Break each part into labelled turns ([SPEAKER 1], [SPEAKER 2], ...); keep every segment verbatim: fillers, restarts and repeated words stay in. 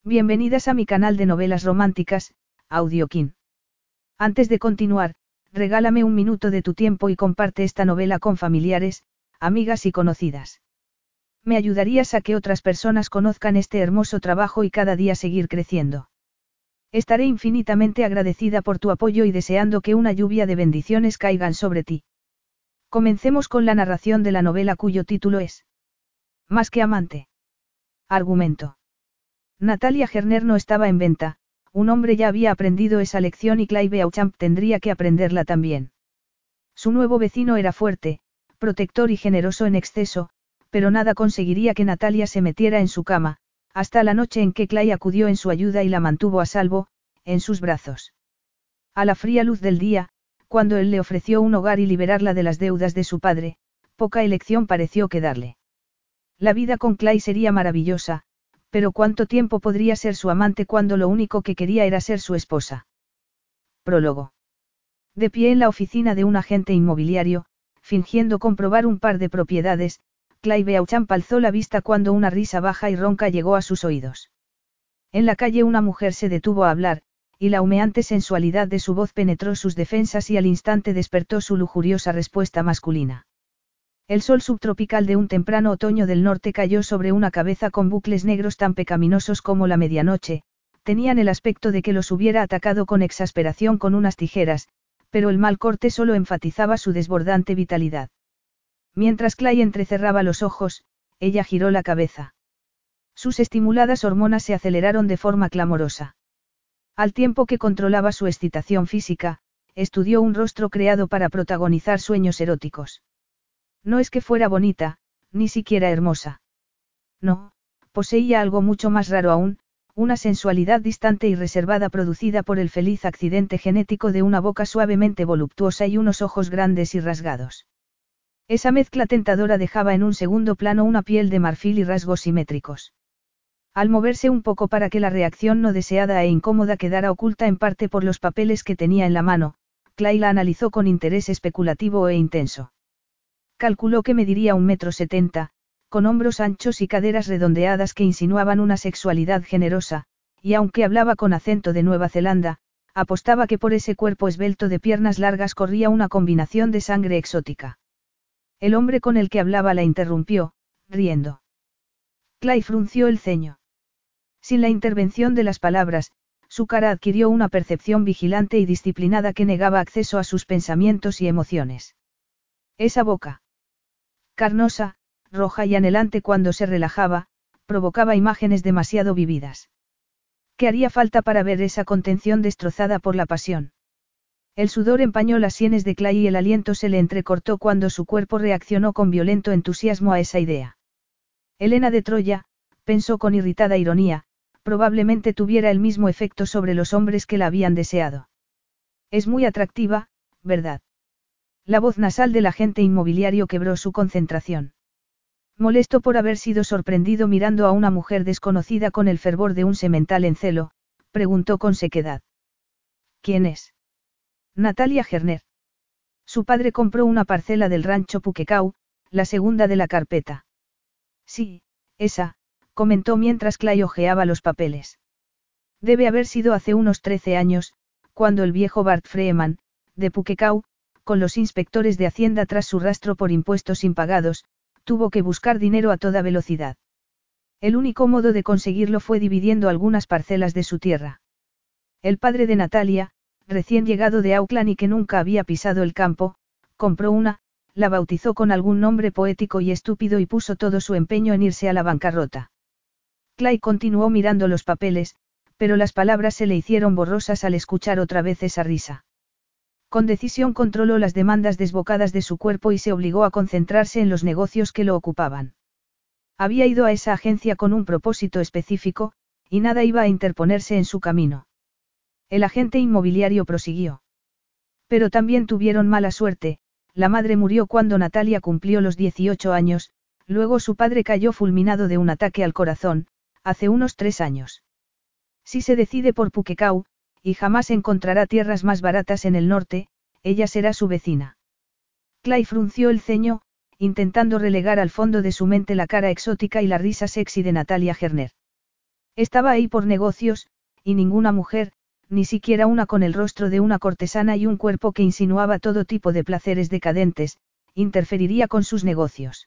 [SPEAKER 1] Bienvenidas a mi canal de novelas románticas, Audiokin. Antes de continuar, regálame un minuto de tu tiempo y comparte esta novela con familiares, amigas y conocidas. Me ayudarías a que otras personas conozcan este hermoso trabajo y cada día seguir creciendo. Estaré infinitamente agradecida por tu apoyo y deseando que una lluvia de bendiciones caigan sobre ti. Comencemos con la narración de la novela cuyo título es Más que amante. Argumento. Natalia Gerner no estaba en venta, un hombre ya había aprendido esa lección y Clay Beauchamp tendría que aprenderla también. Su nuevo vecino era fuerte, protector y generoso en exceso, pero nada conseguiría que Natalia se metiera en su cama, hasta la noche en que Clay acudió en su ayuda y la mantuvo a salvo, en sus brazos. A la fría luz del día, cuando él le ofreció un hogar y liberarla de las deudas de su padre, poca elección pareció quedarle. La vida con Clay sería maravillosa, pero ¿cuánto tiempo podría ser su amante cuando lo único que quería era ser su esposa? Prólogo. De pie en la oficina de un agente inmobiliario, fingiendo comprobar un par de propiedades, Clay Beauchamp alzó la vista cuando una risa baja y ronca llegó a sus oídos. En la calle una mujer se detuvo a hablar, y la humeante sensualidad de su voz penetró sus defensas y al instante despertó su lujuriosa respuesta masculina. El sol subtropical de un temprano otoño del norte cayó sobre una cabeza con bucles negros tan pecaminosos como la medianoche, tenían el aspecto de que los hubiera atacado con exasperación con unas tijeras, pero el mal corte solo enfatizaba su desbordante vitalidad. Mientras Clay entrecerraba los ojos, ella giró la cabeza. Sus estimuladas hormonas se aceleraron de forma clamorosa. Al tiempo que controlaba su excitación física, estudió un rostro creado para protagonizar sueños eróticos. No es que fuera bonita, ni siquiera hermosa. No, poseía algo mucho más raro aún, una sensualidad distante y reservada producida por el feliz accidente genético de una boca suavemente voluptuosa y unos ojos grandes y rasgados. Esa mezcla tentadora dejaba en un segundo plano una piel de marfil y rasgos simétricos. Al moverse un poco para que la reacción no deseada e incómoda quedara oculta en parte por los papeles que tenía en la mano, Clay la analizó con interés especulativo e intenso. Calculó que mediría un metro setenta, con hombros anchos y caderas redondeadas que insinuaban una sexualidad generosa, y aunque hablaba con acento de Nueva Zelanda, apostaba que por ese cuerpo esbelto de piernas largas corría una combinación de sangre exótica. El hombre con el que hablaba la interrumpió, riendo. Clay frunció el ceño. Sin la intervención de las palabras, su cara adquirió una percepción vigilante y disciplinada que negaba acceso a sus pensamientos y emociones. Esa boca carnosa, roja y anhelante cuando se relajaba, provocaba imágenes demasiado vividas. ¿Qué haría falta para ver esa contención destrozada por la pasión? El sudor empañó las sienes de Clay y el aliento se le entrecortó cuando su cuerpo reaccionó con violento entusiasmo a esa idea. Helena de Troya, pensó con irritada ironía, probablemente tuviera el mismo efecto sobre los hombres que la habían deseado. Es muy atractiva, ¿verdad? La voz nasal del agente inmobiliario quebró su concentración. Molesto por haber sido sorprendido mirando a una mujer desconocida con el fervor de un semental en celo, preguntó con sequedad. ¿Quién es? Natalia Gerner. Su padre compró una parcela del rancho Puquecau, la segunda de la carpeta. Sí, esa, comentó mientras Clay hojeaba los papeles. Debe haber sido hace unos trece años, cuando el viejo Bart Freeman, de Puquecau, con los inspectores de Hacienda tras su rastro por impuestos impagados, tuvo que buscar dinero a toda velocidad. El único modo de conseguirlo fue dividiendo algunas parcelas de su tierra. El padre de Natalia, recién llegado de Auckland y que nunca había pisado el campo, compró una, la bautizó con algún nombre poético y estúpido y puso todo su empeño en irse a la bancarrota. Clay continuó mirando los papeles, pero las palabras se le hicieron borrosas al escuchar otra vez esa risa. Con decisión controló las demandas desbocadas de su cuerpo y se obligó a concentrarse en los negocios que lo ocupaban. Había ido a esa agencia con un propósito específico, y nada iba a interponerse en su camino. El agente inmobiliario prosiguió. Pero también tuvieron mala suerte, la madre murió cuando Natalia cumplió los dieciocho años, luego su padre cayó fulminado de un ataque al corazón, hace unos tres años. Si se decide por Puquecau, y jamás encontrará tierras más baratas en el norte, ella será su vecina. Clay frunció el ceño, intentando relegar al fondo de su mente la cara exótica y la risa sexy de Natalia Gerner. Estaba ahí por negocios, y ninguna mujer, ni siquiera una con el rostro de una cortesana y un cuerpo que insinuaba todo tipo de placeres decadentes, interferiría con sus negocios.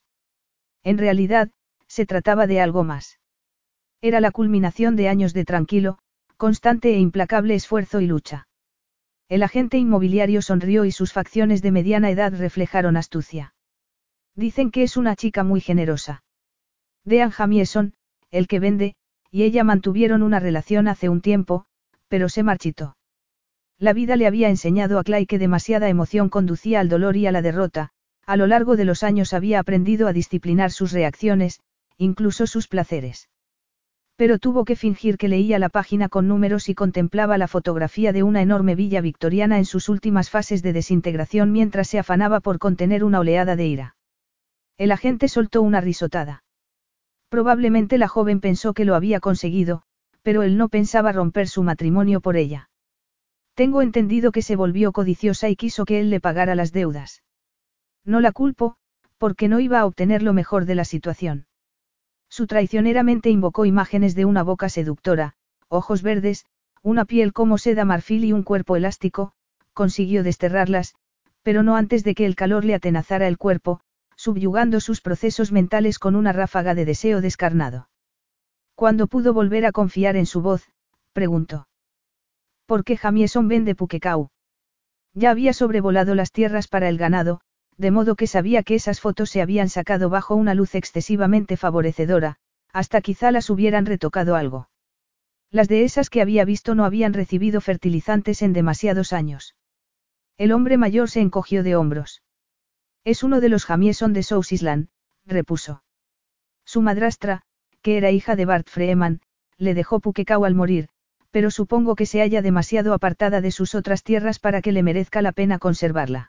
[SPEAKER 1] En realidad, se trataba de algo más. Era la culminación de años de tranquilo, constante e implacable esfuerzo y lucha. El agente inmobiliario sonrió y sus facciones de mediana edad reflejaron astucia. Dicen que es una chica muy generosa. Dean Jamieson, el que vende, y ella mantuvieron una relación hace un tiempo, pero se marchitó. La vida le había enseñado a Clay que demasiada emoción conducía al dolor y a la derrota. A lo largo de los años había aprendido a disciplinar sus reacciones, incluso sus placeres. Pero tuvo que fingir que leía la página con números y contemplaba la fotografía de una enorme villa victoriana en sus últimas fases de desintegración mientras se afanaba por contener una oleada de ira. El agente soltó una risotada. Probablemente la joven pensó que lo había conseguido, pero él no pensaba romper su matrimonio por ella. Tengo entendido que se volvió codiciosa y quiso que él le pagara las deudas. No la culpo, porque no iba a obtener lo mejor de la situación. Su traicioneramente invocó imágenes de una boca seductora, ojos verdes, una piel como seda marfil y un cuerpo elástico, consiguió desterrarlas, pero no antes de que el calor le atenazara el cuerpo, subyugando sus procesos mentales con una ráfaga de deseo descarnado. ¿Cuándo pudo volver a confiar en su voz?, preguntó. ¿Por qué Jamieson vende Puquecau? Ya había sobrevolado las tierras para el ganado, de modo que sabía que esas fotos se habían sacado bajo una luz excesivamente favorecedora, hasta quizá las hubieran retocado algo. Las dehesas que había visto no habían recibido fertilizantes en demasiados años. El hombre mayor se encogió de hombros. Es uno de los Jamieson de South Island, repuso. Su madrastra, que era hija de Bart Freeman, le dejó Puquecau al morir, pero supongo que se halla demasiado apartada de sus otras tierras para que le merezca la pena conservarla.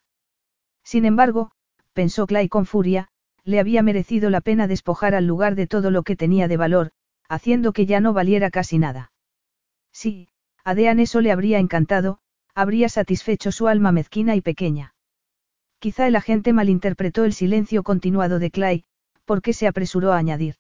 [SPEAKER 1] Sin embargo, pensó Clay con furia, le había merecido la pena despojar al lugar de todo lo que tenía de valor, haciendo que ya no valiera casi nada. Sí, a Dean eso le habría encantado, habría satisfecho su alma mezquina y pequeña. Quizá el agente malinterpretó el silencio continuado de Clay, porque se apresuró a añadir.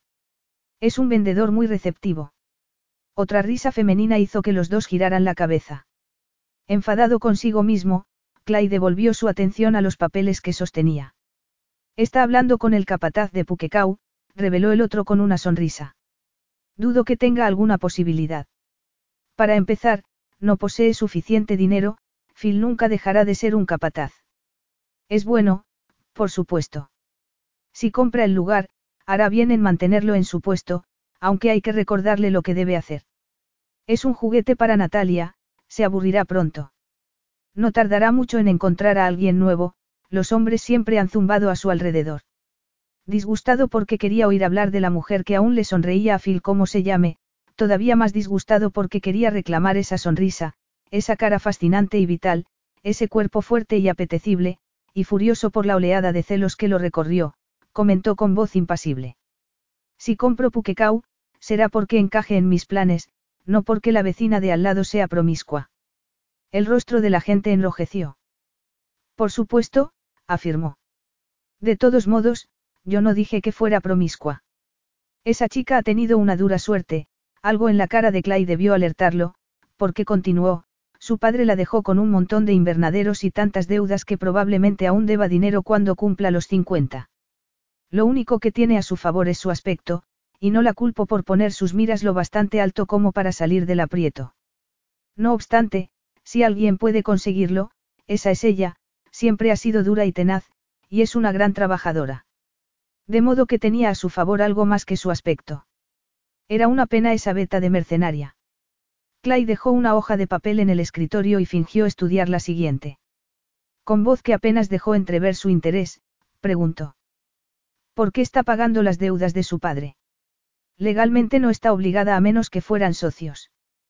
[SPEAKER 1] Es un vendedor muy receptivo. Otra risa femenina hizo que los dos giraran la cabeza. Enfadado consigo mismo, Clay devolvió su atención a los papeles que sostenía. Está hablando con el capataz de Puquecau, reveló el otro con una sonrisa. Dudo que tenga alguna posibilidad. Para empezar, no posee suficiente dinero, Phil nunca dejará de ser un capataz. Es bueno, por supuesto. Si compra el lugar, hará bien en mantenerlo en su puesto, aunque hay que recordarle lo que debe hacer. Es un juguete para Natalia, se aburrirá pronto. No tardará mucho en encontrar a alguien nuevo, los hombres siempre han zumbado a su alrededor. Disgustado porque quería oír hablar de la mujer que aún le sonreía a Phil como se llame, todavía más disgustado porque quería reclamar esa sonrisa, esa cara fascinante y vital, ese cuerpo fuerte y apetecible, y furioso por la oleada de celos que lo recorrió, comentó con voz impasible. Si compro Puquecau, será porque encaje en mis planes, no porque la vecina de al lado sea promiscua. El rostro de la gente enrojeció. Por supuesto, afirmó. De todos modos, yo no dije que fuera promiscua. Esa chica ha tenido una dura suerte, algo en la cara de Clay debió alertarlo, porque continuó, su padre la dejó con un montón de invernaderos y tantas deudas que probablemente aún deba dinero cuando cumpla los cincuenta. Lo único que tiene a su favor es su aspecto, y no la culpo por poner sus miras lo bastante alto como para salir del aprieto. No obstante, si alguien puede conseguirlo, esa es ella, siempre ha sido dura y tenaz, y es una gran trabajadora. De modo que tenía a su favor algo más que su aspecto. Era una pena esa beta de mercenaria. Clay dejó una hoja de papel en el escritorio y fingió estudiar la siguiente. Con voz que apenas dejó entrever su interés, preguntó. ¿Por qué está pagando las deudas de su padre? Legalmente no está obligada a menos que fueran socios.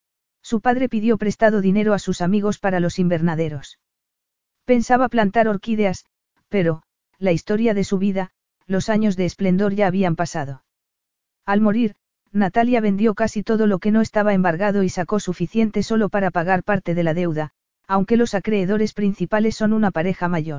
[SPEAKER 1] Su padre pidió prestado dinero a sus amigos para los invernaderos. Pensaba plantar orquídeas, pero, la historia de su vida, los años de esplendor ya habían pasado. Al morir, Natalia vendió casi todo lo que no estaba embargado y sacó suficiente solo para pagar parte de la deuda, aunque los acreedores principales son una pareja mayor.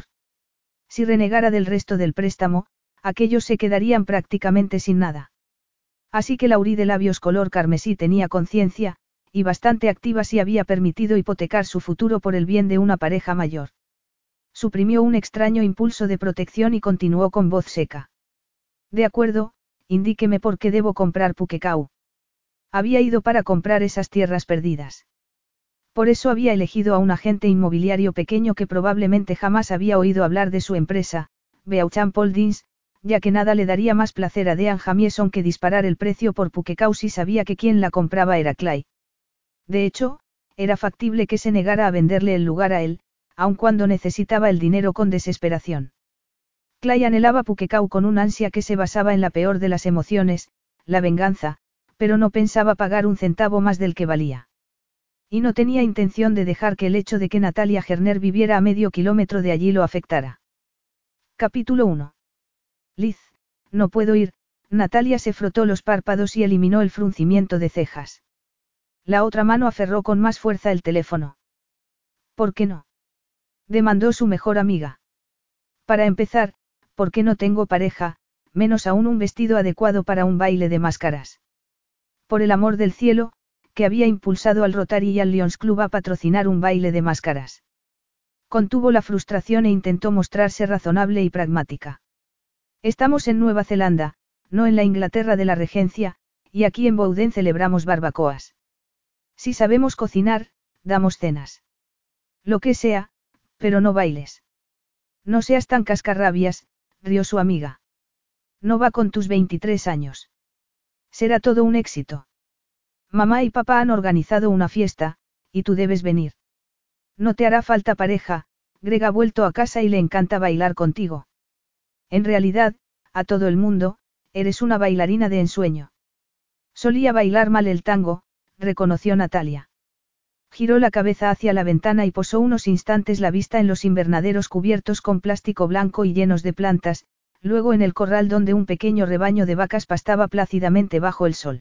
[SPEAKER 1] Si renegara del resto del préstamo, aquellos se quedarían prácticamente sin nada. Así que Laurie de labios color carmesí tenía conciencia, y bastante activa si había permitido hipotecar su futuro por el bien de una pareja mayor. Suprimió un extraño impulso de protección y continuó con voz seca. De acuerdo, indíqueme por qué debo comprar Pukekow. Había ido para comprar esas tierras perdidas. Por eso había elegido a un agente inmobiliario pequeño que probablemente jamás había oído hablar de su empresa, Beauchamp Holdings, ya que nada le daría más placer a Dean Jamieson que disparar el precio por Pukekow si sabía que quien la compraba era Clay. De hecho, era factible que se negara a venderle el lugar a él, aun cuando necesitaba el dinero con desesperación. Clay anhelaba Pukekow con un ansia que se basaba en la peor de las emociones, la venganza, pero no pensaba pagar un centavo más del que valía. Y no tenía intención de dejar que el hecho de que Natalia Gerner viviera a medio kilómetro de allí lo afectara. Capítulo uno. Liz, no puedo ir. Natalia se frotó los párpados y eliminó el fruncimiento de cejas. La otra mano aferró con más fuerza el teléfono. ¿Por qué no? Demandó su mejor amiga. Para empezar, ¿por qué no tengo pareja, menos aún un vestido adecuado para un baile de máscaras? Por el amor del cielo, que había impulsado al Rotary y al Lions Club a patrocinar un baile de máscaras. Contuvo la frustración e intentó mostrarse razonable y pragmática. Estamos en Nueva Zelanda, no en la Inglaterra de la Regencia, y aquí en Bowden celebramos barbacoas. Si sabemos cocinar, damos cenas. Lo que sea, pero no bailes. No seas tan cascarrabias, rió su amiga. No va con tus veintitrés años. Será todo un éxito. Mamá y papá han organizado una fiesta, y tú debes venir. No te hará falta pareja, Greg ha vuelto a casa y le encanta bailar contigo. En realidad, a todo el mundo, eres una bailarina de ensueño. Solía bailar mal el tango, reconoció Natalia. Giró la cabeza hacia la ventana y posó unos instantes la vista en los invernaderos cubiertos con plástico blanco y llenos de plantas, luego en el corral donde un pequeño rebaño de vacas pastaba plácidamente bajo el sol.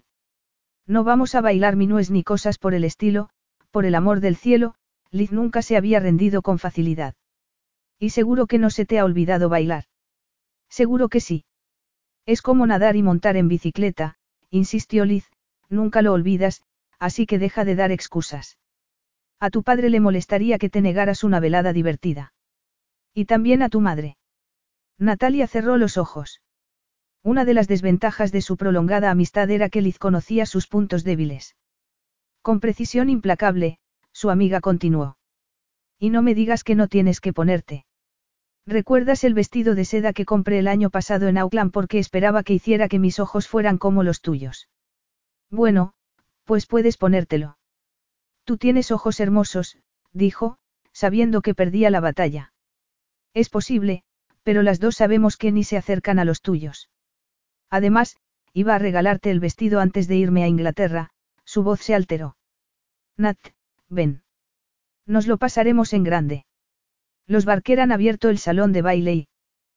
[SPEAKER 1] No vamos a bailar minués ni cosas por el estilo, por el amor del cielo. Liz nunca se había rendido con facilidad. Y seguro que no se te ha olvidado bailar. Seguro que sí. Es como nadar y montar en bicicleta, insistió Liz, nunca lo olvidas, así que deja de dar excusas. A tu padre le molestaría que te negaras una velada divertida. Y también a tu madre. Natalia cerró los ojos. Una de las desventajas de su prolongada amistad era que Liz conocía sus puntos débiles. Con precisión implacable, su amiga continuó. Y no me digas que no tienes que ponerte. ¿Recuerdas el vestido de seda que compré el año pasado en Auckland porque esperaba que hiciera que mis ojos fueran como los tuyos? Bueno, pues puedes ponértelo. Tú tienes ojos hermosos, dijo, sabiendo que perdía la batalla. Es posible, pero las dos sabemos que ni se acercan a los tuyos. Además, iba a regalarte el vestido antes de irme a Inglaterra, su voz se alteró. Nat, ven. Nos lo pasaremos en grande. Los Barker han abierto el salón de baile y...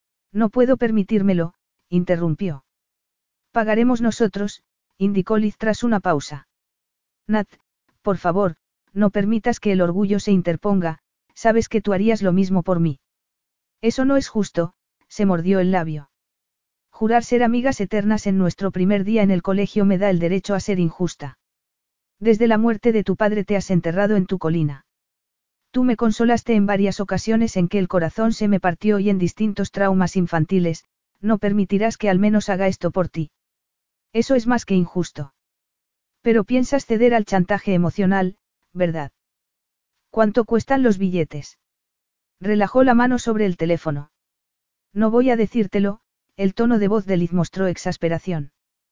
[SPEAKER 1] No puedo permitírmelo, interrumpió. Pagaremos nosotros, indicó Liz tras una pausa. Nat, por favor, no permitas que el orgullo se interponga, sabes que tú harías lo mismo por mí. Eso no es justo, se mordió el labio. Jurar ser amigas eternas en nuestro primer día en el colegio me da el derecho a ser injusta. Desde la muerte de tu padre te has enterrado en tu colina. Tú me consolaste en varias ocasiones en que el corazón se me partió y en distintos traumas infantiles, no permitirás que al menos haga esto por ti. Eso es más que injusto. Pero piensas ceder al chantaje emocional, ¿verdad? ¿Cuánto cuestan los billetes? Relajó la mano sobre el teléfono. No voy a decírtelo, el tono de voz de Liz mostró exasperación.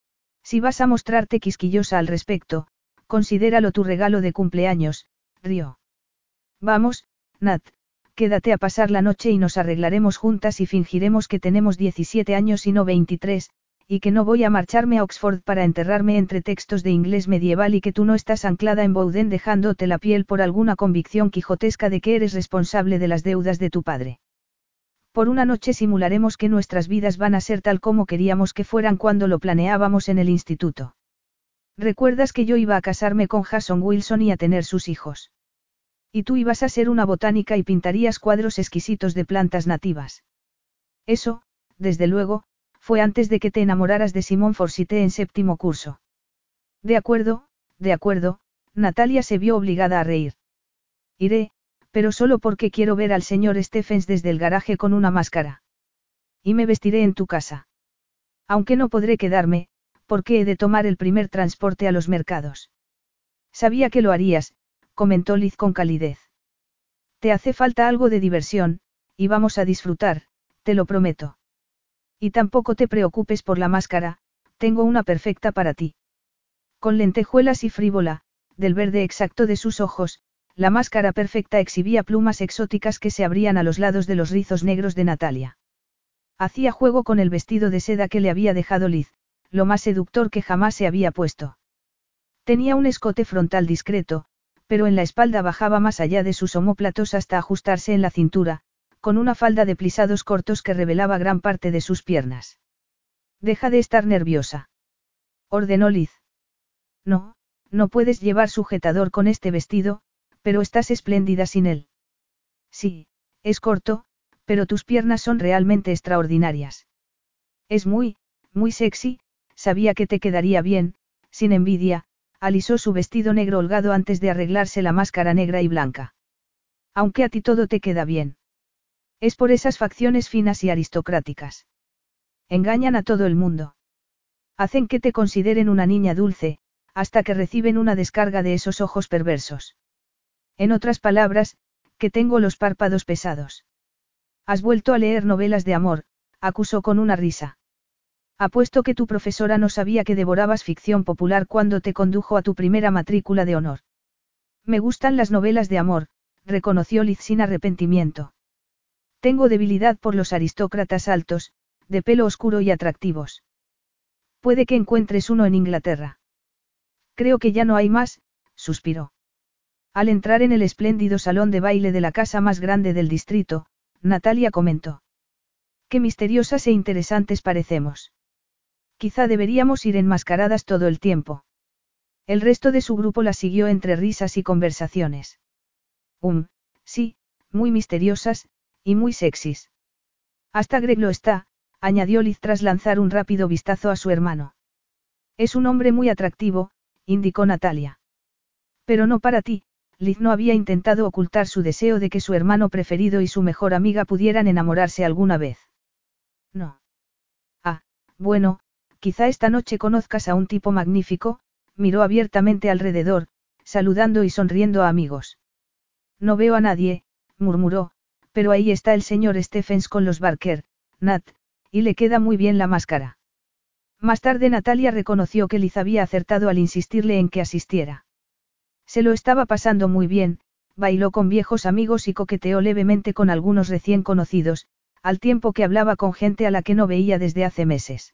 [SPEAKER 1] Si vas a mostrarte quisquillosa al respecto, considéralo tu regalo de cumpleaños, rió. Vamos, Nat, quédate a pasar la noche y nos arreglaremos juntas y fingiremos que tenemos diecisiete años y no veintitrés, y que no voy a marcharme a Oxford para enterrarme entre textos de inglés medieval y que tú no estás anclada en Bowden dejándote la piel por alguna convicción quijotesca de que eres responsable de las deudas de tu padre. Por una noche simularemos que nuestras vidas van a ser tal como queríamos que fueran cuando lo planeábamos en el instituto. ¿Recuerdas que yo iba a casarme con Jason Wilson y a tener sus hijos? Y tú ibas a ser una botánica y pintarías cuadros exquisitos de plantas nativas. Eso, desde luego, Fue antes de que te enamoraras de Simón Forsyte en séptimo curso. De acuerdo, de acuerdo, Natalia se vio obligada a reír. Iré, pero solo porque quiero ver al señor Stephens desde el garaje con una máscara. Y me vestiré en tu casa. Aunque no podré quedarme, porque he de tomar el primer transporte a los mercados. Sabía que lo harías, comentó Liz con calidez. Te hace falta algo de diversión, y vamos a disfrutar, te lo prometo. Y tampoco te preocupes por la máscara, tengo una perfecta para ti. Con lentejuelas y frívola, del verde exacto de sus ojos, la máscara perfecta exhibía plumas exóticas que se abrían a los lados de los rizos negros de Natalia. Hacía juego con el vestido de seda que le había dejado Liz, lo más seductor que jamás se había puesto. Tenía un escote frontal discreto, pero en la espalda bajaba más allá de sus omóplatos hasta ajustarse en la cintura, con una falda de plisados cortos que revelaba gran parte de sus piernas. Deja de estar nerviosa, ordenó Liz. No, no puedes llevar sujetador con este vestido, pero estás espléndida sin él. Sí, es corto, pero tus piernas son realmente extraordinarias. Es muy, muy sexy, sabía que te quedaría bien, sin envidia, alisó su vestido negro holgado antes de arreglarse la máscara negra y blanca. Aunque a ti todo te queda bien. Es por esas facciones finas y aristocráticas. Engañan a todo el mundo. Hacen que te consideren una niña dulce, hasta que reciben una descarga de esos ojos perversos. En otras palabras, que tengo los párpados pesados. Has vuelto a leer novelas de amor, acusó con una risa. Apuesto que tu profesora no sabía que devorabas ficción popular cuando te condujo a tu primera matrícula de honor. Me gustan las novelas de amor, reconoció Liz sin arrepentimiento. Tengo debilidad por los aristócratas altos, de pelo oscuro y atractivos. Puede que encuentres uno en Inglaterra. Creo que ya no hay más, suspiró. Al entrar en el espléndido salón de baile de la casa más grande del distrito, Natalia comentó. Qué misteriosas e interesantes parecemos. Quizá deberíamos ir enmascaradas todo el tiempo. El resto de su grupo la siguió entre risas y conversaciones. Um, sí, muy misteriosas, y muy sexys. Hasta Greg lo está, añadió Liz tras lanzar un rápido vistazo a su hermano. Es un hombre muy atractivo, indicó Natalia. Pero no para ti, Liz no había intentado ocultar su deseo de que su hermano preferido y su mejor amiga pudieran enamorarse alguna vez. No. Ah, bueno, quizá esta noche conozcas a un tipo magnífico, miró abiertamente alrededor, saludando y sonriendo a amigos. No veo a nadie, murmuró, pero ahí está el señor Stephens con los Barker, Nat, y le queda muy bien la máscara. Más tarde Natalia reconoció que Liz había acertado al insistirle en que asistiera. Se lo estaba pasando muy bien, bailó con viejos amigos y coqueteó levemente con algunos recién conocidos, al tiempo que hablaba con gente a la que no veía desde hace meses.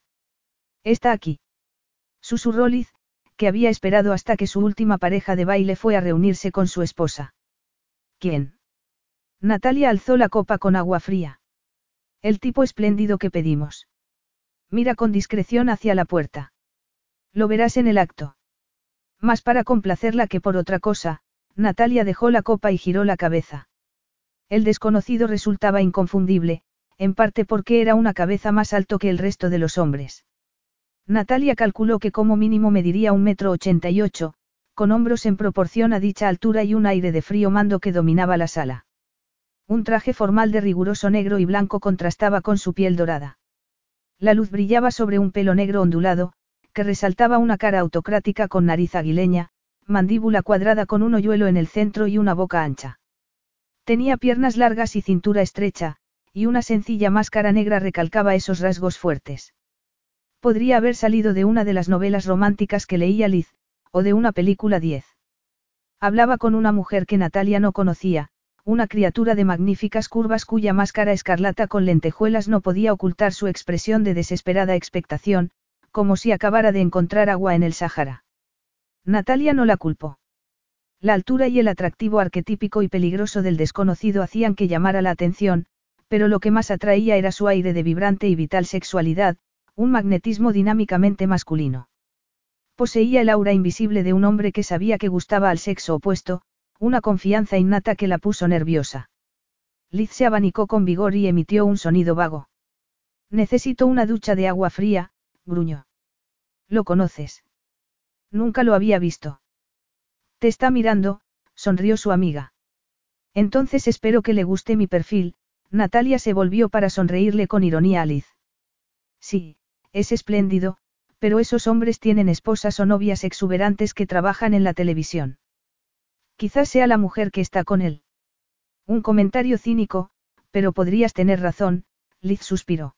[SPEAKER 1] Está aquí. Susurró Liz, que había esperado hasta que su última pareja de baile fue a reunirse con su esposa. ¿Quién? Natalia alzó la copa con agua fría. El tipo espléndido que pedimos. Mira con discreción hacia la puerta. Lo verás en el acto. Más para complacerla que por otra cosa, Natalia dejó la copa y giró la cabeza. El desconocido resultaba inconfundible, en parte porque era una cabeza más alto que el resto de los hombres. Natalia calculó que como mínimo mediría un metro ochenta y ocho, con hombros en proporción a dicha altura y un aire de frío mando que dominaba la sala. Un traje formal de riguroso negro y blanco contrastaba con su piel dorada. La luz brillaba sobre un pelo negro ondulado, que resaltaba una cara autocrática con nariz aguileña, mandíbula cuadrada con un hoyuelo en el centro y una boca ancha. Tenía piernas largas y cintura estrecha, y una sencilla máscara negra recalcaba esos rasgos fuertes. Podría haber salido de una de las novelas románticas que leía Liz, o de una película diez. Hablaba con una mujer que Natalia no conocía, una criatura de magníficas curvas cuya máscara escarlata con lentejuelas no podía ocultar su expresión de desesperada expectación, como si acabara de encontrar agua en el Sáhara. Natalia no la culpó. La altura y el atractivo arquetípico y peligroso del desconocido hacían que llamara la atención, pero lo que más atraía era su aire de vibrante y vital sexualidad, un magnetismo dinámicamente masculino. Poseía el aura invisible de un hombre que sabía que gustaba al sexo opuesto, una confianza innata que la puso nerviosa. Liz se abanicó con vigor y emitió un sonido vago. Necesito una ducha de agua fría, gruñó. ¿Lo conoces? Nunca lo había visto. Te está mirando, sonrió su amiga. Entonces espero que le guste mi perfil. Natalia se volvió para sonreírle con ironía a Liz. Sí, es espléndido, pero esos hombres tienen esposas o novias exuberantes que trabajan en la televisión. Quizás sea la mujer que está con él. Un comentario cínico, pero podrías tener razón, Liz suspiró.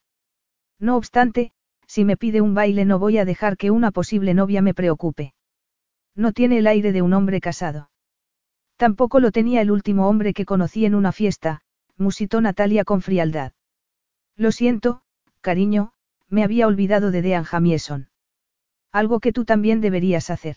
[SPEAKER 1] No obstante, si me pide un baile no voy a dejar que una posible novia me preocupe. No tiene el aire de un hombre casado. Tampoco lo tenía el último hombre que conocí en una fiesta, musitó Natalia con frialdad. Lo siento, cariño, me había olvidado de Dean Jamieson. Algo que tú también deberías hacer.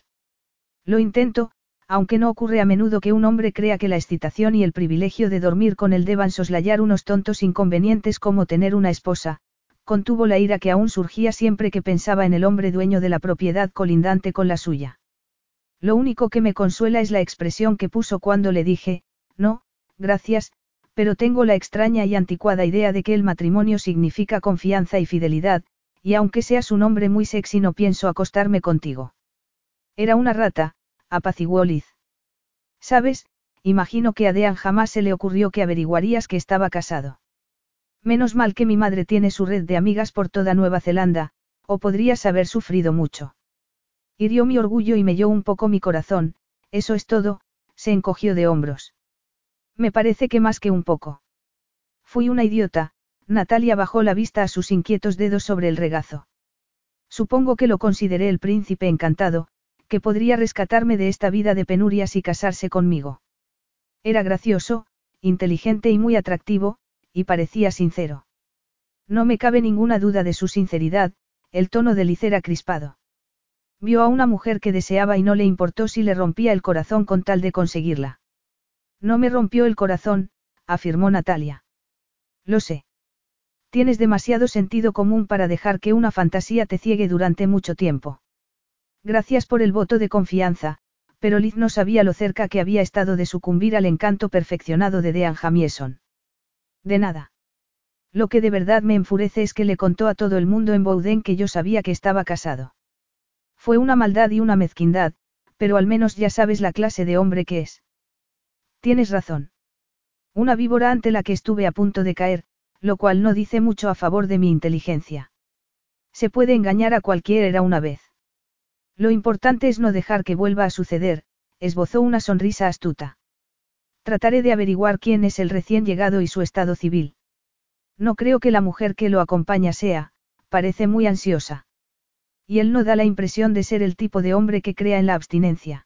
[SPEAKER 1] Lo intento, aunque no ocurre a menudo que un hombre crea que la excitación y el privilegio de dormir con él deban soslayar unos tontos inconvenientes como tener una esposa, contuvo la ira que aún surgía siempre que pensaba en el hombre dueño de la propiedad colindante con la suya. Lo único que me consuela es la expresión que puso cuando le dije, no, gracias, pero tengo la extraña y anticuada idea de que el matrimonio significa confianza y fidelidad, y aunque seas un hombre muy sexy no pienso acostarme contigo. Era una rata, apaciguó Liz. ¿Sabes? Imagino que a Dean jamás se le ocurrió que averiguarías que estaba casado. Menos mal que mi madre tiene su red de amigas por toda Nueva Zelanda, o podrías haber sufrido mucho. Hirió mi orgullo y melló un poco mi corazón, eso es todo, se encogió de hombros. Me parece que más que un poco. Fui una idiota, Natalia bajó la vista a sus inquietos dedos sobre el regazo. Supongo que lo consideré el príncipe encantado, que podría rescatarme de esta vida de penurias y casarse conmigo. Era gracioso, inteligente y muy atractivo, y parecía sincero. No me cabe ninguna duda de su sinceridad, el tono de Liz era crispado. Vio a una mujer que deseaba y no le importó si le rompía el corazón con tal de conseguirla. No me rompió el corazón, afirmó Natalia. Lo sé. Tienes demasiado sentido común para dejar que una fantasía te ciegue durante mucho tiempo. Gracias por el voto de confianza, pero Liz no sabía lo cerca que había estado de sucumbir al encanto perfeccionado de Dean Jamieson. De nada. Lo que de verdad me enfurece es que le contó a todo el mundo en Bowden que yo sabía que estaba casado. Fue una maldad y una mezquindad, pero al menos ya sabes la clase de hombre que es. Tienes razón. Una víbora ante la que estuve a punto de caer, lo cual no dice mucho a favor de mi inteligencia. Se puede engañar a cualquiera una vez. Lo importante es no dejar que vuelva a suceder, esbozó una sonrisa astuta. Trataré de averiguar quién es el recién llegado y su estado civil. No creo que la mujer que lo acompaña sea, parece muy ansiosa. Y él no da la impresión de ser el tipo de hombre que crea en la abstinencia.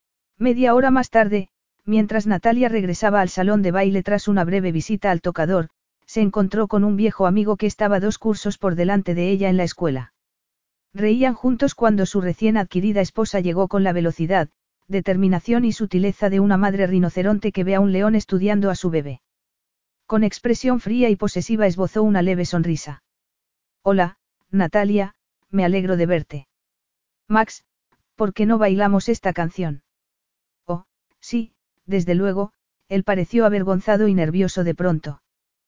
[SPEAKER 1] Media hora más tarde, mientras Natalia regresaba al salón de baile tras una breve visita al tocador, se encontró con un viejo amigo que estaba dos cursos por delante de ella en la escuela. Reían juntos cuando su recién adquirida esposa llegó con la velocidad, determinación y sutileza de una madre rinoceronte que ve a un león estudiando a su bebé. Con expresión fría y posesiva esbozó una leve sonrisa. Hola, Natalia, me alegro de verte. Max, ¿por qué no bailamos esta canción? Oh, sí, desde luego, él pareció avergonzado y nervioso de pronto.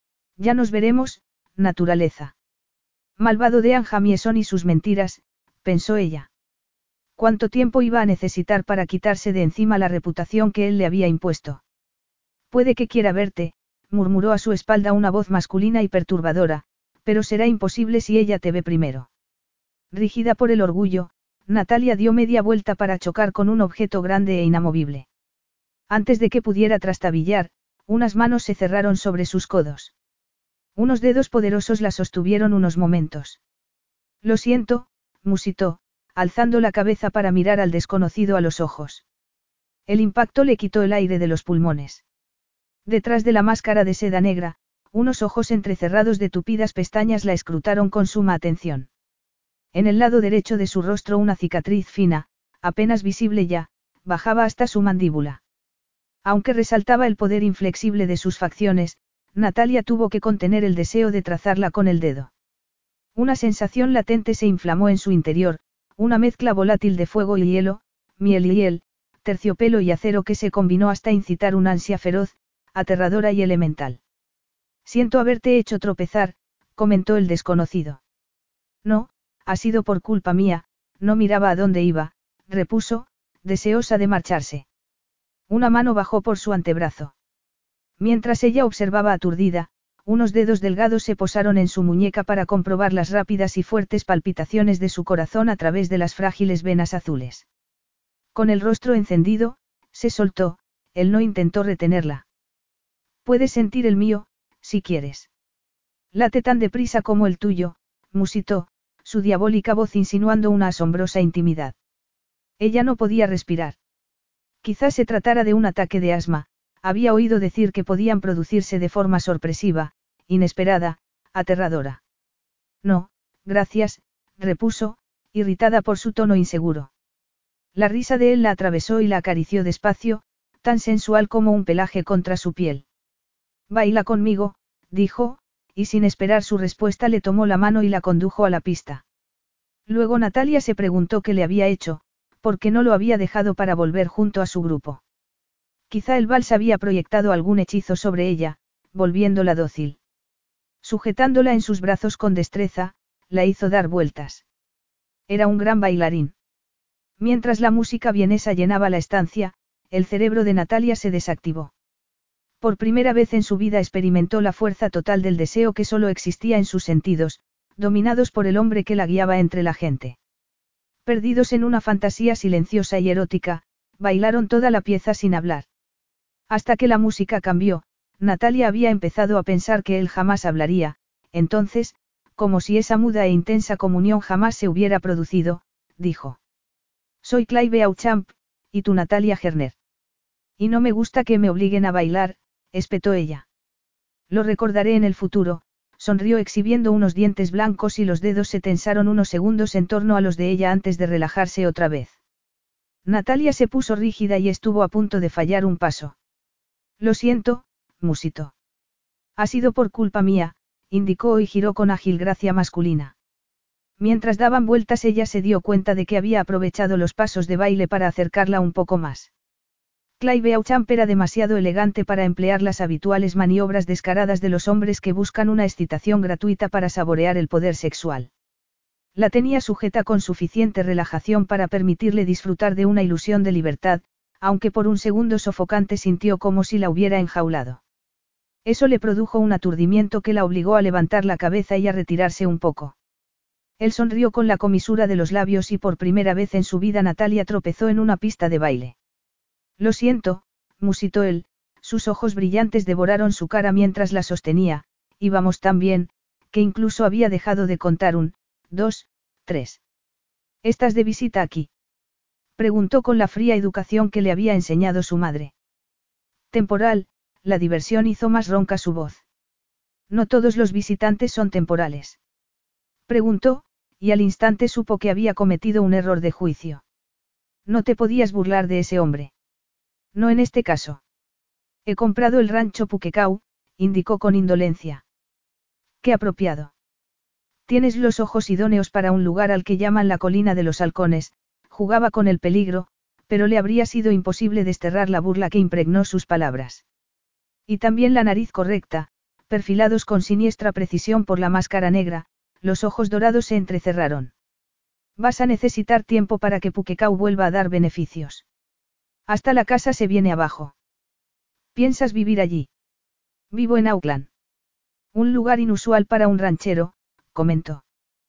[SPEAKER 1] Ya nos veremos, naturaleza. Malvado Dean Jamieson y sus mentiras, pensó ella. ¿Cuánto tiempo iba a necesitar para quitarse de encima la reputación que él le había impuesto? Puede que quiera verte, murmuró a su espalda una voz masculina y perturbadora, pero será imposible si ella te ve primero. Rígida por el orgullo, Natalia dio media vuelta para chocar con un objeto grande e inamovible. Antes de que pudiera trastabillar, unas manos se cerraron sobre sus codos. Unos dedos poderosos la sostuvieron unos momentos. Lo siento, musitó, alzando la cabeza para mirar al desconocido a los ojos. El impacto le quitó el aire de los pulmones. Detrás de la máscara de seda negra, unos ojos entrecerrados de tupidas pestañas la escrutaron con suma atención. En el lado derecho de su rostro una cicatriz fina, apenas visible ya, bajaba hasta su mandíbula. Aunque resaltaba el poder inflexible de sus facciones, Natalia tuvo que contener el deseo de trazarla con el dedo. Una sensación latente se inflamó en su interior, una mezcla volátil de fuego y hielo, miel y hiel, terciopelo y acero que se combinó hasta incitar una ansia feroz, aterradora y elemental. Siento haberte hecho tropezar, comentó el desconocido. No, ha sido por culpa mía, no miraba a dónde iba, repuso, deseosa de marcharse. Una mano bajó por su antebrazo. Mientras ella observaba aturdida, unos dedos delgados se posaron en su muñeca para comprobar las rápidas y fuertes palpitaciones de su corazón a través de las frágiles venas azules. Con el rostro encendido, se soltó, él no intentó retenerla. Puedes sentir el mío, si quieres. Late tan deprisa como el tuyo, musitó, su diabólica voz insinuando una asombrosa intimidad. Ella no podía respirar. Quizás se tratara de un ataque de asma, había oído decir que podían producirse de forma sorpresiva, inesperada, aterradora. No, gracias, repuso, irritada por su tono inseguro. La risa de él la atravesó y la acarició despacio, tan sensual como un pelaje contra su piel. Baila conmigo, dijo, y sin esperar su respuesta le tomó la mano y la condujo a la pista. Luego Natalia se preguntó qué le había hecho, por qué no lo había dejado para volver junto a su grupo. Quizá el vals había proyectado algún hechizo sobre ella, volviéndola dócil. Sujetándola en sus brazos con destreza, la hizo dar vueltas. Era un gran bailarín. Mientras la música vienesa llenaba la estancia, el cerebro de Natalia se desactivó. Por primera vez en su vida experimentó la fuerza total del deseo que solo existía en sus sentidos, dominados por el hombre que la guiaba entre la gente. Perdidos en una fantasía silenciosa y erótica, bailaron toda la pieza sin hablar. Hasta que la música cambió, Natalia había empezado a pensar que él jamás hablaría, entonces, como si esa muda e intensa comunión jamás se hubiera producido, dijo. Soy Clive Auchamp, y tú Natalia Gerner. Y no me gusta que me obliguen a bailar, espetó ella. Lo recordaré en el futuro, sonrió exhibiendo unos dientes blancos y los dedos se tensaron unos segundos en torno a los de ella antes de relajarse otra vez. Natalia se puso rígida y estuvo a punto de fallar un paso. Lo siento, musitó. Ha sido por culpa mía, indicó y giró con ágil gracia masculina. Mientras daban vueltas ella se dio cuenta de que había aprovechado los pasos de baile para acercarla un poco más. Clive Auchamp era demasiado elegante para emplear las habituales maniobras descaradas de los hombres que buscan una excitación gratuita para saborear el poder sexual. La tenía sujeta con suficiente relajación para permitirle disfrutar de una ilusión de libertad, aunque por un segundo sofocante sintió como si la hubiera enjaulado. Eso le produjo un aturdimiento que la obligó a levantar la cabeza y a retirarse un poco. Él sonrió con la comisura de los labios y por primera vez en su vida Natalia tropezó en una pista de baile. Lo siento, musitó él, sus ojos brillantes devoraron su cara mientras la sostenía, íbamos tan bien, que incluso había dejado de contar un, dos, tres. ¿Estás de visita aquí? Preguntó con la fría educación que le había enseñado su madre. Temporal, la diversión hizo más ronca su voz. No todos los visitantes son temporales. Preguntó, y al instante supo que había cometido un error de juicio. No te podías burlar de ese hombre. No en este caso. He comprado el rancho Puquecau, indicó con indolencia. Qué apropiado. Tienes los ojos idóneos para un lugar al que llaman la colina de los halcones, jugaba con el peligro, pero le habría sido imposible desterrar la burla que impregnó sus palabras. Y también la nariz correcta, perfilados con siniestra precisión por la máscara negra, los ojos dorados se entrecerraron. Vas a necesitar tiempo para que Puquecau vuelva a dar beneficios. Hasta la casa se viene abajo. ¿Piensas vivir allí? Vivo en Auckland. Un lugar inusual para un ranchero, comentó.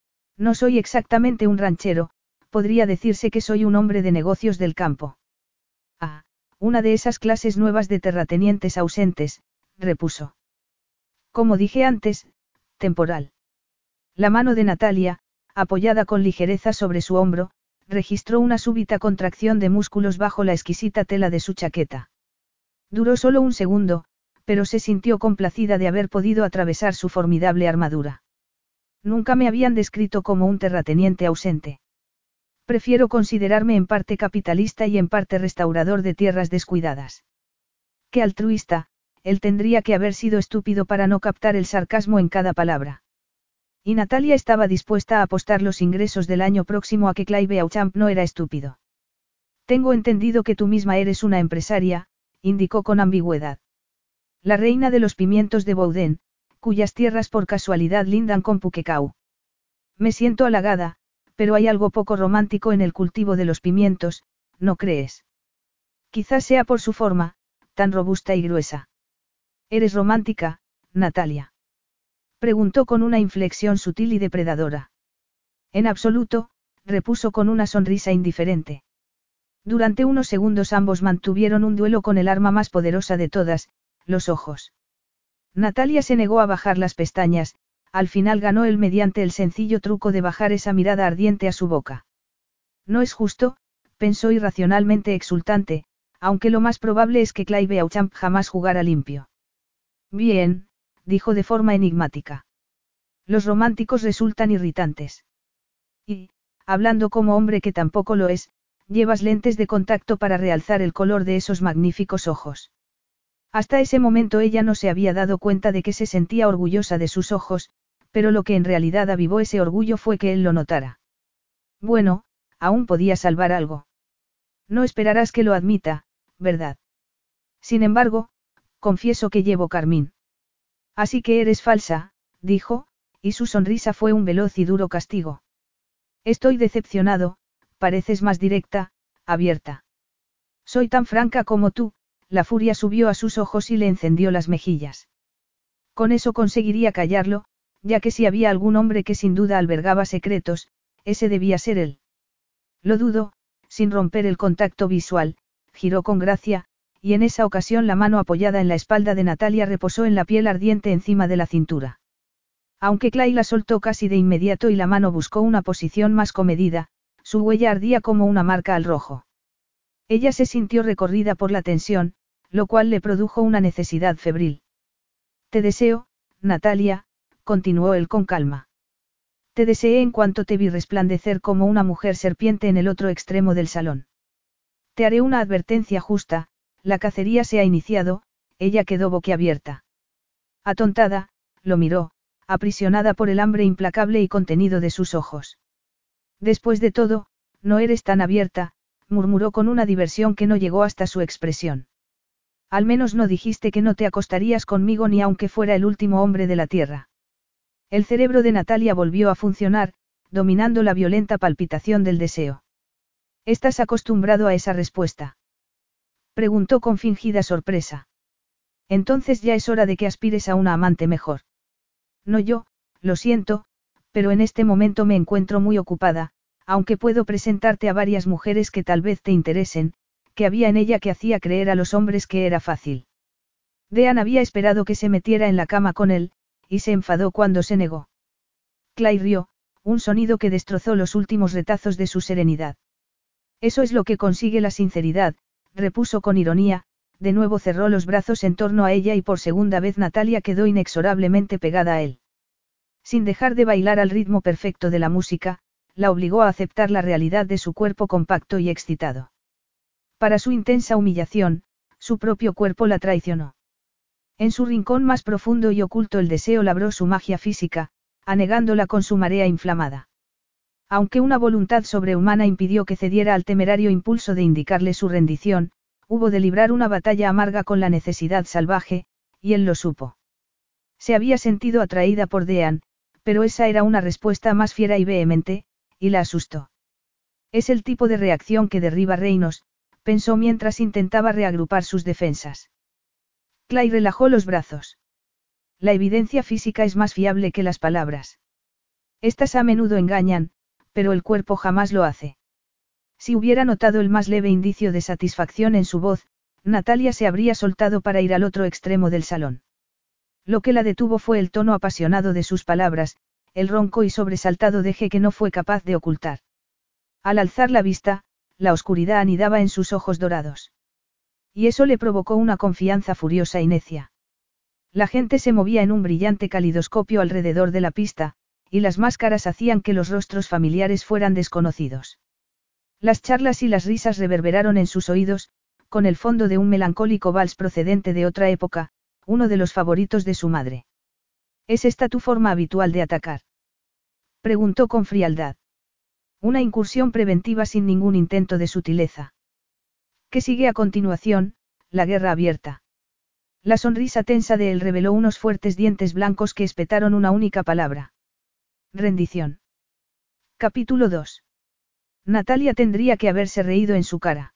[SPEAKER 1] No soy exactamente un ranchero, podría decirse que soy un hombre de negocios del campo. Ah, una de esas clases nuevas de terratenientes ausentes, repuso. Como dije antes, temporal. La mano de Natalia, apoyada con ligereza sobre su hombro, registró una súbita contracción de músculos bajo la exquisita tela de su chaqueta. Duró solo un segundo, pero se sintió complacida de haber podido atravesar su formidable armadura. Nunca me habían descrito como un terrateniente ausente. Prefiero considerarme en parte capitalista y en parte restaurador de tierras descuidadas. Qué altruista, él tendría que haber sido estúpido para no captar el sarcasmo en cada palabra. Y Natalia estaba dispuesta a apostar los ingresos del año próximo a que Clive Auchamp no era estúpido. Tengo entendido que tú misma eres una empresaria, indicó con ambigüedad. La reina de los pimientos de Boudin, cuyas tierras por casualidad lindan con Puquecau. Me siento halagada, pero hay algo poco romántico en el cultivo de los pimientos, ¿no crees? Quizás sea por su forma, tan robusta y gruesa. ¿Eres romántica, Natalia? Preguntó con una inflexión sutil y depredadora. En absoluto, repuso con una sonrisa indiferente. Durante unos segundos ambos mantuvieron un duelo con el arma más poderosa de todas, los ojos. Natalia se negó a bajar las pestañas, al final ganó él mediante el sencillo truco de bajar esa mirada ardiente a su boca. No es justo, pensó irracionalmente exultante, aunque lo más probable es que Clive Beauchamp jamás jugara limpio. Bien, dijo de forma enigmática. Los románticos resultan irritantes. Y, hablando como hombre que tampoco lo es, llevas lentes de contacto para realzar el color de esos magníficos ojos. Hasta ese momento ella no se había dado cuenta de que se sentía orgullosa de sus ojos, pero lo que en realidad avivó ese orgullo fue que él lo notara. Bueno, aún podía salvar algo. No esperarás que lo admita, ¿verdad? Sin embargo, confieso que llevo carmín. Así que eres falsa, dijo, y su sonrisa fue un veloz y duro castigo. Estoy decepcionado, pareces más directa, abierta. Soy tan franca como tú, la furia subió a sus ojos y le encendió las mejillas. Con eso conseguiría callarlo, ya que si había algún hombre que sin duda albergaba secretos, ese debía ser él. Lo dudo, sin romper el contacto visual, giró con gracia, y en esa ocasión la mano apoyada en la espalda de Natalia reposó en la piel ardiente encima de la cintura. Aunque Clay la soltó casi de inmediato y la mano buscó una posición más comedida, su huella ardía como una marca al rojo. Ella se sintió recorrida por la tensión, lo cual le produjo una necesidad febril. Te deseo, Natalia, continuó él con calma. Te deseé en cuanto te vi resplandecer como una mujer serpiente en el otro extremo del salón. Te haré una advertencia justa, la cacería se ha iniciado, ella quedó boquiabierta. Atontada, lo miró, aprisionada por el hambre implacable y contenido de sus ojos. Después de todo, no eres tan abierta, murmuró con una diversión que no llegó hasta su expresión. Al menos no dijiste que no te acostarías conmigo ni aunque fuera el último hombre de la tierra. El cerebro de Natalia volvió a funcionar, dominando la violenta palpitación del deseo. ¿Estás acostumbrado a esa respuesta?, preguntó con fingida sorpresa. Entonces ya es hora de que aspires a una amante mejor. No yo, lo siento, pero en este momento me encuentro muy ocupada, aunque puedo presentarte a varias mujeres que tal vez te interesen, que había en ella que hacía creer a los hombres que era fácil. Dean había esperado que se metiera en la cama con él, y se enfadó cuando se negó. Clay rió, un sonido que destrozó los últimos retazos de su serenidad. Eso es lo que consigue la sinceridad, repuso con ironía, de nuevo cerró los brazos en torno a ella y por segunda vez Natalia quedó inexorablemente pegada a él. Sin dejar de bailar al ritmo perfecto de la música, la obligó a aceptar la realidad de su cuerpo compacto y excitado. Para su intensa humillación, su propio cuerpo la traicionó. En su rincón más profundo y oculto el deseo labró su magia física, anegándola con su marea inflamada. Aunque una voluntad sobrehumana impidió que cediera al temerario impulso de indicarle su rendición, hubo de librar una batalla amarga con la necesidad salvaje, y él lo supo. Se había sentido atraída por Dean, pero esa era una respuesta más fiera y vehemente, y la asustó. Es el tipo de reacción que derriba reinos, pensó mientras intentaba reagrupar sus defensas. Clay relajó los brazos. La evidencia física es más fiable que las palabras. Estas a menudo engañan, pero el cuerpo jamás lo hace. Si hubiera notado el más leve indicio de satisfacción en su voz, Natalia se habría soltado para ir al otro extremo del salón. Lo que la detuvo fue el tono apasionado de sus palabras, el ronco y sobresaltado deje que no fue capaz de ocultar. Al alzar la vista, la oscuridad anidaba en sus ojos dorados. Y eso le provocó una confianza furiosa y necia. La gente se movía en un brillante calidoscopio alrededor de la pista, y las máscaras hacían que los rostros familiares fueran desconocidos. Las charlas y las risas reverberaron en sus oídos, con el fondo de un melancólico vals procedente de otra época, uno de los favoritos de su madre. ¿Es esta tu forma habitual de atacar?, preguntó con frialdad. Una incursión preventiva sin ningún intento de sutileza. ¿Qué sigue a continuación? La guerra abierta. La sonrisa tensa de él reveló unos fuertes dientes blancos que espetaron una única palabra. Rendición. Capítulo dos. Natalia tendría que haberse reído en su cara.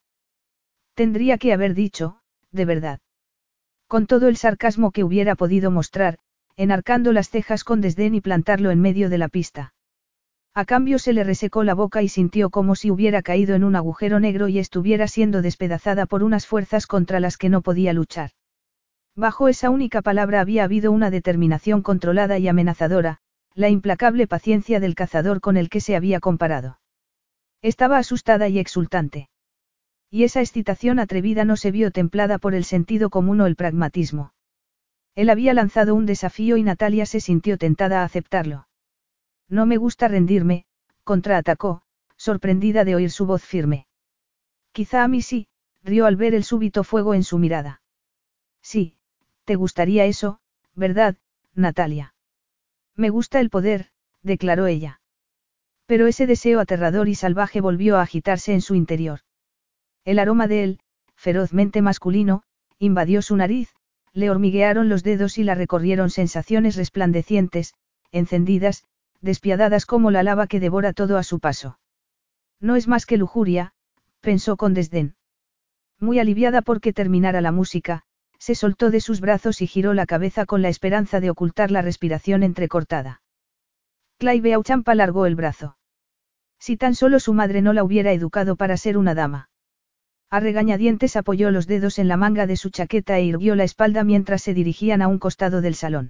[SPEAKER 1] Tendría que haber dicho, de verdad. Con todo el sarcasmo que hubiera podido mostrar, enarcando las cejas con desdén y plantarlo en medio de la pista. A cambio se le resecó la boca y sintió como si hubiera caído en un agujero negro y estuviera siendo despedazada por unas fuerzas contra las que no podía luchar. Bajo esa única palabra había habido una determinación controlada y amenazadora, la implacable paciencia del cazador con el que se había comparado. Estaba asustada y exultante. Y esa excitación atrevida no se vio templada por el sentido común o el pragmatismo. Él había lanzado un desafío y Natalia se sintió tentada a aceptarlo. No me gusta rendirme, contraatacó, sorprendida de oír su voz firme. Quizá a mí sí, rió al ver el súbito fuego en su mirada. Sí, te gustaría eso, ¿verdad, Natalia? Me gusta el poder, declaró ella. Pero ese deseo aterrador y salvaje volvió a agitarse en su interior. El aroma de él, ferozmente masculino, invadió su nariz, le hormiguearon los dedos y la recorrieron sensaciones resplandecientes, encendidas, despiadadas como la lava que devora todo a su paso. No es más que lujuria, pensó con desdén. Muy aliviada porque terminara la música, se soltó de sus brazos y giró la cabeza con la esperanza de ocultar la respiración entrecortada. Clive Beauchamp alargó el brazo. Si tan solo su madre no la hubiera educado para ser una dama. A regañadientes apoyó los dedos en la manga de su chaqueta e irguió la espalda mientras se dirigían a un costado del salón.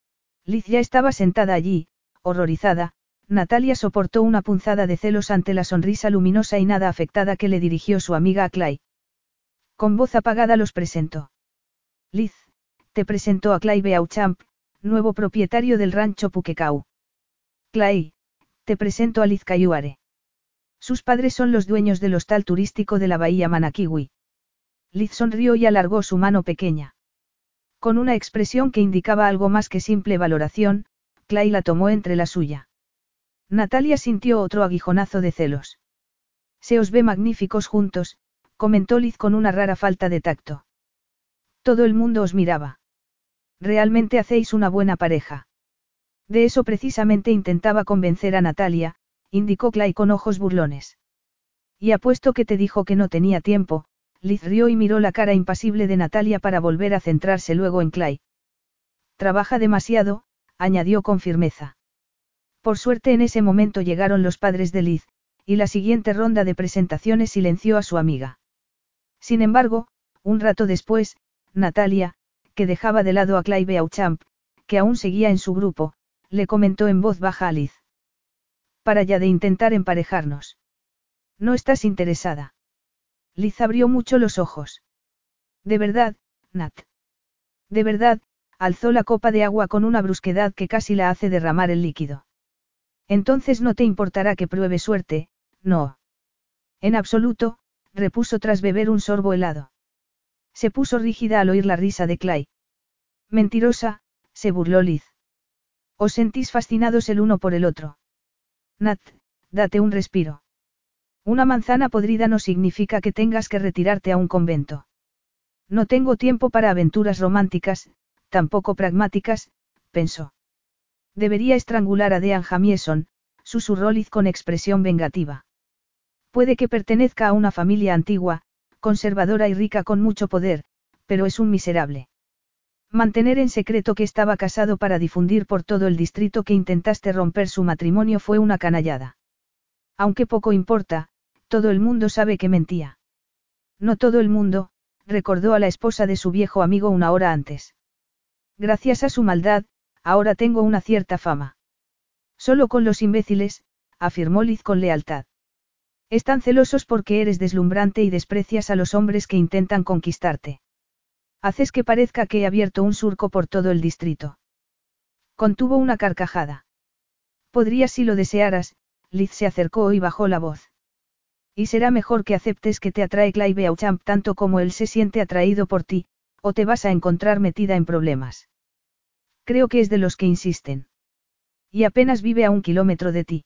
[SPEAKER 1] Liz ya estaba sentada allí, horrorizada. Natalia soportó una punzada de celos ante la sonrisa luminosa y nada afectada que le dirigió su amiga a Clay. Con voz apagada los presentó. Liz, te presentó a Clive Beauchamp, nuevo propietario del rancho Puquecau. Clay, te presento a Liz Cayuare. Sus padres son los dueños del hostal turístico de la bahía Manakiwi. Liz sonrió y alargó su mano pequeña. Con una expresión que indicaba algo más que simple valoración, Clay la tomó entre la suya. Natalia sintió otro aguijonazo de celos. Se os ve magníficos juntos, comentó Liz con una rara falta de tacto. Todo el mundo os miraba. Realmente hacéis una buena pareja. De eso precisamente intentaba convencer a Natalia, indicó Clay con ojos burlones. Y apuesto que te dijo que no tenía tiempo, Liz rió y miró la cara impasible de Natalia para volver a centrarse luego en Clay. Trabaja demasiado, añadió con firmeza. Por suerte en ese momento llegaron los padres de Liz, y la siguiente ronda de presentaciones silenció a su amiga. Sin embargo, un rato después, Natalia, que dejaba de lado a Clive Beauchamp, que aún seguía en su grupo, le comentó en voz baja a Liz. Para ya de intentar emparejarnos. ¿No estás interesada? Liz abrió mucho los ojos. De verdad, Nat. De verdad, alzó la copa de agua con una brusquedad que casi la hace derramar el líquido. Entonces no te importará que pruebe suerte, no. En absoluto, repuso tras beber un sorbo helado. Se puso rígida al oír la risa de Clay. Mentirosa, se burló Liz. Os sentís fascinados el uno por el otro. Nat, date un respiro. Una manzana podrida no significa que tengas que retirarte a un convento. No tengo tiempo para aventuras románticas, tampoco pragmáticas, pensó. Debería estrangular a Dean Jamieson, susurró Liz con expresión vengativa. Puede que pertenezca a una familia antigua, conservadora y rica con mucho poder, pero es un miserable. Mantener en secreto que estaba casado para difundir por todo el distrito que intentaste romper su matrimonio fue una canallada. Aunque poco importa, todo el mundo sabe que mentía. No todo el mundo, recordó a la esposa de su viejo amigo una hora antes. Gracias a su maldad, ahora tengo una cierta fama. Solo con los imbéciles, afirmó Liz con lealtad. Están celosos porque eres deslumbrante y desprecias a los hombres que intentan conquistarte. Haces que parezca que he abierto un surco por todo el distrito. Contuvo una carcajada. Podrías si lo desearas, Liz se acercó y bajó la voz. Y será mejor que aceptes que te atrae Clive Beauchamp tanto como él se siente atraído por ti, o te vas a encontrar metida en problemas. Creo que es de los que insisten. Y apenas vive a un kilómetro de ti.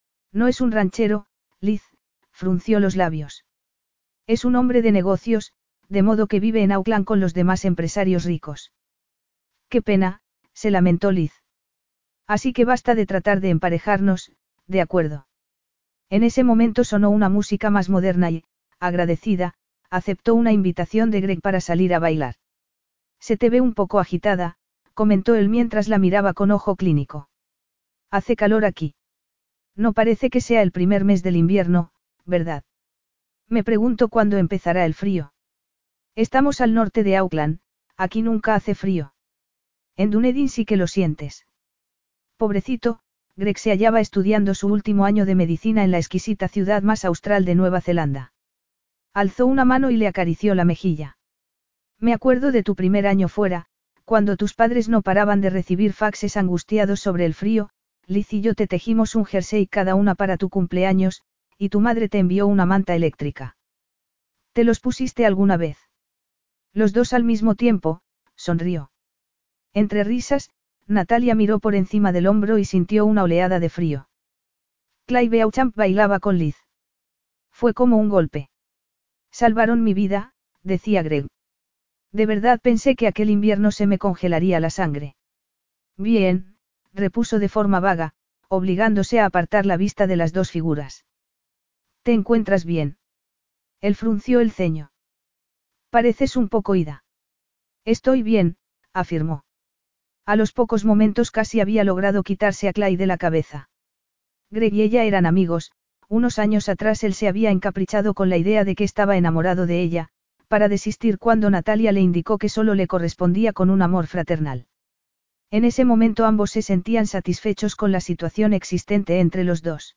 [SPEAKER 1] No es un ranchero, Liz, frunció los labios. Es un hombre de negocios, de modo que vive en Auckland con los demás empresarios ricos. Qué pena, se lamentó Liz. Así que basta de tratar de emparejarnos, de acuerdo. En ese momento sonó una música más moderna y, agradecida, aceptó una invitación de Greg para salir a bailar. Se te ve un poco agitada, comentó él mientras la miraba con ojo clínico. Hace calor aquí. No parece que sea el primer mes del invierno, ¿verdad? Me pregunto cuándo empezará el frío. Estamos al norte de Auckland, aquí nunca hace frío. En Dunedin sí que lo sientes. Pobrecito, Greg se hallaba estudiando su último año de medicina en la exquisita ciudad más austral de Nueva Zelanda. Alzó una mano y le acarició la mejilla. Me acuerdo de tu primer año fuera, cuando tus padres no paraban de recibir faxes angustiados sobre el frío. Liz y yo te tejimos un jersey cada una para tu cumpleaños, y tu madre te envió una manta eléctrica. ¿Te los pusiste alguna vez? Los dos al mismo tiempo, sonrió. Entre risas, Natalia miró por encima del hombro y sintió una oleada de frío. Clive Beauchamp bailaba con Liz. Fue como un golpe. Salvaron mi vida, decía Greg. De verdad pensé que aquel invierno se me congelaría la sangre. Bien, repuso de forma vaga, obligándose a apartar la vista de las dos figuras. ¿Te encuentras bien? Él frunció el ceño. Pareces un poco ida. Estoy bien, afirmó. A los pocos momentos casi había logrado quitarse a Clay de la cabeza. Greg y ella eran amigos, unos años atrás él se había encaprichado con la idea de que estaba enamorado de ella, para desistir cuando Natalia le indicó que solo le correspondía con un amor fraternal. En ese momento ambos se sentían satisfechos con la situación existente entre los dos.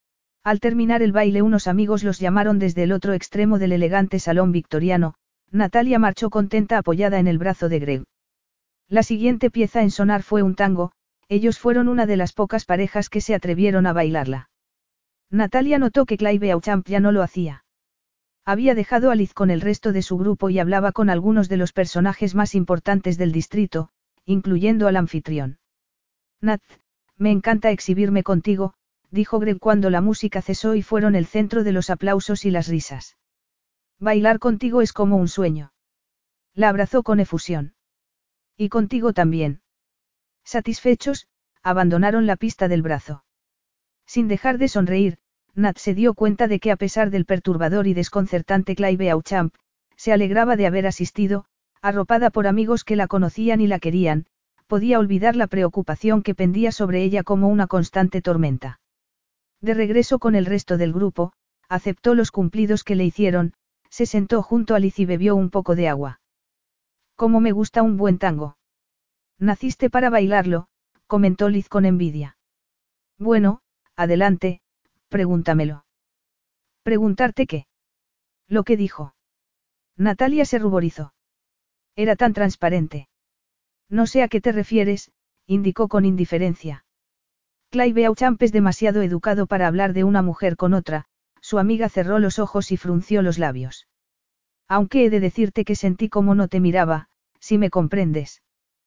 [SPEAKER 1] Al terminar el baile unos amigos los llamaron desde el otro extremo del elegante salón victoriano. Natalia marchó contenta apoyada en el brazo de Greg. La siguiente pieza en sonar fue un tango, ellos fueron una de las pocas parejas que se atrevieron a bailarla. Natalia notó que Clive Beauchamp ya no lo hacía. Había dejado a Liz con el resto de su grupo y hablaba con algunos de los personajes más importantes del distrito, incluyendo al anfitrión. Nat, me encanta exhibirme contigo, dijo Greg cuando la música cesó y fueron el centro de los aplausos y las risas. Bailar contigo es como un sueño. La abrazó con efusión. Y contigo también. Satisfechos, abandonaron la pista del brazo. Sin dejar de sonreír, Nat se dio cuenta de que a pesar del perturbador y desconcertante Clive Beauchamp, se alegraba de haber asistido, arropada por amigos que la conocían y la querían, podía olvidar la preocupación que pendía sobre ella como una constante tormenta. De regreso con el resto del grupo, aceptó los cumplidos que le hicieron, se sentó junto a Liz y bebió un poco de agua. «Cómo me gusta un buen tango». «Naciste para bailarlo», comentó Liz con envidia. «Bueno, adelante, pregúntamelo». «¿Preguntarte qué?» «Lo que dijo». Natalia se ruborizó. Era tan transparente. «No sé a qué te refieres», indicó con indiferencia. Clive Beauchamp es demasiado educado para hablar de una mujer con otra. Su amiga cerró los ojos y frunció los labios. Aunque he de decirte que sentí como no te miraba, si me comprendes.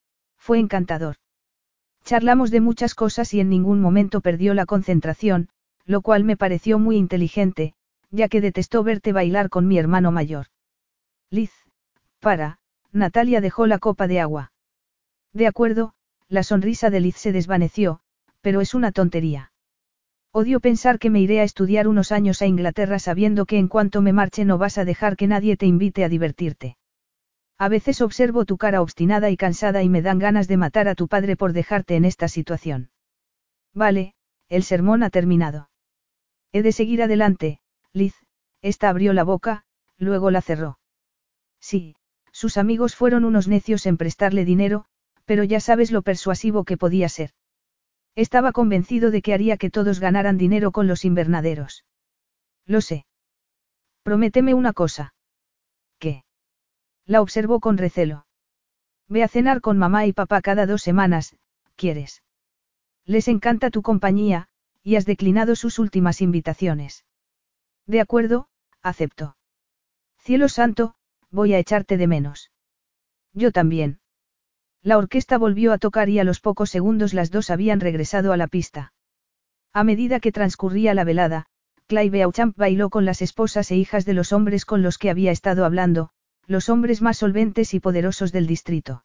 [SPEAKER 1] Fue encantador. Charlamos de muchas cosas y en ningún momento perdió la concentración, lo cual me pareció muy inteligente, ya que detestó verte bailar con mi hermano mayor. Liz, para, Natalia dejó la copa de agua. De acuerdo, la sonrisa de Liz se desvaneció, pero es una tontería. Odio pensar que me iré a estudiar unos años a Inglaterra sabiendo que en cuanto me marche no vas a dejar que nadie te invite a divertirte. A veces observo tu cara obstinada y cansada y me dan ganas de matar a tu padre por dejarte en esta situación. Vale, el sermón ha terminado. He de seguir adelante, Liz. Esta abrió la boca, luego la cerró. Sí, sus amigos fueron unos necios en prestarle dinero, pero ya sabes lo persuasivo que podía ser. Estaba convencido de que haría que todos ganaran dinero con los invernaderos. Lo sé. Prométeme una cosa. ¿Qué? La observó con recelo. Ve a cenar con mamá y papá cada dos semanas, ¿quieres? Les encanta tu compañía, y has declinado sus últimas invitaciones. De acuerdo, acepto. Cielo santo, voy a echarte de menos. Yo también. La orquesta volvió a tocar y a los pocos segundos las dos habían regresado a la pista. A medida que transcurría la velada, Clive Beauchamp bailó con las esposas e hijas de los hombres con los que había estado hablando, los hombres más solventes y poderosos del distrito.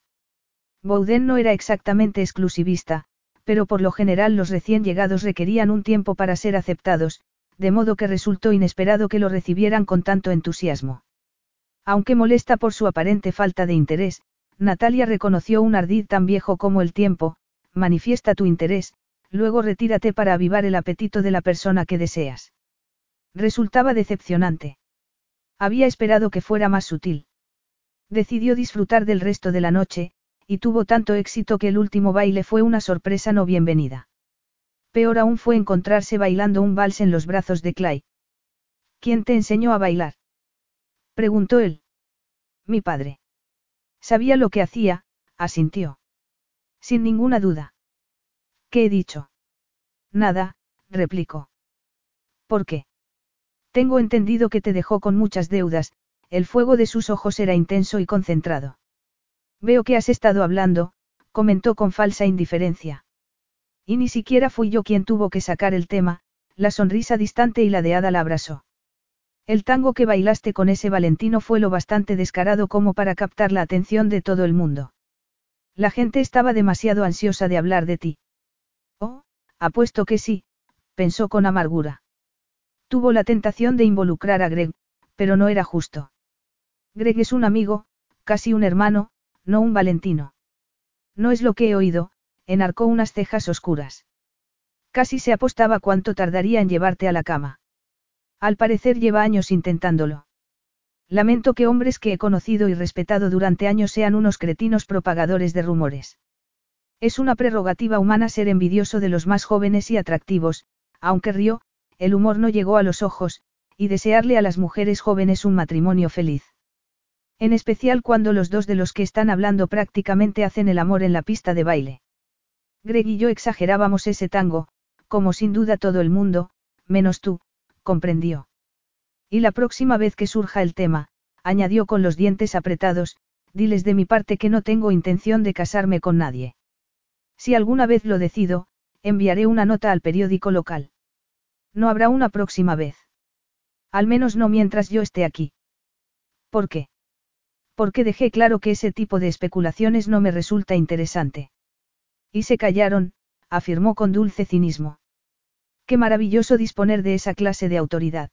[SPEAKER 1] Bowden no era exactamente exclusivista, pero por lo general los recién llegados requerían un tiempo para ser aceptados, de modo que resultó inesperado que lo recibieran con tanto entusiasmo. Aunque molesta por su aparente falta de interés, Natalia reconoció un ardid tan viejo como el tiempo: manifiesta tu interés, luego retírate para avivar el apetito de la persona que deseas. Resultaba decepcionante. Había esperado que fuera más sutil. Decidió disfrutar del resto de la noche, y tuvo tanto éxito que el último baile fue una sorpresa no bienvenida. Peor aún fue encontrarse bailando un vals en los brazos de Clay. ¿Quién te enseñó a bailar?, preguntó él. Mi padre. Sabía lo que hacía, asintió. Sin ninguna duda. ¿Qué he dicho? Nada, replicó. ¿Por qué? Tengo entendido que te dejó con muchas deudas. El fuego de sus ojos era intenso y concentrado. Veo que has estado hablando, comentó con falsa indiferencia. Y ni siquiera fui yo quien tuvo que sacar el tema. La sonrisa distante y ladeada la abrazó. El tango que bailaste con ese Valentino fue lo bastante descarado como para captar la atención de todo el mundo. La gente estaba demasiado ansiosa de hablar de ti. Oh, apuesto que sí, pensó con amargura. Tuvo la tentación de involucrar a Greg, pero no era justo. Greg es un amigo, casi un hermano, no un Valentino. No es lo que he oído, enarcó unas cejas oscuras. Casi se apostaba cuánto tardaría en llevarte a la cama. Al parecer lleva años intentándolo. Lamento que hombres que he conocido y respetado durante años sean unos cretinos propagadores de rumores. Es una prerrogativa humana ser envidioso de los más jóvenes y atractivos, aunque rió, el humor no llegó a los ojos, y desearle a las mujeres jóvenes un matrimonio feliz. En especial cuando los dos de los que están hablando prácticamente hacen el amor en la pista de baile. Greg y yo exagerábamos ese tango, como sin duda todo el mundo, menos tú, comprendió. Y la próxima vez que surja el tema, añadió con los dientes apretados, diles de mi parte que no tengo intención de casarme con nadie. Si alguna vez lo decido, enviaré una nota al periódico local. No habrá una próxima vez. Al menos no mientras yo esté aquí. ¿Por qué? Porque dejé claro que ese tipo de especulaciones no me resulta interesante. Y se callaron, afirmó con dulce cinismo. Qué maravilloso disponer de esa clase de autoridad.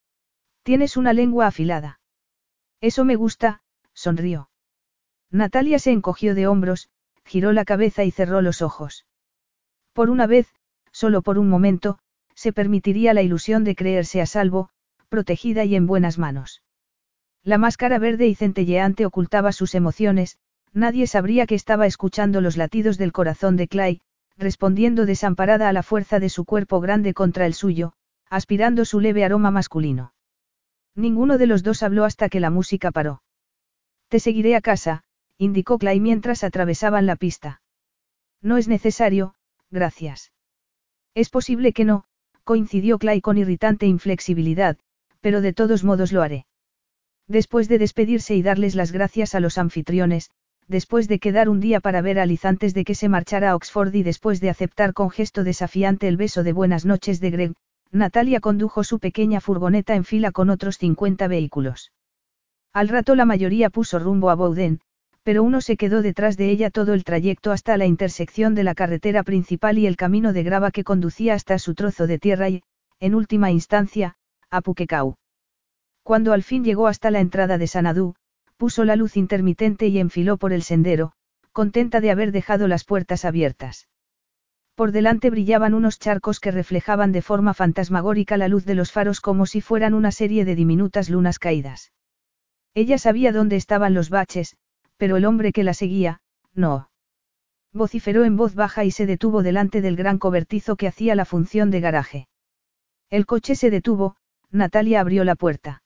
[SPEAKER 1] Tienes una lengua afilada. Eso me gusta, sonrió. Natalia se encogió de hombros, giró la cabeza y cerró los ojos. Por una vez, solo por un momento, se permitiría la ilusión de creerse a salvo, protegida y en buenas manos. La máscara verde y centelleante ocultaba sus emociones, nadie sabría que estaba escuchando los latidos del corazón de Clay, respondiendo desamparada a la fuerza de su cuerpo grande contra el suyo, aspirando su leve aroma masculino. Ninguno de los dos habló hasta que la música paró. Te seguiré a casa, indicó Clay mientras atravesaban la pista. No es necesario, gracias. Es posible que no, coincidió Clay con irritante inflexibilidad, pero de todos modos lo haré. Después de despedirse y darles las gracias a los anfitriones, después de quedar un día para ver a Liz antes de que se marchara a Oxford y después de aceptar con gesto desafiante el beso de buenas noches de Greg, Natalia condujo su pequeña furgoneta en fila con otros cincuenta vehículos. Al rato la mayoría puso rumbo a Bowden, pero uno se quedó detrás de ella todo el trayecto hasta la intersección de la carretera principal y el camino de grava que conducía hasta su trozo de tierra y, en última instancia, a Puquecau. Cuando al fin llegó hasta la entrada de Sanadú, puso la luz intermitente y enfiló por el sendero, contenta de haber dejado las puertas abiertas. Por delante brillaban unos charcos que reflejaban de forma fantasmagórica la luz de los faros como si fueran una serie de diminutas lunas caídas. Ella sabía dónde estaban los baches, pero el hombre que la seguía, no. Vociferó en voz baja y se detuvo delante del gran cobertizo que hacía la función de garaje. El coche se detuvo, Natalia abrió la puerta.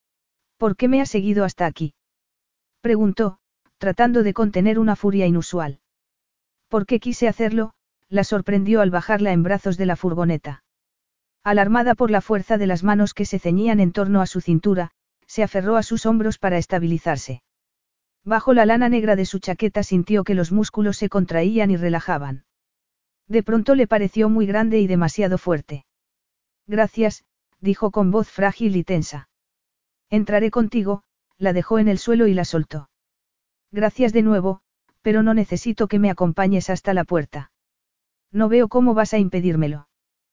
[SPEAKER 1] ¿Por qué me has seguido hasta aquí?, preguntó, tratando de contener una furia inusual. ¿Por qué quise hacerlo?, la sorprendió al bajarla en brazos de la furgoneta. Alarmada por la fuerza de las manos que se ceñían en torno a su cintura, se aferró a sus hombros para estabilizarse. Bajo la lana negra de su chaqueta sintió que los músculos se contraían y relajaban. De pronto le pareció muy grande y demasiado fuerte. Gracias, dijo con voz frágil y tensa. Entraré contigo, la dejó en el suelo y la soltó. Gracias de nuevo, pero no necesito que me acompañes hasta la puerta. No veo cómo vas a impedírmelo.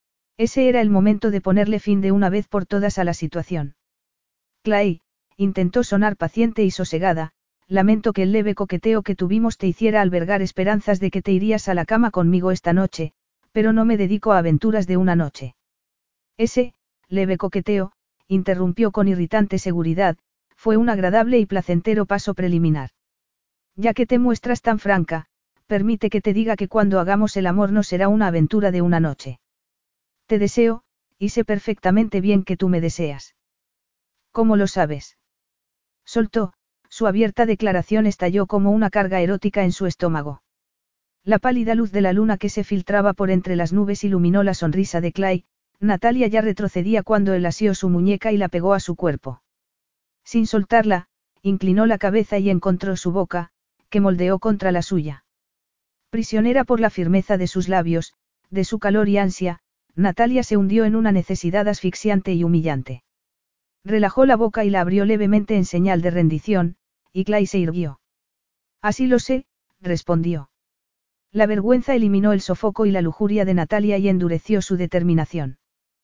[SPEAKER 1] Ese era el momento de ponerle fin de una vez por todas a la situación. Clay, intentó sonar paciente y sosegada, lamento que el leve coqueteo que tuvimos te hiciera albergar esperanzas de que te irías a la cama conmigo esta noche, pero no me dedico a aventuras de una noche. Ese, leve coqueteo, interrumpió con irritante seguridad, fue un agradable y placentero paso preliminar. Ya que te muestras tan franca, permite que te diga que cuando hagamos el amor no será una aventura de una noche. Te deseo, y sé perfectamente bien que tú me deseas. ¿Cómo lo sabes? Soltó, su abierta declaración estalló como una carga erótica en su estómago. La pálida luz de la luna que se filtraba por entre las nubes iluminó la sonrisa de Clay. Natalia ya retrocedía cuando él asió su muñeca y la pegó a su cuerpo. Sin soltarla, inclinó la cabeza y encontró su boca, que moldeó contra la suya. Prisionera por la firmeza de sus labios, de su calor y ansia, Natalia se hundió en una necesidad asfixiante y humillante. Relajó la boca y la abrió levemente en señal de rendición, y Clay se irguió. Así lo sé, respondió. La vergüenza eliminó el sofoco y la lujuria de Natalia y endureció su determinación.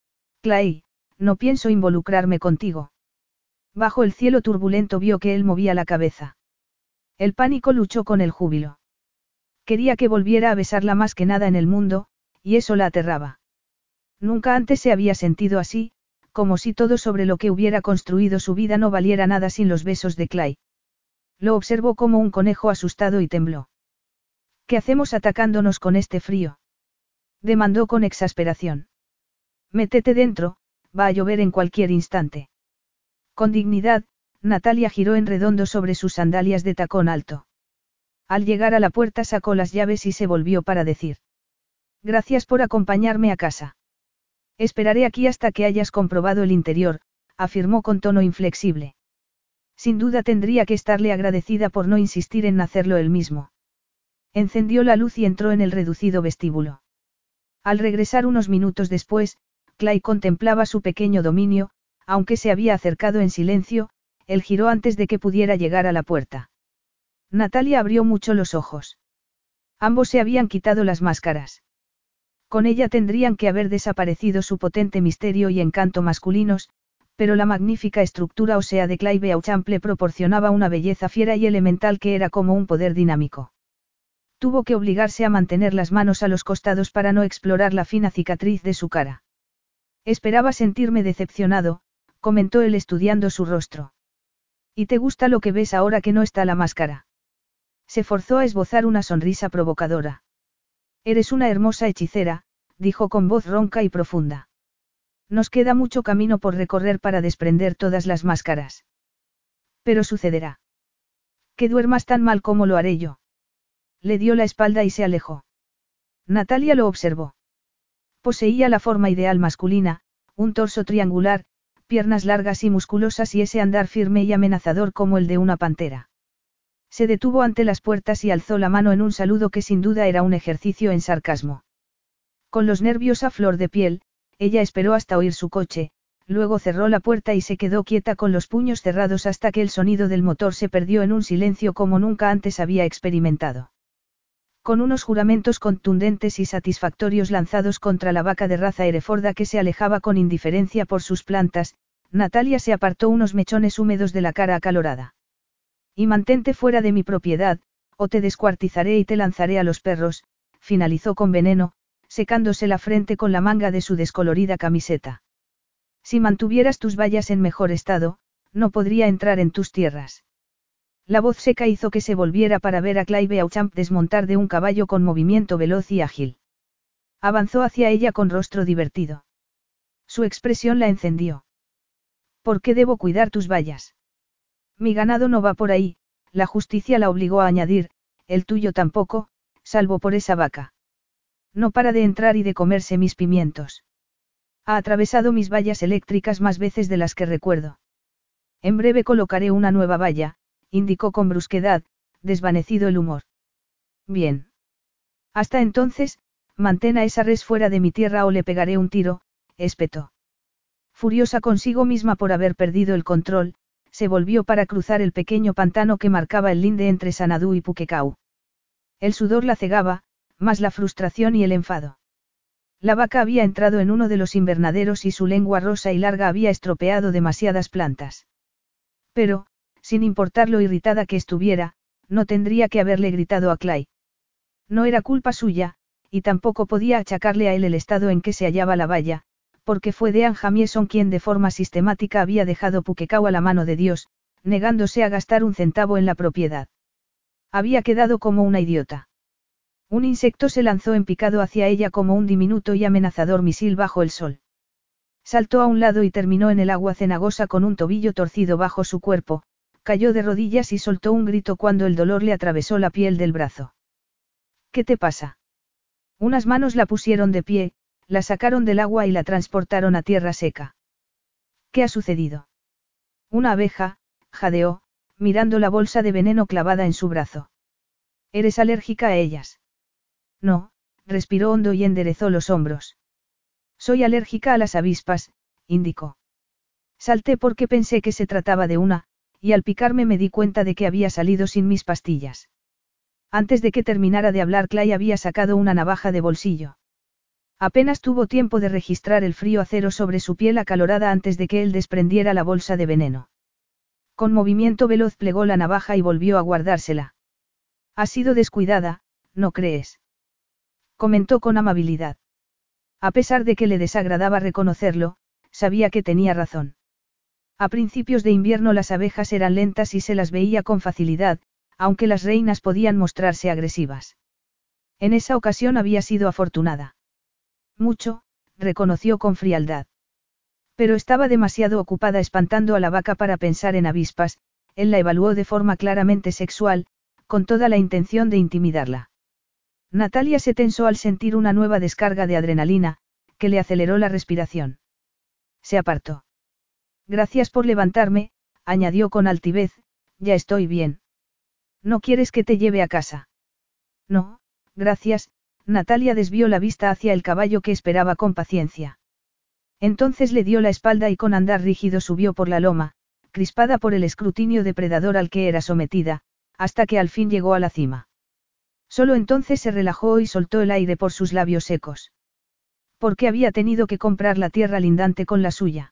[SPEAKER 1] Clay, no pienso involucrarme contigo. Bajo el cielo turbulento vio que él movía la cabeza. El pánico luchó con el júbilo. Quería que volviera a besarla más que nada en el mundo, y eso la aterraba. Nunca antes se había sentido así, como si todo sobre lo que hubiera construido su vida no valiera nada sin los besos de Clay. Lo observó como un conejo asustado y tembló. ¿Qué hacemos atacándonos con este frío? Demandó con exasperación. Métete dentro, va a llover en cualquier instante. Con dignidad, Natalia giró en redondo sobre sus sandalias de tacón alto. Al llegar a la puerta sacó las llaves y se volvió para decir. Gracias por acompañarme a casa. Esperaré aquí hasta que hayas comprobado el interior, afirmó con tono inflexible. Sin duda tendría que estarle agradecida por no insistir en hacerlo él mismo. Encendió la luz y entró en el reducido vestíbulo. Al regresar unos minutos después, Clay contemplaba su pequeño dominio, aunque se había acercado en silencio, él giró antes de que pudiera llegar a la puerta. Natalia abrió mucho los ojos. Ambos se habían quitado las máscaras. Con ella tendrían que haber desaparecido su potente misterio y encanto masculinos, pero la magnífica estructura ósea de Clay Beauchamp le proporcionaba una belleza fiera y elemental que era como un poder dinámico. Tuvo que obligarse a mantener las manos a los costados para no explorar la fina cicatriz de su cara. Esperaba sentirme decepcionado, comentó él estudiando su rostro. ¿Y te gusta lo que ves ahora que no está la máscara? Se forzó a esbozar una sonrisa provocadora. Eres una hermosa hechicera, dijo con voz ronca y profunda. Nos queda mucho camino por recorrer para desprender todas las máscaras. Pero sucederá. Que duermas tan mal como lo haré yo. Le dio la espalda y se alejó. Natalia lo observó. Poseía la forma ideal masculina, un torso triangular, piernas largas y musculosas y ese andar firme y amenazador como el de una pantera. Se detuvo ante las puertas y alzó la mano en un saludo que sin duda era un ejercicio en sarcasmo. Con los nervios a flor de piel, ella esperó hasta oír su coche, luego cerró la puerta y se quedó quieta con los puños cerrados hasta que el sonido del motor se perdió en un silencio como nunca antes había experimentado. Con unos juramentos contundentes y satisfactorios lanzados contra la vaca de raza Hereforda que se alejaba con indiferencia por sus plantas, Natalia se apartó unos mechones húmedos de la cara acalorada. Y mantente fuera de mi propiedad, o te descuartizaré y te lanzaré a los perros, finalizó con veneno, secándose la frente con la manga de su descolorida camiseta. Si mantuvieras tus vallas en mejor estado, no podría entrar en tus tierras. La voz seca hizo que se volviera para ver a Clay Beauchamp desmontar de un caballo con movimiento veloz y ágil. Avanzó hacia ella con rostro divertido. Su expresión la encendió. ¿Por qué debo cuidar tus vallas? Mi ganado no va por ahí, la justicia la obligó a añadir, el tuyo tampoco, salvo por esa vaca. No para de entrar y de comerse mis pimientos. Ha atravesado mis vallas eléctricas más veces de las que recuerdo. En breve colocaré una nueva valla, indicó con brusquedad, desvanecido el humor. Bien. Hasta entonces, mantén a esa res fuera de mi tierra o le pegaré un tiro, espetó. Furiosa consigo misma por haber perdido el control, se volvió para cruzar el pequeño pantano que marcaba el linde entre Sanadú y Puquecau. El sudor la cegaba, más la frustración y el enfado. La vaca había entrado en uno de los invernaderos y su lengua rosa y larga había estropeado demasiadas plantas. Pero, sin importar lo irritada que estuviera, no tendría que haberle gritado a Clay. No era culpa suya, y tampoco podía achacarle a él el estado en que se hallaba la valla, porque fue Dean Jamieson quien de forma sistemática había dejado Puquecau a la mano de Dios, negándose a gastar un centavo en la propiedad. Había quedado como una idiota. Un insecto se lanzó en picado hacia ella como un diminuto y amenazador misil bajo el sol. Saltó a un lado y terminó en el agua cenagosa con un tobillo torcido bajo su cuerpo, cayó de rodillas y soltó un grito cuando el dolor le atravesó la piel del brazo. ¿Qué te pasa? Unas manos la pusieron de pie, la sacaron del agua y la transportaron a tierra seca. ¿Qué ha sucedido? Una abeja, jadeó, mirando la bolsa de veneno clavada en su brazo. ¿Eres alérgica a ellas? No, respiró hondo y enderezó los hombros. Soy alérgica a las avispas, indicó. Salté porque pensé que se trataba de una, y al picarme me di cuenta de que había salido sin mis pastillas. Antes de que terminara de hablar, Clay había sacado una navaja de bolsillo. Apenas tuvo tiempo de registrar el frío acero sobre su piel acalorada antes de que él desprendiera la bolsa de veneno. Con movimiento veloz plegó la navaja y volvió a guardársela. Has sido descuidada, ¿no crees? Comentó con amabilidad. A pesar de que le desagradaba reconocerlo, sabía que tenía razón. A principios de invierno las abejas eran lentas y se las veía con facilidad, aunque las reinas podían mostrarse agresivas. En esa ocasión había sido afortunada. Mucho, reconoció con frialdad. Pero estaba demasiado ocupada espantando a la vaca para pensar en avispas, él la evaluó de forma claramente sexual, con toda la intención de intimidarla. Natalia se tensó al sentir una nueva descarga de adrenalina, que le aceleró la respiración. Se apartó. Gracias por levantarme, añadió con altivez, ya estoy bien. ¿No quieres que te lleve a casa? No, gracias, Natalia desvió la vista hacia el caballo que esperaba con paciencia. Entonces le dio la espalda y con andar rígido subió por la loma, crispada por el escrutinio depredador al que era sometida, hasta que al fin llegó a la cima. Solo entonces se relajó y soltó el aire por sus labios secos. ¿Por qué había tenido que comprar la tierra lindante con la suya?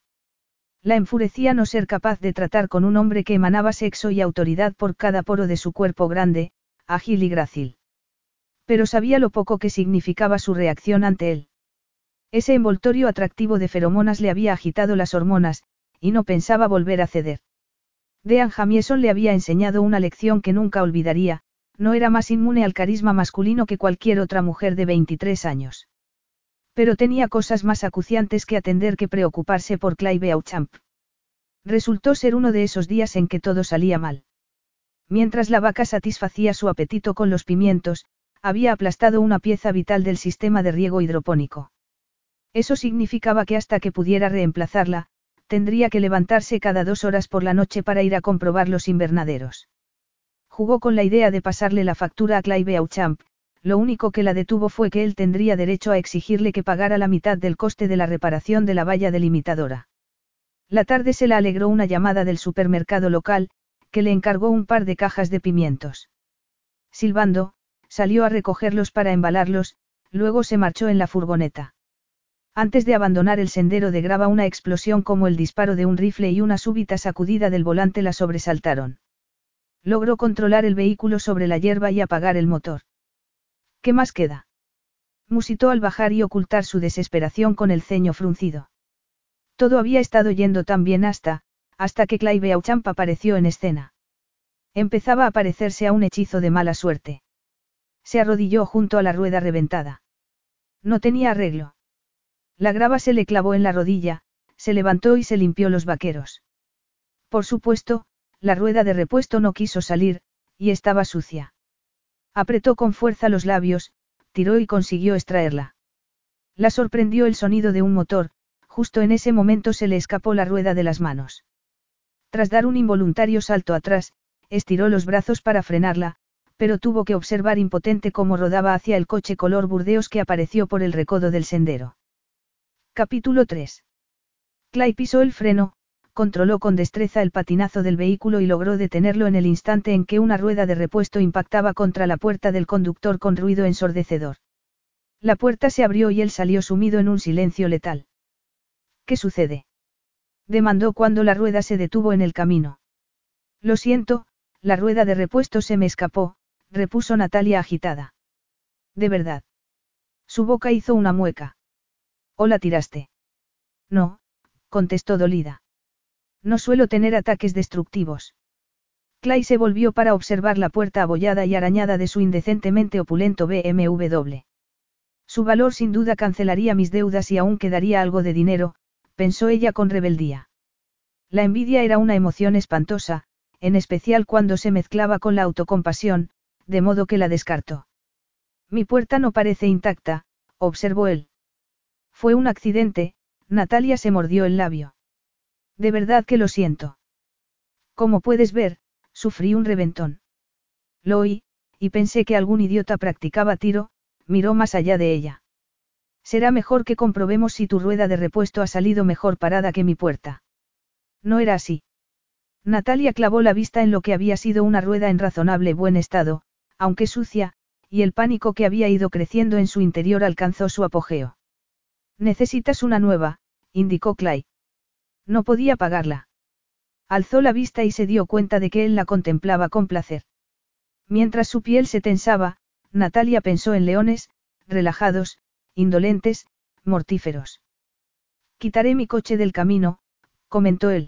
[SPEAKER 1] La enfurecía no ser capaz de tratar con un hombre que emanaba sexo y autoridad por cada poro de su cuerpo grande, ágil y grácil. Pero sabía lo poco que significaba su reacción ante él. Ese envoltorio atractivo de feromonas le había agitado las hormonas, y no pensaba volver a ceder. Dean Jamieson le había enseñado una lección que nunca olvidaría, no era más inmune al carisma masculino que cualquier otra mujer de veintitrés años. Pero tenía cosas más acuciantes que atender que preocuparse por Clay Beauchamp. Resultó ser uno de esos días en que todo salía mal. Mientras la vaca satisfacía su apetito con los pimientos, había aplastado una pieza vital del sistema de riego hidropónico. Eso significaba que hasta que pudiera reemplazarla, tendría que levantarse cada dos horas por la noche para ir a comprobar los invernaderos. Jugó con la idea de pasarle la factura a Clay Beauchamp, lo único que la detuvo fue que él tendría derecho a exigirle que pagara la mitad del coste de la reparación de la valla delimitadora. La tarde se la alegró una llamada del supermercado local, que le encargó un par de cajas de pimientos. Silbando, salió a recogerlos para embalarlos, luego se marchó en la furgoneta. Antes de abandonar el sendero de grava, una explosión como el disparo de un rifle y una súbita sacudida del volante la sobresaltaron. Logró controlar el vehículo sobre la hierba y apagar el motor. ¿Qué más queda?, musitó al bajar y ocultar su desesperación con el ceño fruncido. Todo había estado yendo tan bien hasta, hasta que Clay Beauchamp apareció en escena. Empezaba a parecerse a un hechizo de mala suerte. Se arrodilló junto a la rueda reventada. No tenía arreglo. La grava se le clavó en la rodilla, se levantó y se limpió los vaqueros. Por supuesto, la rueda de repuesto no quiso salir, y estaba sucia. Apretó con fuerza los labios, tiró y consiguió extraerla. La sorprendió el sonido de un motor, justo en ese momento se le escapó la rueda de las manos. Tras dar un involuntario salto atrás, estiró los brazos para frenarla, pero tuvo que observar impotente cómo rodaba hacia el coche color burdeos que apareció por el recodo del sendero. Capítulo tres. Clay pisó el freno, controló con destreza el patinazo del vehículo y logró detenerlo en el instante en que una rueda de repuesto impactaba contra la puerta del conductor con ruido ensordecedor. La puerta se abrió y él salió sumido en un silencio letal. ¿Qué sucede?, demandó cuando la rueda se detuvo en el camino. Lo siento, la rueda de repuesto se me escapó, repuso Natalia agitada. ¿De verdad? Su boca hizo una mueca. ¿O la tiraste? No, contestó dolida. No suelo tener ataques destructivos. Clay se volvió para observar la puerta abollada y arañada de su indecentemente opulento B M W. Su valor sin duda cancelaría mis deudas y aún quedaría algo de dinero, pensó ella con rebeldía. La envidia era una emoción espantosa, en especial cuando se mezclaba con la autocompasión, de modo que la descartó. Mi puerta no parece intacta, observó él. Fue un accidente, Natalia se mordió el labio. De verdad que lo siento. Como puedes ver, sufrí un reventón. Lo oí, y pensé que algún idiota practicaba tiro, miró más allá de ella. Será mejor que comprobemos si tu rueda de repuesto ha salido mejor parada que mi puerta. No era así. Natalia clavó la vista en lo que había sido una rueda en razonable buen estado, aunque sucia, y el pánico que había ido creciendo en su interior alcanzó su apogeo. Necesitas una nueva, indicó Clay. No podía pagarla. Alzó la vista y se dio cuenta de que él la contemplaba con placer. Mientras su piel se tensaba, Natalia pensó en leones, relajados, indolentes, mortíferos. Quitaré mi coche del camino, comentó él.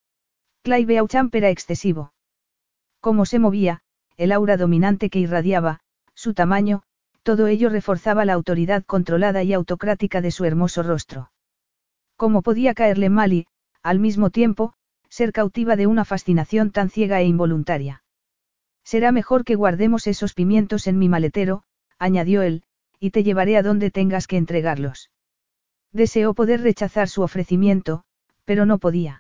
[SPEAKER 1] Clay Beauchamp era excesivo. Cómo se movía, el aura dominante que irradiaba, su tamaño, todo ello reforzaba la autoridad controlada y autocrática de su hermoso rostro. Cómo podía caerle mal y, al mismo tiempo, ser cautiva de una fascinación tan ciega e involuntaria. Será mejor que guardemos esos pimientos en mi maletero, añadió él, y te llevaré a donde tengas que entregarlos. Deseó poder rechazar su ofrecimiento, pero no podía.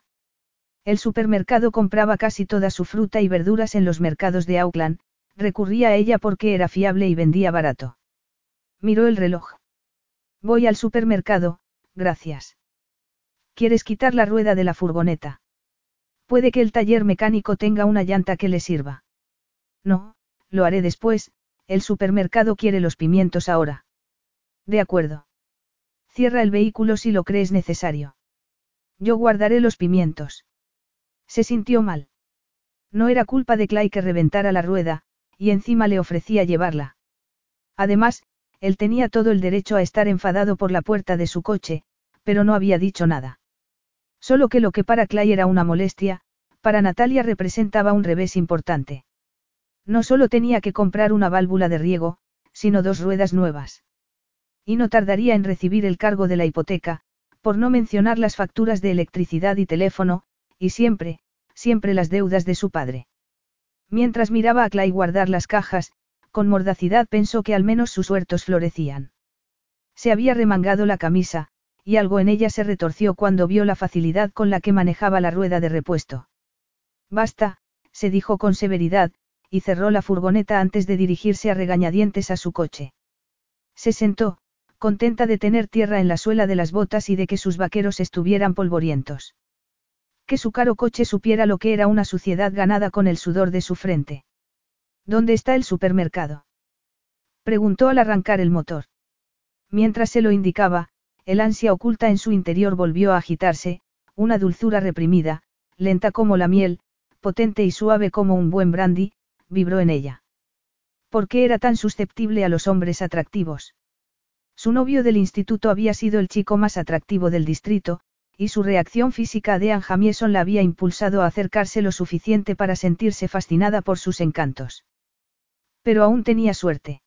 [SPEAKER 1] El supermercado compraba casi toda su fruta y verduras en los mercados de Auckland, recurría a ella porque era fiable y vendía barato. Miró el reloj. Voy al supermercado, gracias. ¿Quieres quitar la rueda de la furgoneta? Puede que el taller mecánico tenga una llanta que le sirva. No, lo haré después, el supermercado quiere los pimientos ahora. De acuerdo. Cierra el vehículo si lo crees necesario. Yo guardaré los pimientos. Se sintió mal. No era culpa de Clay que reventara la rueda, y encima le ofrecía llevarla. Además, él tenía todo el derecho a estar enfadado por la puerta de su coche, pero no había dicho nada. Solo que lo que para Clay era una molestia, para Natalia representaba un revés importante. No solo tenía que comprar una válvula de riego, sino dos ruedas nuevas. Y no tardaría en recibir el cargo de la hipoteca, por no mencionar las facturas de electricidad y teléfono, y siempre, siempre las deudas de su padre. Mientras miraba a Clay guardar las cajas, con mordacidad pensó que al menos sus huertos florecían. Se había remangado la camisa, y algo en ella se retorció cuando vio la facilidad con la que manejaba la rueda de repuesto. Basta, se dijo con severidad, y cerró la furgoneta antes de dirigirse a regañadientes a su coche. Se sentó, contenta de tener tierra en la suela de las botas y de que sus vaqueros estuvieran polvorientos. Que su caro coche supiera lo que era una suciedad ganada con el sudor de su frente. ¿Dónde está el supermercado?, preguntó al arrancar el motor. Mientras se lo indicaba, el ansia oculta en su interior volvió a agitarse, una dulzura reprimida, lenta como la miel, potente y suave como un buen brandy, vibró en ella. ¿Por qué era tan susceptible a los hombres atractivos? Su novio del instituto había sido el chico más atractivo del distrito, y su reacción física a Dean Jamieson la había impulsado a acercarse lo suficiente para sentirse fascinada por sus encantos. Pero aún tenía suerte.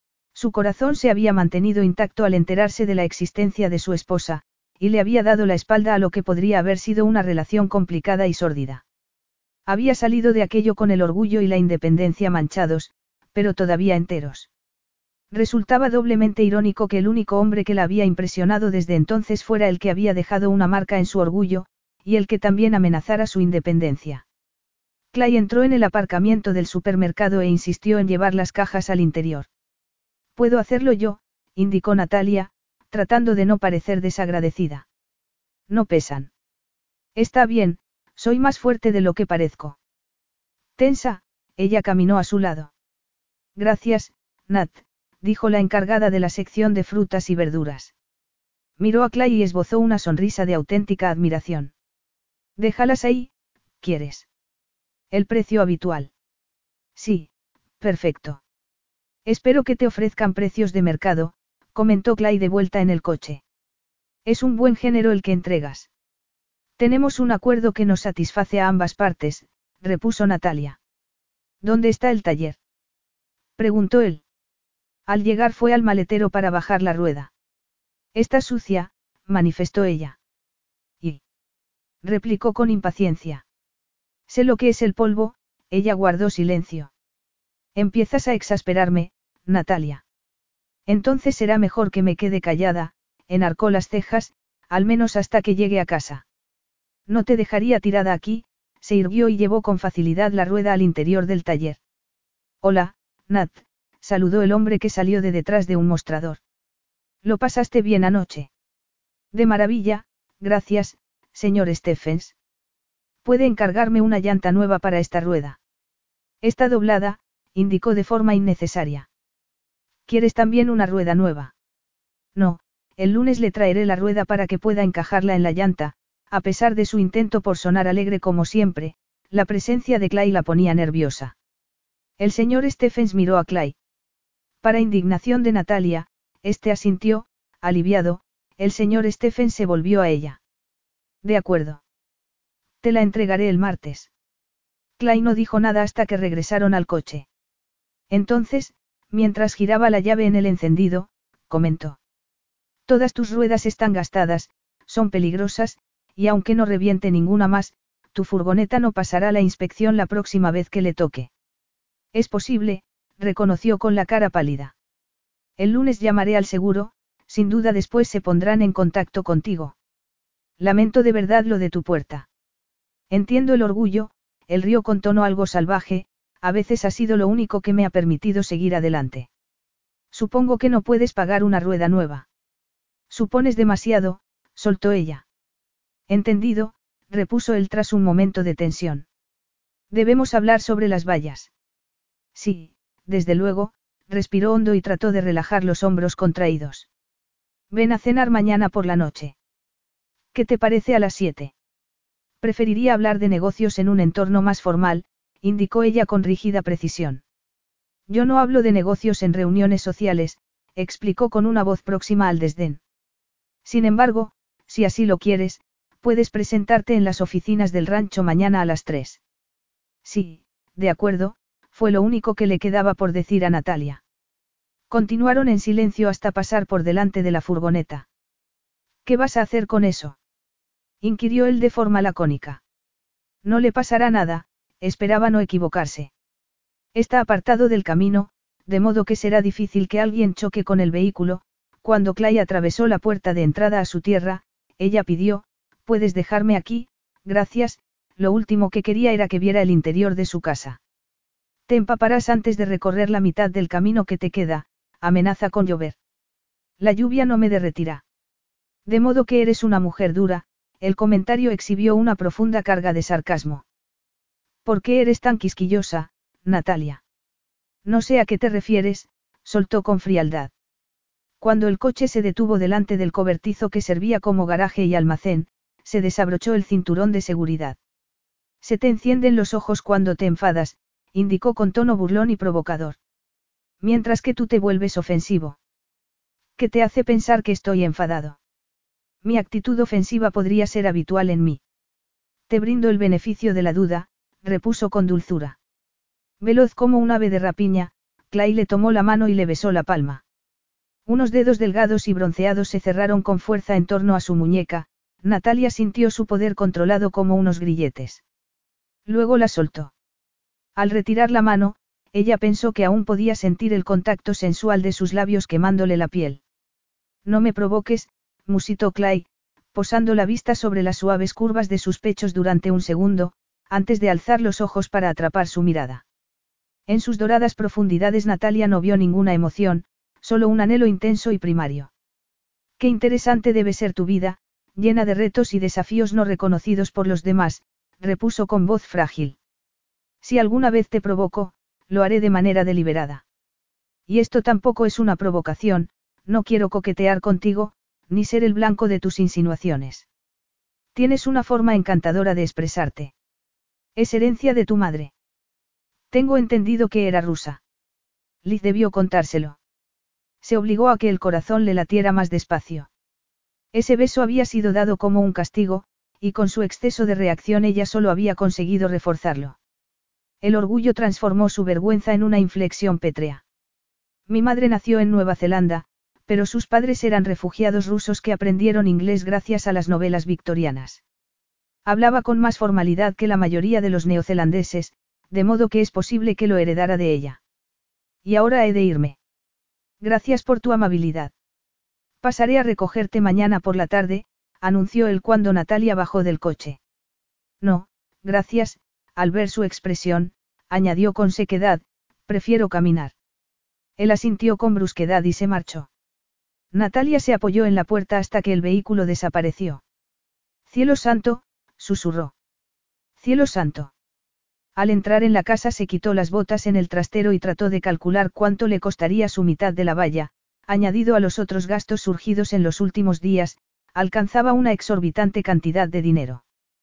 [SPEAKER 1] Su corazón se había mantenido intacto al enterarse de la existencia de su esposa, y le había dado la espalda a lo que podría haber sido una relación complicada y sórdida. Había salido de aquello con el orgullo y la independencia manchados, pero todavía enteros. Resultaba doblemente irónico que el único hombre que la había impresionado desde entonces fuera el que había dejado una marca en su orgullo, y el que también amenazara su independencia. Clay entró en el aparcamiento del supermercado e insistió en llevar las cajas al interior. Puedo hacerlo yo, indicó Natalia, tratando de no parecer desagradecida. No pesan. Está bien, Soy más fuerte de lo que parezco. Tensa, ella caminó a su lado. Gracias, Nat, dijo la encargada de la sección de frutas y verduras. Miró a Clay y esbozó una sonrisa de auténtica admiración. Déjalas ahí, ¿quieres? El precio habitual. Sí, perfecto. Espero que te ofrezcan precios de mercado, comentó Clay de vuelta en el coche. Es un buen género el que entregas. Tenemos un acuerdo que nos satisface a ambas partes, repuso Natalia. ¿Dónde está el taller? Preguntó él. Al llegar fue al maletero para bajar la rueda. Está sucia, manifestó ella. ¿Y? Replicó con impaciencia. Sé lo que es el polvo, ella guardó silencio. Empiezas a exasperarme, Natalia. Entonces será mejor que me quede callada, enarcó las cejas, al menos hasta que llegue a casa. No te dejaría tirada aquí, se irguió y llevó con facilidad la rueda al interior del taller. Hola, Nat, saludó el hombre que salió de detrás de un mostrador. ¿Lo pasaste bien anoche? De maravilla, gracias, señor Stephens. ¿Puede encargarme una llanta nueva para esta rueda? Está doblada, indicó de forma innecesaria. ¿Quieres también una rueda nueva? No, el lunes le traeré la rueda para que pueda encajarla en la llanta. A pesar de su intento por sonar alegre como siempre, la presencia de Clay la ponía nerviosa. El señor Stephens miró a Clay. Para indignación de Natalia, este asintió, aliviado, el señor Stephens se volvió a ella. De acuerdo. Te la entregaré el martes. Clay no dijo nada hasta que regresaron al coche. Entonces, mientras giraba la llave en el encendido, comentó. Todas tus ruedas están gastadas, son peligrosas, y aunque no reviente ninguna más, tu furgoneta no pasará la inspección la próxima vez que le toque. Es posible, reconoció con la cara pálida. El lunes llamaré al seguro, sin duda después se pondrán en contacto contigo. Lamento de verdad lo de tu puerta. Entiendo el orgullo, el río con tono algo salvaje, a veces ha sido lo único que me ha permitido seguir adelante. Supongo que no puedes pagar una rueda nueva. Supones demasiado, soltó ella. Entendido, repuso él tras un momento de tensión. Debemos hablar sobre las vallas. Sí, desde luego, respiró hondo y trató de relajar los hombros contraídos. Ven a cenar mañana por la noche. ¿Qué te parece a las siete? Preferiría hablar de negocios en un entorno más formal, indicó ella con rígida precisión. Yo no hablo de negocios en reuniones sociales, explicó con una voz próxima al desdén. Sin embargo, si así lo quieres, puedes presentarte en las oficinas del rancho mañana a las tres. Sí, de acuerdo, fue lo único que le quedaba por decir a Natalia. Continuaron en silencio hasta pasar por delante de la furgoneta. ¿Qué vas a hacer con eso? Inquirió él de forma lacónica. No le pasará nada, esperaba no equivocarse. Está apartado del camino, de modo que será difícil que alguien choque con el vehículo. Cuando Clay atravesó la puerta de entrada a su tierra, ella pidió, «Puedes dejarme aquí, gracias», lo último que quería era que viera el interior de su casa. Te empaparás antes de recorrer la mitad del camino que te queda, amenaza con llover. La lluvia no me derretirá. De modo que eres una mujer dura, el comentario exhibió una profunda carga de sarcasmo. ¿Por qué eres tan quisquillosa, Natalia? No sé a qué te refieres, soltó con frialdad. Cuando el coche se detuvo delante del cobertizo que servía como garaje y almacén, se desabrochó el cinturón de seguridad. Se te encienden los ojos cuando te enfadas, indicó con tono burlón y provocador. Mientras que tú te vuelves ofensivo. ¿Qué te hace pensar que estoy enfadado? Mi actitud ofensiva podría ser habitual en mí. Te brindo el beneficio de la duda, repuso con dulzura. Veloz como un ave de rapiña, Clay le tomó la mano y le besó la palma. Unos dedos delgados y bronceados se cerraron con fuerza en torno a su muñeca, Natalia sintió su poder controlado como unos grilletes. Luego la soltó. Al retirar la mano, ella pensó que aún podía sentir el contacto sensual de sus labios quemándole la piel. No me provoques, musitó Clay, posando la vista sobre las suaves curvas de sus pechos durante un segundo, antes de alzar los ojos para atrapar su mirada. En sus doradas profundidades Natalia no vio ninguna emoción, solo un anhelo intenso y primario. Qué interesante debe ser tu vida, llena de retos y desafíos no reconocidos por los demás, repuso con voz frágil. Si alguna vez te provoco, lo haré de manera deliberada. Y esto tampoco es una provocación, no quiero coquetear contigo, ni ser el blanco de tus insinuaciones. Tienes una forma encantadora de expresarte. Es herencia de tu madre. Tengo entendido que era rusa. Liz debió contárselo. Se obligó a que el corazón le latiera más despacio. Ese beso había sido dado como un castigo, y con su exceso de reacción ella solo había conseguido reforzarlo. El orgullo transformó su vergüenza en una inflexión pétrea. Mi madre nació en Nueva Zelanda, pero sus padres eran refugiados rusos que aprendieron inglés gracias a las novelas victorianas. Hablaba con más formalidad que la mayoría de los neozelandeses, de modo que es posible que lo heredara de ella. Y ahora he de irme. Gracias por tu amabilidad. Pasaré a recogerte mañana por la tarde, anunció él cuando Natalia bajó del coche. No, gracias, al ver su expresión, añadió con sequedad, prefiero caminar. Él asintió con brusquedad y se marchó. Natalia se apoyó en la puerta hasta que el vehículo desapareció. Cielo santo, susurró. Cielo santo. Al entrar en la casa se quitó las botas en el trastero y trató de calcular cuánto le costaría su mitad de la valla, añadido a los otros gastos surgidos en los últimos días, alcanzaba una exorbitante cantidad de dinero.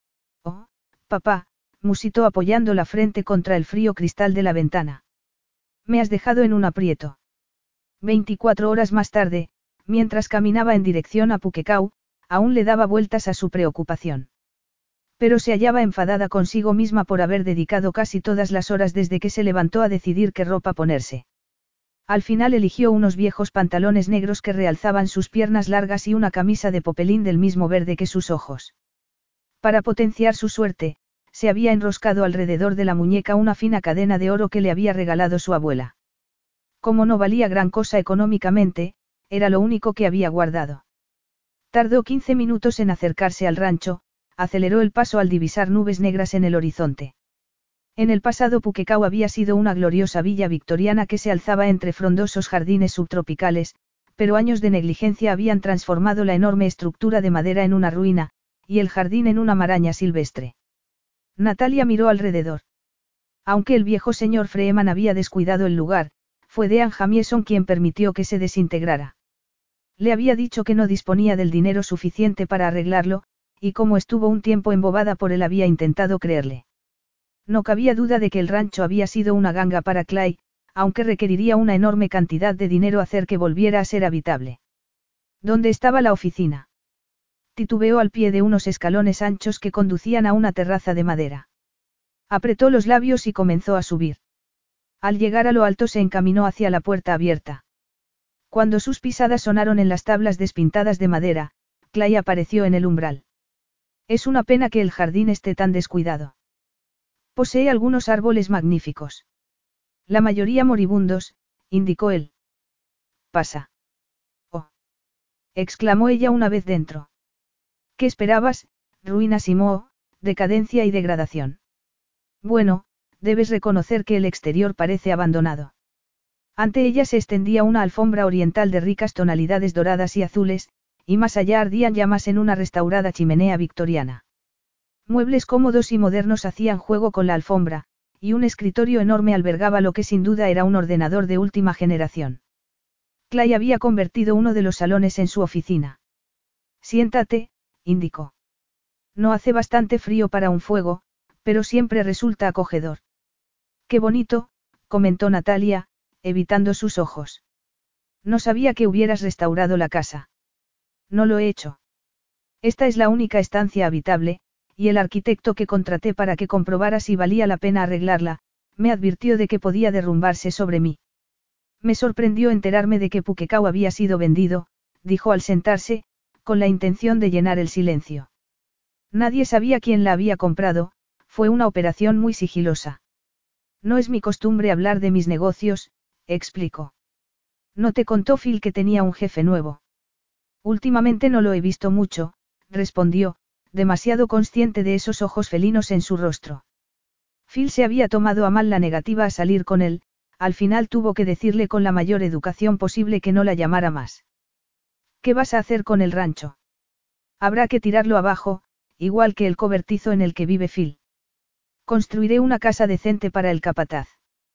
[SPEAKER 1] Oh, papá, musitó apoyando la frente contra el frío cristal de la ventana. Me has dejado en un aprieto. Veinticuatro horas más tarde, mientras caminaba en dirección a Puquecau, aún le daba vueltas a su preocupación. Pero se hallaba enfadada consigo misma por haber dedicado casi todas las horas desde que se levantó a decidir qué ropa ponerse. Al final eligió unos viejos pantalones negros que realzaban sus piernas largas y una camisa de popelín del mismo verde que sus ojos. Para potenciar su suerte, se había enroscado alrededor de la muñeca una fina cadena de oro que le había regalado su abuela. Como no valía gran cosa económicamente, era lo único que había guardado. Tardó quince minutos en acercarse al rancho, aceleró el paso al divisar nubes negras en el horizonte. En el pasado Puquecau había sido una gloriosa villa victoriana que se alzaba entre frondosos jardines subtropicales, pero años de negligencia habían transformado la enorme estructura de madera en una ruina, y el jardín en una maraña silvestre. Natalia miró alrededor. Aunque el viejo señor Freeman había descuidado el lugar, fue Dean Jamieson quien permitió que se desintegrara. Le había dicho que no disponía del dinero suficiente para arreglarlo, y como estuvo un tiempo embobada por él había intentado creerle. No cabía duda de que el rancho había sido una ganga para Clay, aunque requeriría una enorme cantidad de dinero hacer que volviera a ser habitable. ¿Dónde estaba la oficina? Titubeó al pie de unos escalones anchos que conducían a una terraza de madera. Apretó los labios y comenzó a subir. Al llegar a lo alto se encaminó hacia la puerta abierta. Cuando sus pisadas sonaron en las tablas despintadas de madera, Clay apareció en el umbral. Es una pena que el jardín esté tan descuidado. Posee algunos árboles magníficos. La mayoría moribundos, indicó él. Pasa. Oh. Exclamó ella una vez dentro. ¿Qué esperabas? Ruinas y moho, decadencia y degradación. Bueno, debes reconocer que el exterior parece abandonado. Ante ella se extendía una alfombra oriental de ricas tonalidades doradas y azules, y más allá ardían llamas en una restaurada chimenea victoriana. Muebles cómodos y modernos hacían juego con la alfombra, y un escritorio enorme albergaba lo que sin duda era un ordenador de última generación. Clay había convertido uno de los salones en su oficina. Siéntate, indicó. No hace bastante frío para un fuego, pero siempre resulta acogedor. Qué bonito, comentó Natalia, evitando sus ojos. No sabía que hubieras restaurado la casa. No lo he hecho. Esta es la única estancia habitable, y el arquitecto que contraté para que comprobara si valía la pena arreglarla, me advirtió de que podía derrumbarse sobre mí. Me sorprendió enterarme de que Puquecau había sido vendido, dijo al sentarse, con la intención de llenar el silencio. Nadie sabía quién la había comprado, fue una operación muy sigilosa. No es mi costumbre hablar de mis negocios, explicó. ¿No te contó Phil que tenía un jefe nuevo? Últimamente no lo he visto mucho, respondió, demasiado consciente de esos ojos felinos en su rostro. Phil se había tomado a mal la negativa a salir con él, al final tuvo que decirle con la mayor educación posible que no la llamara más. ¿Qué vas a hacer con el rancho? Habrá que tirarlo abajo, igual que el cobertizo en el que vive Phil. Construiré una casa decente para el capataz.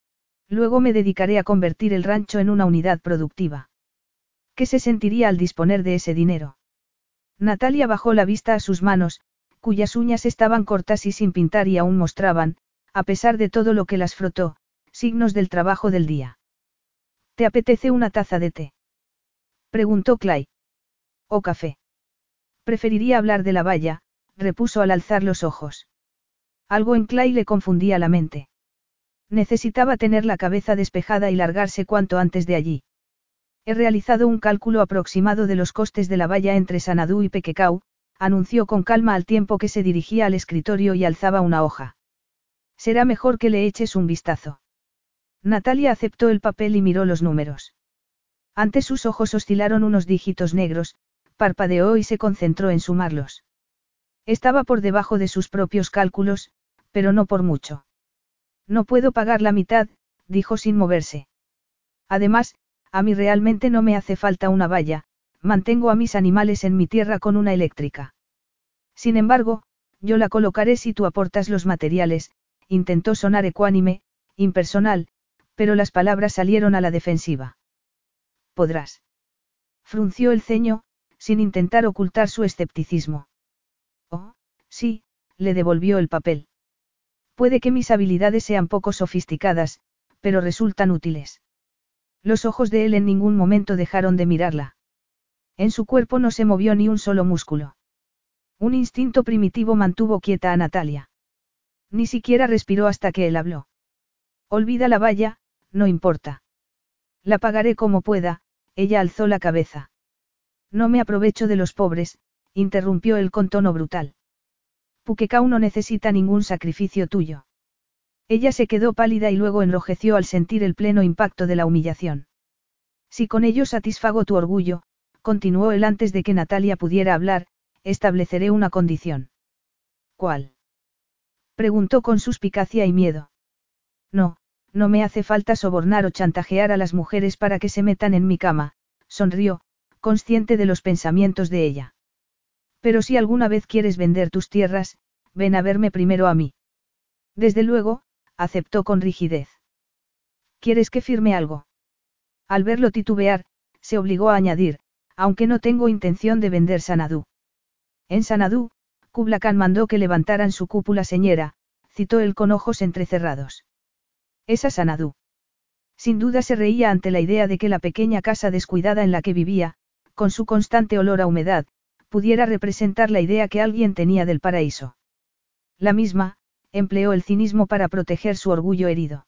[SPEAKER 1] Luego me dedicaré a convertir el rancho en una unidad productiva. ¿Qué se sentiría al disponer de ese dinero? Natalia bajó la vista a sus manos, cuyas uñas estaban cortas y sin pintar y aún mostraban, a pesar de todo lo que las frotó, signos del trabajo del día. ¿Te apetece una taza de té?, preguntó Clay. ¿O café? Preferiría hablar de la valla, repuso al alzar los ojos. Algo en Clay le confundía la mente. Necesitaba tener la cabeza despejada y largarse cuanto antes de allí. He realizado un cálculo aproximado de los costes de la valla entre Sanadú y Pequecao, anunció con calma al tiempo que se dirigía al escritorio y alzaba una hoja. Será mejor que le eches un vistazo. Natalia aceptó el papel y miró los números. Ante sus ojos oscilaron unos dígitos negros, parpadeó y se concentró en sumarlos. Estaba por debajo de sus propios cálculos, pero no por mucho. No puedo pagar la mitad, dijo sin moverse. Además, a mí realmente no me hace falta una valla, mantengo a mis animales en mi tierra con una eléctrica. Sin embargo, yo la colocaré si tú aportas los materiales, intentó sonar ecuánime, impersonal, pero las palabras salieron a la defensiva. Podrás. Frunció el ceño, sin intentar ocultar su escepticismo. Oh, sí, le devolvió el papel. Puede que mis habilidades sean poco sofisticadas, pero resultan útiles. Los ojos de él en ningún momento dejaron de mirarla. En su cuerpo no se movió ni un solo músculo. Un instinto primitivo mantuvo quieta a Natalia. Ni siquiera respiró hasta que él habló. Olvida la valla, no importa. La pagaré como pueda, ella alzó la cabeza. No me aprovecho de los pobres, interrumpió él con tono brutal. Puquecao no necesita ningún sacrificio tuyo. Ella se quedó pálida y luego enrojeció al sentir el pleno impacto de la humillación. Si con ello satisfago tu orgullo, continuó él antes de que Natalia pudiera hablar, estableceré una condición. ¿Cuál? Preguntó con suspicacia y miedo. No, no me hace falta sobornar o chantajear a las mujeres para que se metan en mi cama, sonrió, consciente de los pensamientos de ella. Pero si alguna vez quieres vender tus tierras, ven a verme primero a mí. Desde luego, aceptó con rigidez. ¿Quieres que firme algo? Al verlo titubear, se obligó a añadir, aunque no tengo intención de vender Sanadú. En Sanadú, Kublai Khan mandó que levantaran su cúpula señera, citó él con ojos entrecerrados. Esa Sanadú. Sin duda se reía ante la idea de que la pequeña casa descuidada en la que vivía, con su constante olor a humedad, pudiera representar la idea que alguien tenía del paraíso. La misma, empleó el cinismo para proteger su orgullo herido.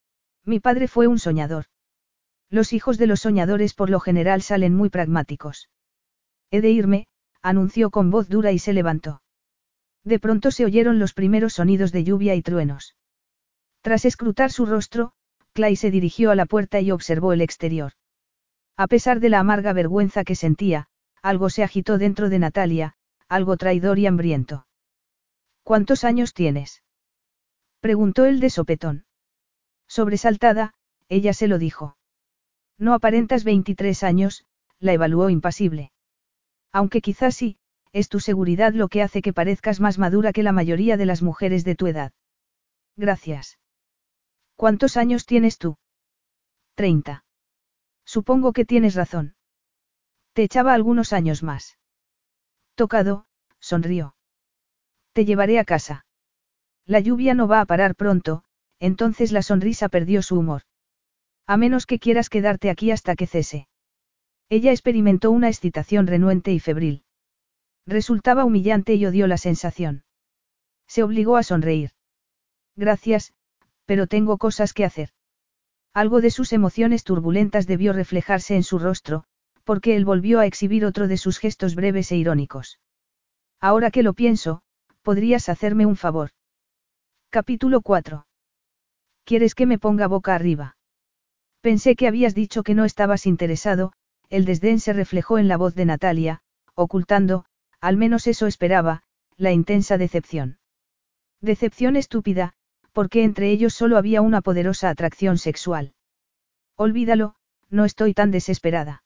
[SPEAKER 1] Mi padre fue un soñador. Los hijos de los soñadores por lo general salen muy pragmáticos. He de irme, anunció con voz dura y se levantó. De pronto se oyeron los primeros sonidos de lluvia y truenos. Tras escrutar su rostro, Clay se dirigió a la puerta y observó el exterior. A pesar de la amarga vergüenza que sentía, algo se agitó dentro de Natalia, algo traidor y hambriento. ¿Cuántos años tienes?, preguntó él de sopetón. Sobresaltada, ella se lo dijo. No aparentas veintitrés años, la evaluó impasible. Aunque quizás sí, es tu seguridad lo que hace que parezcas más madura que la mayoría de las mujeres de tu edad. Gracias. ¿Cuántos años tienes tú? Treinta. Supongo que tienes razón. Te echaba algunos años más. Tocado, sonrió. Te llevaré a casa. La lluvia no va a parar pronto, entonces la sonrisa perdió su humor. A menos que quieras quedarte aquí hasta que cese. Ella experimentó una excitación renuente y febril. Resultaba humillante y odió la sensación. Se obligó a sonreír. Gracias, pero tengo cosas que hacer. Algo de sus emociones turbulentas debió reflejarse en su rostro, porque él volvió a exhibir otro de sus gestos breves e irónicos. Ahora que lo pienso, podrías hacerme un favor. Capítulo cuatro. ¿Quieres que me ponga boca arriba? Pensé que habías dicho que no estabas interesado, el desdén se reflejó en la voz de Natalia, ocultando, al menos eso esperaba, la intensa decepción. Decepción estúpida, porque entre ellos solo había una poderosa atracción sexual. Olvídalo, no estoy tan desesperada.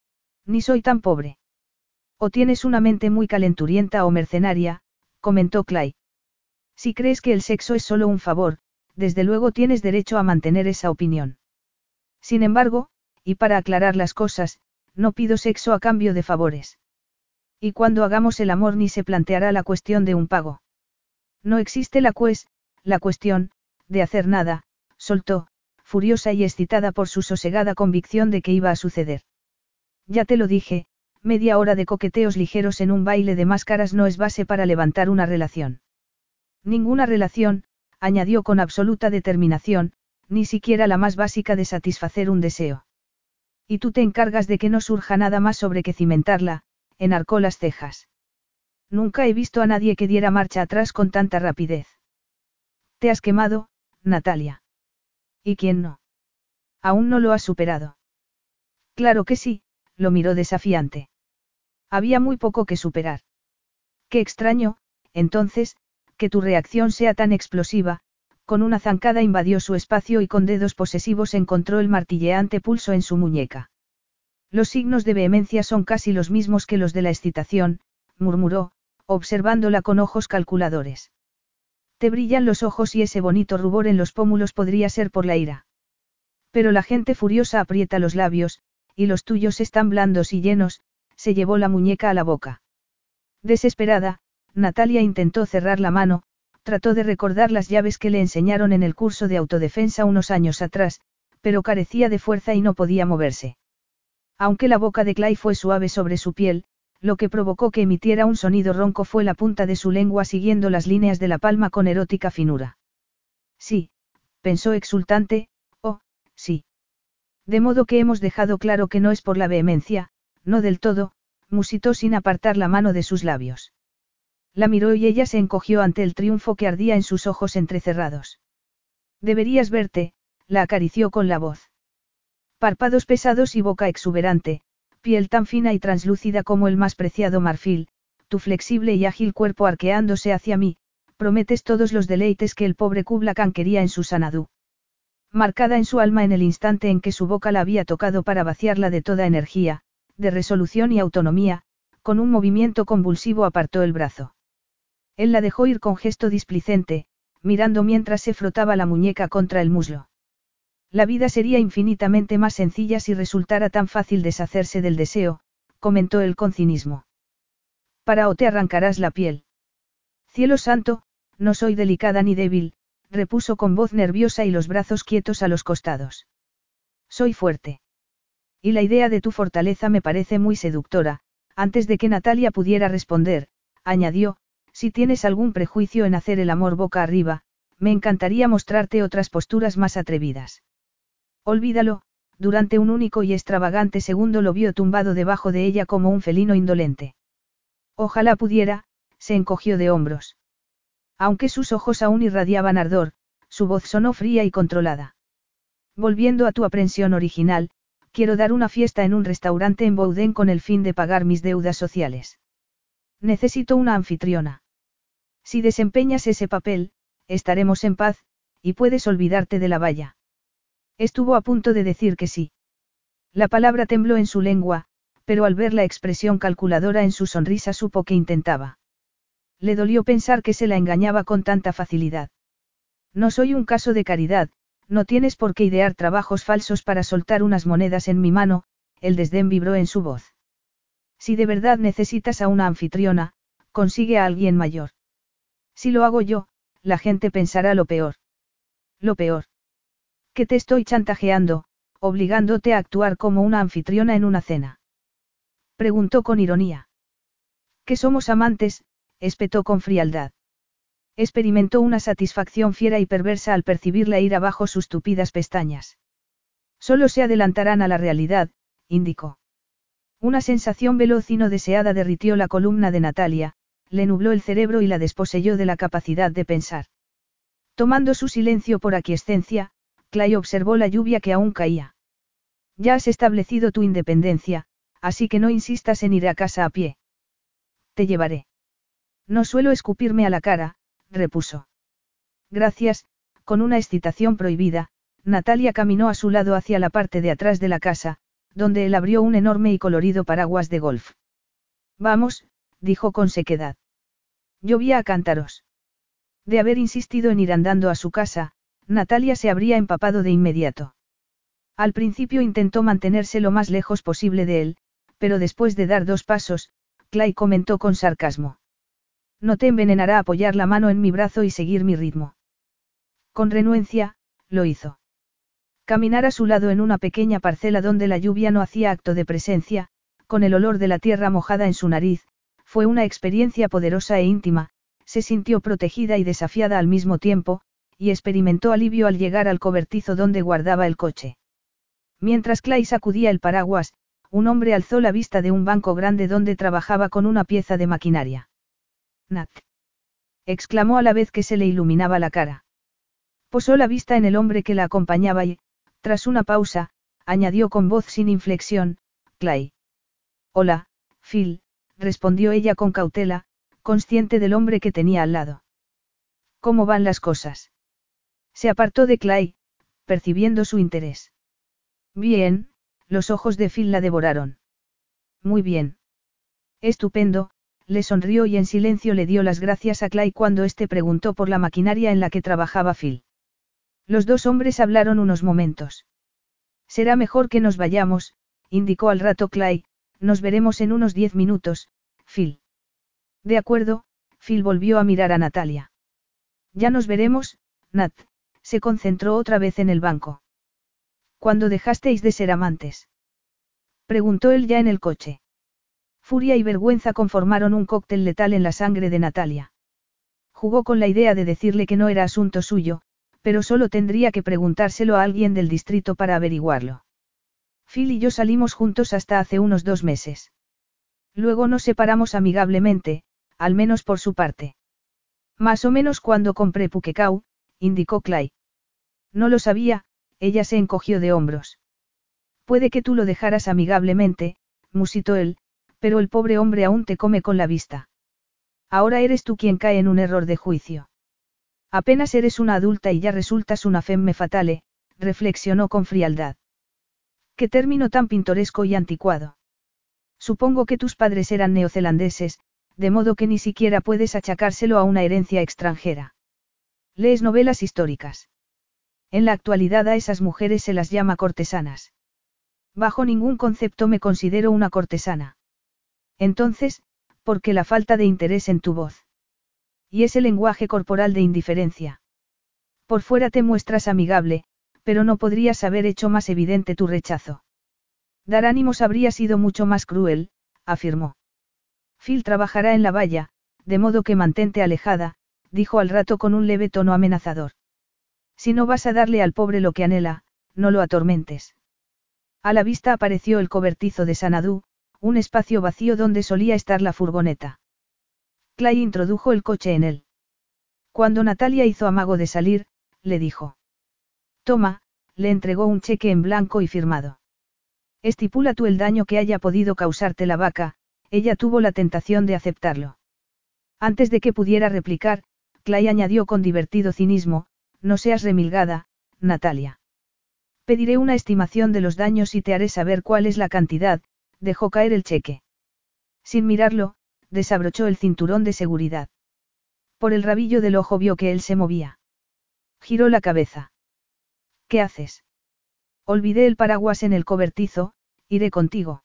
[SPEAKER 1] Ni soy tan pobre. O tienes una mente muy calenturienta o mercenaria, comentó Clay. Si crees que el sexo es solo un favor, desde luego tienes derecho a mantener esa opinión. Sin embargo, y para aclarar las cosas, no pido sexo a cambio de favores. Y cuando hagamos el amor ni se planteará la cuestión de un pago. No existe la cues, la cuestión, de hacer nada, soltó, furiosa y excitada por su sosegada convicción de que iba a suceder. Ya te lo dije, media hora de coqueteos ligeros en un baile de máscaras no es base para levantar una relación. Ninguna relación, añadió con absoluta determinación, ni siquiera la más básica de satisfacer un deseo. Y tú te encargas de que no surja nada más sobre que cimentarla, enarcó las cejas. Nunca he visto a nadie que diera marcha atrás con tanta rapidez. Te has quemado, Natalia. ¿Y quién no? Aún no lo has superado. Claro que sí, lo miró desafiante. Había muy poco que superar. Qué extraño, entonces, que tu reacción sea tan explosiva. Con una zancada invadió su espacio y con dedos posesivos encontró el martilleante pulso en su muñeca. Los signos de vehemencia son casi los mismos que los de la excitación, murmuró, observándola con ojos calculadores. Te brillan los ojos y ese bonito rubor en los pómulos podría ser por la ira. Pero la gente furiosa aprieta los labios, y los tuyos están blandos y llenos, se llevó la muñeca a la boca. Desesperada, Natalia intentó cerrar la mano, trató de recordar las llaves que le enseñaron en el curso de autodefensa unos años atrás, pero carecía de fuerza y no podía moverse. Aunque la boca de Clay fue suave sobre su piel, lo que provocó que emitiera un sonido ronco fue la punta de su lengua siguiendo las líneas de la palma con erótica finura. Sí, pensó exultante, oh, sí. De modo que hemos dejado claro que no es por la vehemencia, no del todo, musitó sin apartar la mano de sus labios. La miró y ella se encogió ante el triunfo que ardía en sus ojos entrecerrados. Deberías verte, la acarició con la voz. Párpados pesados y boca exuberante, piel tan fina y translúcida como el más preciado marfil, tu flexible y ágil cuerpo arqueándose hacia mí, prometes todos los deleites que el pobre Kubla Khan quería en su Sanadú. Marcada en su alma en el instante en que su boca la había tocado para vaciarla de toda energía, de resolución y autonomía, con un movimiento convulsivo apartó el brazo. Él la dejó ir con gesto displicente, mirando mientras se frotaba la muñeca contra el muslo. La vida sería infinitamente más sencilla si resultara tan fácil deshacerse del deseo, comentó él con cinismo. Para o te arrancarás la piel. Cielo santo, no soy delicada ni débil, repuso con voz nerviosa y los brazos quietos a los costados. Soy fuerte. Y la idea de tu fortaleza me parece muy seductora. Antes de que Natalia pudiera responder, añadió, si tienes algún prejuicio en hacer el amor boca arriba, me encantaría mostrarte otras posturas más atrevidas. Olvídalo, durante un único y extravagante segundo lo vio tumbado debajo de ella como un felino indolente. Ojalá pudiera, se encogió de hombros. Aunque sus ojos aún irradiaban ardor, su voz sonó fría y controlada. Volviendo a tu aprensión original, quiero dar una fiesta en un restaurante en Bouden con el fin de pagar mis deudas sociales. Necesito una anfitriona. Si desempeñas ese papel, estaremos en paz, y puedes olvidarte de la valla. Estuvo a punto de decir que sí. La palabra tembló en su lengua, pero al ver la expresión calculadora en su sonrisa supo que intentaba. Le dolió pensar que se la engañaba con tanta facilidad. No soy un caso de caridad, no tienes por qué idear trabajos falsos para soltar unas monedas en mi mano, el desdén vibró en su voz. Si de verdad necesitas a una anfitriona, consigue a alguien mayor. Si lo hago yo, la gente pensará lo peor. Lo peor. Que te estoy chantajeando, obligándote a actuar como una anfitriona en una cena. Preguntó con ironía. Que somos amantes, espetó con frialdad. Experimentó una satisfacción fiera y perversa al percibir la ira bajo sus tupidas pestañas. Solo se adelantarán a la realidad, indicó. Una sensación veloz y no deseada derritió la columna de Natalia, le nubló el cerebro y la desposeyó de la capacidad de pensar. Tomando su silencio por aquiescencia, Clay observó la lluvia que aún caía. Ya has establecido tu independencia, así que no insistas en ir a casa a pie. Te llevaré. No suelo escupirme a la cara, repuso. Gracias, con una excitación prohibida, Natalia caminó a su lado hacia la parte de atrás de la casa, donde él abrió un enorme y colorido paraguas de golf. Vamos, dijo con sequedad. Llovía a cántaros. De haber insistido en ir andando a su casa, Natalia se habría empapado de inmediato. Al principio intentó mantenerse lo más lejos posible de él, pero después de dar dos pasos, Clay comentó con sarcasmo. No te envenenará apoyar la mano en mi brazo y seguir mi ritmo. Con renuencia, lo hizo. Caminar a su lado en una pequeña parcela donde la lluvia no hacía acto de presencia, con el olor de la tierra mojada en su nariz, fue una experiencia poderosa e íntima, se sintió protegida y desafiada al mismo tiempo, y experimentó alivio al llegar al cobertizo donde guardaba el coche. Mientras Clay sacudía el paraguas, un hombre alzó la vista de un banco grande donde trabajaba con una pieza de maquinaria. Nat. Exclamó a la vez que se le iluminaba la cara. Posó la vista en el hombre que la acompañaba y, tras una pausa, añadió con voz sin inflexión, Clay. Hola, Phil, respondió ella con cautela, consciente del hombre que tenía al lado. ¿Cómo van las cosas? Se apartó de Clay, percibiendo su interés. Bien, los ojos de Phil la devoraron. Muy bien. Estupendo, le sonrió y en silencio le dio las gracias a Clay cuando éste preguntó por la maquinaria en la que trabajaba Phil. Los dos hombres hablaron unos momentos. Será mejor que nos vayamos, indicó al rato Clay, nos veremos en unos diez minutos, Phil. De acuerdo, Phil volvió a mirar a Natalia. Ya nos veremos, Nat, se concentró otra vez en el banco. ¿Cuándo dejasteis de ser amantes? Preguntó él ya en el coche. Furia y vergüenza conformaron un cóctel letal en la sangre de Natalia. Jugó con la idea de decirle que no era asunto suyo, pero solo tendría que preguntárselo a alguien del distrito para averiguarlo. Phil y yo salimos juntos hasta hace unos dos meses. Luego nos separamos amigablemente, al menos por su parte. Más o menos cuando compré Pukekau, indicó Clay. No lo sabía, ella se encogió de hombros. Puede que tú lo dejaras amigablemente, musitó él, pero el pobre hombre aún te come con la vista. Ahora eres tú quien cae en un error de juicio. Apenas eres una adulta y ya resultas una femme fatale, reflexionó con frialdad. Qué término tan pintoresco y anticuado. Supongo que tus padres eran neozelandeses, de modo que ni siquiera puedes achacárselo a una herencia extranjera. Lees novelas históricas. En la actualidad a esas mujeres se las llama cortesanas. Bajo ningún concepto me considero una cortesana. Entonces, ¿por qué la falta de interés en tu voz? Y ese lenguaje corporal de indiferencia. Por fuera te muestras amigable, pero no podrías haber hecho más evidente tu rechazo. Dar ánimos habría sido mucho más cruel, afirmó. Phil trabajará en la valla, de modo que mantente alejada, dijo al rato con un leve tono amenazador. Si no vas a darle al pobre lo que anhela, no lo atormentes. A la vista apareció el cobertizo de Sanadú, un espacio vacío donde solía estar la furgoneta. Clay introdujo el coche en él. Cuando Natalia hizo amago de salir, le dijo. Toma, le entregó un cheque en blanco y firmado. Estipula tú el daño que haya podido causarte la vaca, ella tuvo la tentación de aceptarlo. Antes de que pudiera replicar, Clay añadió con divertido cinismo, no seas remilgada, Natalia. Pediré una estimación de los daños y te haré saber cuál es la cantidad, dejó caer el cheque. Sin mirarlo, desabrochó el cinturón de seguridad. Por el rabillo del ojo vio que él se movía. Giró la cabeza. ¿Qué haces? Olvidé el paraguas en el cobertizo, iré contigo.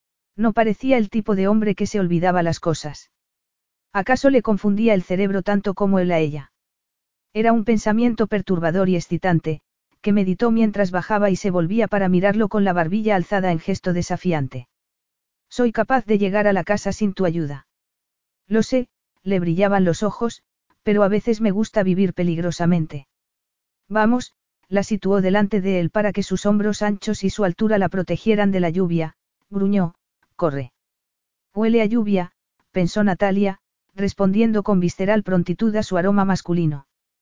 [SPEAKER 1] No parecía el tipo de hombre que se olvidaba las cosas. ¿Acaso le confundía el cerebro tanto como él a ella? Era un pensamiento perturbador y excitante, que meditó mientras bajaba y se volvía para mirarlo con la barbilla alzada en gesto desafiante. Soy capaz de llegar a la casa sin tu ayuda. Lo sé, le brillaban los ojos, pero a veces me gusta vivir peligrosamente. Vamos, la situó delante de él para que sus hombros anchos y su altura la protegieran de la lluvia, gruñó, corre. Huele a lluvia, pensó Natalia, respondiendo con visceral prontitud a su aroma masculino.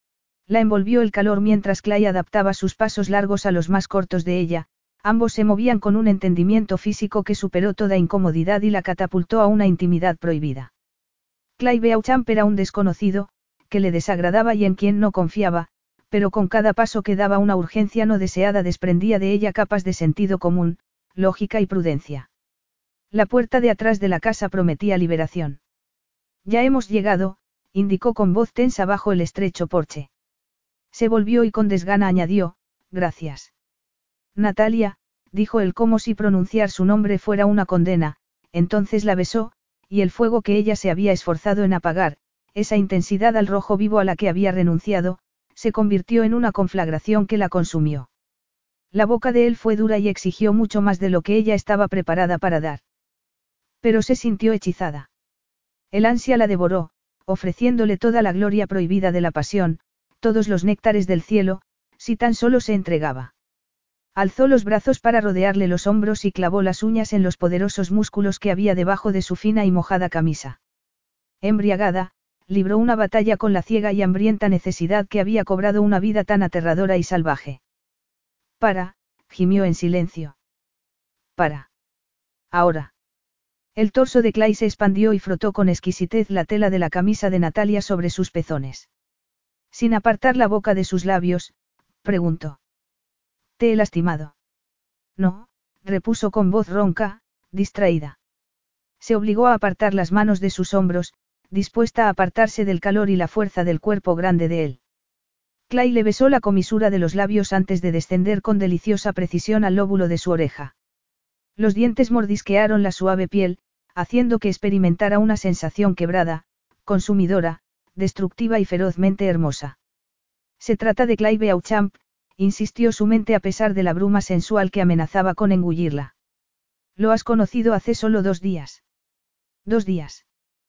[SPEAKER 1] La envolvió el calor mientras Clay adaptaba sus pasos largos a los más cortos de ella, ambos se movían con un entendimiento físico que superó toda incomodidad y la catapultó a una intimidad prohibida. Clay Beauchamp era un desconocido, que le desagradaba y en quien no confiaba, pero con cada paso que daba una urgencia no deseada desprendía de ella capas de sentido común, lógica y prudencia. La puerta de atrás de la casa prometía liberación. Ya hemos llegado, indicó con voz tensa bajo el estrecho porche. Se volvió y con desgana añadió, gracias. Natalia, dijo él como si pronunciar su nombre fuera una condena, entonces la besó, y el fuego que ella se había esforzado en apagar, esa intensidad al rojo vivo a la que había renunciado, se convirtió en una conflagración que la consumió. La boca de él fue dura y exigió mucho más de lo que ella estaba preparada para dar. Pero se sintió hechizada. El ansia la devoró, ofreciéndole toda la gloria prohibida de la pasión, todos los néctares del cielo, si tan solo se entregaba. Alzó los brazos para rodearle los hombros y clavó las uñas en los poderosos músculos que había debajo de su fina y mojada camisa. Embriagada, libró una batalla con la ciega y hambrienta necesidad que había cobrado una vida tan aterradora y salvaje. Para, gimió en silencio. Para. Ahora. El torso de Clay se expandió y frotó con exquisitez la tela de la camisa de Natalia sobre sus pezones. Sin apartar la boca de sus labios, preguntó. ¿Te he lastimado? No, repuso con voz ronca, distraída. Se obligó a apartar las manos de sus hombros, dispuesta a apartarse del calor y la fuerza del cuerpo grande de él. Clay le besó la comisura de los labios antes de descender con deliciosa precisión al lóbulo de su oreja. Los dientes mordisquearon la suave piel, haciendo que experimentara una sensación quebrada, consumidora, destructiva y ferozmente hermosa. Se trata de Clay Beauchamp, insistió su mente a pesar de la bruma sensual que amenazaba con engullirla. Lo has conocido hace solo dos días. ¿Dos días?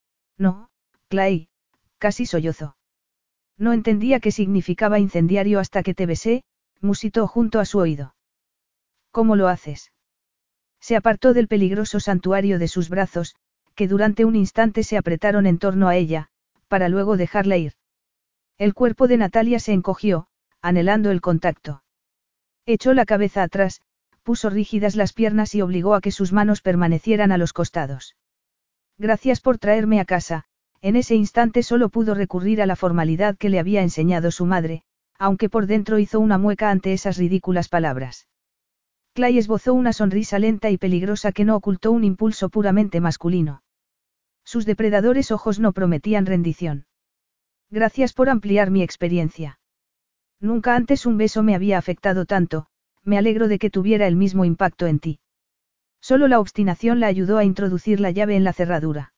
[SPEAKER 1] No, Clay, casi sollozó. No entendía qué significaba incendiario hasta que te besé, musitó junto a su oído. ¿Cómo lo haces? Se apartó del peligroso santuario de sus brazos, que durante un instante se apretaron en torno a ella, para luego dejarla ir. El cuerpo de Natalia se encogió, anhelando el contacto. Echó la cabeza atrás, puso rígidas las piernas y obligó a que sus manos permanecieran a los costados. Gracias por traerme a casa, en ese instante solo pudo recurrir a la formalidad que le había enseñado su madre, aunque por dentro hizo una mueca ante esas ridículas palabras. Clay esbozó una sonrisa lenta y peligrosa que no ocultó un impulso puramente masculino. Sus depredadores ojos no prometían rendición. Gracias por ampliar mi experiencia. Nunca antes un beso me había afectado tanto, me alegro de que tuviera el mismo impacto en ti. Solo la obstinación la ayudó a introducir la llave en la cerradura.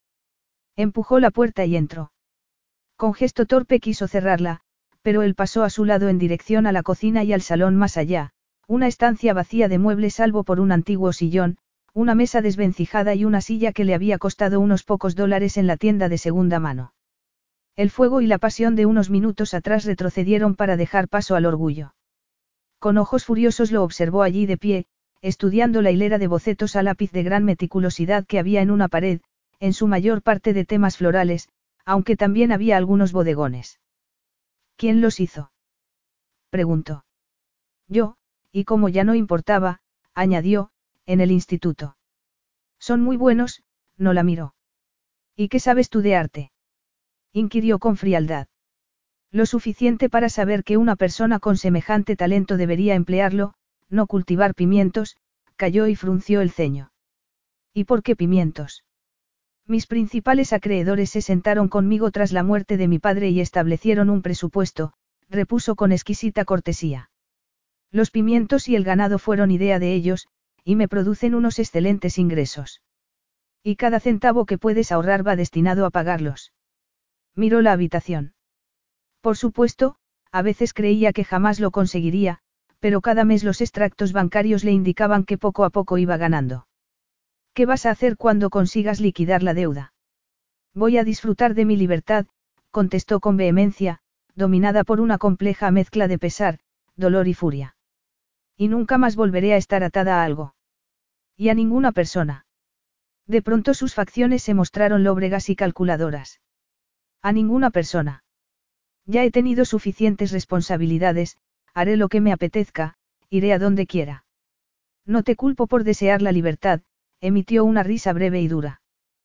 [SPEAKER 1] Empujó la puerta y entró. Con gesto torpe quiso cerrarla, pero él pasó a su lado en dirección a la cocina y al salón más allá, una estancia vacía de muebles salvo por un antiguo sillón, una mesa desvencijada y una silla que le había costado unos pocos dólares en la tienda de segunda mano. El fuego y la pasión de unos minutos atrás retrocedieron para dejar paso al orgullo. Con ojos furiosos lo observó allí de pie, estudiando la hilera de bocetos a lápiz de gran meticulosidad que había en una pared, en su mayor parte de temas florales, aunque también había algunos bodegones. ¿Quién los hizo? Preguntó. Yo, y como ya no importaba, añadió, en el instituto. Son muy buenos, no la miró. ¿Y qué sabes tú de arte? Inquirió con frialdad. Lo suficiente para saber que una persona con semejante talento debería emplearlo, no cultivar pimientos, calló y frunció el ceño. ¿Y por qué pimientos? Mis principales acreedores se sentaron conmigo tras la muerte de mi padre y establecieron un presupuesto, repuso con exquisita cortesía. Los pimientos y el ganado fueron idea de ellos, y me producen unos excelentes ingresos. Y cada centavo que puedes ahorrar va destinado a pagarlos. Miró la habitación. Por supuesto, a veces creía que jamás lo conseguiría, pero cada mes los extractos bancarios le indicaban que poco a poco iba ganando. ¿Qué vas a hacer cuando consigas liquidar la deuda? Voy a disfrutar de mi libertad, contestó con vehemencia, dominada por una compleja mezcla de pesar, dolor y furia. Y nunca más volveré a estar atada a algo. Y a ninguna persona. De pronto sus facciones se mostraron lóbregas y calculadoras. A ninguna persona. Ya he tenido suficientes responsabilidades, haré lo que me apetezca, iré a donde quiera. No te culpo por desear la libertad, emitió una risa breve y dura.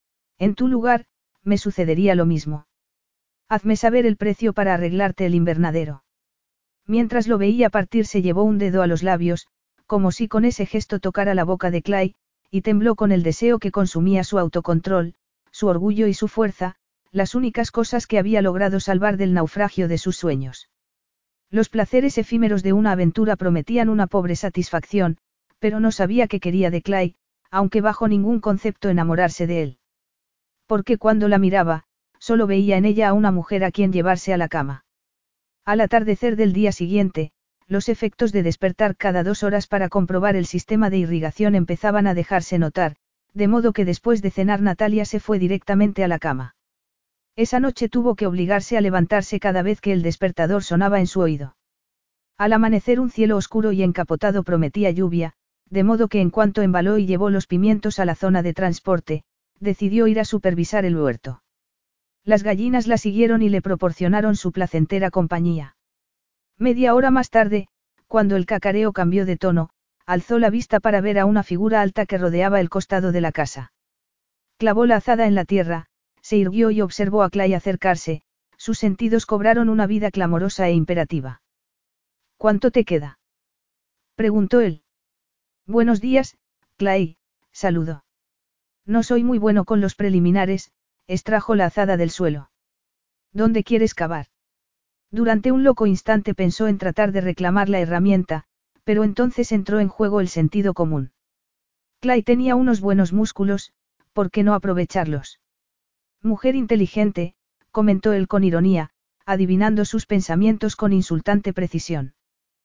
[SPEAKER 1] En tu lugar, me sucedería lo mismo. Hazme saber el precio para arreglarte el invernadero. Mientras lo veía partir se llevó un dedo a los labios, como si con ese gesto tocara la boca de Clay, y tembló con el deseo que consumía su autocontrol, su orgullo y su fuerza, las únicas cosas que había logrado salvar del naufragio de sus sueños. Los placeres efímeros de una aventura prometían una pobre satisfacción, pero no sabía qué quería de Clay, aunque bajo ningún concepto enamorarse de él. Porque cuando la miraba, solo veía en ella a una mujer a quien llevarse a la cama. Al atardecer del día siguiente, los efectos de despertar cada dos horas para comprobar el sistema de irrigación empezaban a dejarse notar, de modo que después de cenar Natalia se fue directamente a la cama. Esa noche tuvo que obligarse a levantarse cada vez que el despertador sonaba en su oído. Al amanecer un cielo oscuro y encapotado prometía lluvia, de modo que en cuanto embaló y llevó los pimientos a la zona de transporte, decidió ir a supervisar el huerto. Las gallinas la siguieron y le proporcionaron su placentera compañía. Media hora más tarde, cuando el cacareo cambió de tono, alzó la vista para ver a una figura alta que rodeaba el costado de la casa. Clavó la azada en la tierra, se irguió y observó a Clay acercarse, sus sentidos cobraron una vida clamorosa e imperativa. ¿Cuánto te queda?, preguntó él. Buenos días, Clay, saludó. No soy muy bueno con los preliminares, extrajo la azada del suelo. ¿Dónde quieres cavar? Durante un loco instante pensó en tratar de reclamar la herramienta, pero entonces entró en juego el sentido común. Clay tenía unos buenos músculos, ¿por qué no aprovecharlos? Mujer inteligente, comentó él con ironía, adivinando sus pensamientos con insultante precisión.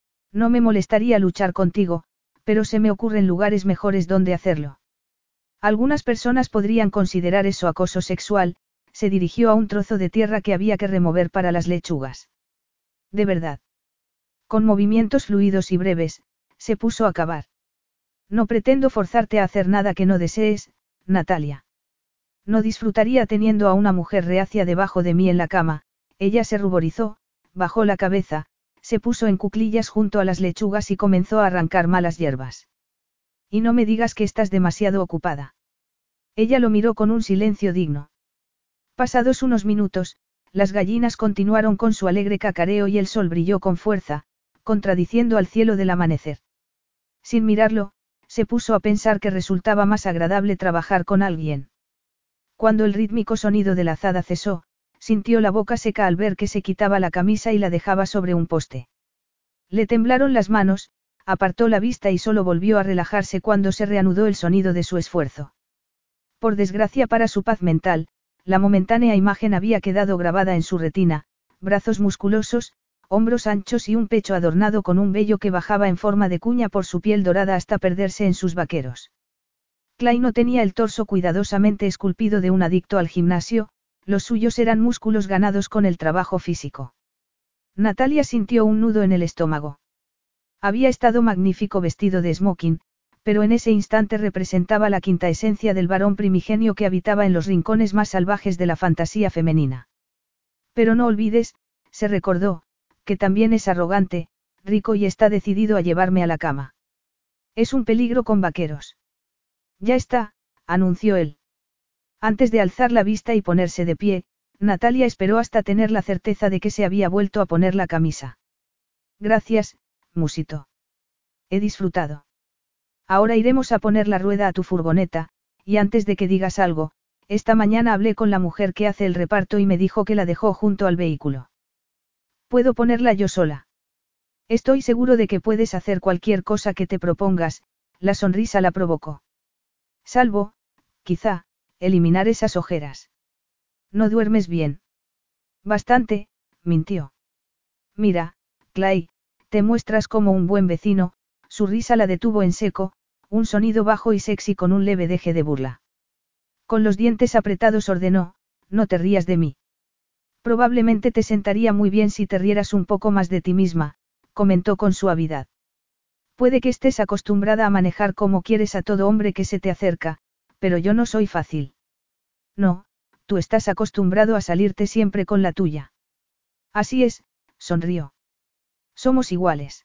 [SPEAKER 1] No me molestaría luchar contigo, pero se me ocurren lugares mejores donde hacerlo. Algunas personas podrían considerar eso acoso sexual, se dirigió a un trozo de tierra que había que remover para las lechugas. De verdad. Con movimientos fluidos y breves, se puso a cavar. No pretendo forzarte a hacer nada que no desees, Natalia. No disfrutaría teniendo a una mujer reacia debajo de mí en la cama. Ella se ruborizó, bajó la cabeza, se puso en cuclillas junto a las lechugas y comenzó a arrancar malas hierbas. Y no me digas que estás demasiado ocupada. Ella lo miró con un silencio digno. Pasados unos minutos, las gallinas continuaron con su alegre cacareo y el sol brilló con fuerza, contradiciendo al cielo del amanecer. Sin mirarlo, se puso a pensar que resultaba más agradable trabajar con alguien. Cuando el rítmico sonido de la azada cesó, sintió la boca seca al ver que se quitaba la camisa y la dejaba sobre un poste. Le temblaron las manos, apartó la vista y solo volvió a relajarse cuando se reanudó el sonido de su esfuerzo. Por desgracia para su paz mental, la momentánea imagen había quedado grabada en su retina, brazos musculosos, hombros anchos y un pecho adornado con un vello que bajaba en forma de cuña por su piel dorada hasta perderse en sus vaqueros. Clay no tenía el torso cuidadosamente esculpido de un adicto al gimnasio, los suyos eran músculos ganados con el trabajo físico. Natalia sintió un nudo en el estómago. Había estado magnífico vestido de smoking, pero en ese instante representaba la quinta esencia del varón primigenio que habitaba en los rincones más salvajes de la fantasía femenina. Pero no olvides, se recordó, que también es arrogante, rico y está decidido a llevarme a la cama. Es un peligro con vaqueros. Ya está, anunció él. Antes de alzar la vista y ponerse de pie, Natalia esperó hasta tener la certeza de que se había vuelto a poner la camisa. Gracias, musito. He disfrutado. Ahora iremos a poner la rueda a tu furgoneta, y antes de que digas algo, esta mañana hablé con la mujer que hace el reparto y me dijo que la dejó junto al vehículo. ¿Puedo ponerla yo sola? Estoy seguro de que puedes hacer cualquier cosa que te propongas, la sonrisa la provocó. Salvo, quizá, eliminar esas ojeras. ¿No duermes bien? Bastante, mintió. Mira, Clay, te muestras como un buen vecino, su risa la detuvo en seco, un sonido bajo y sexy con un leve deje de burla. Con los dientes apretados ordenó, no te rías de mí. Probablemente te sentaría muy bien si te rieras un poco más de ti misma, comentó con suavidad. Puede que estés acostumbrada a manejar como quieres a todo hombre que se te acerca, pero yo no soy fácil. No, tú estás acostumbrado a salirte siempre con la tuya. Así es, sonrió. Somos iguales.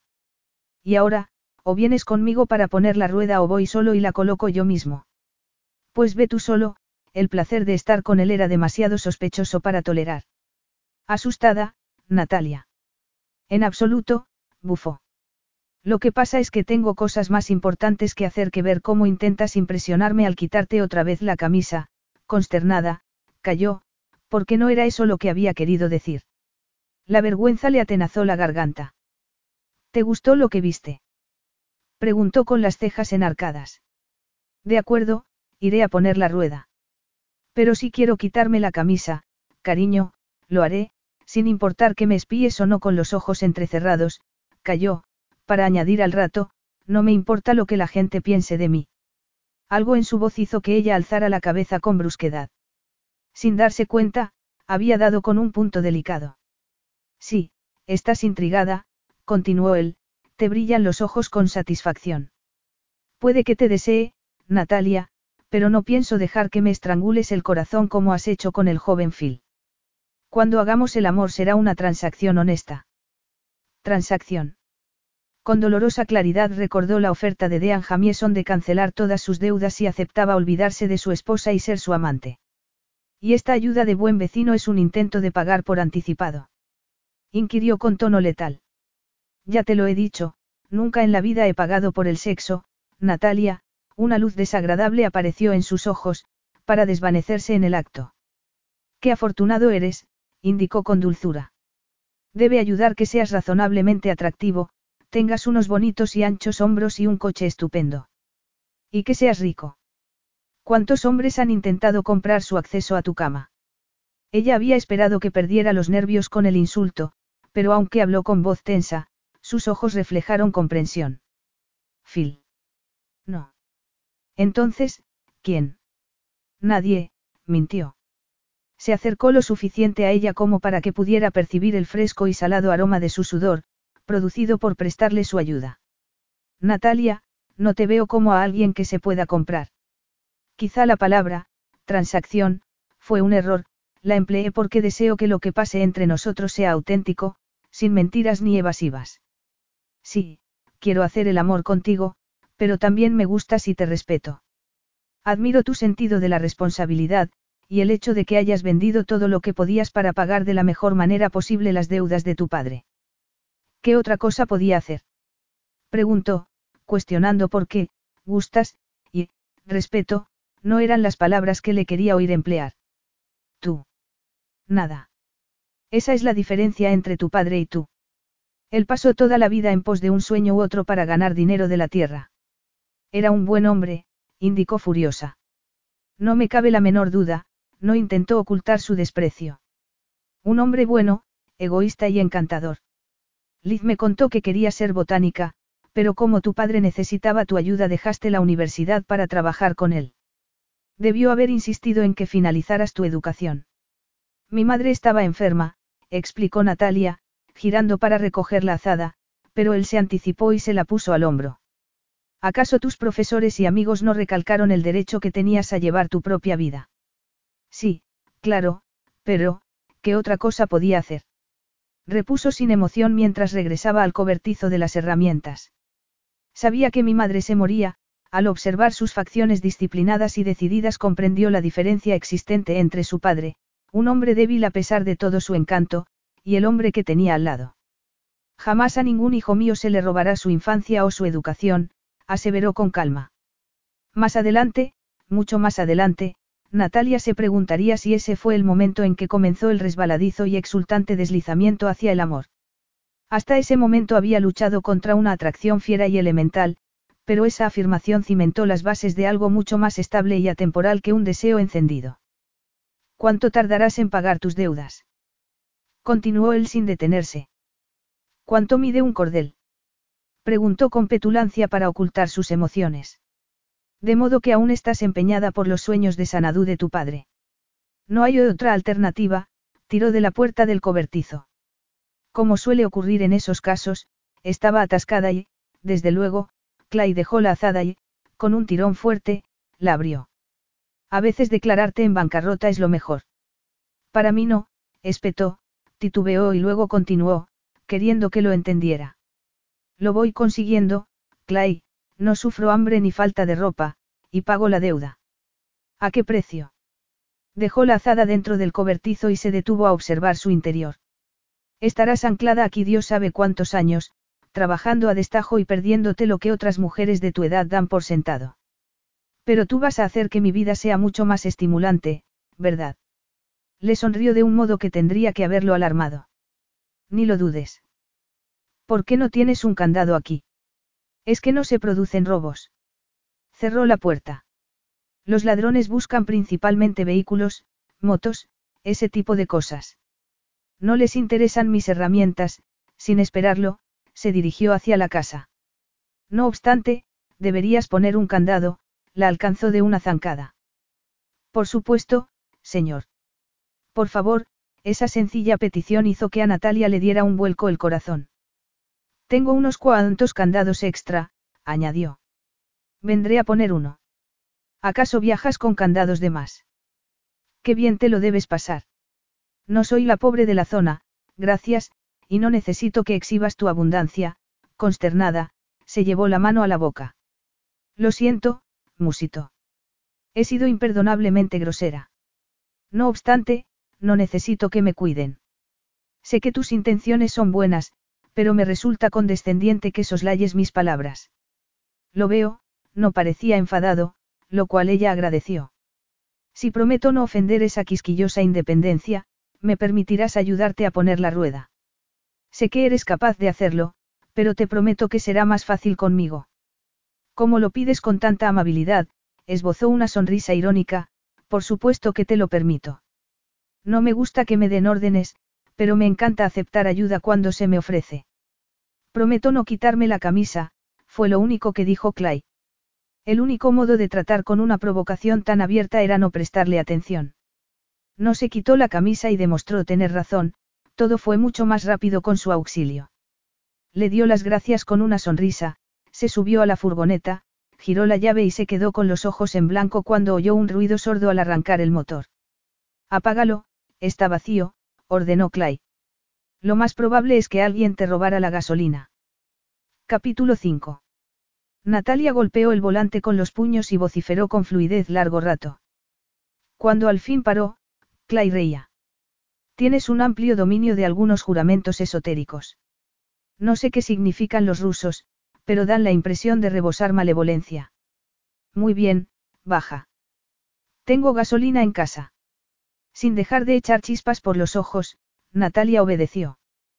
[SPEAKER 1] Y ahora, o vienes conmigo para poner la rueda o voy solo y la coloco yo mismo. Pues ve tú solo, el placer de estar con él era demasiado sospechoso para tolerar. Asustada, Natalia. En absoluto, bufó. Lo que pasa es que tengo cosas más importantes que hacer que ver cómo intentas impresionarme al quitarte otra vez la camisa. Consternada, calló, Porque no era eso lo que había querido decir. La vergüenza le atenazó la garganta. ¿Te gustó lo que viste? Preguntó con las cejas enarcadas. De acuerdo, iré a poner la rueda. Pero si quiero quitarme la camisa, cariño, lo haré, sin importar que me espíes o no con los ojos entrecerrados, calló, para añadir al rato, no me importa lo que la gente piense de mí. Algo en su voz hizo que ella alzara la cabeza con brusquedad. Sin darse cuenta, había dado con un punto delicado. Sí, estás intrigada, continuó él, te brillan los ojos con satisfacción. Puede que te desee, Natalia, pero no pienso dejar que me estrangules el corazón como has hecho con el joven Phil. Cuando hagamos el amor será una transacción honesta. Transacción. Con dolorosa claridad recordó la oferta de Dean Jamieson de cancelar todas sus deudas si aceptaba olvidarse de su esposa y ser su amante. Y esta ayuda de buen vecino es un intento de pagar por anticipado. Inquirió con tono letal. Ya te lo he dicho, nunca en la vida he pagado por el sexo, Natalia, una luz desagradable apareció en sus ojos, para desvanecerse en el acto. Qué afortunado eres, indicó con dulzura. Debe ayudar que seas razonablemente atractivo, tengas unos bonitos y anchos hombros y un coche estupendo. Y que seas rico. ¿Cuántos hombres han intentado comprar su acceso a tu cama? Ella había esperado que perdiera los nervios con el insulto, pero aunque habló con voz tensa, sus ojos reflejaron comprensión. Phil. No. Entonces, ¿quién? Nadie, mintió. Se acercó lo suficiente a ella como para que pudiera percibir el fresco y salado aroma de su sudor, producido por prestarle su ayuda. Natalia, no te veo como a alguien que se pueda comprar. Quizá la palabra, transacción, fue un error, la empleé porque deseo que lo que pase entre nosotros sea auténtico, sin mentiras ni evasivas. Sí, quiero hacer el amor contigo, pero también me gustas y te respeto. Admiro tu sentido de la responsabilidad, y el hecho de que hayas vendido todo lo que podías para pagar de la mejor manera posible las deudas de tu padre. ¿Qué otra cosa podía hacer? Preguntó, cuestionando por qué, gustas, y, respeto, no eran las palabras que le quería oír emplear. Tú. Nada. Esa es la diferencia entre tu padre y tú. Él pasó toda la vida en pos de un sueño u otro para ganar dinero de la tierra. Era un buen hombre, indicó furiosa. No me cabe la menor duda, no intentó ocultar su desprecio. Un hombre bueno, egoísta y encantador. Liz me contó que quería ser botánica, pero como tu padre necesitaba tu ayuda dejaste la universidad para trabajar con él. Debió haber insistido en que finalizaras tu educación. Mi madre estaba enferma, explicó Natalia, girando para recoger la azada, pero él se anticipó y se la puso al hombro. ¿Acaso tus profesores y amigos no recalcaron el derecho que tenías a llevar tu propia vida? Sí, claro, pero, ¿qué otra cosa podía hacer? Repuso sin emoción mientras regresaba al cobertizo de las herramientas. Sabía que mi madre se moría, al observar sus facciones disciplinadas y decididas comprendió la diferencia existente entre su padre, un hombre débil a pesar de todo su encanto, y el hombre que tenía al lado. Jamás a ningún hijo mío se le robará su infancia o su educación, aseveró con calma. Más adelante, mucho más adelante, Natalia se preguntaría si ese fue el momento en que comenzó el resbaladizo y exultante deslizamiento hacia el amor. Hasta ese momento había luchado contra una atracción fiera y elemental, pero esa afirmación cimentó las bases de algo mucho más estable y atemporal que un deseo encendido. ¿Cuánto tardarás en pagar tus deudas? Continuó él sin detenerse. ¿Cuánto mide un cordel? Preguntó con petulancia para ocultar sus emociones. De modo que aún estás empeñada por los sueños de Sanadú de tu padre. No hay otra alternativa, tiró de la puerta del cobertizo. Como suele ocurrir en esos casos, estaba atascada y, desde luego, Clay dejó la azada y, con un tirón fuerte, la abrió. A veces declararte en bancarrota es lo mejor. Para mí no, espetó, titubeó y luego continuó, queriendo que lo entendiera. Lo voy consiguiendo, Clay, no sufro hambre ni falta de ropa, y pago la deuda. ¿A qué precio? Dejó la azada dentro del cobertizo y se detuvo a observar su interior. Estarás anclada aquí Dios sabe cuántos años, trabajando a destajo y perdiéndote lo que otras mujeres de tu edad dan por sentado. Pero tú vas a hacer que mi vida sea mucho más estimulante, ¿verdad? Le sonrió de un modo que tendría que haberlo alarmado. Ni lo dudes. ¿Por qué no tienes un candado aquí? Es que no se producen robos. Cerró la puerta. Los ladrones buscan principalmente vehículos, motos, ese tipo de cosas. No les interesan mis herramientas. Sin esperarlo, se dirigió hacia la casa. No obstante, deberías poner un candado, la alcanzó de una zancada. Por supuesto, señor. Por favor, esa sencilla petición hizo que a Natalia le diera un vuelco el corazón. Tengo unos cuantos candados extra, añadió. Vendré a poner uno. ¿Acaso viajas con candados de más? Qué bien te lo debes pasar. No soy la pobre de la zona, gracias, y no necesito que exhibas tu abundancia. Consternada, se llevó la mano a la boca. Lo siento, musitó. He sido imperdonablemente grosera. No obstante, no necesito que me cuiden. Sé que tus intenciones son buenas, pero me resulta condescendiente que soslayes mis palabras. Lo veo, no parecía enfadado, lo cual ella agradeció. Si prometo no ofender esa quisquillosa independencia, me permitirás ayudarte a poner la rueda. Sé que eres capaz de hacerlo, pero te prometo que será más fácil conmigo. Como lo pides con tanta amabilidad, esbozó una sonrisa irónica, por supuesto que te lo permito. No me gusta que me den órdenes, pero me encanta aceptar ayuda cuando se me ofrece. Prometo no quitarme la camisa, fue lo único que dijo Clay. El único modo de tratar con una provocación tan abierta era no prestarle atención. No se quitó la camisa y demostró tener razón, todo fue mucho más rápido con su auxilio. Le dio las gracias con una sonrisa, se subió a la furgoneta, giró la llave y se quedó con los ojos en blanco cuando oyó un ruido sordo al arrancar el motor. Apágalo, está vacío, ordenó Clay. Lo más probable es que alguien te robara la gasolina. Capítulo cinco. Natalia golpeó el volante con los puños y vociferó con fluidez largo rato. Cuando al fin paró, Clay reía. Tienes un amplio dominio de algunos juramentos esotéricos. No sé qué significan los rusos, pero dan la impresión de rebosar malevolencia. Muy bien, baja. Tengo gasolina en casa. Sin dejar de echar chispas por los ojos, Natalia obedeció.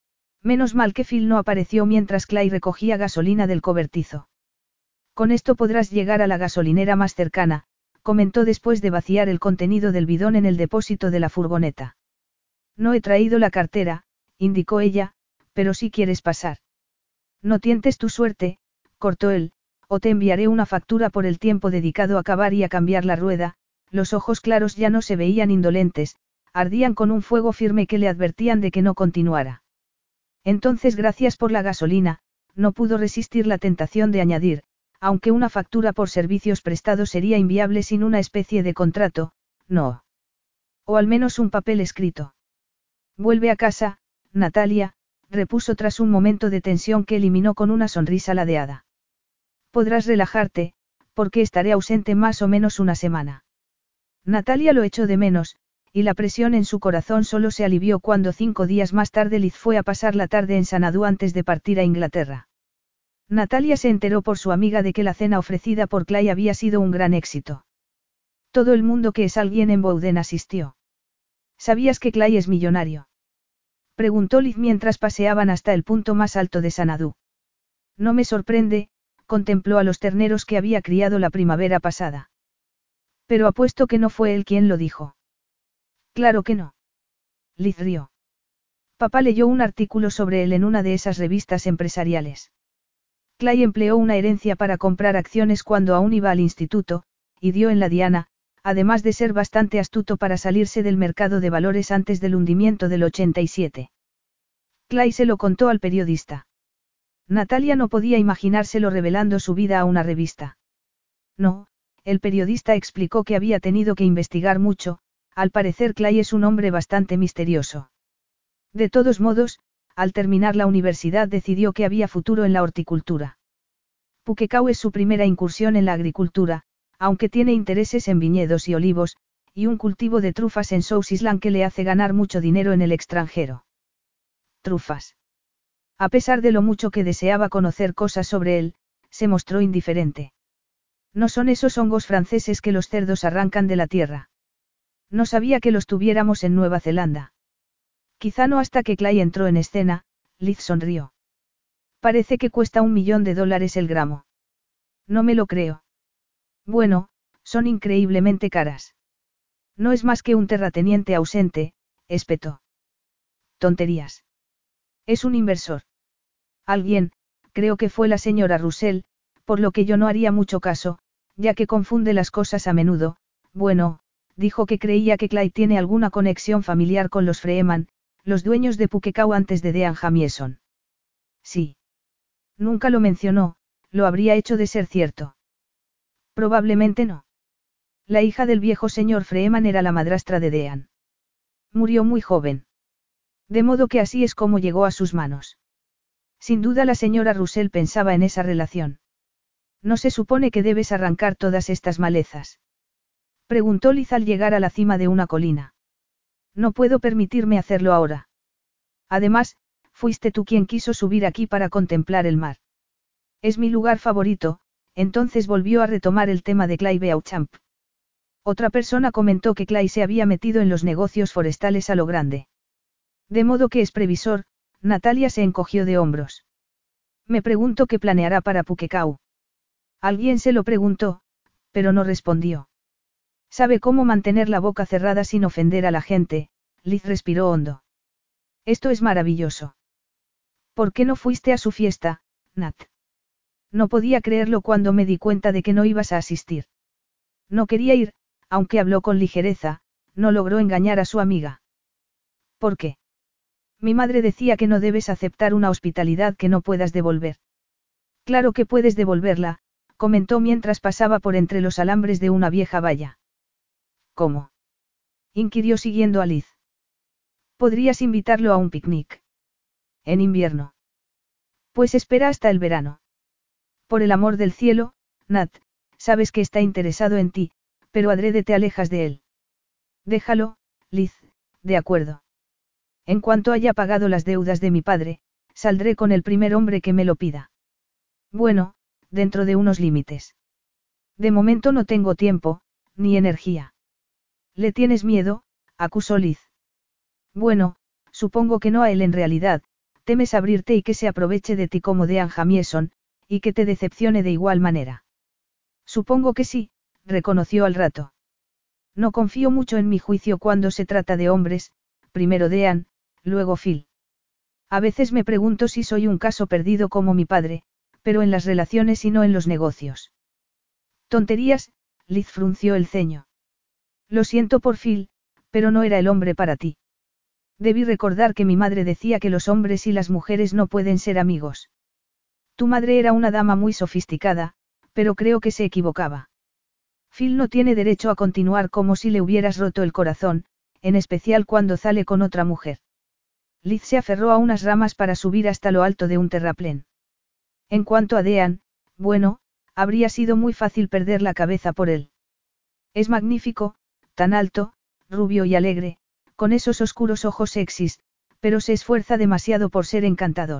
[SPEAKER 1] Menos mal que Phil no apareció mientras Clay recogía gasolina del cobertizo. Con esto podrás llegar a la gasolinera más cercana, comentó después de vaciar el contenido del bidón en el depósito de la furgoneta. No he traído la cartera, indicó ella, pero si quieres pasar. No tientes tu suerte, cortó él, o te enviaré una factura por el tiempo dedicado a cavar y a cambiar la rueda. Los ojos claros ya no se veían indolentes, ardían con un fuego firme que le advertían de que no continuara. Entonces gracias por la gasolina, no pudo resistir la tentación de añadir, aunque una factura por servicios prestados sería inviable sin una especie de contrato, no. O al menos un papel escrito. Vuelve a casa, Natalia, repuso tras un momento de tensión que eliminó con una sonrisa ladeada. Podrás relajarte, porque estaré ausente más o menos una semana. Natalia lo echó de menos, y la presión en su corazón solo se alivió cuando cinco días más tarde Liz fue a pasar la tarde en Sanadú antes de partir a Inglaterra. Natalia se enteró por su amiga de que la cena ofrecida por Clay había sido un gran éxito. Todo el mundo que es alguien en Bowden asistió. ¿Sabías que Clay es millonario? Preguntó Liz mientras paseaban hasta el punto más alto de Sanadú. No me sorprende, contempló a los terneros que había criado la primavera pasada. Pero apuesto que no fue él quien lo dijo. Claro que no. Liz rió. Papá leyó un artículo sobre él en una de esas revistas empresariales. Clay empleó una herencia para comprar acciones cuando aún iba al instituto, y dio en la diana, además de ser bastante astuto para salirse del mercado de valores antes del hundimiento del ochenta y siete. Clay se lo contó al periodista. Natalia no podía imaginárselo revelando su vida a una revista. No, el periodista explicó que había tenido que investigar mucho, al parecer Clay es un hombre bastante misterioso. De todos modos, al terminar la universidad decidió que había futuro en la horticultura. Puquecao es su primera incursión en la agricultura, aunque tiene intereses en viñedos y olivos, y un cultivo de trufas en South Island que le hace ganar mucho dinero en el extranjero. Trufas. A pesar de lo mucho que deseaba conocer cosas sobre él, se mostró indiferente. No son esos hongos franceses que los cerdos arrancan de la tierra. No sabía que los tuviéramos en Nueva Zelanda. Quizá no hasta que Clay entró en escena, Liz sonrió. Parece que cuesta un millón de dólares el gramo. No me lo creo. Bueno, son increíblemente caras. No es más que un terrateniente ausente, espetó. Tonterías. Es un inversor. Alguien, creo que fue la señora Russell, por lo que yo no haría mucho caso, ya que confunde las cosas a menudo. Bueno, dijo que creía que Clay tiene alguna conexión familiar con los Freeman, los dueños de Pukekau antes de Dean Jamieson. Sí. Nunca lo mencionó, lo habría hecho de ser cierto. Probablemente no. La hija del viejo señor Freeman era la madrastra de Dean. Murió muy joven. De modo que así es como llegó a sus manos. Sin duda la señora Russell pensaba en esa relación. ¿No se supone que debes arrancar todas estas malezas? Preguntó Liz al llegar a la cima de una colina. No puedo permitirme hacerlo ahora. Además, fuiste tú quien quiso subir aquí para contemplar el mar. Es mi lugar favorito, entonces volvió a retomar el tema de Clay Beauchamp. Otra persona comentó que Clay se había metido en los negocios forestales a lo grande. De modo que es previsor, Natalia se encogió de hombros. Me pregunto qué planeará para Pukekau. Alguien se lo preguntó, pero no respondió. Sabe cómo mantener la boca cerrada sin ofender a la gente, Liz respiró hondo. Esto es maravilloso. ¿Por qué no fuiste a su fiesta, Nat? No podía creerlo cuando me di cuenta de que no ibas a asistir. No quería ir, aunque habló con ligereza, no logró engañar a su amiga. ¿Por qué? Mi madre decía que no debes aceptar una hospitalidad que no puedas devolver. Claro que puedes devolverla, comentó mientras pasaba por entre los alambres de una vieja valla. ¿Cómo? Inquirió siguiendo a Liz. Podrías invitarlo a un picnic. En invierno. Pues espera hasta el verano. Por el amor del cielo, Nat, sabes que está interesado en ti, pero adrede te alejas de él. Déjalo, Liz, de acuerdo. En cuanto haya pagado las deudas de mi padre, saldré con el primer hombre que me lo pida. Bueno, dentro de unos límites. De momento no tengo tiempo, ni energía. ¿Le tienes miedo?, acusó Liz. Bueno, supongo que no a él en realidad, temes abrirte y que se aproveche de ti como Dean Jamieson, y que te decepcione de igual manera. Supongo que sí, reconoció al rato. No confío mucho en mi juicio cuando se trata de hombres, primero Dean, luego Phil. A veces me pregunto si soy un caso perdido como mi padre, pero en las relaciones y no en los negocios. Tonterías, Liz frunció el ceño. Lo siento por Phil, pero no era el hombre para ti. Debí recordar que mi madre decía que los hombres y las mujeres no pueden ser amigos. Tu madre era una dama muy sofisticada, pero creo que se equivocaba. Phil no tiene derecho a continuar como si le hubieras roto el corazón, en especial cuando sale con otra mujer. Liz se aferró a unas ramas para subir hasta lo alto de un terraplén. En cuanto a Dean, bueno, habría sido muy fácil perder la cabeza por él. Es magnífico, tan alto, rubio y alegre, con esos oscuros ojos sexys, pero se esfuerza demasiado por ser encantador.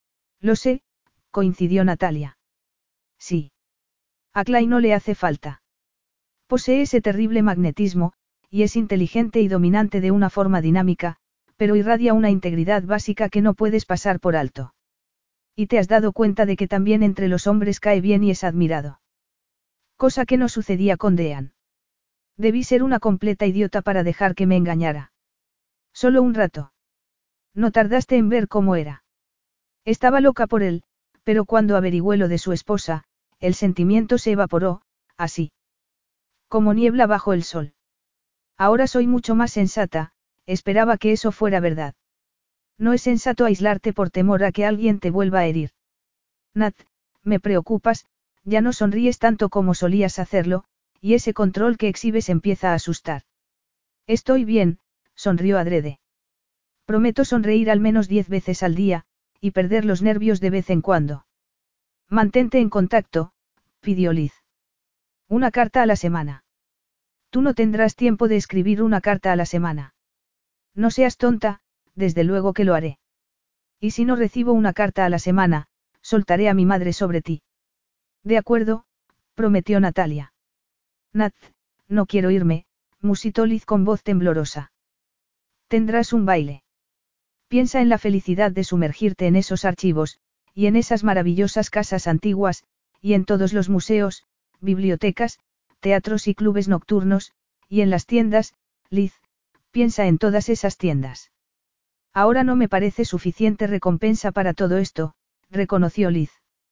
[SPEAKER 1] Lo sé, coincidió Natalia. Sí. A Clay no le hace falta. Posee ese terrible magnetismo, y es inteligente y dominante de una forma dinámica, pero irradia una integridad básica que no puedes pasar por alto. Y te has dado cuenta de que también entre los hombres cae bien y es admirado. Cosa que no sucedía con Dean. Debí ser una completa idiota para dejar que me engañara. Solo un rato. No tardaste en ver cómo era. Estaba loca por él, pero cuando averigüé lo de su esposa, el sentimiento se evaporó, así. Como niebla bajo el sol. Ahora soy mucho más sensata, esperaba que eso fuera verdad. No es sensato aislarte por temor a que alguien te vuelva a herir. Nat, me preocupas, ya no sonríes tanto como solías hacerlo, y ese control que exhibes empieza a asustar. Estoy bien, sonrió adrede. Prometo sonreír al menos diez veces al día, y perder los nervios de vez en cuando. Mantente en contacto, pidió Liz. Una carta a la semana. Tú no tendrás tiempo de escribir una carta a la semana. No seas tonta, desde luego que lo haré. Y si no recibo una carta a la semana, soltaré a mi madre sobre ti. De acuerdo, prometió Natalia. Nat, no quiero irme, musitó Liz con voz temblorosa. Tendrás un baile. Piensa en la felicidad de sumergirte en esos archivos, y en esas maravillosas casas antiguas, y en todos los museos, bibliotecas, teatros y clubes nocturnos, y en las tiendas, Liz, piensa en todas esas tiendas. Ahora no me parece suficiente recompensa para todo esto, reconoció Liz.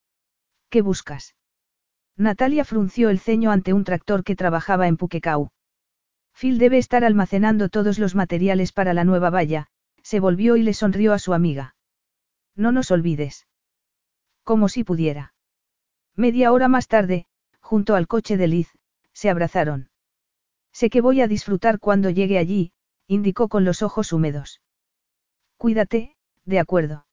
[SPEAKER 1] ¿Qué buscas? Natalia frunció el ceño ante un tractor que trabajaba en Puquecau. Phil debe estar almacenando todos los materiales para la nueva valla, se volvió y le sonrió a su amiga. No nos olvides. Como si pudiera. Media hora más tarde, junto al coche de Liz, se abrazaron. Sé que voy a disfrutar cuando llegue allí, indicó con los ojos húmedos. Cuídate, de acuerdo.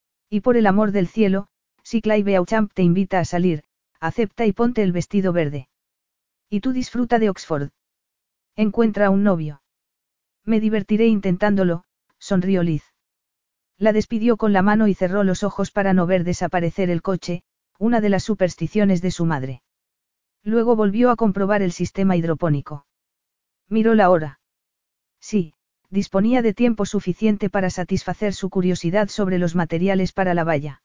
[SPEAKER 1] Y por el amor del cielo, si Clay Beauchamp te invita a salir, acepta y ponte el vestido verde. Y tú disfruta de Oxford. Encuentra un novio. Me divertiré intentándolo, sonrió Liz. La despidió con la mano y cerró los ojos para no ver desaparecer el coche, una de las supersticiones de su madre. Luego volvió a comprobar el sistema hidropónico. Miró la hora. Sí, disponía de tiempo suficiente para satisfacer su curiosidad sobre los materiales para la valla.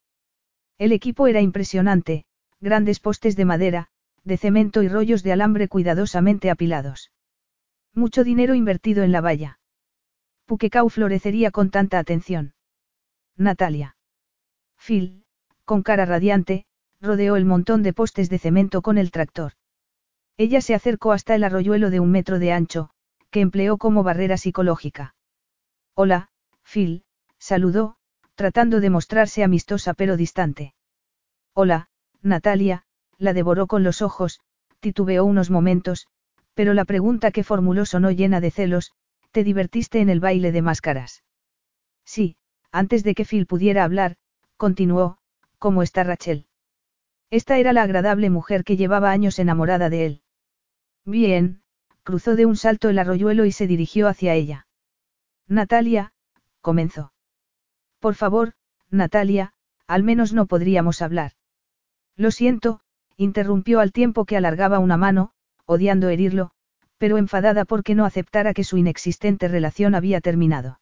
[SPEAKER 1] El equipo era impresionante, grandes postes de madera, de cemento y rollos de alambre cuidadosamente apilados. Mucho dinero invertido en la valla. Puquecau florecería con tanta atención. Natalia. Phil, con cara radiante, rodeó el montón de postes de cemento con el tractor. Ella se acercó hasta el arroyuelo de un metro de ancho, que empleó como barrera psicológica. Hola, Phil, saludó, tratando de mostrarse amistosa pero distante. Hola, Natalia, la devoró con los ojos, titubeó unos momentos, pero la pregunta que formuló sonó llena de celos. ¿Te divertiste en el baile de máscaras? Sí, antes de que Phil pudiera hablar, continuó, ¿cómo está Rachel? Esta era la agradable mujer que llevaba años enamorada de él. Bien, cruzó de un salto el arroyuelo y se dirigió hacia ella. Natalia, comenzó. Por favor, Natalia, al menos no podríamos hablar. Lo siento, interrumpió al tiempo que alargaba una mano, odiando herirlo, pero enfadada porque no aceptara que su inexistente relación había terminado.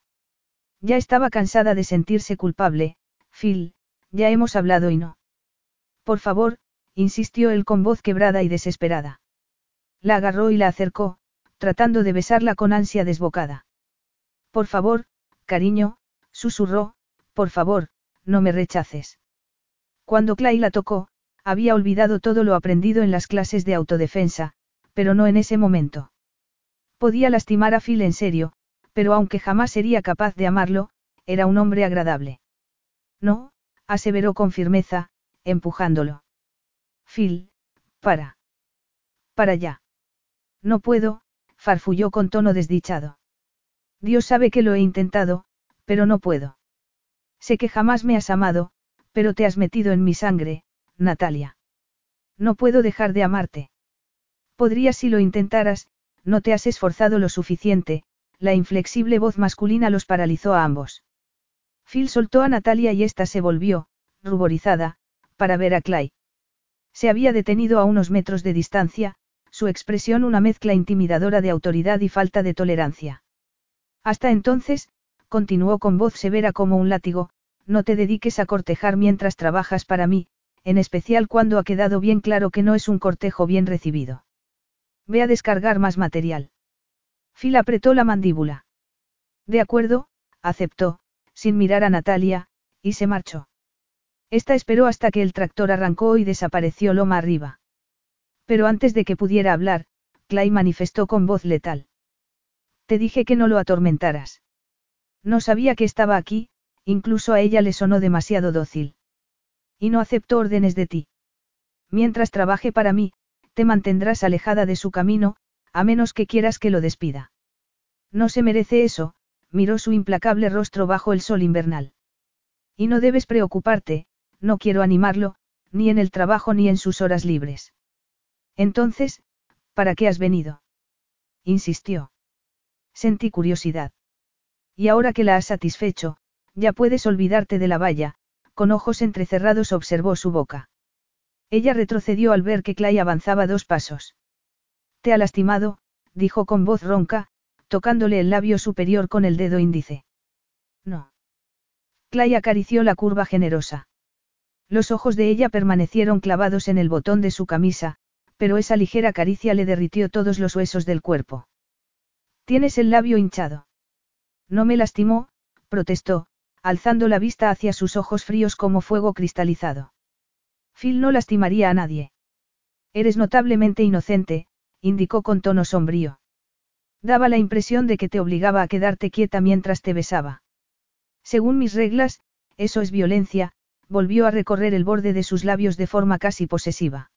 [SPEAKER 1] Ya estaba cansada de sentirse culpable, Phil, ya hemos hablado y no. Por favor, insistió él con voz quebrada y desesperada. La agarró y la acercó, tratando de besarla con ansia desbocada. Por favor, cariño, susurró, por favor, no me rechaces. Cuando Clay la tocó, había olvidado todo lo aprendido en las clases de autodefensa, pero no en ese momento. Podía lastimar a Phil en serio, pero aunque jamás sería capaz de amarlo, era un hombre agradable. No, aseveró con firmeza, empujándolo. Phil, para. Para ya. No puedo, farfulló con tono desdichado. Dios sabe que lo he intentado, pero no puedo. Sé que jamás me has amado, pero te has metido en mi sangre, Natalia. No puedo dejar de amarte. Podrías si lo intentaras, no te has esforzado lo suficiente, la inflexible voz masculina los paralizó a ambos. Phil soltó a Natalia y ésta se volvió, ruborizada, para ver a Clay. Se había detenido a unos metros de distancia, su expresión una mezcla intimidadora de autoridad y falta de tolerancia. Hasta entonces, continuó con voz severa como un látigo, no te dediques a cortejar mientras trabajas para mí, en especial cuando ha quedado bien claro que no es un cortejo bien recibido. Ve a descargar más material. Phil apretó la mandíbula. De acuerdo, aceptó, sin mirar a Natalia, y se marchó. Esta esperó hasta que el tractor arrancó y desapareció loma arriba. Pero antes de que pudiera hablar, Clay manifestó con voz letal. Te dije que no lo atormentaras. No sabía que estaba aquí, incluso a ella le sonó demasiado dócil. Y no acepto órdenes de ti. Mientras trabaje para mí, te mantendrás alejada de su camino, a menos que quieras que lo despida. No se merece eso, miró su implacable rostro bajo el sol invernal. Y no debes preocuparte, no quiero animarlo, ni en el trabajo ni en sus horas libres. Entonces, ¿para qué has venido? Insistió. Sentí curiosidad. Y ahora que la has satisfecho, ya puedes olvidarte de la valla, con ojos entrecerrados observó su boca. Ella retrocedió al ver que Clay avanzaba dos pasos. ¿Te ha lastimado, dijo con voz ronca, tocándole el labio superior con el dedo índice. No. Clay acarició la curva generosa. Los ojos de ella permanecieron clavados en el botón de su camisa, pero esa ligera caricia le derritió todos los huesos del cuerpo. Tienes el labio hinchado. No me lastimó, protestó, alzando la vista hacia sus ojos fríos como fuego cristalizado. Phil no lastimaría a nadie. Eres notablemente inocente, indicó con tono sombrío. Daba la impresión de que te obligaba a quedarte quieta mientras te besaba. Según mis reglas, eso es violencia, volvió a recorrer el borde de sus labios de forma casi posesiva.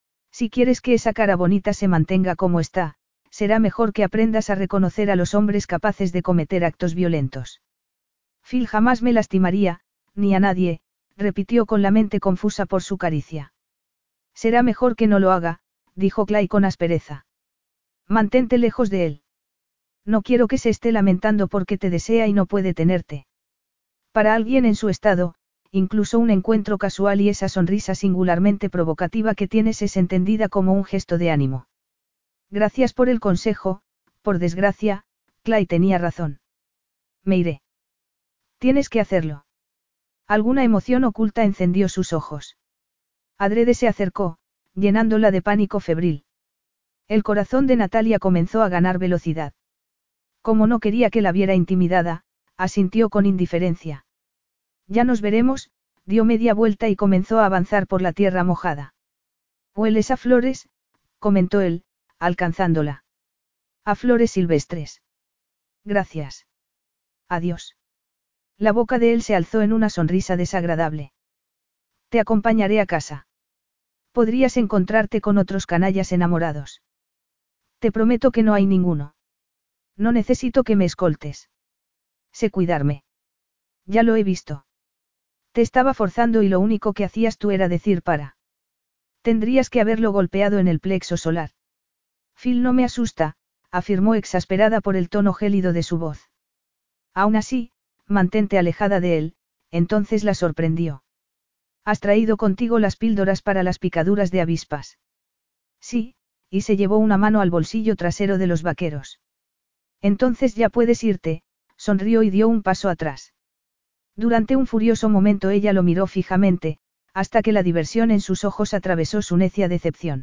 [SPEAKER 1] Si quieres que esa cara bonita se mantenga como está, será mejor que aprendas a reconocer a los hombres capaces de cometer actos violentos. Phil jamás me lastimaría, ni a nadie, repitió con la mente confusa por su caricia. Será mejor que no lo haga, dijo Clay con aspereza. Mantente lejos de él. No quiero que se esté lamentando porque te desea y no puede tenerte. Para alguien en su estado, incluso un encuentro casual y esa sonrisa singularmente provocativa que tienes es entendida como un gesto de ánimo. Gracias por el consejo, por desgracia, Clay tenía razón. Me iré. Tienes que hacerlo. Alguna emoción oculta encendió sus ojos. Adrede se acercó, llenándola de pánico febril. El corazón de Natalia comenzó a ganar velocidad. Como no quería que la viera intimidada, asintió con indiferencia. Ya nos veremos, dio media vuelta y comenzó a avanzar por la tierra mojada. Hueles a flores, comentó él, alcanzándola. A flores silvestres. Gracias. Adiós. La boca de él se alzó en una sonrisa desagradable. Te acompañaré a casa. Podrías encontrarte con otros canallas enamorados. Te prometo que no hay ninguno. No necesito que me escoltes. Sé cuidarme. Ya lo he visto. Te estaba forzando y lo único que hacías tú era decir para. Tendrías que haberlo golpeado en el plexo solar. Phil no me asusta, afirmó exasperada por el tono gélido de su voz. Aún así, mantente alejada de él, entonces la sorprendió. ¿Has traído contigo las píldoras para las picaduras de avispas? Sí, y se llevó una mano al bolsillo trasero de los vaqueros. Entonces ya puedes irte, sonrió y dio un paso atrás. Durante un furioso momento ella lo miró fijamente, hasta que la diversión en sus ojos atravesó su necia decepción.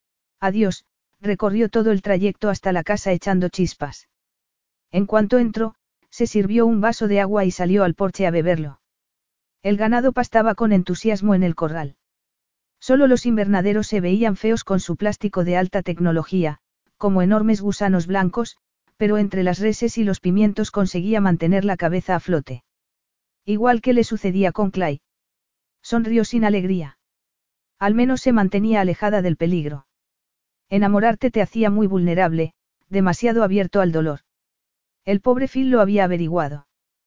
[SPEAKER 1] Adiós, recorrió todo el trayecto hasta la casa echando chispas. En cuanto entró, se sirvió un vaso de agua y salió al porche a beberlo. El ganado pastaba con entusiasmo en el corral. Solo los invernaderos se veían feos con su plástico de alta tecnología, como enormes gusanos blancos, pero entre las reses y los pimientos conseguía mantener la cabeza a flote. Igual que le sucedía con Clay. Sonrió sin alegría. Al menos se mantenía alejada del peligro. Enamorarte te hacía muy vulnerable, demasiado abierto al dolor. El pobre Phil lo había averiguado.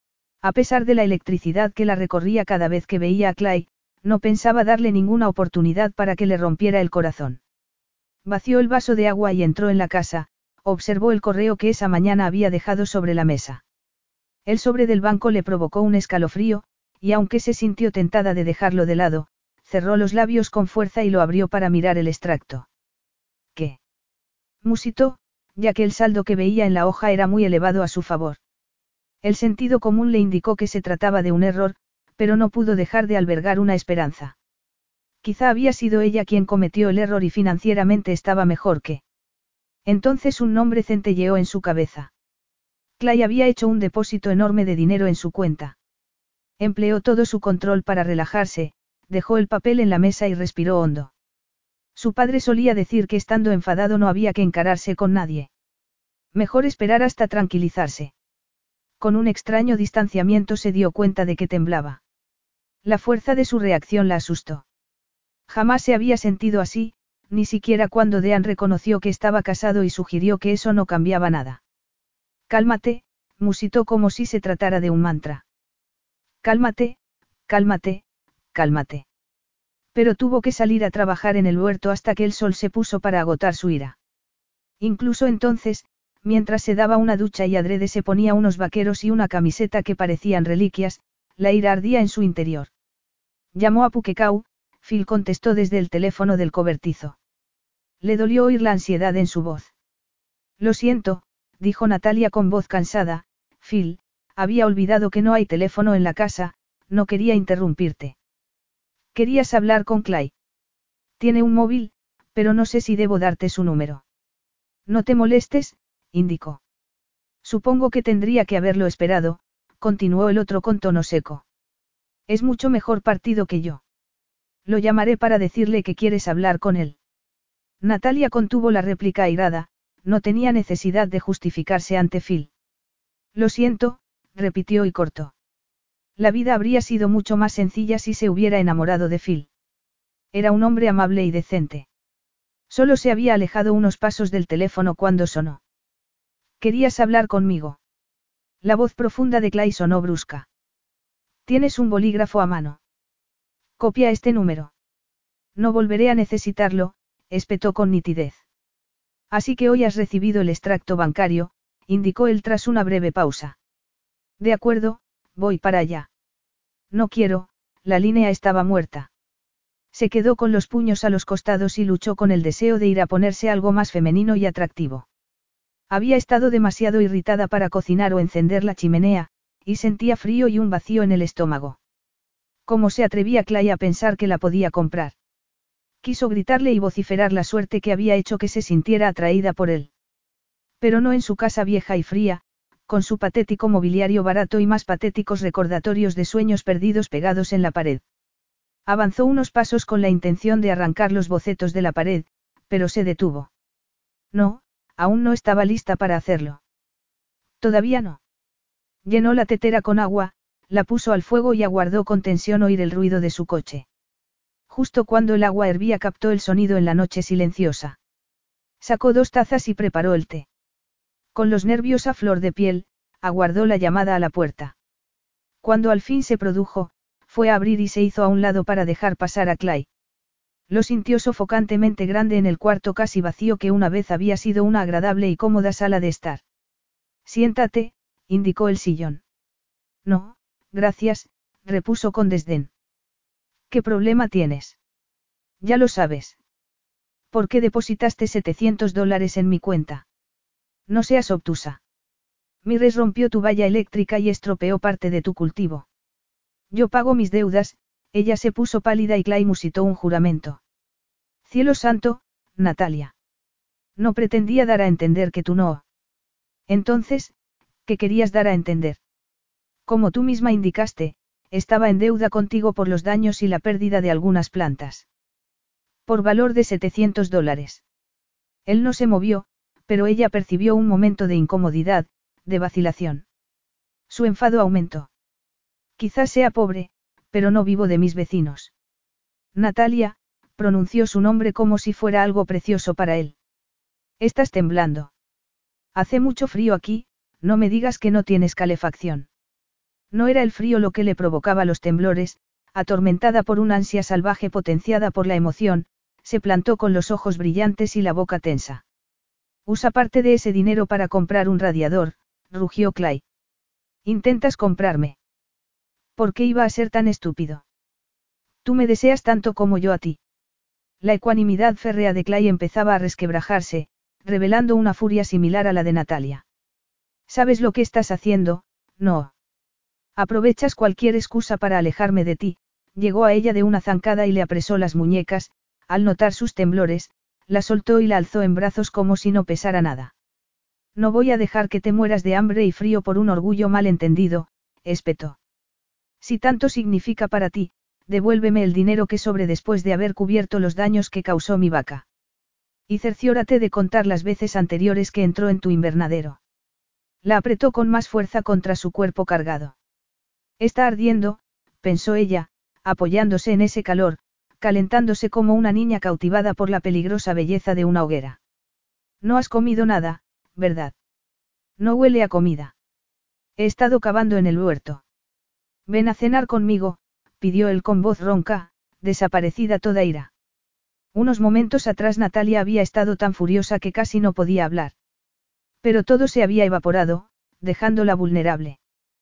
[SPEAKER 1] A pesar de la electricidad que la recorría cada vez que veía a Clay, no pensaba darle ninguna oportunidad para que le rompiera el corazón. Vació el vaso de agua y entró en la casa, observó el correo que esa mañana había dejado sobre la mesa. El sobre del banco le provocó un escalofrío, y aunque se sintió tentada de dejarlo de lado, cerró los labios con fuerza y lo abrió para mirar el extracto. ¿Qué? Musitó, ya que el saldo que veía en la hoja era muy elevado a su favor. El sentido común le indicó que se trataba de un error, pero no pudo dejar de albergar una esperanza. Quizá había sido ella quien cometió el error y financieramente estaba mejor que. Entonces un nombre centelleó en su cabeza. Clay había hecho un depósito enorme de dinero en su cuenta. Empleó todo su control para relajarse, dejó el papel en la mesa y respiró hondo. Su padre solía decir que estando enfadado no había que encararse con nadie. Mejor esperar hasta tranquilizarse. Con un extraño distanciamiento se dio cuenta de que temblaba. La fuerza de su reacción la asustó. Jamás se había sentido así, ni siquiera cuando Dean reconoció que estaba casado y sugirió que eso no cambiaba nada. Cálmate, musitó como si se tratara de un mantra. Cálmate, cálmate, cálmate. Pero tuvo que salir a trabajar en el huerto hasta que el sol se puso para agotar su ira. Incluso entonces, mientras se daba una ducha y adrede se ponía unos vaqueros y una camiseta que parecían reliquias, la ira ardía en su interior. Llamó a Puquecau, Phil contestó desde el teléfono del cobertizo. Le dolió oír la ansiedad en su voz. Lo siento, dijo Natalia con voz cansada, Phil, había olvidado que no hay teléfono en la casa, no quería interrumpirte. ¿Querías hablar con Clay? Tiene un móvil, pero no sé si debo darte su número. No te molestes, indicó. Supongo que tendría que haberlo esperado, continuó el otro con tono seco. Es mucho mejor partido que yo. Lo llamaré para decirle que quieres hablar con él. Natalia contuvo la réplica airada, no tenía necesidad de justificarse ante Phil. Lo siento, repitió y cortó. La vida habría sido mucho más sencilla si se hubiera enamorado de Phil. Era un hombre amable y decente. Solo se había alejado unos pasos del teléfono cuando sonó. ¿Querías hablar conmigo? La voz profunda de Clay sonó brusca. ¿Tienes un bolígrafo a mano? Copia este número. No volveré a necesitarlo, espetó con nitidez. Así que hoy has recibido el extracto bancario, indicó él tras una breve pausa. De acuerdo, voy para allá. No quiero, la línea estaba muerta. Se quedó con los puños a los costados y luchó con el deseo de ir a ponerse algo más femenino y atractivo. Había estado demasiado irritada para cocinar o encender la chimenea, y sentía frío y un vacío en el estómago. ¿Cómo se atrevía Clay a pensar que la podía comprar? Quiso gritarle y vociferar la suerte que había hecho que se sintiera atraída por él. Pero no en su casa vieja y fría, con su patético mobiliario barato y más patéticos recordatorios de sueños perdidos pegados en la pared. Avanzó unos pasos con la intención de arrancar los bocetos de la pared, pero se detuvo. No, aún no estaba lista para hacerlo. Todavía no. Llenó la tetera con agua, la puso al fuego y aguardó con tensión oír el ruido de su coche. Justo cuando el agua hervía captó el sonido en la noche silenciosa. Sacó dos tazas y preparó el té. Con los nervios a flor de piel, aguardó la llamada a la puerta. Cuando al fin se produjo, fue a abrir y se hizo a un lado para dejar pasar a Clay. Lo sintió sofocantemente grande en el cuarto casi vacío que una vez había sido una agradable y cómoda sala de estar. Siéntate, indicó el sillón. No, gracias, repuso con desdén. ¿Qué problema tienes? Ya lo sabes. ¿Por qué depositaste setecientos dólares en mi cuenta? No seas obtusa. Mires rompió tu valla eléctrica y estropeó parte de tu cultivo. Yo pago mis deudas, ella se puso pálida y Clay musitó un juramento. Cielo santo, Natalia. No pretendía dar a entender que tú no. Entonces, ¿qué querías dar a entender? Como tú misma indicaste, estaba en deuda contigo por los daños y la pérdida de algunas plantas. Por valor de setecientos dólares. Él no se movió, pero ella percibió un momento de incomodidad, de vacilación. Su enfado aumentó. Quizás sea pobre, pero no vivo de mis vecinos. Natalia, pronunció su nombre como si fuera algo precioso para él. Estás temblando. Hace mucho frío aquí, no me digas que no tienes calefacción. No era el frío lo que le provocaba los temblores, atormentada por una ansia salvaje potenciada por la emoción, se plantó con los ojos brillantes y la boca tensa. Usa parte de ese dinero para comprar un radiador, rugió Clay. ¿Intentas comprarme? ¿Por qué iba a ser tan estúpido? Tú me deseas tanto como yo a ti. La ecuanimidad férrea de Clay empezaba a resquebrajarse, revelando una furia similar a la de Natalia. ¿Sabes lo que estás haciendo? No. Aprovechas cualquier excusa para alejarme de ti, llegó a ella de una zancada y le apresó las muñecas, al notar sus temblores, la soltó y la alzó en brazos como si no pesara nada. No voy a dejar que te mueras de hambre y frío por un orgullo mal entendido, espetó. Si tanto significa para ti, devuélveme el dinero que sobre después de haber cubierto los daños que causó mi vaca. Y cerciórate de contar las veces anteriores que entró en tu invernadero. La apretó con más fuerza contra su cuerpo cargado. Está ardiendo, pensó ella, apoyándose en ese calor, calentándose como una niña cautivada por la peligrosa belleza de una hoguera. No has comido nada, ¿verdad? No huele a comida. He estado cavando en el huerto. Ven a cenar conmigo, pidió él con voz ronca, desaparecida toda ira. Unos momentos atrás Natalia había estado tan furiosa que casi no podía hablar. Pero todo se había evaporado, dejándola vulnerable.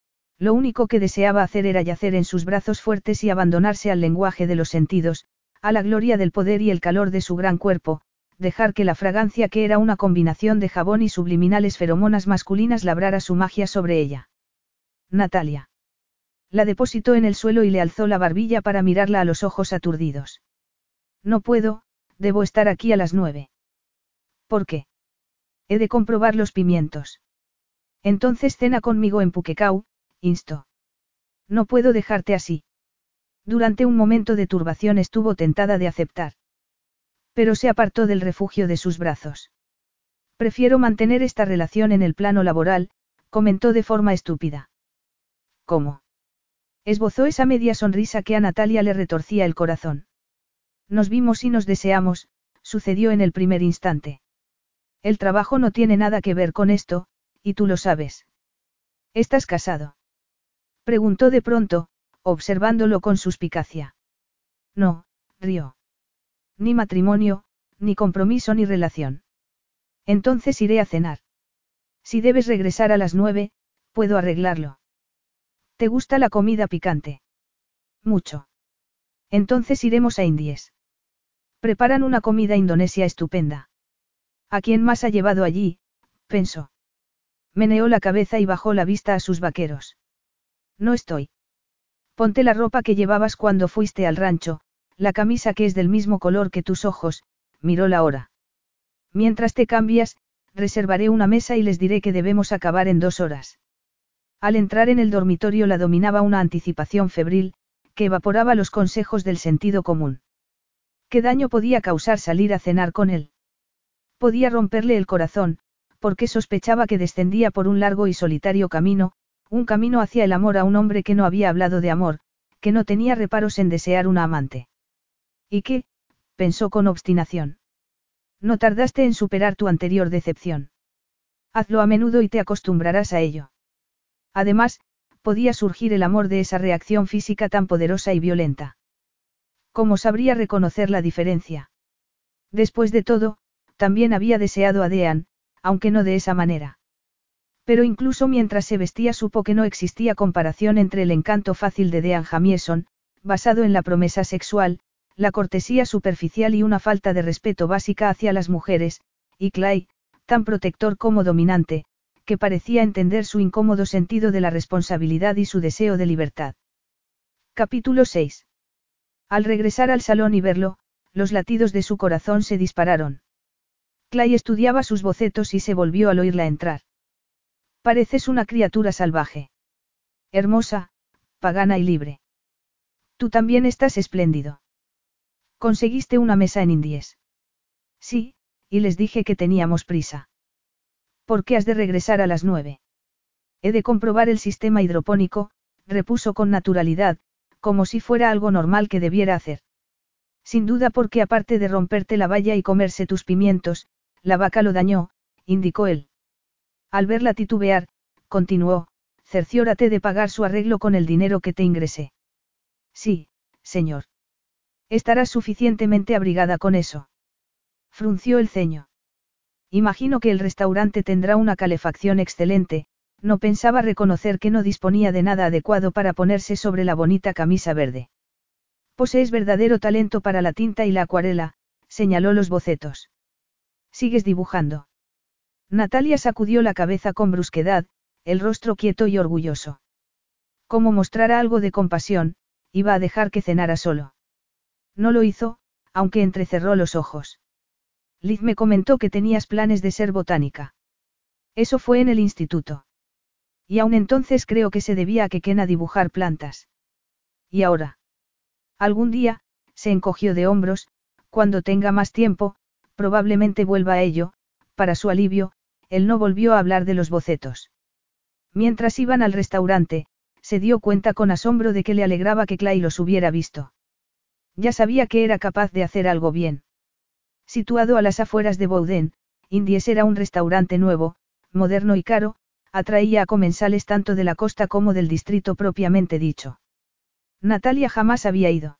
[SPEAKER 1] Lo único que deseaba hacer era yacer en sus brazos fuertes y abandonarse al lenguaje de los sentidos, a la gloria del poder y el calor de su gran cuerpo, dejar que la fragancia, que era una combinación de jabón y subliminales feromonas masculinas, labrara su magia sobre ella. Natalia. La depositó en el suelo y le alzó la barbilla para mirarla a los ojos aturdidos. No puedo, debo estar aquí a las nueve. ¿Por qué? He de comprobar los pimientos. Entonces cena conmigo en Puquecau, instó. No puedo dejarte así. Durante un momento de turbación estuvo tentada de aceptar. Pero se apartó del refugio de sus brazos. Prefiero mantener esta relación en el plano laboral, comentó de forma estúpida. ¿Cómo? Esbozó esa media sonrisa que a Natalia le retorcía el corazón. Nos vimos y nos deseamos, sucedió en el primer instante. El trabajo no tiene nada que ver con esto, y tú lo sabes. ¿Estás casado? Preguntó de pronto, observándolo con suspicacia. No, rió. Ni matrimonio, ni compromiso ni relación. Entonces iré a cenar. Si debes regresar a las nueve, puedo arreglarlo. ¿Te gusta la comida picante? Mucho. Entonces iremos a Indies. Preparan una comida indonesia estupenda. ¿A quién más ha llevado allí? Pensó. Meneó la cabeza y bajó la vista a sus vaqueros. No estoy. Ponte la ropa que llevabas cuando fuiste al rancho, la camisa que es del mismo color que tus ojos, miró la hora. Mientras te cambias, reservaré una mesa y les diré que debemos acabar en dos horas. Al entrar en el dormitorio la dominaba una anticipación febril, que evaporaba los consejos del sentido común. ¿Qué daño podía causar salir a cenar con él? Podía romperle el corazón, porque sospechaba que descendía por un largo y solitario camino, un camino hacia el amor a un hombre que no había hablado de amor, que no tenía reparos en desear una amante. ¿Y qué? Pensó con obstinación. No tardaste en superar tu anterior decepción. Hazlo a menudo y te acostumbrarás a ello. Además, podía surgir el amor de esa reacción física tan poderosa y violenta. ¿Cómo sabría reconocer la diferencia? Después de todo, también había deseado a Dean, aunque no de esa manera. Pero incluso mientras se vestía supo que no existía comparación entre el encanto fácil de Dean Jamieson, basado en la promesa sexual, la cortesía superficial y una falta de respeto básica hacia las mujeres, y Clay, tan protector como dominante, que parecía entender su incómodo sentido de la responsabilidad y su deseo de libertad. Capítulo seis. Al regresar al salón y verlo, los latidos de su corazón se dispararon. Clay estudiaba sus bocetos y se volvió al oírla entrar. Pareces una criatura salvaje. Hermosa, pagana y libre. Tú también estás espléndido. ¿Conseguiste una mesa en Indies? Sí, y les dije que teníamos prisa. ¿Por qué has de regresar a las nueve? He de comprobar el sistema hidropónico, repuso con naturalidad, como si fuera algo normal que debiera hacer. Sin duda porque aparte de romperte la valla y comerse tus pimientos, la vaca lo dañó, indicó él. Al verla titubear, continuó, cerciórate de pagar su arreglo con el dinero que te ingresé. Sí, señor. Estarás suficientemente abrigada con eso. Frunció el ceño. Imagino que el restaurante tendrá una calefacción excelente, no pensaba reconocer que no disponía de nada adecuado para ponerse sobre la bonita camisa verde. Posees verdadero talento para la tinta y la acuarela, señaló los bocetos. ¿Sigues dibujando? Natalia sacudió la cabeza con brusquedad, el rostro quieto y orgulloso. Como mostrara algo de compasión, iba a dejar que cenara solo. No lo hizo, aunque entrecerró los ojos. Liz me comentó que tenías planes de ser botánica. Eso fue en el instituto. Y aún entonces creo que se debía a que Ken a dibujar plantas. ¿Y ahora? Algún día, se encogió de hombros, cuando tenga más tiempo, probablemente vuelva a ello, para su alivio, él no volvió a hablar de los bocetos. Mientras iban al restaurante, se dio cuenta con asombro de que le alegraba que Clay los hubiera visto. Ya sabía que era capaz de hacer algo bien. Situado a las afueras de Bowden, Indies era un restaurante nuevo, moderno y caro, atraía a comensales tanto de la costa como del distrito propiamente dicho. Natalia jamás había ido.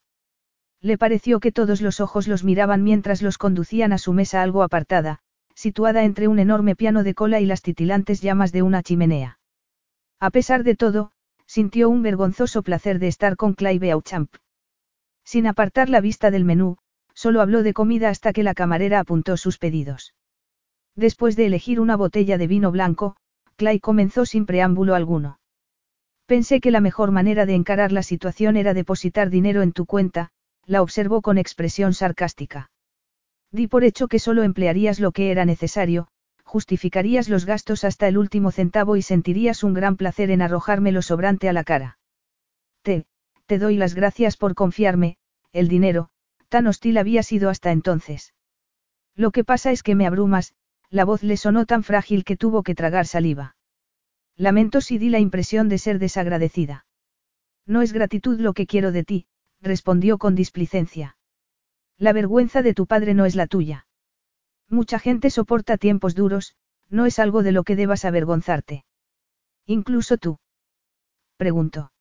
[SPEAKER 1] Le pareció que todos los ojos los miraban mientras los conducían a su mesa algo apartada, situada entre un enorme piano de cola y las titilantes llamas de una chimenea. A pesar de todo, sintió un vergonzoso placer de estar con Clay Beauchamp. Sin apartar la vista del menú, Solo habló de comida hasta que la camarera apuntó sus pedidos. Después de elegir una botella de vino blanco, Clay comenzó sin preámbulo alguno. Pensé que la mejor manera de encarar la situación era depositar dinero en tu cuenta, la observó con expresión sarcástica. Di por hecho que solo emplearías lo que era necesario, justificarías los gastos hasta el último centavo y sentirías un gran placer en arrojarme lo sobrante a la cara. Te, te doy las gracias por confiarme, el dinero, tan hostil había sido hasta entonces. Lo que pasa es que me abrumas, la voz le sonó tan frágil que tuvo que tragar saliva. Lamento si di la impresión de ser desagradecida. No es gratitud lo que quiero de ti, respondió con displicencia. La vergüenza de tu padre no es la tuya. Mucha gente soporta tiempos duros, no es algo de lo que debas avergonzarte. ¿Incluso tú? Preguntó.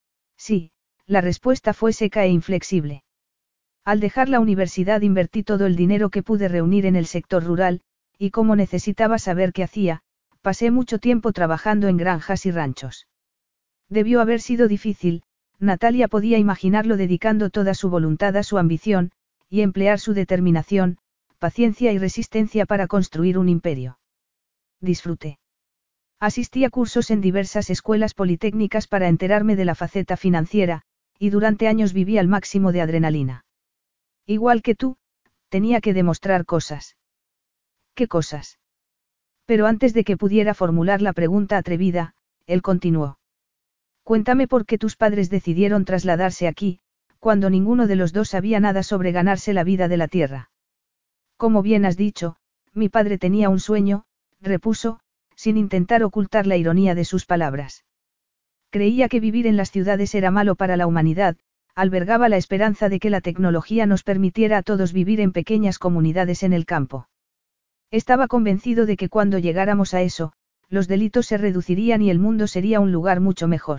[SPEAKER 1] Sí, la respuesta fue seca e inflexible. Al dejar la universidad invertí todo el dinero que pude reunir en el sector rural, y como necesitaba saber qué hacía, pasé mucho tiempo trabajando en granjas y ranchos. Debió haber sido difícil, Natalia podía imaginarlo dedicando toda su voluntad a su ambición, y emplear su determinación, paciencia y resistencia para construir un imperio. Disfruté. Asistí a cursos en diversas escuelas politécnicas para enterarme de la faceta financiera, y durante años viví al máximo de adrenalina. Igual que tú, tenía que demostrar cosas. ¿Qué cosas? Pero antes de que pudiera formular la pregunta atrevida, él continuó. Cuéntame por qué tus padres decidieron trasladarse aquí, cuando ninguno de los dos sabía nada sobre ganarse la vida de la tierra. Como bien has dicho, mi padre tenía un sueño, repuso, sin intentar ocultar la ironía de sus palabras. Creía que vivir en las ciudades era malo para la humanidad, albergaba la esperanza de que la tecnología nos permitiera a todos vivir en pequeñas comunidades en el campo. Estaba convencido de que cuando llegáramos a eso, los delitos se reducirían y el mundo sería un lugar mucho mejor.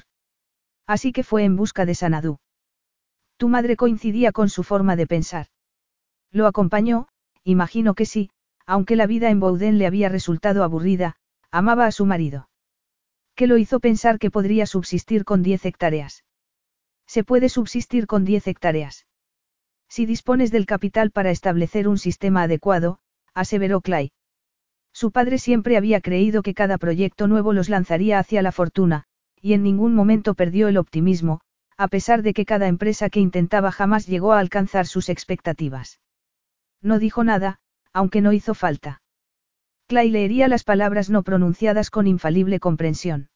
[SPEAKER 1] Así que fue en busca de Sanadú. Tu madre coincidía con su forma de pensar. Lo acompañó, imagino que sí, aunque la vida en Bouden le había resultado aburrida, amaba a su marido. ¿Qué lo hizo pensar que podría subsistir con diez hectáreas? Se puede subsistir con diez hectáreas. Si dispones del capital para establecer un sistema adecuado, aseveró Clay. Su padre siempre había creído que cada proyecto nuevo los lanzaría hacia la fortuna, y en ningún momento perdió el optimismo, a pesar de que cada empresa que intentaba jamás llegó a alcanzar sus expectativas. No dijo nada, aunque no hizo falta. Clay leería las palabras no pronunciadas con infalible comprensión.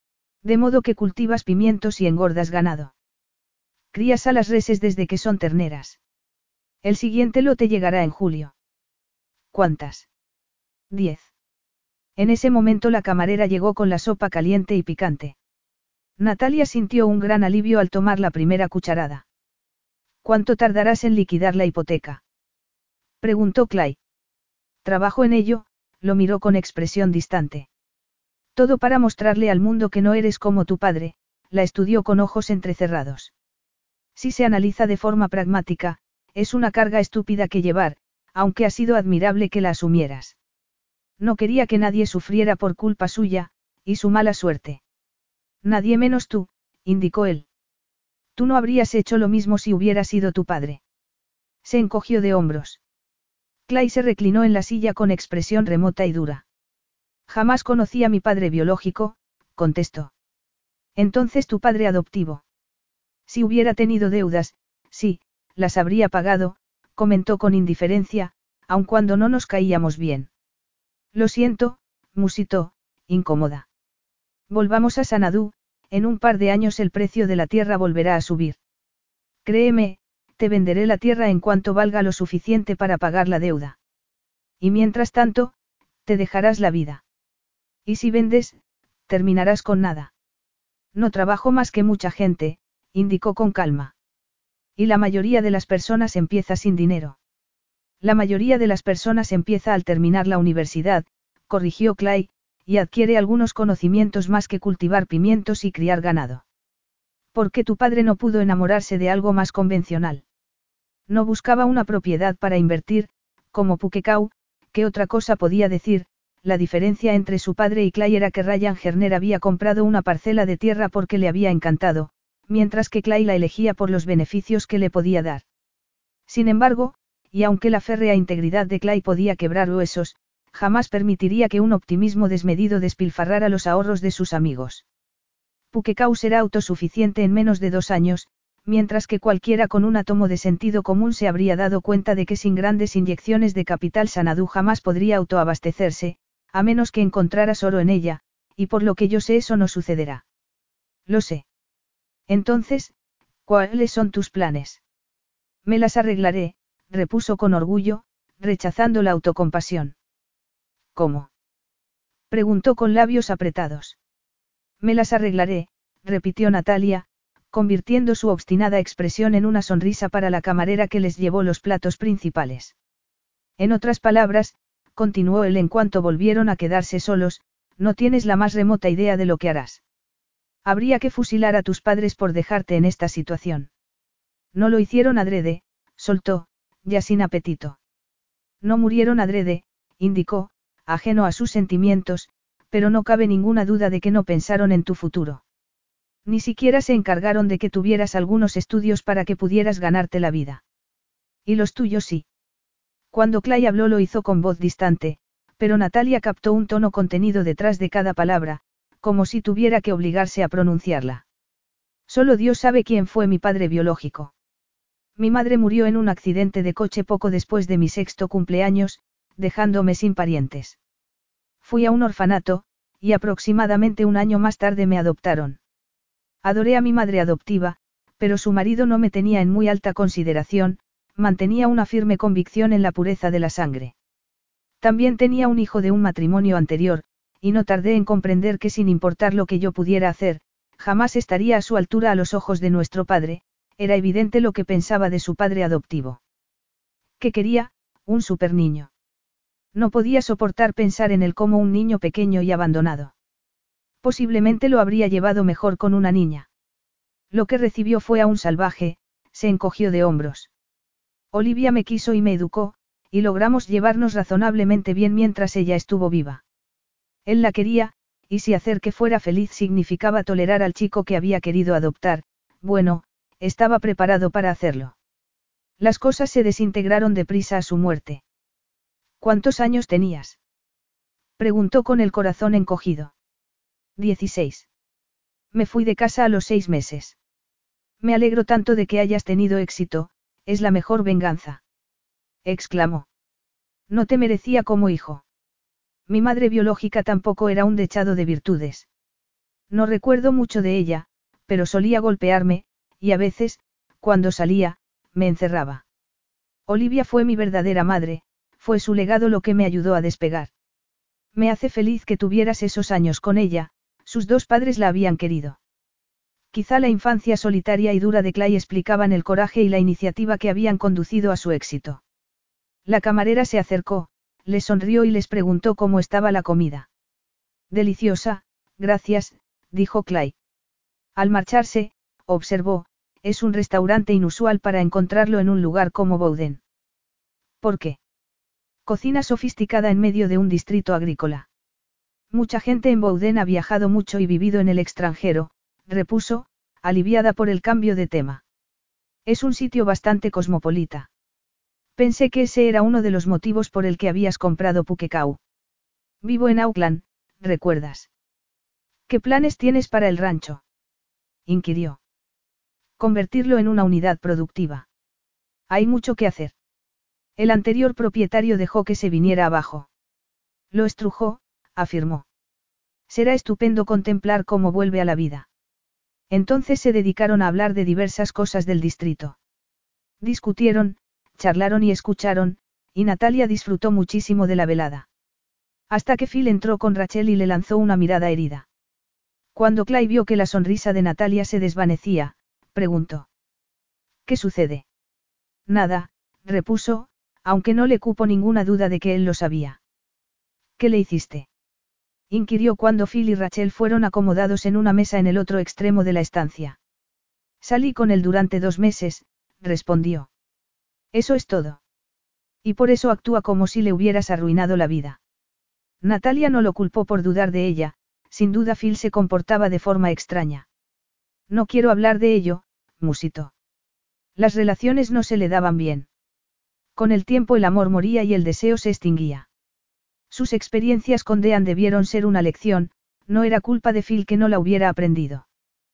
[SPEAKER 1] De modo que cultivas pimientos y engordas ganado. Crías a las reses desde que son terneras. El siguiente lote llegará en julio. ¿Cuántas? Diez. En ese momento la camarera llegó con la sopa caliente y picante. Natalia sintió un gran alivio al tomar la primera cucharada. ¿Cuánto tardarás en liquidar la hipoteca? Preguntó Clay. Trabajo en ello, lo miró con expresión distante. Todo para mostrarle al mundo que no eres como tu padre, la estudió con ojos entrecerrados. Si se analiza de forma pragmática, es una carga estúpida que llevar, aunque ha sido admirable que la asumieras. No quería que nadie sufriera por culpa suya, y su mala suerte. Nadie menos tú, indicó él. Tú no habrías hecho lo mismo si hubiera sido tu padre. Se encogió de hombros. Clay se reclinó en la silla con expresión remota y dura. Jamás conocí a mi padre biológico, contestó. Entonces tu padre adoptivo. Si hubiera tenido deudas, sí, las habría pagado, comentó con indiferencia, aun cuando no nos caíamos bien. Lo siento, musitó, incómoda. Volvamos a Sanadú, en un par de años el precio de la tierra volverá a subir. Créeme, te venderé la tierra en cuanto valga lo suficiente para pagar la deuda. Y mientras tanto, te dejarás la vida. Y si vendes, terminarás con nada. No trabajo más que mucha gente, indicó con calma. Y la mayoría de las personas empieza sin dinero. La mayoría de las personas empieza al terminar la universidad, corrigió Clay, y adquiere algunos conocimientos más que cultivar pimientos y criar ganado. ¿Por qué tu padre no pudo enamorarse de algo más convencional? No buscaba una propiedad para invertir, como Puquecau, ¿qué otra cosa podía decir? La diferencia entre su padre y Clay era que Ryan Gerner había comprado una parcela de tierra porque le había encantado, mientras que Clay la elegía por los beneficios que le podía dar. Sin embargo, y aunque la férrea integridad de Clay podía quebrar huesos, jamás permitiría que un optimismo desmedido despilfarrara los ahorros de sus amigos. Pukekau será autosuficiente en menos de dos años, mientras que cualquiera con un átomo de sentido común se habría dado cuenta de que sin grandes inyecciones de capital Sanadú jamás podría autoabastecerse, a menos que encontraras oro en ella, y por lo que yo sé eso no sucederá. Lo sé. Entonces, ¿cuáles son tus planes? Me las arreglaré, repuso con orgullo, rechazando la autocompasión. ¿Cómo? Preguntó con labios apretados. Me las arreglaré, repitió Natalia, convirtiendo su obstinada expresión en una sonrisa para la camarera que les llevó los platos principales. En otras palabras, continuó él en cuanto volvieron a quedarse solos, no tienes la más remota idea de lo que harás. Habría que fusilar a tus padres por dejarte en esta situación. No lo hicieron adrede, soltó, ya sin apetito. No murieron adrede, indicó, ajeno a sus sentimientos, pero no cabe ninguna duda de que no pensaron en tu futuro. Ni siquiera se encargaron de que tuvieras algunos estudios para que pudieras ganarte la vida. Y los tuyos sí. Cuando Clay habló lo hizo con voz distante, pero Natalia captó un tono contenido detrás de cada palabra, como si tuviera que obligarse a pronunciarla. Solo Dios sabe quién fue mi padre biológico. Mi madre murió en un accidente de coche poco después de mi sexto cumpleaños, dejándome sin parientes. Fui a un orfanato, y aproximadamente un año más tarde me adoptaron. Adoré a mi madre adoptiva, pero su marido no me tenía en muy alta consideración, mantenía una firme convicción en la pureza de la sangre. También tenía un hijo de un matrimonio anterior, y no tardé en comprender que sin importar lo que yo pudiera hacer, jamás estaría a su altura a los ojos de nuestro padre, era evidente lo que pensaba de su padre adoptivo. ¿Qué quería? Un superniño. No podía soportar pensar en él como un niño pequeño y abandonado. Posiblemente lo habría llevado mejor con una niña. Lo que recibió fue a un salvaje, se encogió de hombros. Olivia me quiso y me educó, y logramos llevarnos razonablemente bien mientras ella estuvo viva. Él la quería, y si hacer que fuera feliz significaba tolerar al chico que había querido adoptar, bueno, estaba preparado para hacerlo. Las cosas se desintegraron deprisa a su muerte. ¿Cuántos años tenías? Preguntó con el corazón encogido. Dieciséis. Me fui de casa a los seis meses. Me alegro tanto de que hayas tenido éxito, es la mejor venganza. Exclamó. No te merecía como hijo. Mi madre biológica tampoco era un dechado de virtudes. No recuerdo mucho de ella, pero solía golpearme, y a veces, cuando salía, me encerraba. Olivia fue mi verdadera madre, fue su legado lo que me ayudó a despegar. Me hace feliz que tuvieras esos años con ella, sus dos padres la habían querido. Quizá la infancia solitaria y dura de Clay explicaban el coraje y la iniciativa que habían conducido a su éxito. La camarera se acercó, les sonrió y les preguntó cómo estaba la comida. Deliciosa, gracias, dijo Clay. Al marcharse, observó, es un restaurante inusual para encontrarlo en un lugar como Bowden. ¿Por qué? Cocina sofisticada en medio de un distrito agrícola. Mucha gente en Bowden ha viajado mucho y vivido en el extranjero, repuso, aliviada por el cambio de tema. Es un sitio bastante cosmopolita. Pensé que ese era uno de los motivos por el que habías comprado Pukekau. Vivo en Auckland, ¿recuerdas? ¿Qué planes tienes para el rancho? Inquirió. Convertirlo en una unidad productiva. Hay mucho que hacer. El anterior propietario dejó que se viniera abajo. Lo estrujó, afirmó. Será estupendo contemplar cómo vuelve a la vida. Entonces se dedicaron a hablar de diversas cosas del distrito. Discutieron, charlaron y escucharon, y Natalia disfrutó muchísimo de la velada. Hasta que Phil entró con Rachel y le lanzó una mirada herida. Cuando Clay vio que la sonrisa de Natalia se desvanecía, preguntó. ¿Qué sucede? Nada, repuso, aunque no le cupo ninguna duda de que él lo sabía. ¿Qué le hiciste? Inquirió cuando Phil y Rachel fueron acomodados en una mesa en el otro extremo de la estancia. Salí con él durante dos meses, respondió. Eso es todo. Y por eso actúa como si le hubieras arruinado la vida. Natalia no lo culpó por dudar de ella, sin duda Phil se comportaba de forma extraña. No quiero hablar de ello, musitó. Las relaciones no se le daban bien. Con el tiempo el amor moría y el deseo se extinguía. Sus experiencias con Dean debieron ser una lección, no era culpa de Phil que no la hubiera aprendido.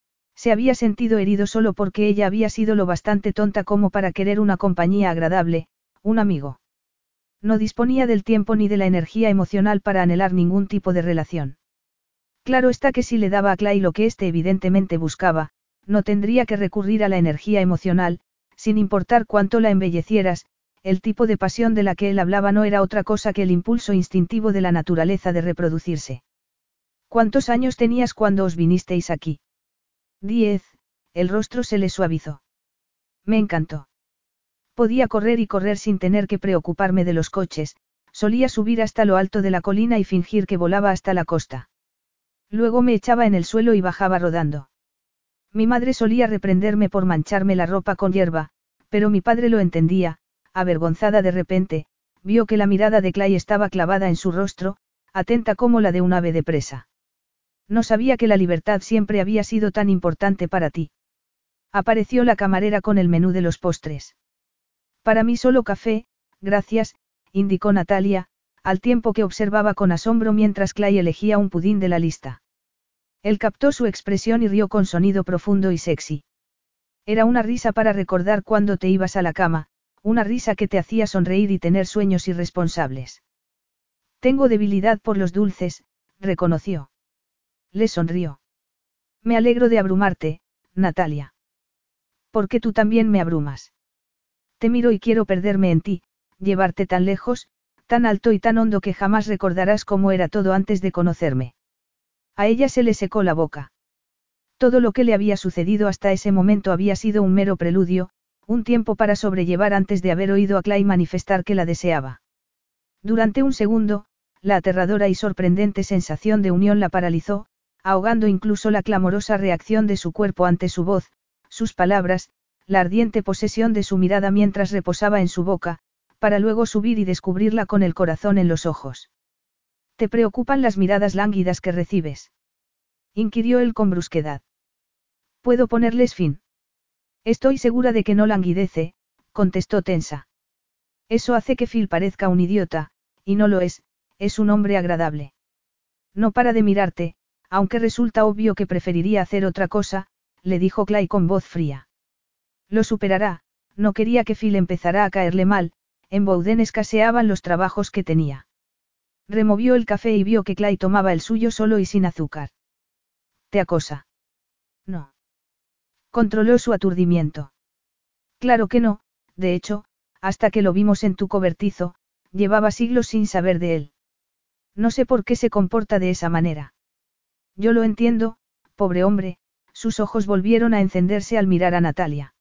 [SPEAKER 1] Se había sentido herido solo porque ella había sido lo bastante tonta como para querer una compañía agradable, un amigo. No disponía del tiempo ni de la energía emocional para anhelar ningún tipo de relación. Claro está que si le daba a Clay lo que éste evidentemente buscaba, no tendría que recurrir a la energía emocional, sin importar cuánto la embellecieras, el tipo de pasión de la que él hablaba no era otra cosa que el impulso instintivo de la naturaleza de reproducirse. ¿Cuántos años tenías cuando os vinisteis aquí? Diez, el rostro se le suavizó. Me encantó. Podía correr y correr sin tener que preocuparme de los coches, solía subir hasta lo alto de la colina y fingir que volaba hasta la costa. Luego me echaba en el suelo y bajaba rodando. Mi madre solía reprenderme por mancharme la ropa con hierba, pero mi padre lo entendía, avergonzada de repente, vio que la mirada de Clay estaba clavada en su rostro, atenta como la de un ave de presa. No sabía que la libertad siempre había sido tan importante para ti. Apareció la camarera con el menú de los postres. Para mí solo café, gracias, indicó Natalia, al tiempo que observaba con asombro mientras Clay elegía un pudín de la lista. Él captó su expresión y rió con sonido profundo y sexy. Era una risa para recordar cuando te ibas a la cama, una risa que te hacía sonreír y tener sueños irresponsables. Tengo debilidad por los dulces, reconoció. Le sonrió. Me alegro de abrumarte, Natalia. Porque tú también me abrumas. Te miro y quiero perderme en ti, llevarte tan lejos, tan alto y tan hondo que jamás recordarás cómo era todo antes de conocerme. A ella se le secó la boca. Todo lo que le había sucedido hasta ese momento había sido un mero preludio, un tiempo para sobrellevar antes de haber oído a Clay manifestar que la deseaba. Durante un segundo, la aterradora y sorprendente sensación de unión la paralizó, ahogando incluso la clamorosa reacción de su cuerpo ante su voz, sus palabras, la ardiente posesión de su mirada mientras reposaba en su boca, para luego subir y descubrirla con el corazón en los ojos. ¿Te preocupan las miradas lánguidas que recibes?, inquirió él con brusquedad. ¿Puedo ponerles fin? Estoy segura de que no languidece, contestó tensa. Eso hace que Phil parezca un idiota, y no lo es, es un hombre agradable. No para de mirarte, aunque resulta obvio que preferiría hacer otra cosa, le dijo Clay con voz fría. Lo superará, no quería que Phil empezara a caerle mal, en Bowden escaseaban los trabajos que tenía. Removió el café y vio que Clay tomaba el suyo solo y sin azúcar. ¿Te acosa? No. Controló su aturdimiento. Claro que no, de hecho, hasta que lo vimos en tu cobertizo, llevaba siglos sin saber de él. No sé por qué se comporta de esa manera. Yo lo entiendo, pobre hombre, sus ojos volvieron a encenderse al mirar a Natalia.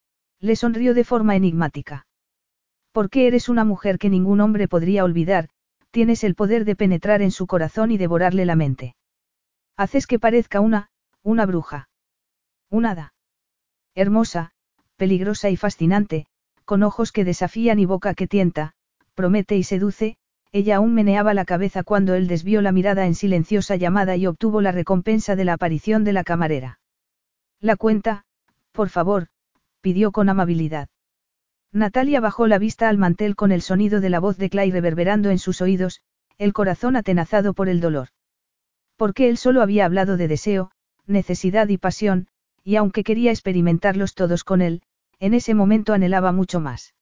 [SPEAKER 1] Le sonrió de forma enigmática. Porque eres una mujer que ningún hombre podría olvidar, tienes el poder de penetrar en su corazón y devorarle la mente. Haces que parezca una, una bruja. Un hada. Hermosa, peligrosa y fascinante, con ojos que desafían y boca que tienta, promete y seduce. Ella aún meneaba la cabeza cuando él desvió la mirada en silenciosa llamada y obtuvo la recompensa de la aparición de la camarera. La cuenta, por favor, pidió con amabilidad. Natalia bajó la vista al mantel con el sonido de la voz de Clay reverberando en sus oídos, el corazón atenazado por el dolor. Porque él solo había hablado de deseo, necesidad y pasión, y aunque quería experimentarlos todos con él, en ese momento anhelaba mucho más.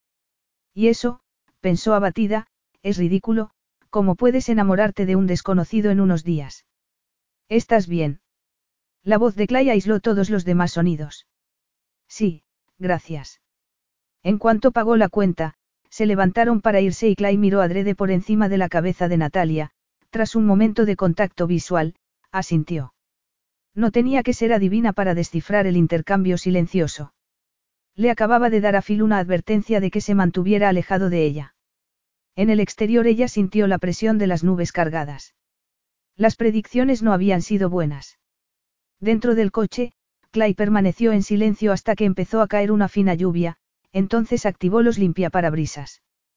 [SPEAKER 1] Y eso, pensó abatida, es ridículo, ¿cómo puedes enamorarte de un desconocido en unos días? ¿Estás bien? La voz de Clay aisló todos los demás sonidos. Sí, gracias. En cuanto pagó la cuenta, se levantaron para irse y Clay miró adrede por encima de la cabeza de Natalia, tras un momento de contacto visual, asintió. No tenía que ser adivina para descifrar el intercambio silencioso. Le acababa de dar a Phil una advertencia de que se mantuviera alejado de ella. En el exterior ella sintió la presión de las nubes cargadas. Las predicciones no habían sido buenas. Dentro del coche, Clay permaneció en silencio hasta que empezó a caer una fina lluvia, entonces activó los limpiaparabrisas.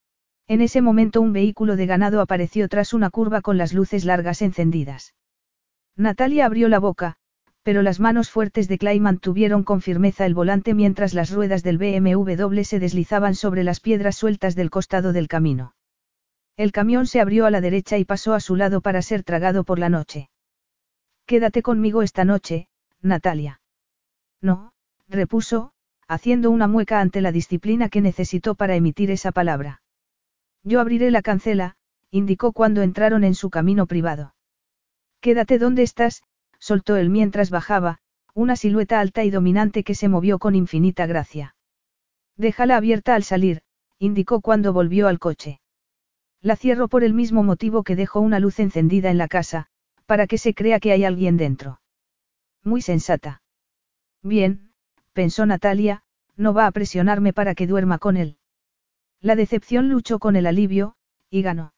[SPEAKER 1] En ese momento un vehículo de ganado apareció tras una curva con las luces largas encendidas. Natalia abrió la boca, Pero las manos fuertes de Clay mantuvieron con firmeza el volante mientras las ruedas del B M W se deslizaban sobre las piedras sueltas del costado del camino. El camión se abrió a la derecha y pasó a su lado para ser tragado por la noche. Quédate conmigo esta noche, Natalia. No, repuso, haciendo una mueca ante la disciplina que necesitó para emitir esa palabra. Yo abriré la cancela, indicó cuando entraron en su camino privado. Quédate donde estás, soltó él mientras bajaba, una silueta alta y dominante que se movió con infinita gracia. Déjala abierta al salir, indicó cuando volvió al coche. La cierro por el mismo motivo que dejo una luz encendida en la casa, para que se crea que hay alguien dentro. Muy sensata. Bien, pensó Natalia, no va a presionarme para que duerma con él. La decepción luchó con el alivio, y ganó.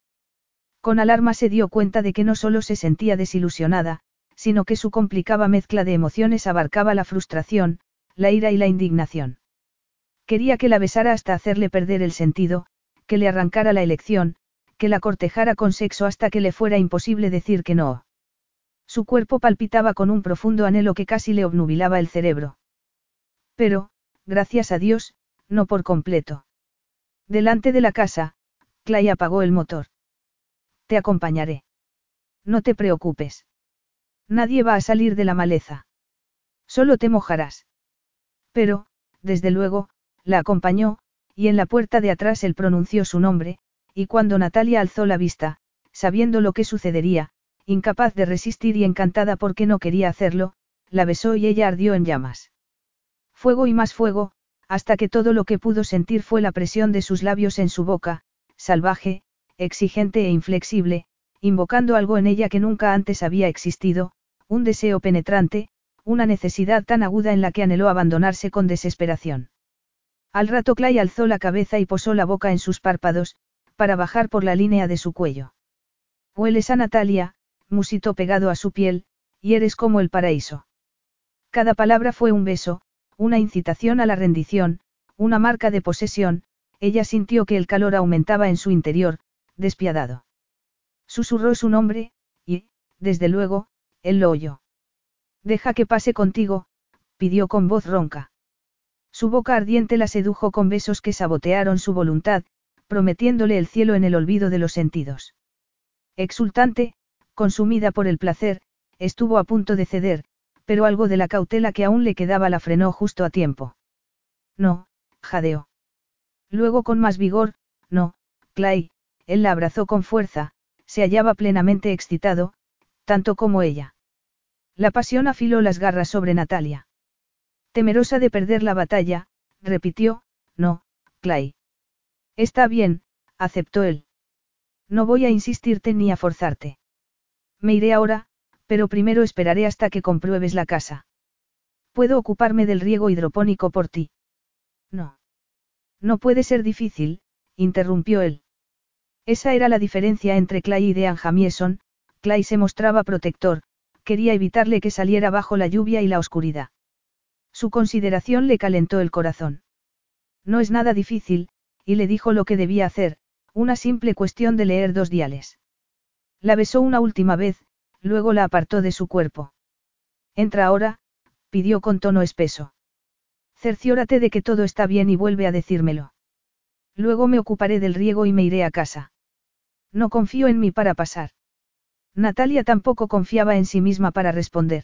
[SPEAKER 1] Con alarma se dio cuenta de que no solo se sentía desilusionada, sino que su complicada mezcla de emociones abarcaba la frustración, la ira y la indignación. Quería que la besara hasta hacerle perder el sentido, que le arrancara la elección, que la cortejara con sexo hasta que le fuera imposible decir que no. Su cuerpo palpitaba con un profundo anhelo que casi le obnubilaba el cerebro. Pero, gracias a Dios, no por completo. Delante de la casa, Clay apagó el motor. Te acompañaré. No te preocupes. Nadie va a salir de la maleza. Solo te mojarás. Pero, desde luego, la acompañó, y en la puerta de atrás él pronunció su nombre, y cuando Natalia alzó la vista, sabiendo lo que sucedería, incapaz de resistir y encantada porque no quería hacerlo, la besó y ella ardió en llamas. Fuego y más fuego, hasta que todo lo que pudo sentir fue la presión de sus labios en su boca, salvaje, exigente e inflexible, invocando algo en ella que nunca antes había existido, un deseo penetrante, una necesidad tan aguda en la que anheló abandonarse con desesperación. Al rato Clay alzó la cabeza y posó la boca en sus párpados, para bajar por la línea de su cuello. Hueles a Natalia, musitó pegado a su piel, y eres como el paraíso. Cada palabra fue un beso, una incitación a la rendición, una marca de posesión, ella sintió que el calor aumentaba en su interior, despiadado. Susurró su nombre, y, desde luego, él lo oyó. Deja que pase contigo, pidió con voz ronca. Su boca ardiente la sedujo con besos que sabotearon su voluntad, prometiéndole el cielo en el olvido de los sentidos. Exultante, consumida por el placer, estuvo a punto de ceder, pero algo de la cautela que aún le quedaba la frenó justo a tiempo. No, jadeó. Luego con más vigor, no, Clay, él la abrazó con fuerza, se hallaba plenamente excitado, tanto como ella. La pasión afiló las garras sobre Natalia. Temerosa de perder la batalla, repitió, no, Clay. Está bien, aceptó él. No voy a insistirte ni a forzarte. Me iré ahora, pero primero esperaré hasta que compruebes la casa. Puedo ocuparme del riego hidropónico por ti. No. No puede ser difícil, interrumpió él. Esa era la diferencia entre Clay y Dean Jamieson. Clay se mostraba protector, quería evitarle que saliera bajo la lluvia y la oscuridad. Su consideración le calentó el corazón. No es nada difícil, y le dijo lo que debía hacer, una simple cuestión de leer dos diales. La besó una última vez, luego la apartó de su cuerpo. Entra ahora, pidió con tono espeso. Cerciórate de que todo está bien y vuelve a decírmelo. Luego me ocuparé del riego y me iré a casa. No confío en mí para pasar. Natalia tampoco confiaba en sí misma para responder.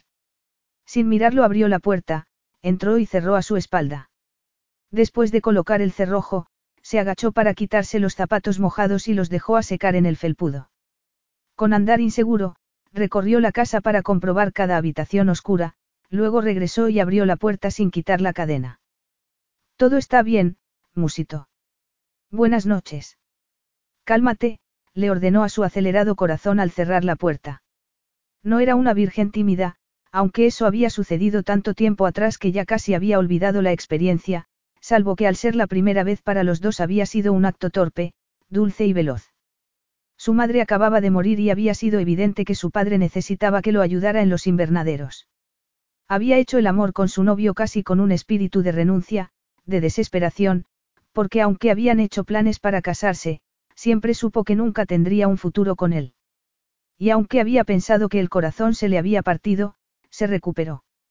[SPEAKER 1] Sin mirarlo abrió la puerta, entró y cerró a su espalda. Después de colocar el cerrojo, se agachó para quitarse los zapatos mojados y los dejó a secar en el felpudo. Con andar inseguro, recorrió la casa para comprobar cada habitación oscura, luego regresó y abrió la puerta sin quitar la cadena. Todo está bien, musitó. Buenas noches. Cálmate, le ordenó a su acelerado corazón al cerrar la puerta. No era una virgen tímida, aunque eso había sucedido tanto tiempo atrás que ya casi había olvidado la experiencia, salvo que al ser la primera vez para los dos había sido un acto torpe, dulce y veloz. Su madre acababa de morir y había sido evidente que su padre necesitaba que lo ayudara en los invernaderos. Había hecho el amor con su novio casi con un espíritu de renuncia, de desesperación, porque aunque habían hecho planes para casarse, siempre supo que nunca tendría un futuro con él. Y aunque había pensado que el corazón se le había partido, se recuperó.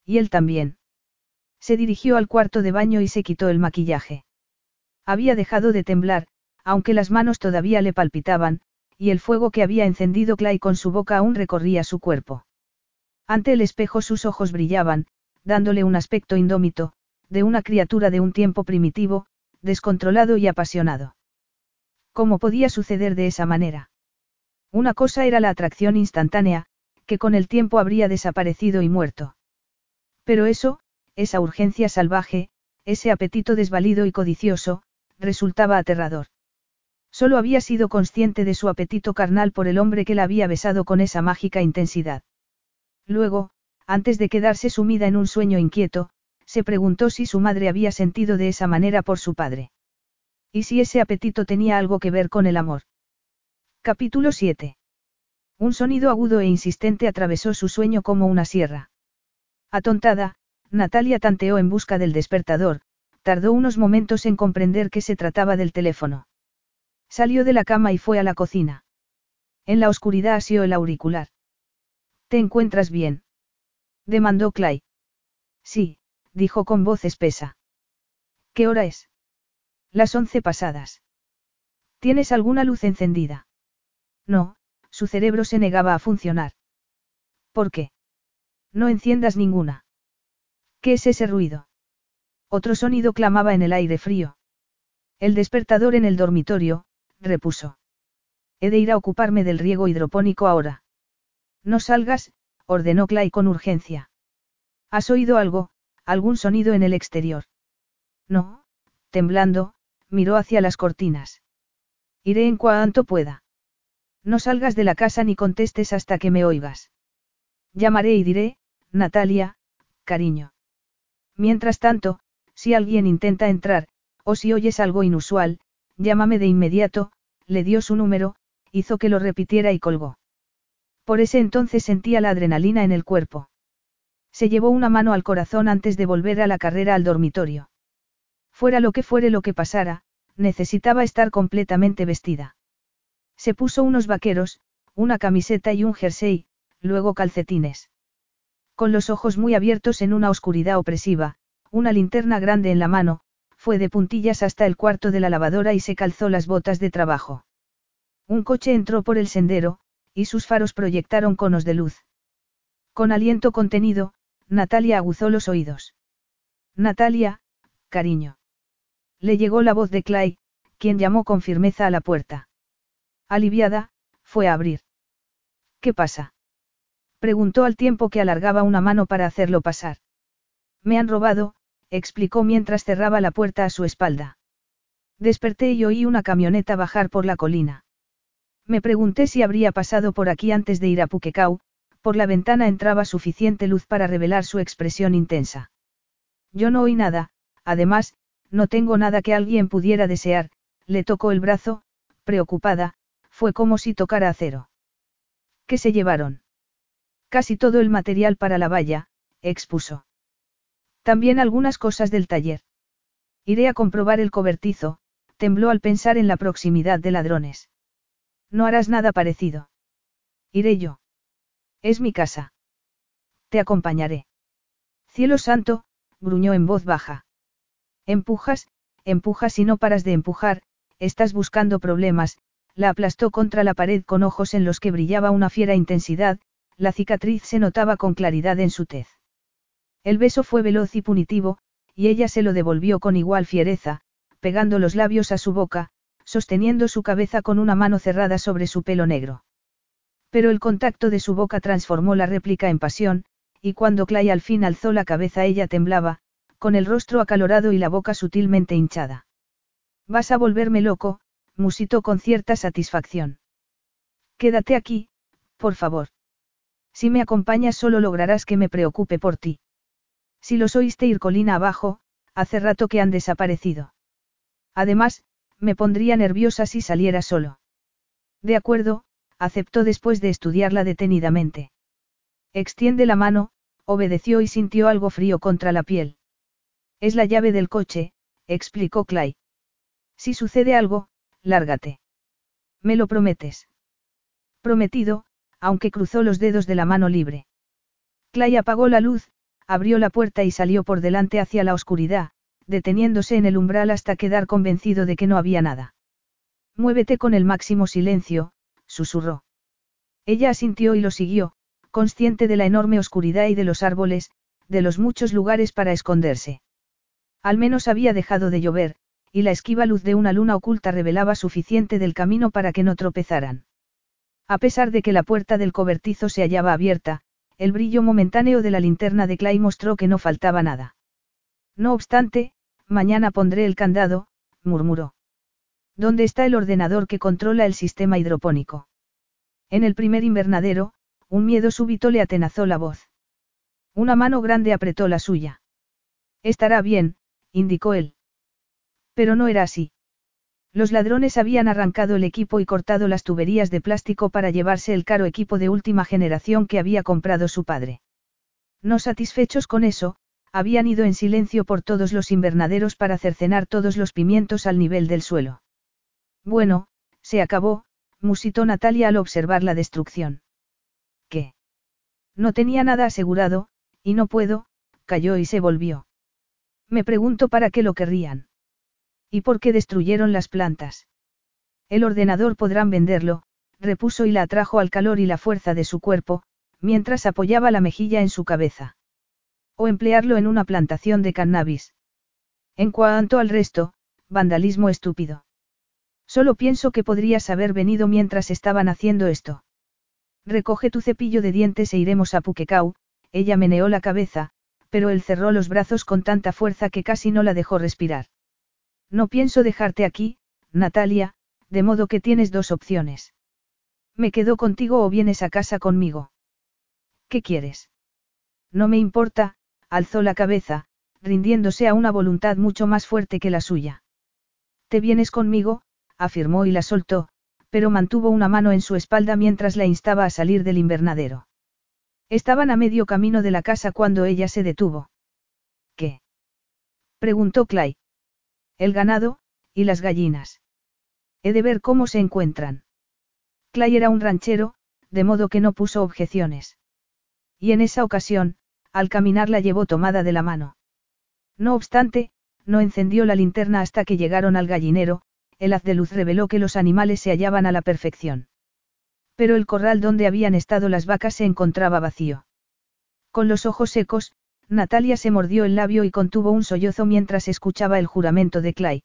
[SPEAKER 1] Y él también. Se dirigió al cuarto de baño y se quitó el maquillaje. Había dejado de temblar, aunque las manos todavía le palpitaban, y el fuego que había encendido Clay con su boca aún recorría su cuerpo. Ante el espejo sus ojos brillaban, dándole un aspecto indómito, de una criatura de un tiempo primitivo, descontrolado y apasionado. ¿Cómo podía suceder de esa manera? Una cosa era la atracción instantánea, que con el tiempo habría desaparecido y muerto. Pero eso, esa urgencia salvaje, ese apetito desvalido y codicioso, resultaba aterrador. Solo había sido consciente de su apetito carnal por el hombre que la había besado con esa mágica intensidad. Luego, antes de quedarse sumida en un sueño inquieto, se preguntó si su madre había sentido de esa manera por su padre. Y si ese apetito tenía algo que ver con el amor. Capítulo siete. Un sonido agudo e insistente atravesó su sueño como una sierra. Atontada, Natalia tanteó en busca del despertador, tardó unos momentos en comprender que se trataba del teléfono. Salió de la cama y fue a la cocina. En la oscuridad asió el auricular. ¿Te encuentras bien?, demandó Clay. Sí, dijo con voz espesa. ¿Qué hora es? Las once pasadas. ¿Tienes alguna luz encendida? No, su cerebro se negaba a funcionar. ¿Por qué? No enciendas ninguna. ¿Qué es ese ruido? Otro sonido clamaba en el aire frío. El despertador en el dormitorio, repuso. He de ir a ocuparme del riego hidropónico ahora. No salgas, ordenó Clay con urgencia. ¿Has oído algo, algún sonido en el exterior? No, temblando, miró hacia las cortinas. Iré en cuanto pueda. No salgas de la casa ni contestes hasta que me oigas. Llamaré y diré, Natalia, cariño. Mientras tanto, si alguien intenta entrar, o si oyes algo inusual, llámame de inmediato, le dio su número, hizo que lo repitiera y colgó. Por ese entonces sentía la adrenalina en el cuerpo. Se llevó una mano al corazón antes de volver a la carrera al dormitorio. Fuera lo que fuere lo que pasara, necesitaba estar completamente vestida. Se puso unos vaqueros, una camiseta y un jersey, luego calcetines. Con los ojos muy abiertos en una oscuridad opresiva, una linterna grande en la mano, fue de puntillas hasta el cuarto de la lavadora y se calzó las botas de trabajo. Un coche entró por el sendero, y sus faros proyectaron conos de luz. Con aliento contenido, Natalia aguzó los oídos. Natalia, cariño. Le llegó la voz de Clay, quien llamó con firmeza a la puerta. Aliviada, fue a abrir. ¿Qué pasa?, preguntó al tiempo que alargaba una mano para hacerlo pasar. Me han robado, explicó mientras cerraba la puerta a su espalda. Desperté y oí una camioneta bajar por la colina. Me pregunté si habría pasado por aquí antes de ir a Puquecau, por la ventana entraba suficiente luz para revelar su expresión intensa. Yo no oí nada, además, no tengo nada que alguien pudiera desear, le tocó el brazo, preocupada, fue como si tocara acero. ¿Qué se llevaron? Casi todo el material para la valla, expuso. También algunas cosas del taller. Iré a comprobar el cobertizo, tembló al pensar en la proximidad de ladrones. No harás nada parecido. Iré yo. Es mi casa. Te acompañaré. Cielo santo, gruñó en voz baja. Empujas, empujas y no paras de empujar, estás buscando problemas, la aplastó contra la pared con ojos en los que brillaba una fiera intensidad, la cicatriz se notaba con claridad en su tez. El beso fue veloz y punitivo, y ella se lo devolvió con igual fiereza, pegando los labios a su boca, sosteniendo su cabeza con una mano cerrada sobre su pelo negro. Pero el contacto de su boca transformó la réplica en pasión, y cuando Clay al fin alzó la cabeza ella temblaba, con el rostro acalorado y la boca sutilmente hinchada. Vas a volverme loco, musitó con cierta satisfacción. Quédate aquí, por favor. Si me acompañas solo lograrás que me preocupe por ti. Si los oíste ir colina abajo, hace rato que han desaparecido. Además, me pondría nerviosa si saliera solo. De acuerdo, aceptó después de estudiarla detenidamente. Extiende la mano, obedeció y sintió algo frío contra la piel. Es la llave del coche, explicó Clay. Si sucede algo, lárgate. ¿Me lo prometes? Prometido, aunque cruzó los dedos de la mano libre. Clay apagó la luz, abrió la puerta y salió por delante hacia la oscuridad, deteniéndose en el umbral hasta quedar convencido de que no había nada. Muévete con el máximo silencio, susurró. Ella asintió y lo siguió, consciente de la enorme oscuridad y de los árboles, de los muchos lugares para esconderse. Al menos había dejado de llover, y la esquiva luz de una luna oculta revelaba suficiente del camino para que no tropezaran. A pesar de que la puerta del cobertizo se hallaba abierta, el brillo momentáneo de la linterna de Clay mostró que no faltaba nada. No obstante, mañana pondré el candado, murmuró. ¿Dónde está el ordenador que controla el sistema hidropónico? En el primer invernadero, un miedo súbito le atenazó la voz. Una mano grande apretó la suya. Estará bien, indicó él. Pero no era así. Los ladrones habían arrancado el equipo y cortado las tuberías de plástico para llevarse el caro equipo de última generación que había comprado su padre. No satisfechos con eso, habían ido en silencio por todos los invernaderos para cercenar todos los pimientos al nivel del suelo. Bueno, se acabó, musitó Natalia al observar la destrucción. ¿Qué? No tenía nada asegurado, y no puedo, calló y se volvió. Me pregunto para qué lo querrían. ¿Y por qué destruyeron las plantas? El ordenador podrán venderlo, repuso y la atrajo al calor y la fuerza de su cuerpo, mientras apoyaba la mejilla en su cabeza. O emplearlo en una plantación de cannabis. En cuanto al resto, vandalismo estúpido. Solo pienso que podrías haber venido mientras estaban haciendo esto. Recoge tu cepillo de dientes e iremos a Puquecau. Ella meneó la cabeza, pero él cerró los brazos con tanta fuerza que casi no la dejó respirar. No pienso dejarte aquí, Natalia, de modo que tienes dos opciones. Me quedo contigo o vienes a casa conmigo. ¿Qué quieres? No me importa, alzó la cabeza, rindiéndose a una voluntad mucho más fuerte que la suya. Te vienes conmigo, afirmó y la soltó, pero mantuvo una mano en su espalda mientras la instaba a salir del invernadero. Estaban a medio camino de la casa cuando ella se detuvo. ¿Qué? Preguntó Clay. El ganado, y las gallinas. He de ver cómo se encuentran. Clay era un ranchero, de modo que no puso objeciones. Y en esa ocasión, al caminar la llevó tomada de la mano. No obstante, no encendió la linterna hasta que llegaron al gallinero, el haz de luz reveló que los animales se hallaban a la perfección. Pero el corral donde habían estado las vacas se encontraba vacío. Con los ojos secos, Natalia se mordió el labio y contuvo un sollozo mientras escuchaba el juramento de Clay.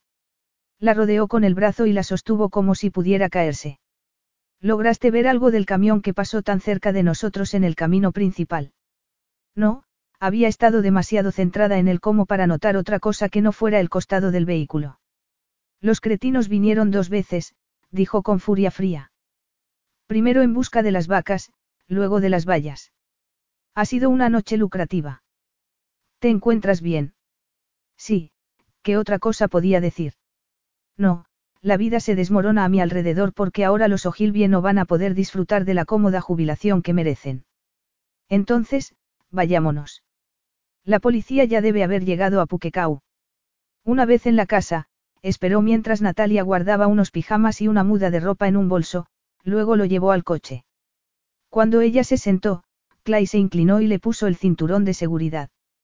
[SPEAKER 1] La rodeó con el brazo y la sostuvo como si pudiera caerse. ¿Lograste ver algo del camión que pasó tan cerca de nosotros en el camino principal? No, había estado demasiado centrada en el cómo para notar otra cosa que no fuera el costado del vehículo. Los cretinos vinieron dos veces, dijo con furia fría. Primero en busca de las vacas, luego de las vallas. Ha sido una noche lucrativa. ¿Te encuentras bien? Sí, ¿qué otra cosa podía decir? No, la vida se desmorona a mi alrededor porque ahora los O'Hilby no van a poder disfrutar de la cómoda jubilación que merecen. Entonces, vayámonos. La policía ya debe haber llegado a Puquecau. Una vez en la casa, esperó mientras Natalia guardaba unos pijamas y una muda de ropa en un bolso, luego lo llevó al coche. Cuando ella se sentó, Clay se inclinó y le puso el cinturón de seguridad.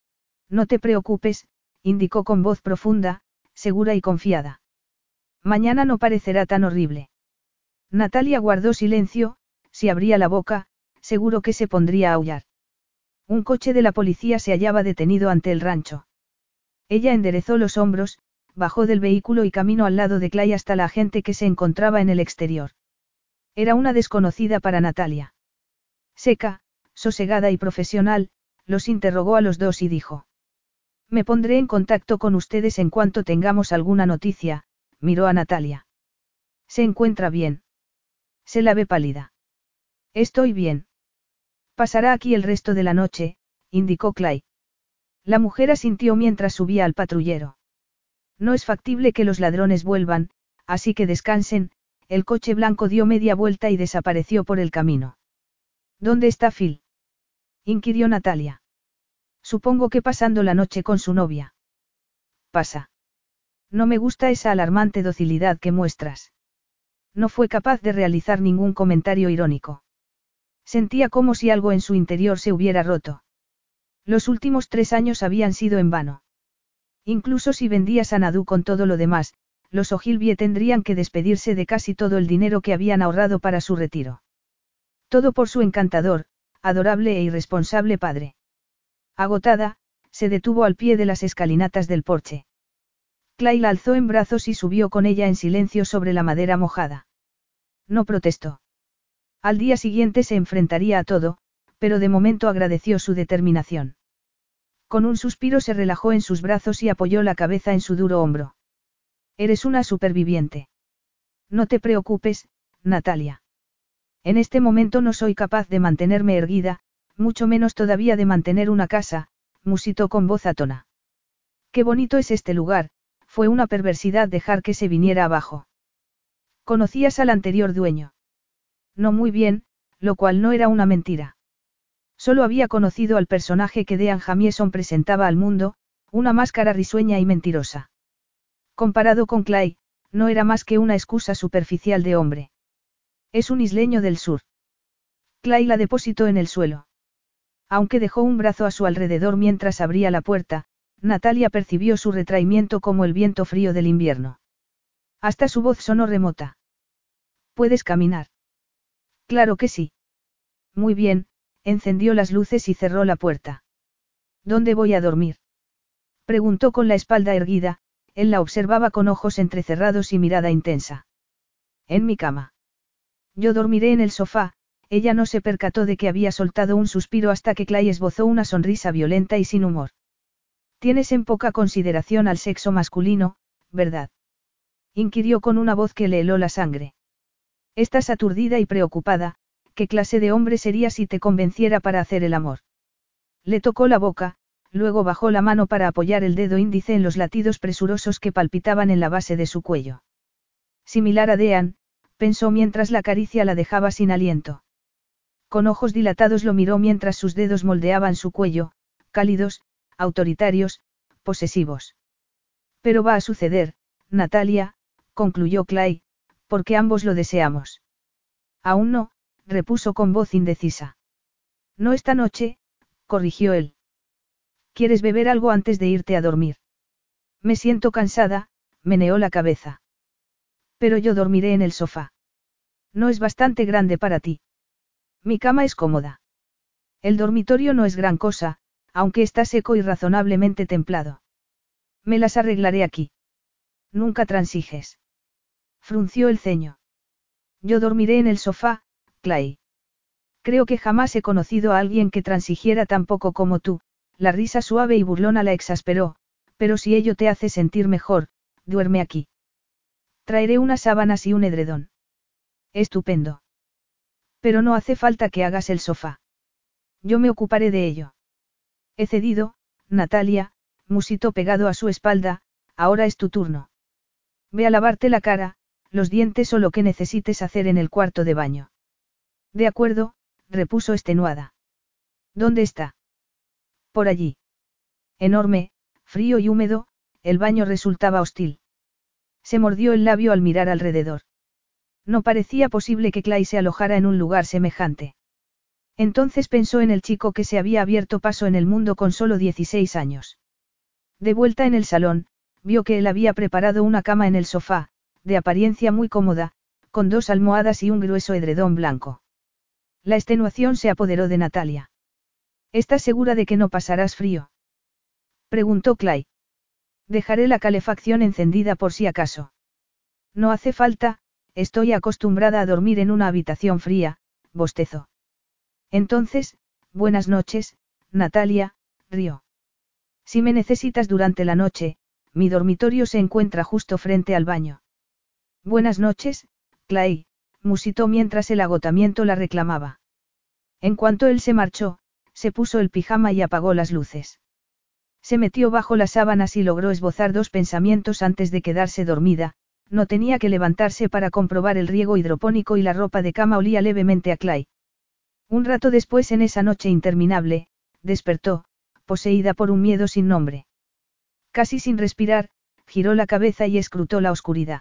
[SPEAKER 1] No te preocupes, indicó con voz profunda, segura y confiada. Mañana no parecerá tan horrible. Natalia guardó silencio, si abría la boca, seguro que se pondría a aullar. Un coche de la policía se hallaba detenido ante el rancho. Ella enderezó los hombros, bajó del vehículo y caminó al lado de Clay hasta la agente que se encontraba en el exterior. Era una desconocida para Natalia. Seca, sosegada y profesional, los interrogó a los dos y dijo. Me pondré en contacto con ustedes en cuanto tengamos alguna noticia, miró a Natalia. ¿Se encuentra bien? Se la ve pálida. Estoy bien. Pasará aquí el resto de la noche, indicó Clay. La mujer asintió mientras subía al patrullero. No es factible que los ladrones vuelvan, así que descansen. El coche blanco dio media vuelta y desapareció por el camino. ¿Dónde está Phil? Inquirió Natalia. Supongo que pasando la noche con su novia. Pasa. No me gusta esa alarmante docilidad que muestras. No fue capaz de realizar ningún comentario irónico. Sentía como si algo en su interior se hubiera roto. Los últimos tres años habían sido en vano. Incluso si vendía Sanadú con todo lo demás, los Ogilvie tendrían que despedirse de casi todo el dinero que habían ahorrado para su retiro. Todo por su encantador, adorable e irresponsable padre. Agotada, se detuvo al pie de las escalinatas del porche. Clay la alzó en brazos y subió con ella en silencio sobre la madera mojada. No protestó. Al día siguiente se enfrentaría a todo, pero de momento agradeció su determinación. Con un suspiro se relajó en sus brazos y apoyó la cabeza en su duro hombro. Eres una superviviente. No te preocupes, Natalia. En este momento no soy capaz de mantenerme erguida, mucho menos todavía de mantener una casa, musitó con voz atona. Qué bonito es este lugar, fue una perversidad dejar que se viniera abajo. ¿Conocías al anterior dueño? No muy bien, lo cual no era una mentira. Solo había conocido al personaje que Dean Jamieson presentaba al mundo, una máscara risueña y mentirosa. Comparado con Clay, no era más que una excusa superficial de hombre. Es un isleño del sur. Clay la depositó en el suelo. Aunque dejó un brazo a su alrededor mientras abría la puerta, Natalia percibió su retraimiento como el viento frío del invierno. Hasta su voz sonó remota. ¿Puedes caminar? Claro que sí. Muy bien, encendió las luces y cerró la puerta. ¿Dónde voy a dormir? Preguntó con la espalda erguida, él la observaba con ojos entrecerrados y mirada intensa. En mi cama. Yo dormiré en el sofá. Ella no se percató de que había soltado un suspiro hasta que Clay esbozó una sonrisa violenta y sin humor. Tienes en poca consideración al sexo masculino, ¿verdad? Inquirió con una voz que le heló la sangre. Estás aturdida y preocupada, ¿qué clase de hombre sería si te convenciera para hacer el amor? Le tocó la boca, luego bajó la mano para apoyar el dedo índice en los latidos presurosos que palpitaban en la base de su cuello. Similar a Dean, pensó mientras la caricia la dejaba sin aliento. Con ojos dilatados lo miró mientras sus dedos moldeaban su cuello, cálidos, autoritarios, posesivos. Pero va a suceder, Natalia, concluyó Clay, porque ambos lo deseamos. Aún no, repuso con voz indecisa. No esta noche, corrigió él. ¿Quieres beber algo antes de irte a dormir? Me siento cansada, meneó la cabeza. Pero yo dormiré en el sofá. No es bastante grande para ti. Mi cama es cómoda. El dormitorio no es gran cosa, aunque está seco y razonablemente templado. Me las arreglaré aquí. Nunca transiges. Frunció el ceño. Yo dormiré en el sofá, Clay. Creo que jamás he conocido a alguien que transigiera tan poco como tú. La risa suave y burlona la exasperó, pero si ello te hace sentir mejor, duerme aquí. Traeré unas sábanas y un edredón. Estupendo. Pero no hace falta que hagas el sofá. Yo me ocuparé de ello. He cedido, Natalia, musitó pegado a su espalda, ahora es tu turno. Ve a lavarte la cara, los dientes o lo que necesites hacer en el cuarto de baño. De acuerdo, repuso extenuada. ¿Dónde está? Por allí. Enorme, frío y húmedo, el baño resultaba hostil. Se mordió el labio al mirar alrededor. No parecía posible que Clay se alojara en un lugar semejante. Entonces pensó en el chico que se había abierto paso en el mundo con solo dieciséis años. De vuelta en el salón, vio que él había preparado una cama en el sofá, de apariencia muy cómoda, con dos almohadas y un grueso edredón blanco. La extenuación se apoderó de Natalia. ¿Estás segura de que no pasarás frío? Preguntó Clay. Dejaré la calefacción encendida por si acaso. No hace falta, estoy acostumbrada a dormir en una habitación fría, bostezó. Entonces, buenas noches, Natalia, rió. Si me necesitas durante la noche, mi dormitorio se encuentra justo frente al baño. Buenas noches, Clay, musitó mientras el agotamiento la reclamaba. En cuanto él se marchó, se puso el pijama y apagó las luces. Se metió bajo las sábanas y logró esbozar dos pensamientos antes de quedarse dormida. No tenía que levantarse para comprobar el riego hidropónico y la ropa de cama olía levemente a Clay. Un rato después en esa noche interminable, despertó, poseída por un miedo sin nombre. Casi sin respirar, giró la cabeza y escrutó la oscuridad.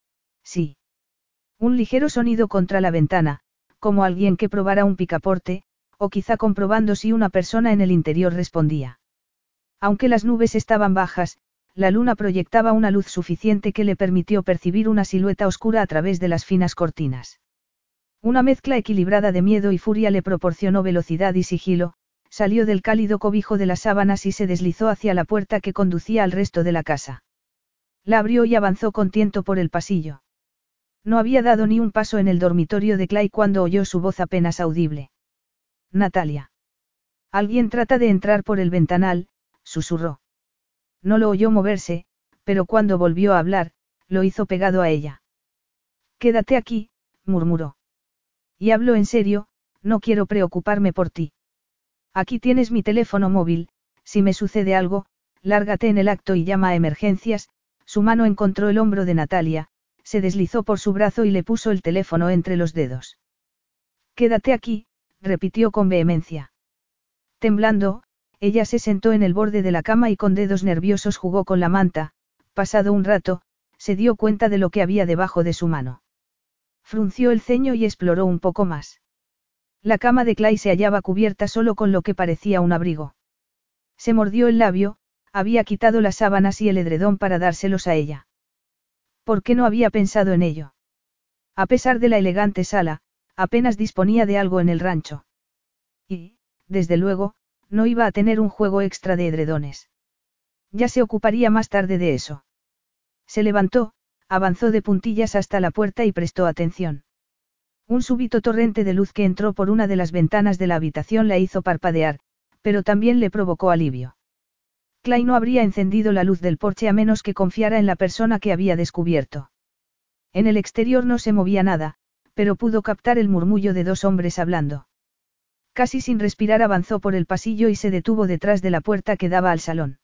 [SPEAKER 1] Sí. Un ligero sonido contra la ventana, como alguien que probara un picaporte, o quizá comprobando si una persona en el interior respondía. Aunque las nubes estaban bajas, la luna proyectaba una luz suficiente que le permitió percibir una silueta oscura a través de las finas cortinas. Una mezcla equilibrada de miedo y furia le proporcionó velocidad y sigilo, salió del cálido cobijo de las sábanas y se deslizó hacia la puerta que conducía al resto de la casa. La abrió y avanzó con tiento por el pasillo. No había dado ni un paso en el dormitorio de Clay cuando oyó su voz apenas audible. Natalia. Alguien trata de entrar por el ventanal, susurró. No lo oyó moverse, pero cuando volvió a hablar, lo hizo pegado a ella. Quédate aquí, murmuró. Y hablo en serio, no quiero preocuparme por ti. Aquí tienes mi teléfono móvil, si me sucede algo, lárgate en el acto y llama a emergencias. Su mano encontró el hombro de Natalia, se deslizó por su brazo y le puso el teléfono entre los dedos. Quédate aquí, repitió con vehemencia. Temblando, ella se sentó en el borde de la cama y con dedos nerviosos jugó con la manta. Pasado un rato, se dio cuenta de lo que había debajo de su mano. Frunció el ceño y exploró un poco más. La cama de Clay se hallaba cubierta solo con lo que parecía un abrigo. Se mordió el labio, había quitado las sábanas y el edredón para dárselos a ella. ¿Por qué no había pensado en ello? A pesar de la elegante sala, apenas disponía de algo en el rancho. Y, desde luego, no iba a tener un juego extra de edredones. Ya se ocuparía más tarde de eso. Se levantó, avanzó de puntillas hasta la puerta y prestó atención. Un súbito torrente de luz que entró por una de las ventanas de la habitación la hizo parpadear, pero también le provocó alivio. Clay no habría encendido la luz del porche a menos que confiara en la persona que había descubierto. En el exterior no se movía nada, pero pudo captar el murmullo de dos hombres hablando. Casi sin respirar avanzó por el pasillo y se detuvo detrás de la puerta que daba al salón.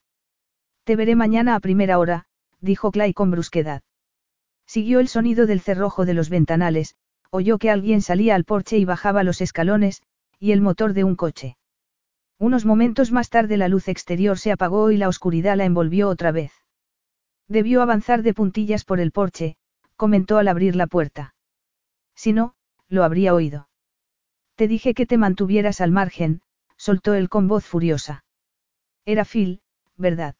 [SPEAKER 1] Te veré mañana a primera hora, dijo Clay con brusquedad. Siguió el sonido del cerrojo de los ventanales, oyó que alguien salía al porche y bajaba los escalones, y el motor de un coche. Unos momentos más tarde la luz exterior se apagó y la oscuridad la envolvió otra vez. Debió avanzar de puntillas por el porche, comentó al abrir la puerta. Si no, lo habría oído. Te dije que te mantuvieras al margen, soltó él con voz furiosa. Era Phil, ¿verdad?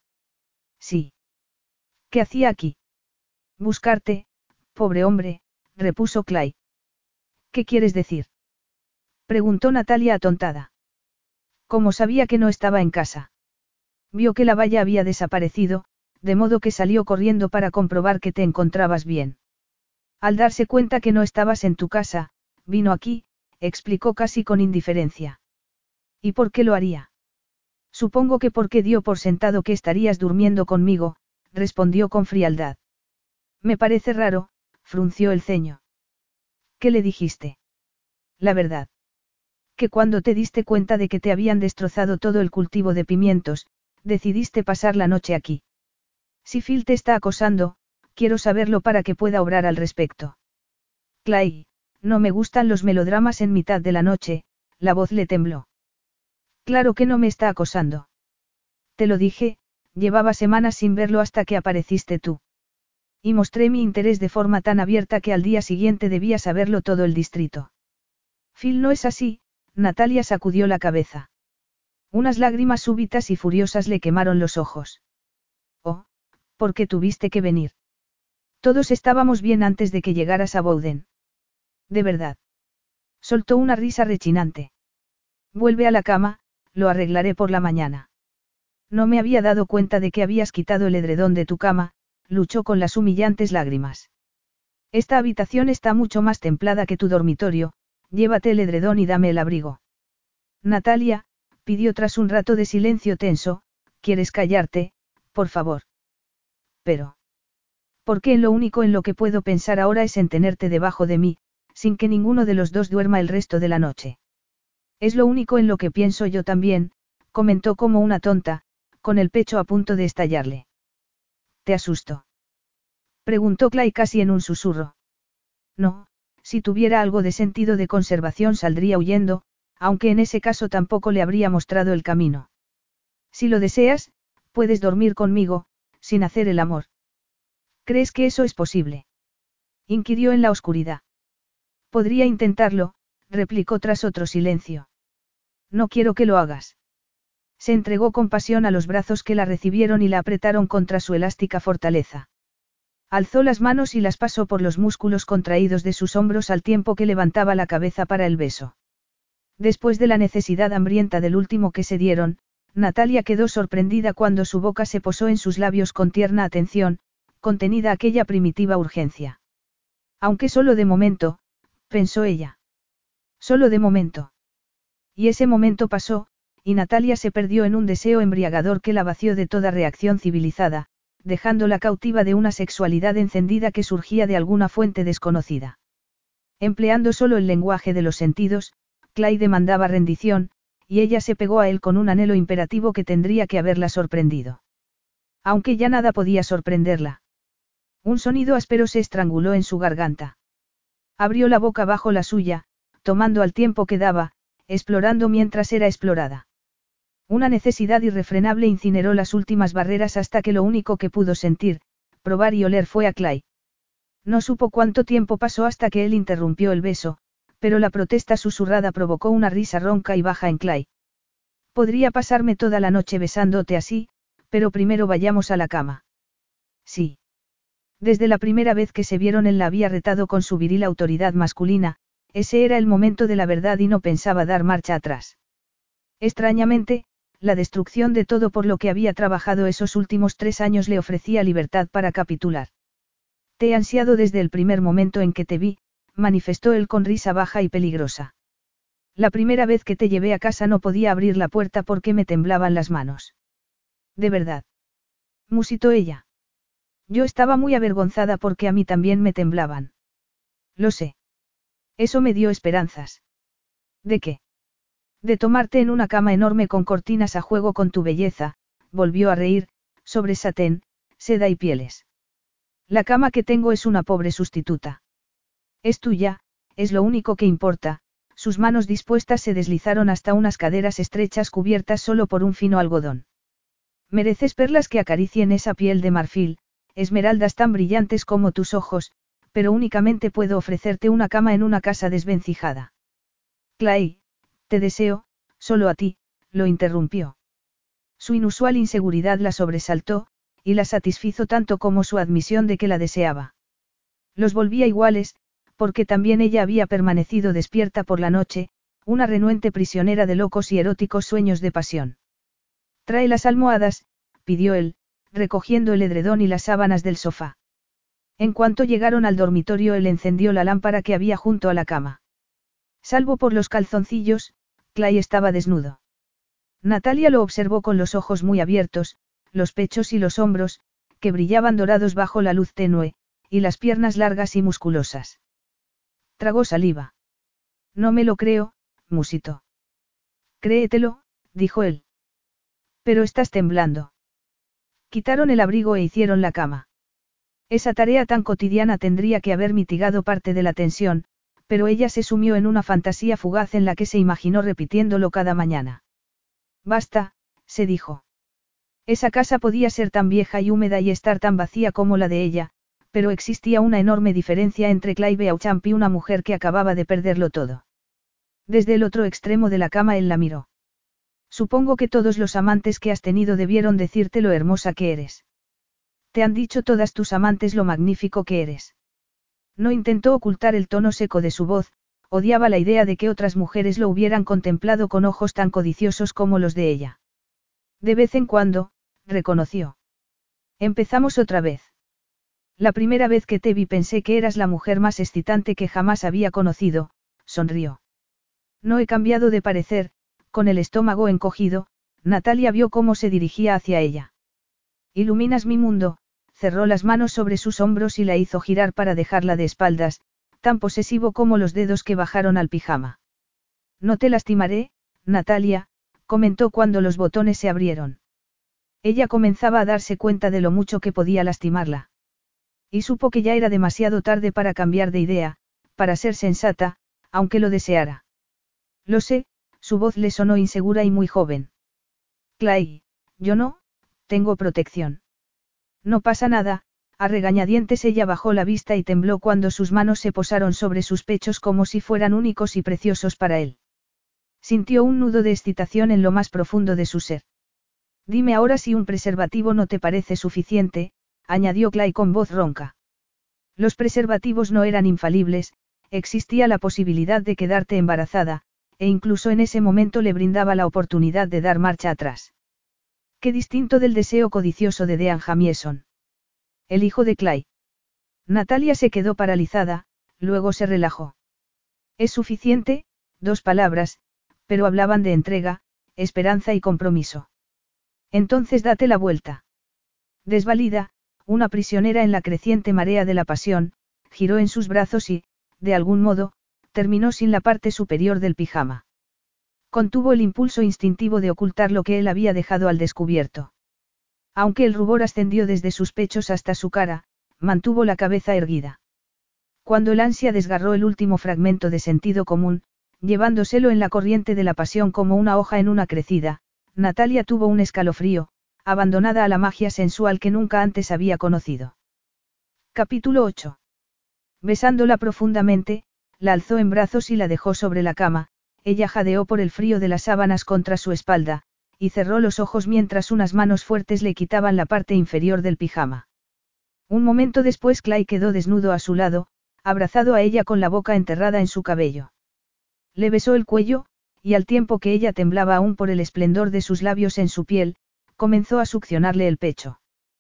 [SPEAKER 1] Sí. ¿Qué hacía aquí? Buscarte, pobre hombre, repuso Clay. ¿Qué quieres decir? Preguntó Natalia atontada. ¿Cómo sabía que no estaba en casa? Vio que la valla había desaparecido, de modo que salió corriendo para comprobar que te encontrabas bien. Al darse cuenta que no estabas en tu casa, vino aquí, explicó casi con indiferencia. ¿Y por qué lo haría? Supongo que porque dio por sentado que estarías durmiendo conmigo, respondió con frialdad. Me parece raro, frunció el ceño. ¿Qué le dijiste? La verdad. Que cuando te diste cuenta de que te habían destrozado todo el cultivo de pimientos, decidiste pasar la noche aquí. Si Phil te está acosando, quiero saberlo para que pueda obrar al respecto. Clay, no me gustan los melodramas en mitad de la noche, la voz le tembló. Claro que no me está acosando. Te lo dije, llevaba semanas sin verlo hasta que apareciste tú. Y mostré mi interés de forma tan abierta que al día siguiente debía saberlo todo el distrito. Phil no es así, Natalia sacudió la cabeza. Unas lágrimas súbitas y furiosas le quemaron los ojos. Oh, ¿por qué tuviste que venir? Todos estábamos bien antes de que llegaras a Bowden. De verdad. Soltó una risa rechinante. Vuelve a la cama, lo arreglaré por la mañana. No me había dado cuenta de que habías quitado el edredón de tu cama, luchó con las humillantes lágrimas. Esta habitación está mucho más templada que tu dormitorio, llévate el edredón y dame el abrigo. Natalia, pidió tras un rato de silencio tenso, ¿quieres callarte, por favor? Pero. Porque en lo único en lo que puedo pensar ahora es en tenerte debajo de mí, sin que ninguno de los dos duerma el resto de la noche. Es lo único en lo que pienso yo también, comentó como una tonta, con el pecho a punto de estallarle. ¿Te asusto? Preguntó Clay casi en un susurro. No, si tuviera algo de sentido de conservación saldría huyendo, aunque en ese caso tampoco le habría mostrado el camino. Si lo deseas, puedes dormir conmigo, sin hacer el amor. ¿Crees que eso es posible? Inquirió en la oscuridad. Podría intentarlo, replicó tras otro silencio. No quiero que lo hagas. Se entregó con pasión a los brazos que la recibieron y la apretaron contra su elástica fortaleza. Alzó las manos y las pasó por los músculos contraídos de sus hombros al tiempo que levantaba la cabeza para el beso. Después de la necesidad hambrienta del último que se dieron, Natalia quedó sorprendida cuando su boca se posó en sus labios con tierna atención, contenida aquella primitiva urgencia. Aunque solo de momento, pensó ella. Solo de momento. Y ese momento pasó, y Natalia se perdió en un deseo embriagador que la vació de toda reacción civilizada, dejándola cautiva de una sexualidad encendida que surgía de alguna fuente desconocida. Empleando solo el lenguaje de los sentidos, Clay demandaba rendición, y ella se pegó a él con un anhelo imperativo que tendría que haberla sorprendido. Aunque ya nada podía sorprenderla. Un sonido áspero se estranguló en su garganta. Abrió la boca bajo la suya, tomando al tiempo que daba, explorando mientras era explorada. Una necesidad irrefrenable incineró las últimas barreras hasta que lo único que pudo sentir, probar y oler fue a Clay. No supo cuánto tiempo pasó hasta que él interrumpió el beso, pero la protesta susurrada provocó una risa ronca y baja en Clay. Podría pasarme toda la noche besándote así, pero primero vayamos a la cama. Sí. Desde la primera vez que se vieron él la había retado con su viril autoridad masculina, ese era el momento de la verdad y no pensaba dar marcha atrás. Extrañamente, la destrucción de todo por lo que había trabajado esos últimos tres años le ofrecía libertad para capitular. Te he ansiado desde el primer momento en que te vi, manifestó él con risa baja y peligrosa. La primera vez que te llevé a casa no podía abrir la puerta porque me temblaban las manos. ¿De verdad? Musitó ella. Yo estaba muy avergonzada porque a mí también me temblaban. Lo sé. Eso me dio esperanzas. ¿De qué? De tomarte en una cama enorme con cortinas a juego con tu belleza, volvió a reír, sobre satén, seda y pieles. La cama que tengo es una pobre sustituta. Es tuya, es lo único que importa. Sus manos dispuestas se deslizaron hasta unas caderas estrechas cubiertas solo por un fino algodón. Mereces perlas que acaricien esa piel de marfil, esmeraldas tan brillantes como tus ojos, pero únicamente puedo ofrecerte una cama en una casa desvencijada. Clay, te deseo, solo a ti, lo interrumpió. Su inusual inseguridad la sobresaltó, y la satisfizo tanto como su admisión de que la deseaba. Los volvía iguales, porque también ella había permanecido despierta por la noche, una renuente prisionera de locos y eróticos sueños de pasión. Trae las almohadas, pidió él, recogiendo el edredón y las sábanas del sofá. En cuanto llegaron al dormitorio él encendió la lámpara que había junto a la cama. Salvo por los calzoncillos, Clay estaba desnudo. Natalia lo observó con los ojos muy abiertos, los pechos y los hombros, que brillaban dorados bajo la luz tenue, y las piernas largas y musculosas. Tragó saliva. No me lo creo, musitó. Créetelo, dijo él. Pero estás temblando. Quitaron el abrigo e hicieron la cama. Esa tarea tan cotidiana tendría que haber mitigado parte de la tensión, pero ella se sumió en una fantasía fugaz en la que se imaginó repitiéndolo cada mañana. Basta, se dijo. Esa casa podía ser tan vieja y húmeda y estar tan vacía como la de ella, pero existía una enorme diferencia entre Clay Beauchamp y una mujer que acababa de perderlo todo. Desde el otro extremo de la cama él la miró. Supongo que todos los amantes que has tenido debieron decirte lo hermosa que eres. Te han dicho todas tus amantes lo magnífico que eres. No intentó ocultar el tono seco de su voz, odiaba la idea de que otras mujeres lo hubieran contemplado con ojos tan codiciosos como los de ella. De vez en cuando, reconoció. Empezamos otra vez. La primera vez que te vi pensé que eras la mujer más excitante que jamás había conocido, sonrió. No he cambiado de parecer, con el estómago encogido, Natalia vio cómo se dirigía hacia ella. Iluminas mi mundo, cerró las manos sobre sus hombros y la hizo girar para dejarla de espaldas, tan posesivo como los dedos que bajaron al pijama. No te lastimaré, Natalia, comentó cuando los botones se abrieron. Ella comenzaba a darse cuenta de lo mucho que podía lastimarla. Y supo que ya era demasiado tarde para cambiar de idea, para ser sensata, aunque lo deseara. Lo sé, su voz le sonó insegura y muy joven. Clay, yo no, tengo protección. No pasa nada, a regañadientes ella bajó la vista y tembló cuando sus manos se posaron sobre sus pechos como si fueran únicos y preciosos para él. Sintió un nudo de excitación en lo más profundo de su ser. Dime ahora si un preservativo no te parece suficiente, añadió Clay con voz ronca. Los preservativos no eran infalibles, existía la posibilidad de quedarte embarazada, e incluso en ese momento le brindaba la oportunidad de dar marcha atrás. Qué distinto del deseo codicioso de Dean Jamieson. El hijo de Clay. Natalia se quedó paralizada, luego se relajó. Es suficiente, dos palabras, pero hablaban de entrega, esperanza y compromiso. Entonces date la vuelta. Desvalida, una prisionera en la creciente marea de la pasión, giró en sus brazos y, de algún modo, terminó sin la parte superior del pijama. Contuvo el impulso instintivo de ocultar lo que él había dejado al descubierto. Aunque el rubor ascendió desde sus pechos hasta su cara, mantuvo la cabeza erguida. Cuando el ansia desgarró el último fragmento de sentido común, llevándoselo en la corriente de la pasión como una hoja en una crecida, Natalia tuvo un escalofrío, abandonada a la magia sensual que nunca antes había conocido. Capítulo ocho. Besándola profundamente, la alzó en brazos y la dejó sobre la cama. Ella jadeó por el frío de las sábanas contra su espalda, y cerró los ojos mientras unas manos fuertes le quitaban la parte inferior del pijama. Un momento después Clay quedó desnudo a su lado, abrazado a ella con la boca enterrada en su cabello. Le besó el cuello, y al tiempo que ella temblaba aún por el esplendor de sus labios en su piel, comenzó a succionarle el pecho.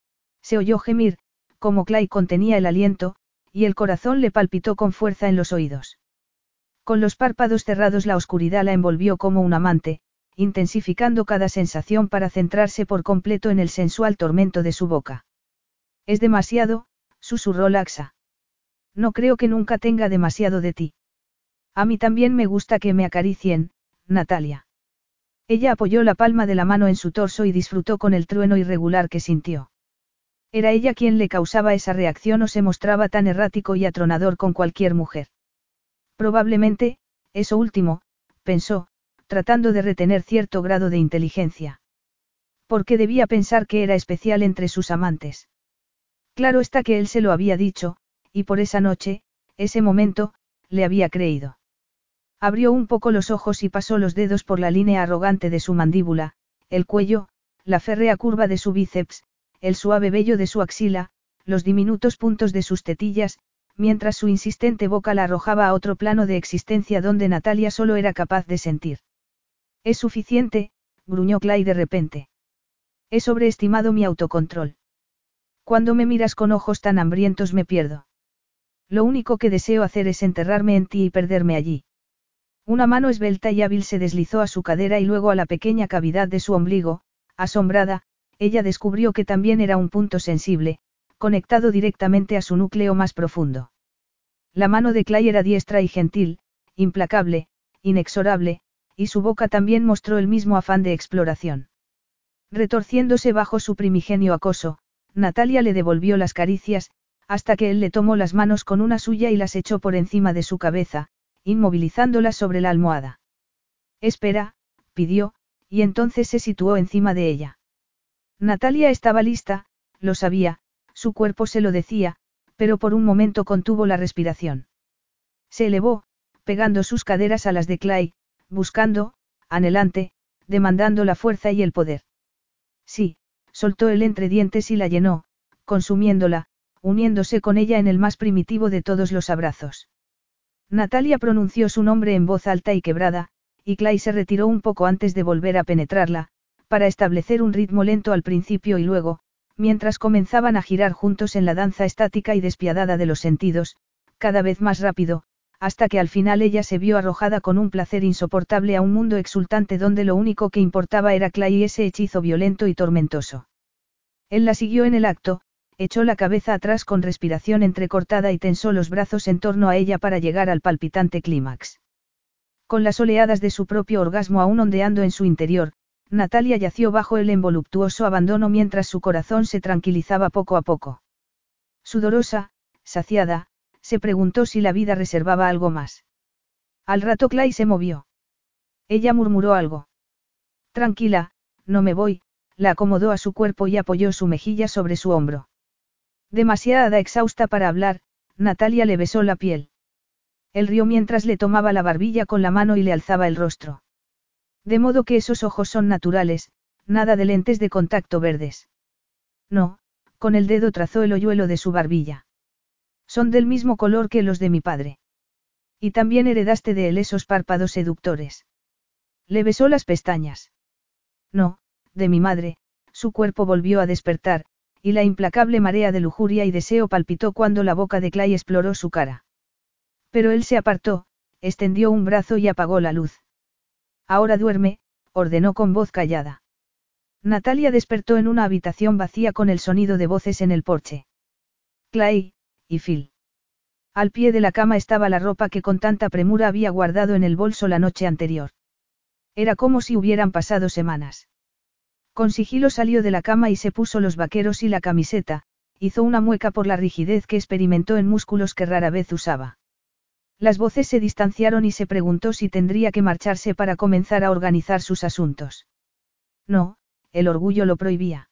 [SPEAKER 1] Se oyó gemir, como Clay contenía el aliento, y el corazón le palpitó con fuerza en los oídos. Con los párpados cerrados la oscuridad la envolvió como un amante, intensificando cada sensación para centrarse por completo en el sensual tormento de su boca. Es demasiado, susurró laxa. No creo que nunca tenga demasiado de ti. A mí también me gusta que me acaricien, Natalia. Ella apoyó la palma de la mano en su torso y disfrutó con el trueno irregular que sintió. Era ella quien le causaba esa reacción o se mostraba tan errático y atronador con cualquier mujer. Probablemente, eso último, pensó, tratando de retener cierto grado de inteligencia. Porque debía pensar que era especial entre sus amantes. Claro está que él se lo había dicho, y por esa noche, ese momento, le había creído. Abrió un poco los ojos y pasó los dedos por la línea arrogante de su mandíbula, el cuello, la férrea curva de su bíceps, el suave vello de su axila, los diminutos puntos de sus tetillas, mientras su insistente boca la arrojaba a otro plano de existencia donde Natalia solo era capaz de sentir. Es suficiente, gruñó Clay de repente. He sobreestimado mi autocontrol. Cuando me miras con ojos tan hambrientos me pierdo. Lo único que deseo hacer es enterrarme en ti y perderme allí. Una mano esbelta y hábil se deslizó a su cadera y luego a la pequeña cavidad de su ombligo. Asombrada, ella descubrió que también era un punto sensible, conectado directamente a su núcleo más profundo. La mano de Clay era diestra y gentil, implacable, inexorable, y su boca también mostró el mismo afán de exploración. Retorciéndose bajo su primigenio acoso, Natalia le devolvió las caricias, hasta que él le tomó las manos con una suya y las echó por encima de su cabeza, inmovilizándolas sobre la almohada. Espera, pidió, y entonces se situó encima de ella. Natalia estaba lista, lo sabía, su cuerpo se lo decía, pero por un momento contuvo la respiración. Se elevó, pegando sus caderas a las de Clay, buscando, anhelante, demandando la fuerza y el poder. Sí, soltó él entre dientes y la llenó, consumiéndola, uniéndose con ella en el más primitivo de todos los abrazos. Natalia pronunció su nombre en voz alta y quebrada, y Clay se retiró un poco antes de volver a penetrarla, para establecer un ritmo lento al principio y luego, mientras comenzaban a girar juntos en la danza estática y despiadada de los sentidos, cada vez más rápido, hasta que al final ella se vio arrojada con un placer insoportable a un mundo exultante donde lo único que importaba era Clay y ese hechizo violento y tormentoso. Él la siguió en el acto, echó la cabeza atrás con respiración entrecortada y tensó los brazos en torno a ella para llegar al palpitante clímax. Con las oleadas de su propio orgasmo aún ondeando en su interior, Natalia yació bajo él en voluptuoso abandono mientras su corazón se tranquilizaba poco a poco. Sudorosa, saciada, se preguntó si la vida reservaba algo más. Al rato Clay se movió. Ella murmuró algo. Tranquila, no me voy, la acomodó a su cuerpo y apoyó su mejilla sobre su hombro. Demasiada exhausta para hablar, Natalia le besó la piel. Él rió mientras le tomaba la barbilla con la mano y le alzaba el rostro. De modo que esos ojos son naturales, nada de lentes de contacto verdes. No, con el dedo trazó el hoyuelo de su barbilla. Son del mismo color que los de mi padre. Y también heredaste de él esos párpados seductores. Le besó las pestañas. No, de mi madre, su cuerpo volvió a despertar, y la implacable marea de lujuria y deseo palpitó cuando la boca de Clay exploró su cara. Pero él se apartó, extendió un brazo y apagó la luz. Ahora duerme, ordenó con voz callada. Natalia despertó en una habitación vacía con el sonido de voces en el porche. Clay, y Phil. Al pie de la cama estaba la ropa que con tanta premura había guardado en el bolso la noche anterior. Era como si hubieran pasado semanas. Con sigilo salió de la cama y se puso los vaqueros y la camiseta, hizo una mueca por la rigidez que experimentó en músculos que rara vez usaba. Las voces se distanciaron y se preguntó si tendría que marcharse para comenzar a organizar sus asuntos. No, el orgullo lo prohibía.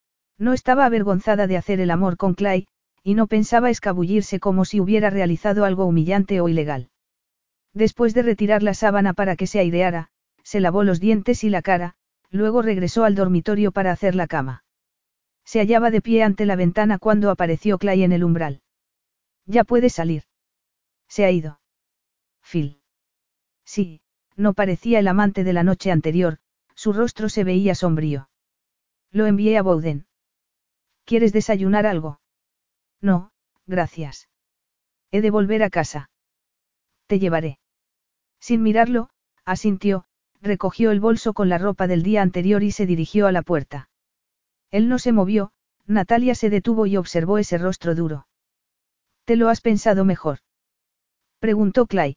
[SPEAKER 1] No estaba avergonzada de hacer el amor con Clay, y no pensaba escabullirse como si hubiera realizado algo humillante o ilegal. Después de retirar la sábana para que se aireara, se lavó los dientes y la cara, luego regresó al dormitorio para hacer la cama. Se hallaba de pie ante la ventana cuando apareció Clay en el umbral. Ya puede salir. Se ha ido. Phil. Sí, no parecía el amante de la noche anterior, su rostro se veía sombrío. Lo envié a Bowden. ¿Quieres desayunar algo? No, gracias. He de volver a casa. Te llevaré. Sin mirarlo, asintió, recogió el bolso con la ropa del día anterior y se dirigió a la puerta. Él no se movió, Natalia se detuvo y observó ese rostro duro. ¿Te lo has pensado mejor? Preguntó Clay.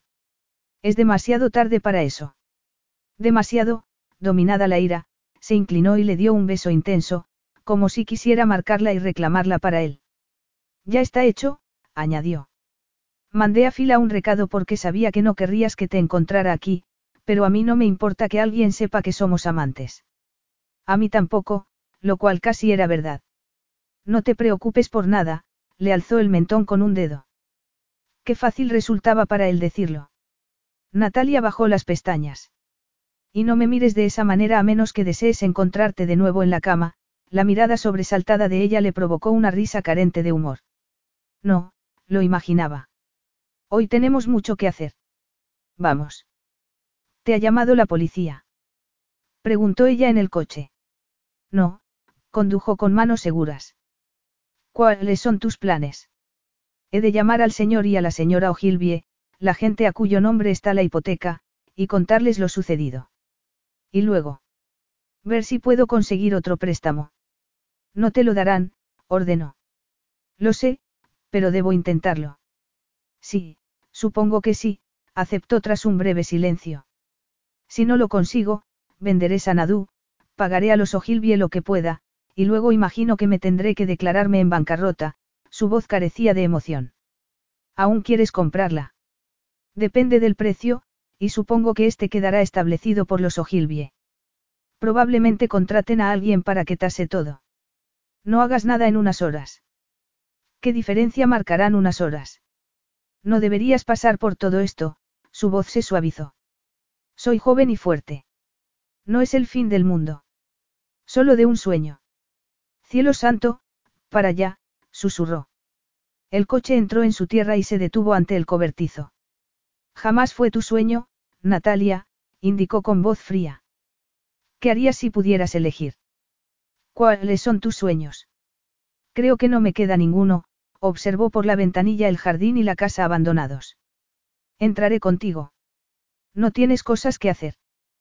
[SPEAKER 1] Es demasiado tarde para eso. Demasiado, dominada la ira, se inclinó y le dio un beso intenso, como si quisiera marcarla y reclamarla para él. Ya está hecho, añadió. Mandé a Phil un recado porque sabía que no querrías que te encontrara aquí, pero a mí no me importa que alguien sepa que somos amantes. A mí tampoco, lo cual casi era verdad. No te preocupes por nada, le alzó el mentón con un dedo. Qué fácil resultaba para él decirlo. Natalia bajó las pestañas. Y no me mires de esa manera a menos que desees encontrarte de nuevo en la cama, la mirada sobresaltada de ella le provocó una risa carente de humor. No, lo imaginaba. Hoy tenemos mucho que hacer. Vamos. ¿Te ha llamado la policía? Preguntó ella en el coche. No, condujo con manos seguras. ¿Cuáles son tus planes? He de llamar al señor y a la señora Ogilvie, la gente a cuyo nombre está la hipoteca, y contarles lo sucedido. Y luego. Ver si puedo conseguir otro préstamo. No te lo darán, ordenó. Lo sé, pero debo intentarlo. Sí, supongo que sí, aceptó tras un breve silencio. Si no lo consigo, venderé Sanadú, pagaré a los Ogilvie lo que pueda, y luego imagino que me tendré que declararme en bancarrota, su voz carecía de emoción. ¿Aún quieres comprarla? Depende del precio, y supongo que este quedará establecido por los Ogilvie. Probablemente contraten a alguien para que tase todo. No hagas nada en unas horas. ¿Qué diferencia marcarán unas horas? No deberías pasar por todo esto, su voz se suavizó. Soy joven y fuerte. No es el fin del mundo. Solo de un sueño. Cielo santo, para allá, susurró. El coche entró en su tierra y se detuvo ante el cobertizo. Jamás fue tu sueño, Natalia, indicó con voz fría. ¿Qué harías si pudieras elegir? ¿Cuáles son tus sueños? Creo que no me queda ninguno, observó por la ventanilla el jardín y la casa abandonados. Entraré contigo. No tienes cosas que hacer.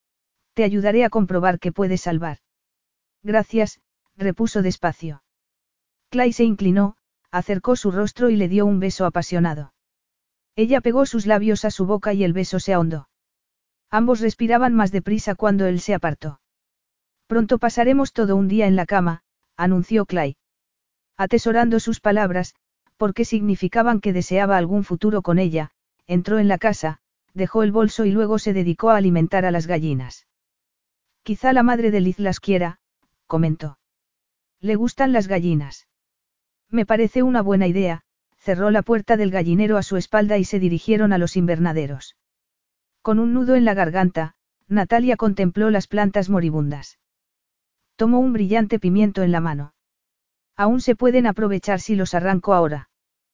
[SPEAKER 1] Te ayudaré a comprobar que puedes salvar. Gracias, repuso despacio. Clay se inclinó, acercó su rostro y le dio un beso apasionado. Ella pegó sus labios a su boca y el beso se ahondó. Ambos respiraban más deprisa cuando él se apartó. Pronto pasaremos todo un día en la cama, anunció Clay. Atesorando sus palabras, porque significaban que deseaba algún futuro con ella, entró en la casa, dejó el bolso y luego se dedicó a alimentar a las gallinas. Quizá la madre de Liz las quiera, comentó. ¿Le gustan las gallinas? Me parece una buena idea, cerró la puerta del gallinero a su espalda y se dirigieron a los invernaderos. Con un nudo en la garganta, Natalia contempló las plantas moribundas. Tomó un brillante pimiento en la mano. Aún se pueden aprovechar si los arranco ahora.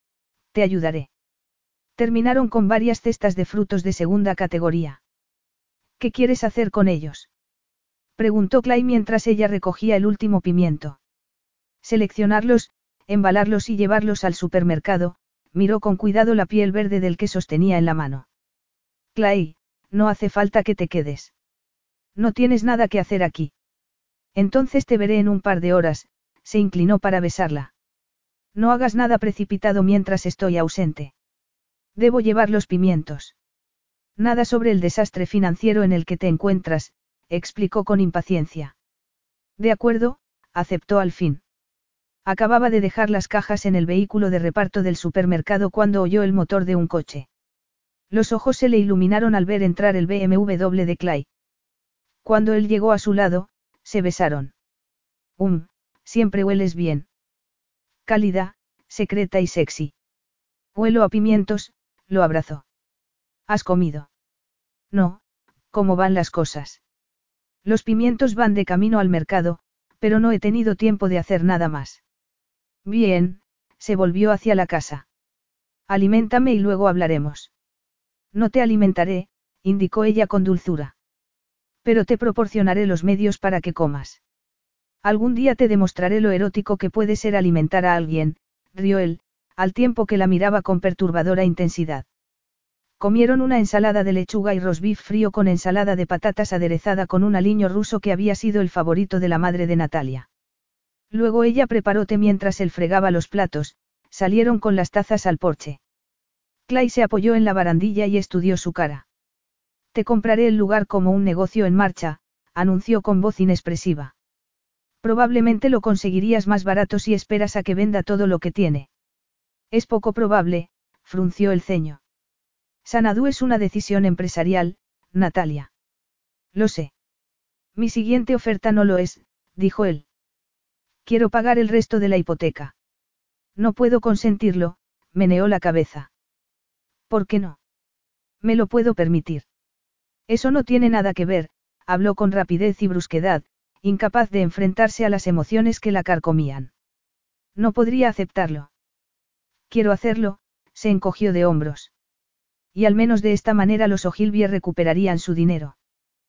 [SPEAKER 1] Te ayudaré. Terminaron con varias cestas de frutos de segunda categoría. ¿Qué quieres hacer con ellos? Preguntó Clay mientras ella recogía el último pimiento. Seleccionarlos, embalarlos y llevarlos al supermercado, miró con cuidado la piel verde del que sostenía en la mano. Clay, no hace falta que te quedes. No tienes nada que hacer aquí. Entonces te veré en un par de horas, se inclinó para besarla. No hagas nada precipitado mientras estoy ausente. Debo llevar los pimientos. Nada sobre el desastre financiero en el que te encuentras, explicó con impaciencia. De acuerdo, aceptó al fin. Acababa de dejar las cajas en el vehículo de reparto del supermercado cuando oyó el motor de un coche. Los ojos se le iluminaron al ver entrar el B M W de Clay. Cuando él llegó a su lado, se besaron. Um, siempre hueles bien. Cálida, secreta y sexy. Huelo a pimientos, lo abrazó. ¿Has comido? No, ¿cómo van las cosas? Los pimientos van de camino al mercado, pero no he tenido tiempo de hacer nada más. Bien, se volvió hacia la casa. Aliméntame y luego hablaremos. No te alimentaré, indicó ella con dulzura. Pero te proporcionaré los medios para que comas. Algún día te demostraré lo erótico que puede ser alimentar a alguien, rió él, al tiempo que la miraba con perturbadora intensidad. Comieron una ensalada de lechuga y roast beef frío con ensalada de patatas aderezada con un aliño ruso que había sido el favorito de la madre de Natalia. Luego ella preparó té mientras él fregaba los platos, salieron con las tazas al porche. Clay se apoyó en la barandilla y estudió su cara. Te compraré el lugar como un negocio en marcha, anunció con voz inexpresiva. Probablemente lo conseguirías más barato si esperas a que venda todo lo que tiene. Es poco probable, frunció el ceño. Sanadú es una decisión empresarial, Natalia. Lo sé. Mi siguiente oferta no lo es, dijo él. Quiero pagar el resto de la hipoteca. No puedo consentirlo, meneó la cabeza. ¿Por qué no? Me lo puedo permitir. Eso no tiene nada que ver, habló con rapidez y brusquedad, incapaz de enfrentarse a las emociones que la carcomían. No podría aceptarlo. Quiero hacerlo, se encogió de hombros. Y al menos de esta manera los Ogilvie recuperarían su dinero.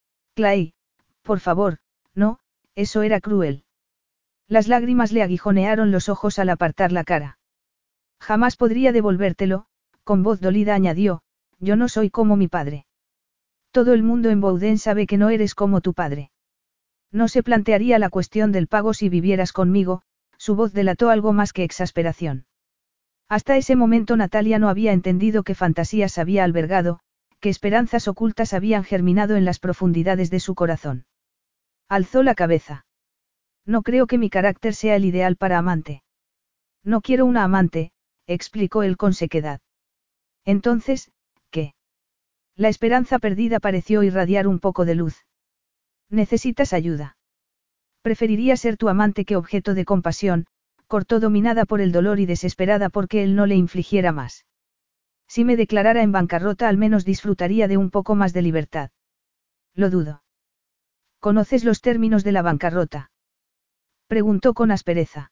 [SPEAKER 1] Clay, por favor, no, eso era cruel. Las lágrimas le aguijonearon los ojos al apartar la cara. Jamás podría devolvértelo, con voz dolida añadió, yo no soy como mi padre. Todo el mundo en Bowden sabe que no eres como tu padre. No se plantearía la cuestión del pago si vivieras conmigo, su voz delató algo más que exasperación. Hasta ese momento Natalia no había entendido qué fantasías había albergado, qué esperanzas ocultas habían germinado en las profundidades de su corazón. Alzó la cabeza. No creo que mi carácter sea el ideal para amante. No quiero una amante, explicó él con sequedad. Entonces, ¿qué? La esperanza perdida pareció irradiar un poco de luz. Necesitas ayuda. Preferiría ser tu amante que objeto de compasión, cortó dominada por el dolor y desesperada porque él no le infligiera más. Si me declarara en bancarrota al menos disfrutaría de un poco más de libertad. Lo dudo. ¿Conoces los términos de la bancarrota? Preguntó con aspereza.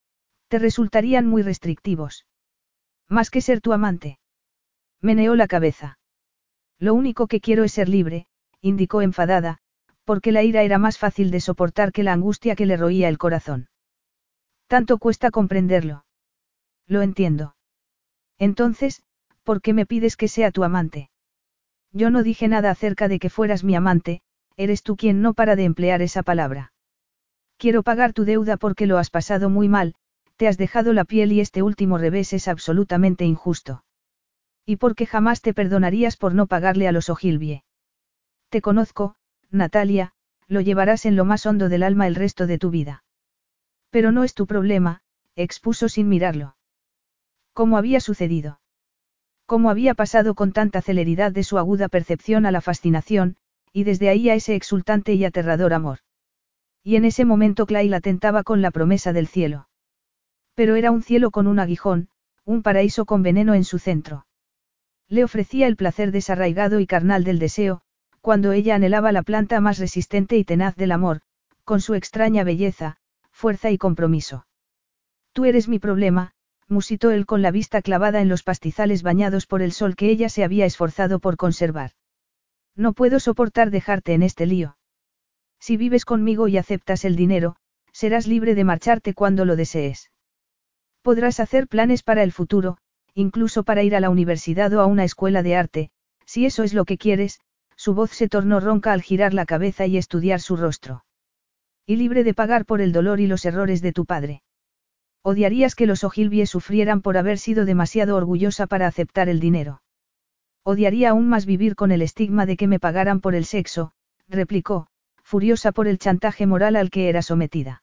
[SPEAKER 1] Te resultarían muy restrictivos. Más que ser tu amante. Meneó la cabeza. Lo único que quiero es ser libre, indicó enfadada, porque la ira era más fácil de soportar que la angustia que le roía el corazón. Tanto cuesta comprenderlo. Lo entiendo. Entonces, ¿por qué me pides que sea tu amante? Yo no dije nada acerca de que fueras mi amante, eres tú quien no para de emplear esa palabra. Quiero pagar tu deuda porque lo has pasado muy mal, te has dejado la piel y este último revés es absolutamente injusto. Y porque jamás te perdonarías por no pagarle a los Ogilvie. Te conozco, Natalia, lo llevarás en lo más hondo del alma el resto de tu vida. Pero no es tu problema, expuso sin mirarlo. ¿Cómo había sucedido? ¿Cómo había pasado con tanta celeridad de su aguda percepción a la fascinación, y desde ahí a ese exultante y aterrador amor? Y en ese momento Clay la tentaba con la promesa del cielo. Pero era un cielo con un aguijón, un paraíso con veneno en su centro. Le ofrecía el placer desarraigado y carnal del deseo, cuando ella anhelaba la planta más resistente y tenaz del amor, con su extraña belleza, fuerza y compromiso. Tú eres mi problema, musitó él con la vista clavada en los pastizales bañados por el sol que ella se había esforzado por conservar. No puedo soportar dejarte en este lío. Si vives conmigo y aceptas el dinero, serás libre de marcharte cuando lo desees. Podrás hacer planes para el futuro, incluso para ir a la universidad o a una escuela de arte, si eso es lo que quieres. Su voz se tornó ronca al girar la cabeza y estudiar su rostro. Y libre de pagar por el dolor y los errores de tu padre. Odiarías que los Ogilvie sufrieran por haber sido demasiado orgullosa para aceptar el dinero. Odiaría aún más vivir con el estigma de que me pagaran por el sexo, replicó, furiosa por el chantaje moral al que era sometida.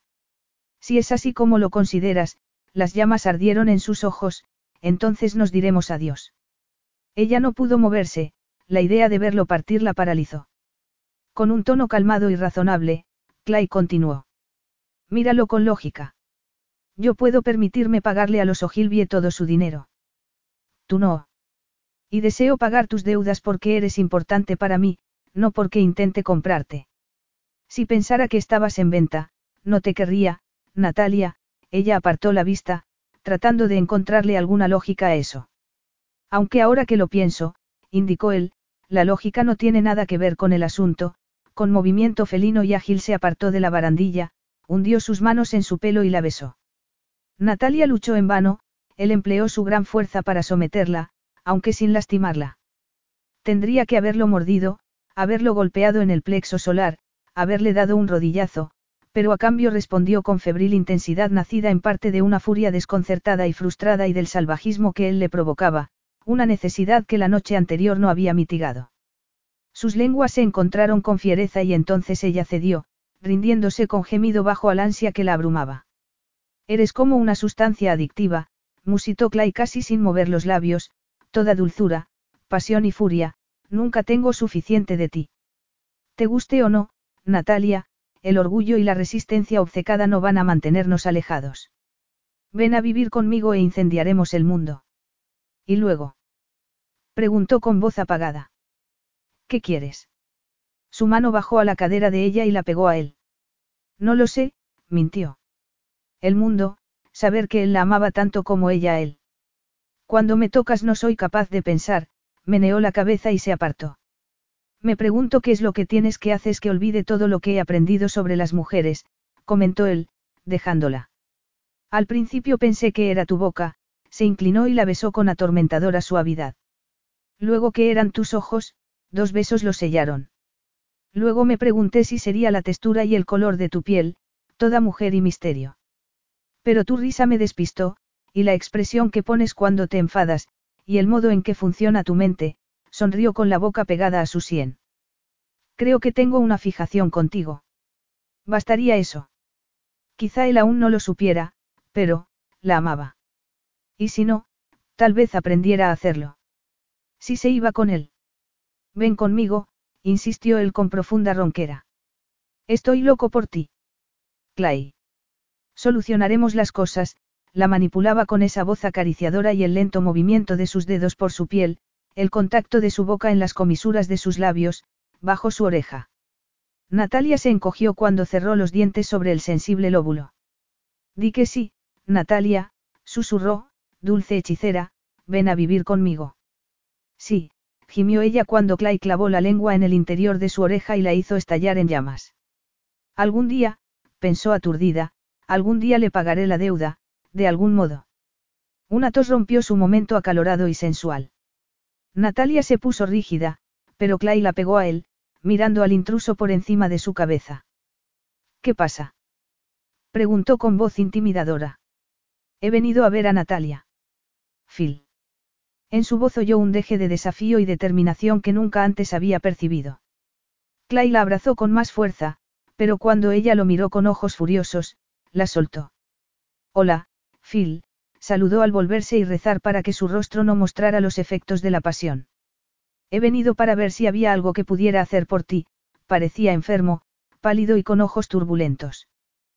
[SPEAKER 1] Si es así como lo consideras, las llamas ardieron en sus ojos, entonces nos diremos adiós. Ella no pudo moverse, la idea de verlo partir la paralizó. Con un tono calmado y razonable, Clay continuó. Míralo con lógica. Yo puedo permitirme pagarle a los Ogilvie todo su dinero. Tú no. Y deseo pagar tus deudas porque eres importante para mí, no porque intente comprarte. Si pensara que estabas en venta, no te querría, Natalia. Ella apartó la vista, tratando de encontrarle alguna lógica a eso. Aunque ahora que lo pienso, indicó él, la lógica no tiene nada que ver con el asunto. Con movimiento felino y ágil se apartó de la barandilla, hundió sus manos en su pelo y la besó. Natalia luchó en vano, él empleó su gran fuerza para someterla, aunque sin lastimarla. Tendría que haberlo mordido, haberlo golpeado en el plexo solar, haberle dado un rodillazo, pero a cambio respondió con febril intensidad nacida en parte de una furia desconcertada y frustrada y del salvajismo que él le provocaba, una necesidad que la noche anterior no había mitigado. Sus lenguas se encontraron con fiereza y entonces ella cedió, rindiéndose con gemido bajo al ansia que la abrumaba. Eres como una sustancia adictiva, musitó Clay casi sin mover los labios, toda dulzura, pasión y furia, nunca tengo suficiente de ti. Te guste o no, Natalia, el orgullo y la resistencia obcecada no van a mantenernos alejados. Ven a vivir conmigo e incendiaremos el mundo. ¿Y luego? Preguntó con voz apagada. ¿Qué quieres? Su mano bajó a la cadera de ella y la pegó a él. No lo sé, mintió. El mundo, saber que él la amaba tanto como ella a él. Cuando me tocas no soy capaz de pensar, meneó la cabeza y se apartó. Me pregunto qué es lo que tienes que haces que olvide todo lo que he aprendido sobre las mujeres, comentó él, dejándola. Al principio pensé que era tu boca, se inclinó y la besó con atormentadora suavidad. Luego que eran tus ojos, dos besos los sellaron. Luego me pregunté si sería la textura y el color de tu piel, toda mujer y misterio. Pero tu risa me despistó, y la expresión que pones cuando te enfadas, y el modo en que funciona tu mente, sonrió con la boca pegada a su sien. Creo que tengo una fijación contigo. ¿Bastaría eso? Quizá él aún no lo supiera, pero, la amaba. Y si no, tal vez aprendiera a hacerlo. Si se iba con él. Ven conmigo, insistió él con profunda ronquera. Estoy loco por ti. Clay. Solucionaremos las cosas, la manipulaba con esa voz acariciadora y el lento movimiento de sus dedos por su piel, el contacto de su boca en las comisuras de sus labios, bajo su oreja. Natalia se encogió cuando cerró los dientes sobre el sensible lóbulo. Di que sí, Natalia, susurró, dulce hechicera, ven a vivir conmigo. Sí, gimió ella cuando Clay clavó la lengua en el interior de su oreja y la hizo estallar en llamas. Algún día, pensó aturdida, algún día le pagaré la deuda, de algún modo. Una tos rompió su momento acalorado y sensual. Natalia se puso rígida, pero Clay la pegó a él, mirando al intruso por encima de su cabeza. ¿Qué pasa? Preguntó con voz intimidadora. He venido a ver a Natalia. Phil. En su voz oyó un deje de desafío y determinación que nunca antes había percibido. Clay la abrazó con más fuerza, pero cuando ella lo miró con ojos furiosos, la soltó. Hola, Phil, saludó al volverse y rezar para que su rostro no mostrara los efectos de la pasión. He venido para ver si había algo que pudiera hacer por ti, parecía enfermo, pálido y con ojos turbulentos.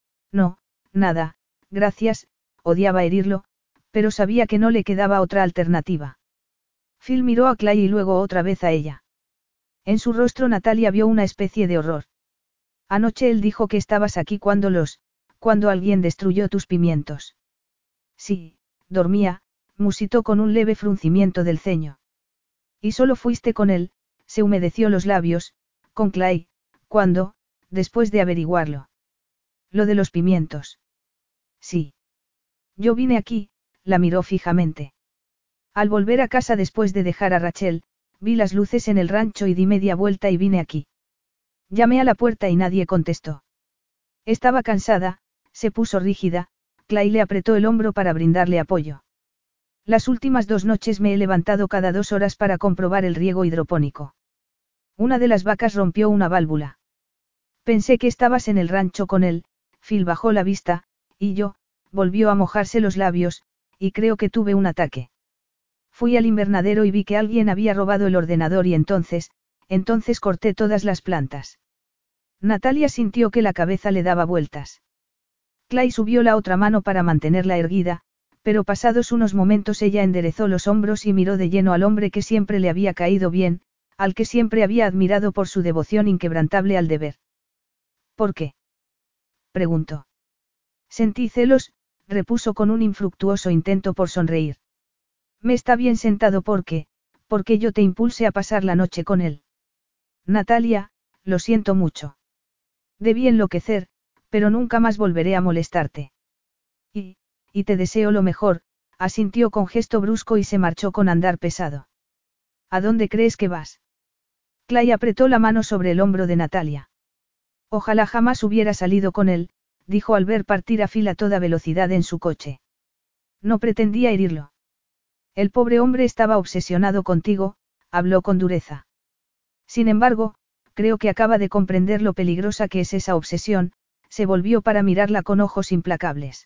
[SPEAKER 1] No, nada, gracias, odiaba herirlo, pero sabía que no le quedaba otra alternativa. Phil miró a Clay y luego otra vez a ella. En su rostro Natalia vio una especie de horror. Anoche él dijo que estabas aquí cuando los, cuando alguien destruyó tus pimientos. Sí, dormía, musitó con un leve fruncimiento del ceño. Y solo fuiste con él, se humedeció los labios, con Clay, cuando, después de averiguarlo. Lo de los pimientos. Sí. Yo vine aquí, la miró fijamente. Al volver a casa después de dejar a Rachel, vi las luces en el rancho y di media vuelta y vine aquí. Llamé a la puerta y nadie contestó. Estaba cansada, se puso rígida, Clay le apretó el hombro para brindarle apoyo. Las últimas dos noches me he levantado cada dos horas para comprobar el riego hidropónico. Una de las vacas rompió una válvula. Pensé que estabas en el rancho con él, Phil bajó la vista, y yo, volvió a mojarse los labios, y creo que tuve un ataque. Fui al invernadero y vi que alguien había robado el ordenador y entonces, entonces corté todas las plantas. Natalia sintió que la cabeza le daba vueltas. Clay subió la otra mano para mantenerla erguida, pero pasados unos momentos ella enderezó los hombros y miró de lleno al hombre que siempre le había caído bien, al que siempre había admirado por su devoción inquebrantable al deber. ¿Por qué?, preguntó. Sentí celos, repuso con un infructuoso intento por sonreír. Me está bien sentado porque, porque yo te impulse a pasar la noche con él. Natalia, lo siento mucho. Debí enloquecer, pero nunca más volveré a molestarte. Y, y te deseo lo mejor, asintió con gesto brusco y se marchó con andar pesado. ¿A dónde crees que vas? Clay apretó la mano sobre el hombro de Natalia. Ojalá jamás hubiera salido con él, dijo al ver partir a Phil a toda velocidad en su coche. No pretendía herirlo. El pobre hombre estaba obsesionado contigo, habló con dureza. Sin embargo, creo que acaba de comprender lo peligrosa que es esa obsesión, se volvió para mirarla con ojos implacables.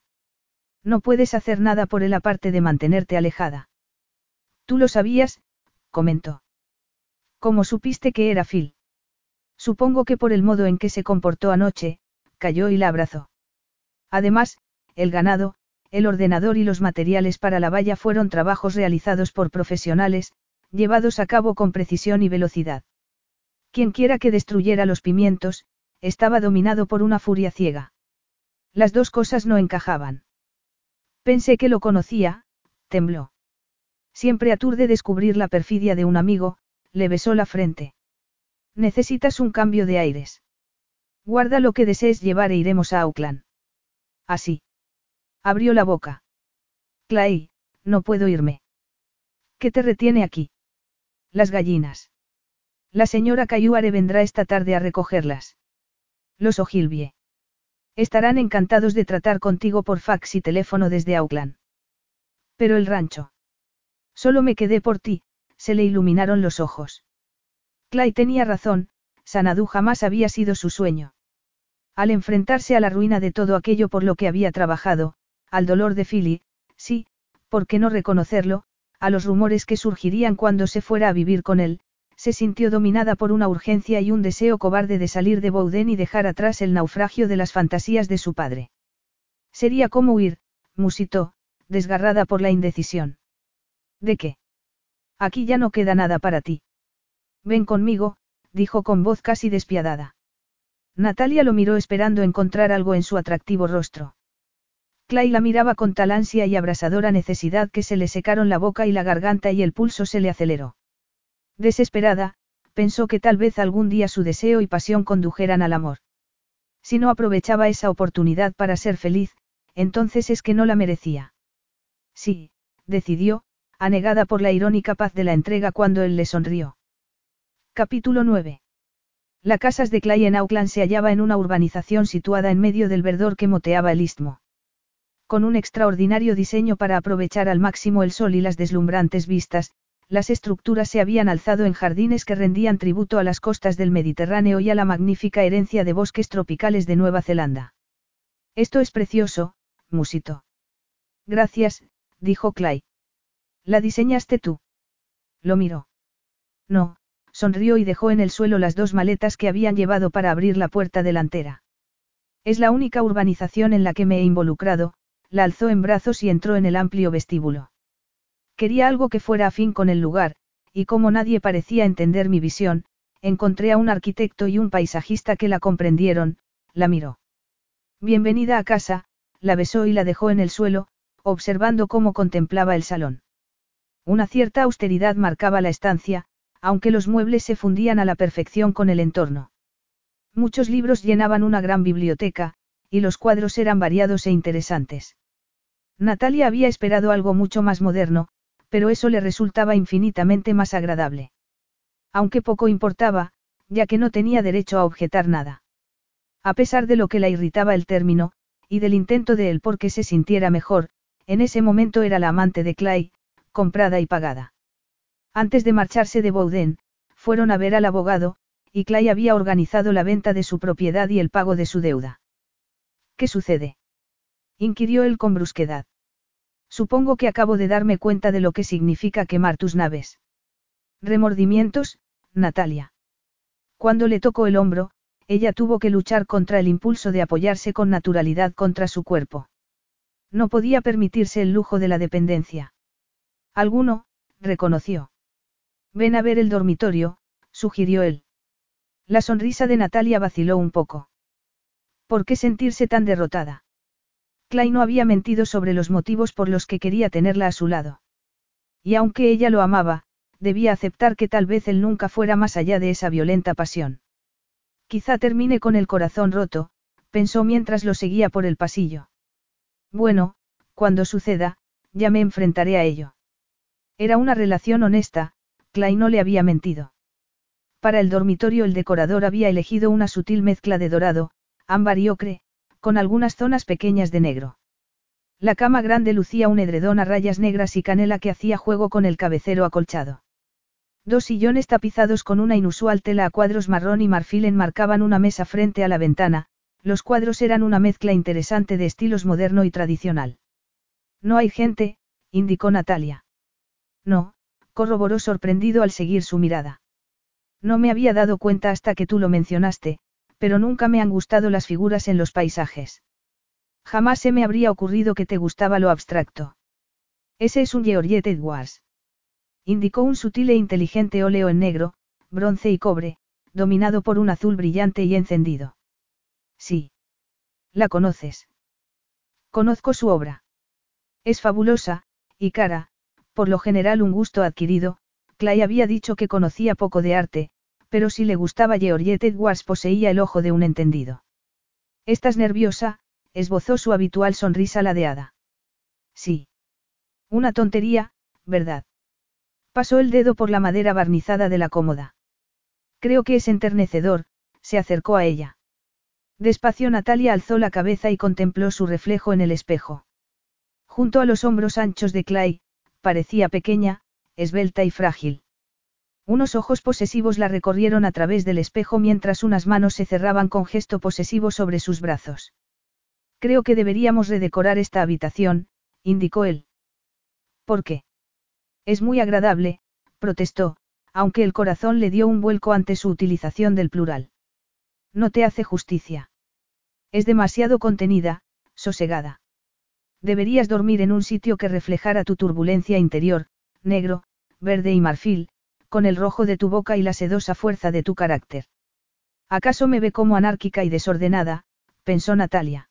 [SPEAKER 1] No puedes hacer nada por él aparte de mantenerte alejada. Tú lo sabías, comentó. ¿Cómo supiste que era Phil? Supongo que por el modo en que se comportó anoche, cayó y la abrazó. Además, el ganado, el ordenador y los materiales para la valla fueron trabajos realizados por profesionales, llevados a cabo con precisión y velocidad. Quienquiera que destruyera los pimientos, estaba dominado por una furia ciega. Las dos cosas no encajaban. Pensé que lo conocía, tembló. Siempre aturde descubrir la perfidia de un amigo, le besó la frente. Necesitas un cambio de aires. Guarda lo que desees llevar e iremos a Auckland. Así. Abrió la boca. Clay, no puedo irme. ¿Qué te retiene aquí? Las gallinas. La señora Cayuare vendrá esta tarde a recogerlas. Los Ogilvie. Estarán encantados de tratar contigo por fax y teléfono desde Auckland. Pero el rancho. Solo me quedé por ti, se le iluminaron los ojos. Clay tenía razón, Sanadú jamás había sido su sueño. Al enfrentarse a la ruina de todo aquello por lo que había trabajado, al dolor de Philly, sí, ¿por qué no reconocerlo?, a los rumores que surgirían cuando se fuera a vivir con él, se sintió dominada por una urgencia y un deseo cobarde de salir de Bowden y dejar atrás el naufragio de las fantasías de su padre. Sería como huir, musitó, desgarrada por la indecisión. ¿De qué? Aquí ya no queda nada para ti. Ven conmigo, dijo con voz casi despiadada. Natalia lo miró esperando encontrar algo en su atractivo rostro. Clay la miraba con tal ansia y abrasadora necesidad que se le secaron la boca y la garganta y el pulso se le aceleró. Desesperada, pensó que tal vez algún día su deseo y pasión condujeran al amor. Si no aprovechaba esa oportunidad para ser feliz, entonces es que no la merecía. Sí, decidió, anegada por la irónica paz de la entrega cuando él le sonrió. Capítulo nueve. La Casas de Clay en Auckland se hallaba en una urbanización situada en medio del verdor que moteaba el istmo. Con un extraordinario diseño para aprovechar al máximo el sol y las deslumbrantes vistas, las estructuras se habían alzado en jardines que rendían tributo a las costas del Mediterráneo y a la magnífica herencia de bosques tropicales de Nueva Zelanda. Esto es precioso, musitó. Gracias, dijo Clay. ¿La diseñaste tú? Lo miró. No, sonrió y dejó en el suelo las dos maletas que habían llevado para abrir la puerta delantera. Es la única urbanización en la que me he involucrado, la alzó en brazos y entró en el amplio vestíbulo. Quería algo que fuera afín con el lugar, y como nadie parecía entender mi visión, encontré a un arquitecto y un paisajista que la comprendieron, la miró. Bienvenida a casa, la besó y la dejó en el suelo, observando cómo contemplaba el salón. Una cierta austeridad marcaba la estancia, aunque los muebles se fundían a la perfección con el entorno. Muchos libros llenaban una gran biblioteca, y los cuadros eran variados e interesantes. Natalia había esperado algo mucho más moderno, pero eso le resultaba infinitamente más agradable. Aunque poco importaba, ya que no tenía derecho a objetar nada. A pesar de lo que la irritaba el término, y del intento de él por que se sintiera mejor, en ese momento era la amante de Clay, comprada y pagada. Antes de marcharse de Bowden, fueron a ver al abogado, y Clay había organizado la venta de su propiedad y el pago de su deuda. ¿Qué sucede?, inquirió él con brusquedad. Supongo que acabo de darme cuenta de lo que significa quemar tus naves. Remordimientos, Natalia. Cuando le tocó el hombro, ella tuvo que luchar contra el impulso de apoyarse con naturalidad contra su cuerpo. No podía permitirse el lujo de la dependencia. Alguno, reconoció. Ven a ver el dormitorio, sugirió él. La sonrisa de Natalia vaciló un poco. ¿Por qué sentirse tan derrotada? Clay no había mentido sobre los motivos por los que quería tenerla a su lado. Y aunque ella lo amaba, debía aceptar que tal vez él nunca fuera más allá de esa violenta pasión. Quizá termine con el corazón roto, pensó mientras lo seguía por el pasillo. Bueno, cuando suceda, ya me enfrentaré a ello. Era una relación honesta, Clay no le había mentido. Para el dormitorio el decorador había elegido una sutil mezcla de dorado, ámbar y ocre, con algunas zonas pequeñas de negro. La cama grande lucía un edredón a rayas negras y canela que hacía juego con el cabecero acolchado. Dos sillones tapizados con una inusual tela a cuadros marrón y marfil enmarcaban una mesa frente a la ventana, los cuadros eran una mezcla interesante de estilos moderno y tradicional. No hay gente, indicó Natalia. No, corroboró sorprendido al seguir su mirada. No me había dado cuenta hasta que tú lo mencionaste, pero nunca me han gustado las figuras en los paisajes. Jamás se me habría ocurrido que te gustaba lo abstracto. Ese es un Georgette Edwards. Indicó un sutil e inteligente óleo en negro, bronce y cobre, dominado por un azul brillante y encendido. Sí. ¿La conoces? Conozco su obra. Es fabulosa, y cara, por lo general un gusto adquirido. Clay había dicho que conocía poco de arte, pero si le gustaba Georgette Edwards poseía el ojo de un entendido. ¿Estás nerviosa?, esbozó su habitual sonrisa ladeada. Sí. Una tontería, ¿verdad? Pasó el dedo por la madera barnizada de la cómoda. Creo que es enternecedor, se acercó a ella. Despacio Natalia alzó la cabeza y contempló su reflejo en el espejo. Junto a los hombros anchos de Clay, parecía pequeña, esbelta y frágil. Unos ojos posesivos la recorrieron a través del espejo mientras unas manos se cerraban con gesto posesivo sobre sus brazos. Creo que deberíamos redecorar esta habitación, indicó él. ¿Por qué? Es muy agradable, protestó, aunque el corazón le dio un vuelco ante su utilización del plural. No te hace justicia. Es demasiado contenida, sosegada. Deberías dormir en un sitio que reflejara tu turbulencia interior, negro, verde y marfil, con el rojo de tu boca y la sedosa fuerza de tu carácter. ¿Acaso me ve como anárquica y desordenada?, pensó Natalia.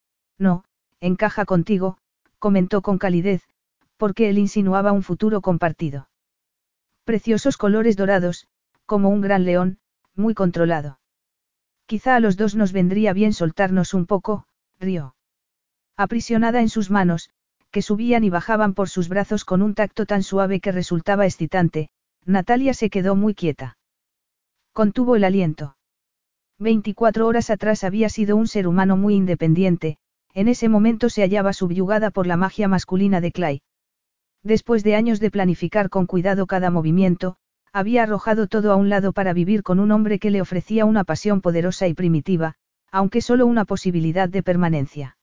[SPEAKER 1] No, encaja contigo, comentó con calidez, porque él insinuaba un futuro compartido. Preciosos colores dorados, como un gran león, muy controlado. Quizá a los dos nos vendría bien soltarnos un poco, rió. Aprisionada en sus manos, que subían y bajaban por sus brazos con un tacto tan suave que resultaba excitante, Natalia se quedó muy quieta. Contuvo el aliento. Veinticuatro horas atrás había sido un ser humano muy independiente, en ese momento se hallaba subyugada por la magia masculina de Clay. Después de años de planificar con cuidado cada movimiento, había arrojado todo a un lado para vivir con un hombre que le ofrecía una pasión poderosa y primitiva, aunque solo una posibilidad de permanencia.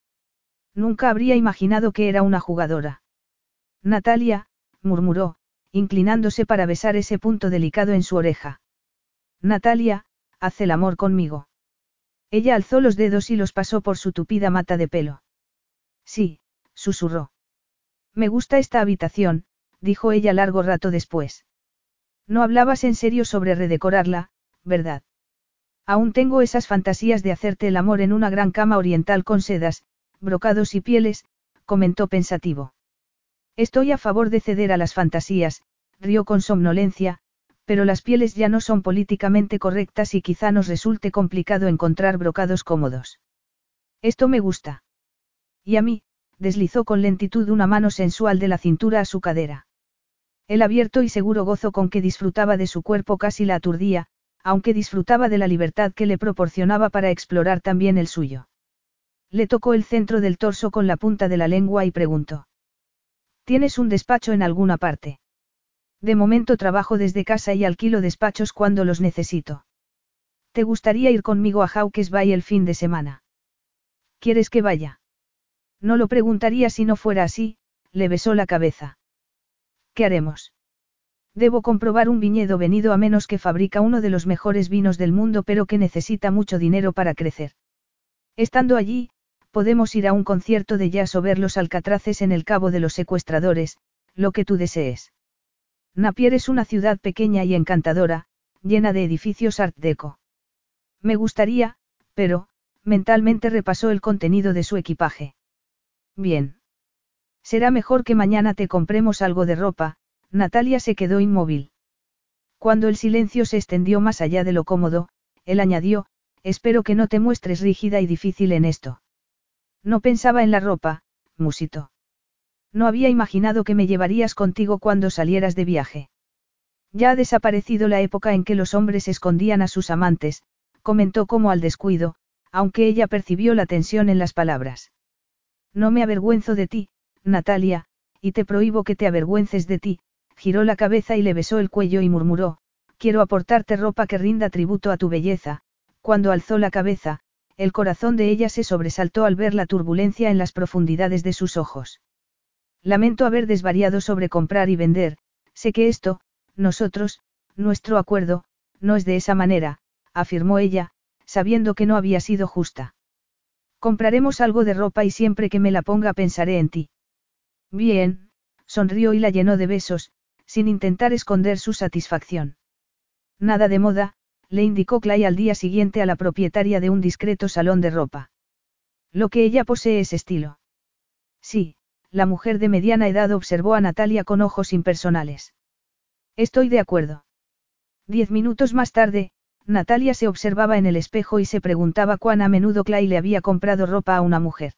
[SPEAKER 1] Nunca habría imaginado que era una jugadora. Natalia, murmuró, inclinándose para besar ese punto delicado en su oreja. Natalia, haz el amor conmigo. Ella alzó los dedos y los pasó por su tupida mata de pelo. Sí, susurró. Me gusta esta habitación, dijo ella largo rato después. No hablabas en serio sobre redecorarla, ¿verdad? Aún tengo esas fantasías de hacerte el amor en una gran cama oriental con sedas, brocados y pieles, comentó pensativo. Estoy a favor de ceder a las fantasías, rió con somnolencia, pero las pieles ya no son políticamente correctas y quizá nos resulte complicado encontrar brocados cómodos. Esto me gusta. Y a mí, deslizó con lentitud una mano sensual de la cintura a su cadera. El abierto y seguro gozo con que disfrutaba de su cuerpo casi la aturdía, aunque disfrutaba de la libertad que le proporcionaba para explorar también el suyo. Le tocó el centro del torso con la punta de la lengua y preguntó. ¿Tienes un despacho en alguna parte? De momento trabajo desde casa y alquilo despachos cuando los necesito. ¿Te gustaría ir conmigo a Hawke's Bay el fin de semana? ¿Quieres que vaya? No lo preguntaría si no fuera así, le besó la cabeza. ¿Qué haremos? Debo comprobar un viñedo venido a menos que fabrica uno de los mejores vinos del mundo pero que necesita mucho dinero para crecer. Estando allí, podemos ir a un concierto de jazz o ver los alcatraces en el Cabo de los Secuestradores, lo que tú desees. Napier es una ciudad pequeña y encantadora, llena de edificios art deco. Me gustaría, pero, mentalmente repasó el contenido de su equipaje. Bien. Será mejor que mañana te compremos algo de ropa. Natalia se quedó inmóvil. Cuando el silencio se extendió más allá de lo cómodo, él añadió, espero que no te muestres rígida y difícil en esto. No pensaba en la ropa, musitó. No había imaginado que me llevarías contigo cuando salieras de viaje. Ya ha desaparecido la época en que los hombres escondían a sus amantes, comentó como al descuido, aunque ella percibió la tensión en las palabras. No me avergüenzo de ti, Natalia, y te prohíbo que te avergüences de ti. Giró la cabeza y le besó el cuello y murmuró, quiero aportarte ropa que rinda tributo a tu belleza. Cuando alzó la cabeza, el corazón de ella se sobresaltó al ver la turbulencia en las profundidades de sus ojos. Lamento haber desvariado sobre comprar y vender, sé que esto, nosotros, nuestro acuerdo, no es de esa manera, afirmó ella, sabiendo que no había sido justa. Compraremos algo de ropa y siempre que me la ponga pensaré en ti. Bien, sonrió y la llenó de besos, sin intentar esconder su satisfacción. Nada de moda, le indicó Clay al día siguiente a la propietaria de un discreto salón de ropa. Lo que ella posee es estilo. Sí, la mujer de mediana edad observó a Natalia con ojos impersonales. Estoy de acuerdo. Diez minutos más tarde, Natalia se observaba en el espejo y se preguntaba cuán a menudo Clay le había comprado ropa a una mujer.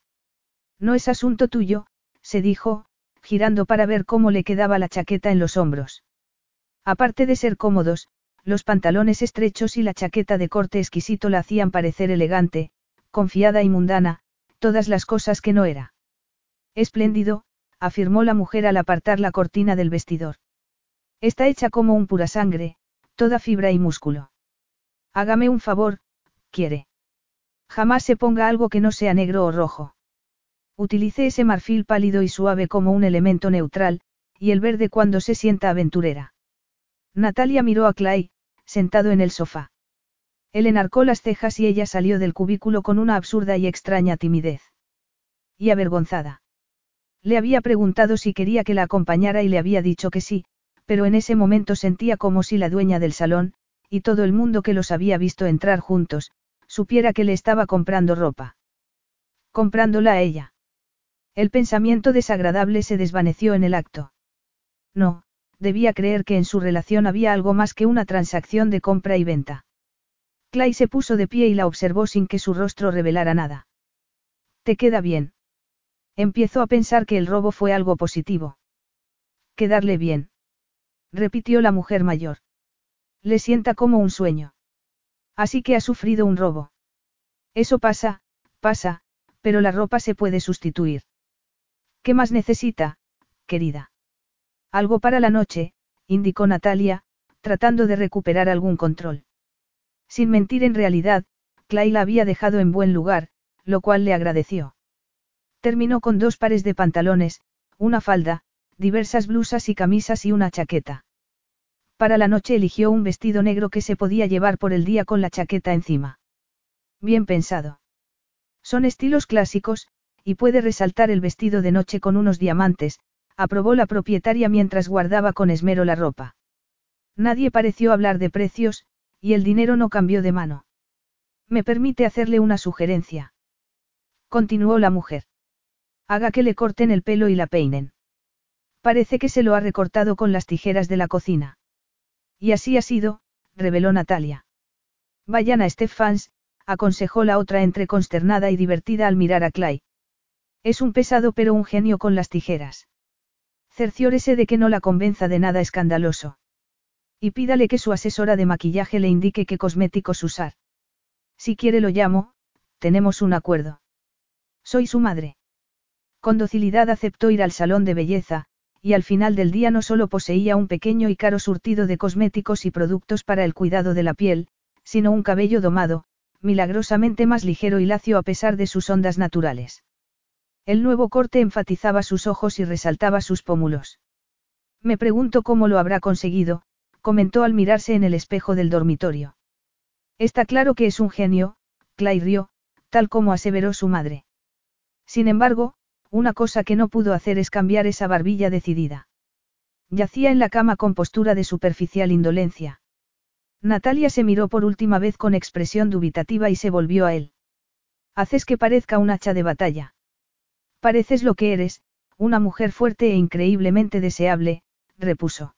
[SPEAKER 1] No es asunto tuyo, se dijo, girando para ver cómo le quedaba la chaqueta en los hombros. Aparte de ser cómodos, los pantalones estrechos y la chaqueta de corte exquisito la hacían parecer elegante, confiada y mundana, todas las cosas que no era. Espléndido, afirmó la mujer al apartar la cortina del vestidor. Está hecha como un purasangre, toda fibra y músculo. Hágame un favor, ¿quiere? Jamás se ponga algo que no sea negro o rojo. Utilice ese marfil pálido y suave como un elemento neutral, y el verde cuando se sienta aventurera. Natalia miró a Clay, sentado en el sofá. Él enarcó las cejas y ella salió del cubículo con una absurda y extraña timidez. Y avergonzada. Le había preguntado si quería que la acompañara y le había dicho que sí, pero en ese momento sentía como si la dueña del salón, y todo el mundo que los había visto entrar juntos, supiera que le estaba comprando ropa. Comprándola a ella. El pensamiento desagradable se desvaneció en el acto. No, debía creer que en su relación había algo más que una transacción de compra y venta. Clay se puso de pie y la observó sin que su rostro revelara nada. ¿Te queda bien? Empiezo a pensar que el robo fue algo positivo. Quedarle bien. Repitió la mujer mayor. Le sienta como un sueño. Así que ha sufrido un robo. Eso pasa, pasa, pero la ropa se puede sustituir. ¿Qué más necesita, querida? Algo para la noche, indicó Natalia, tratando de recuperar algún control. Sin mentir en realidad, Clay la había dejado en buen lugar, lo cual le agradeció. Terminó con dos pares de pantalones, una falda, diversas blusas y camisas y una chaqueta. Para la noche eligió un vestido negro que se podía llevar por el día con la chaqueta encima. Bien pensado. Son estilos clásicos, y puede resaltar el vestido de noche con unos diamantes, aprobó la propietaria mientras guardaba con esmero la ropa. Nadie pareció hablar de precios, Y el dinero no cambió de mano. ¿Me permite hacerle una sugerencia? Continuó la mujer. Haga que le corten el pelo y la peinen. Parece que se lo ha recortado con las tijeras de la cocina. Y así ha sido, reveló Natalia. Vayan a Stephens, aconsejó la otra entre consternada y divertida al mirar a Clay. Es un pesado pero un genio con las tijeras. Cerciórese de que no la convenza de nada escandaloso. Y pídale que su asesora de maquillaje le indique qué cosméticos usar. Si quiere lo llamo, tenemos un acuerdo. Soy su madre. Con docilidad aceptó ir al salón de belleza, y al final del día no solo poseía un pequeño y caro surtido de cosméticos y productos para el cuidado de la piel, sino un cabello domado, milagrosamente más ligero y lacio a pesar de sus ondas naturales. El nuevo corte enfatizaba sus ojos y resaltaba sus pómulos. Me pregunto cómo lo habrá conseguido, comentó al mirarse en el espejo del dormitorio. Está claro que es un genio, Clay rió, tal como aseveró su madre. Sin embargo, una cosa que no pudo hacer es cambiar esa barbilla decidida. Yacía en la cama con postura de superficial indolencia. Natalia se miró por última vez con expresión dubitativa y se volvió a él. Haces que parezca un hacha de batalla. Pareces lo que eres, una mujer fuerte e increíblemente deseable, repuso.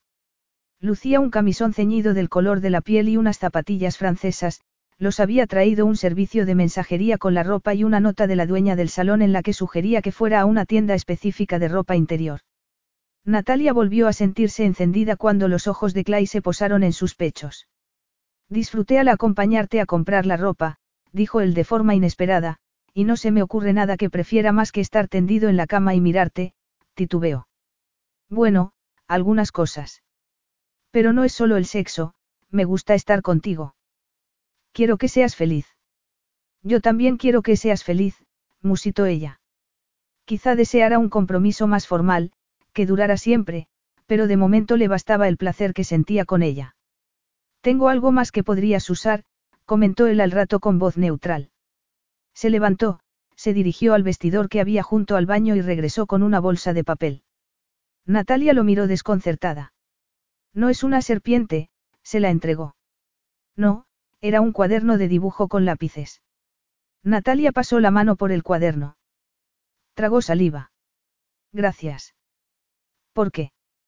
[SPEAKER 1] Lucía un camisón ceñido del color de la piel y unas zapatillas francesas, los había traído un servicio de mensajería con la ropa y una nota de la dueña del salón en la que sugería que fuera a una tienda específica de ropa interior. Natalia volvió a sentirse encendida cuando los ojos de Clay se posaron en sus pechos. Disfruté al acompañarte a comprar la ropa, dijo él de forma inesperada, y no se me ocurre nada que prefiera más que estar tendido en la cama y mirarte, titubeó. Bueno, algunas cosas. Pero no es solo el sexo, me gusta estar contigo. Quiero que seas feliz. Yo también quiero que seas feliz, musitó ella. Quizá deseara un compromiso más formal, que durara siempre, pero de momento le bastaba el placer que sentía con ella. Tengo algo más que podrías usar, comentó él al rato con voz neutral. Se levantó, se dirigió al vestidor que había junto al baño y regresó con una bolsa de papel. Natalia lo miró desconcertada. No es una serpiente, se la entregó. No, era un cuaderno de dibujo con lápices. Natalia pasó la mano por el cuaderno. Tragó saliva. Gracias. ¿Por qué?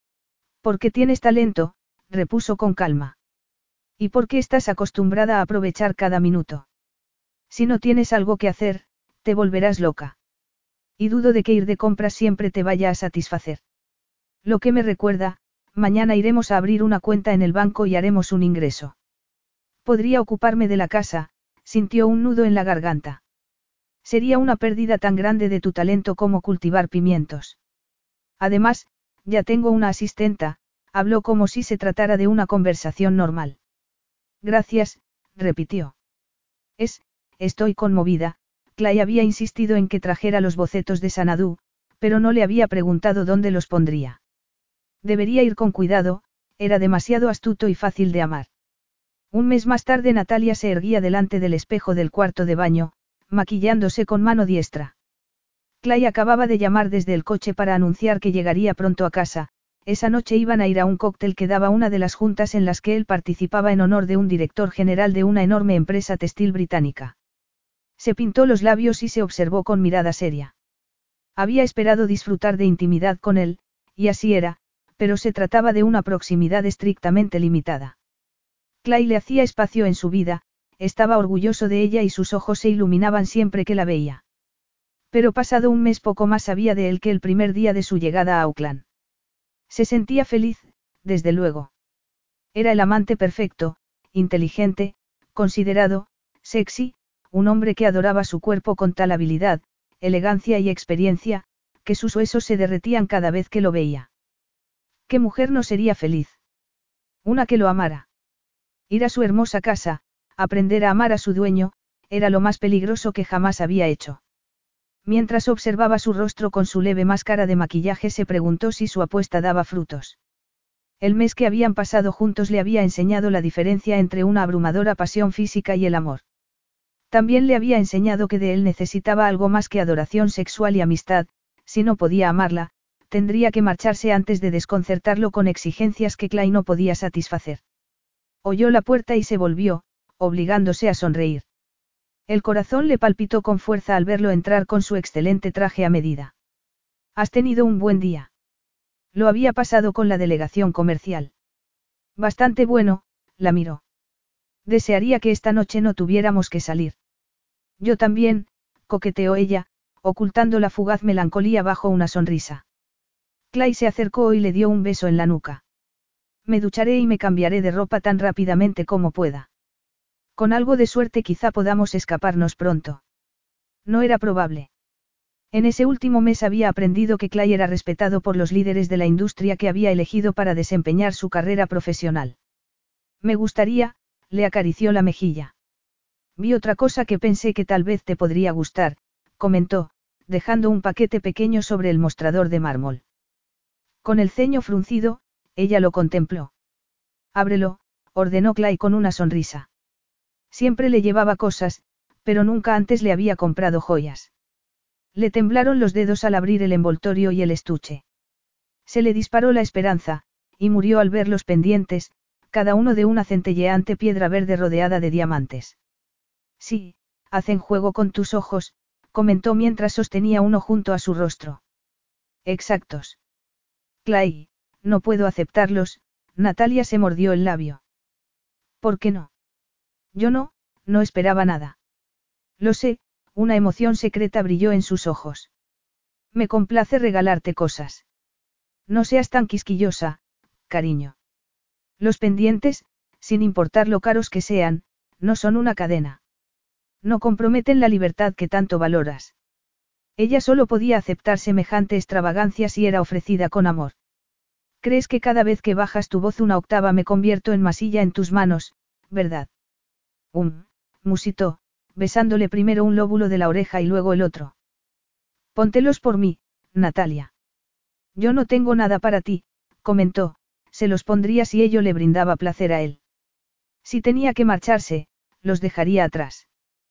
[SPEAKER 1] Porque tienes talento, repuso con calma. ¿Y por qué estás acostumbrada a aprovechar cada minuto? Si no tienes algo que hacer, te volverás loca. Y dudo de que ir de compras siempre te vaya a satisfacer. Lo que me recuerda, mañana iremos a abrir una cuenta en el banco y haremos un ingreso. Podría ocuparme de la casa, sintió un nudo en la garganta. Sería una pérdida tan grande de tu talento como cultivar pimientos. Además, ya tengo una asistenta, habló como si se tratara de una conversación normal. Gracias, repitió. Es, estoy conmovida, Clay había insistido en que trajera los bocetos de Sanadú, pero no le había preguntado dónde los pondría. Debería ir con cuidado, era demasiado astuto y fácil de amar. Un mes más tarde Natalia se erguía delante del espejo del cuarto de baño, maquillándose con mano diestra. Clay acababa de llamar desde el coche para anunciar que llegaría pronto a casa. Esa noche iban a ir a un cóctel que daba una de las juntas en las que él participaba en honor de un director general de una enorme empresa textil británica. Se pintó los labios y se observó con mirada seria. Había esperado disfrutar de intimidad con él, y así era, pero se trataba de una proximidad estrictamente limitada. Clay le hacía espacio en su vida, estaba orgulloso de ella y sus ojos se iluminaban siempre que la veía. Pero pasado un mes poco más sabía de él que el primer día de su llegada a Auckland. Se sentía feliz, desde luego. Era el amante perfecto, inteligente, considerado, sexy, un hombre que adoraba su cuerpo con tal habilidad, elegancia y experiencia, que sus huesos se derretían cada vez que lo veía. ¿Qué mujer no sería feliz? Una que lo amara. Ir a su hermosa casa, aprender a amar a su dueño, era lo más peligroso que jamás había hecho. Mientras observaba su rostro con su leve máscara de maquillaje se preguntó si su apuesta daba frutos. El mes que habían pasado juntos le había enseñado la diferencia entre una abrumadora pasión física y el amor. También le había enseñado que de él necesitaba algo más que adoración sexual y amistad, si no podía amarla, tendría que marcharse antes de desconcertarlo con exigencias que Clay no podía satisfacer. Oyó la puerta y se volvió, obligándose a sonreír. El corazón le palpitó con fuerza al verlo entrar con su excelente traje a medida. ¿Has tenido un buen día? Lo había pasado con la delegación comercial. Bastante bueno, la miró. Desearía que esta noche no tuviéramos que salir. Yo también, coqueteó ella, ocultando la fugaz melancolía bajo una sonrisa. Clay se acercó y le dio un beso en la nuca. Me ducharé y me cambiaré de ropa tan rápidamente como pueda. Con algo de suerte quizá podamos escaparnos pronto. No era probable. En ese último mes había aprendido que Clay era respetado por los líderes de la industria que había elegido para desempeñar su carrera profesional. Me gustaría, le acarició la mejilla. Vi otra cosa que pensé que tal vez te podría gustar, comentó, dejando un paquete pequeño sobre el mostrador de mármol. Con el ceño fruncido, ella lo contempló. Ábrelo, ordenó Clay con una sonrisa. Siempre le llevaba cosas, pero nunca antes le había comprado joyas. Le temblaron los dedos al abrir el envoltorio y el estuche. Se le disparó la esperanza, y murió al ver los pendientes, cada uno de una centelleante piedra verde rodeada de diamantes. Sí, hacen juego con tus ojos, comentó mientras sostenía uno junto a su rostro. Exactos. Clay, no puedo aceptarlos, Natalia se mordió el labio. ¿Por qué no? Yo no, no esperaba nada. Lo sé, una emoción secreta brilló en sus ojos. Me complace regalarte cosas. No seas tan quisquillosa, cariño. Los pendientes, sin importar lo caros que sean, no son una cadena. No comprometen la libertad que tanto valoras. Ella solo podía aceptar semejante extravagancia si era ofrecida con amor. Crees que cada vez que bajas tu voz una octava me convierto en masilla en tus manos, ¿verdad? Um, musitó, besándole primero un lóbulo de la oreja y luego el otro. Póntelos por mí, Natalia. Yo no tengo nada para ti, comentó, se los pondría si ello le brindaba placer a él. Si tenía que marcharse, los dejaría atrás.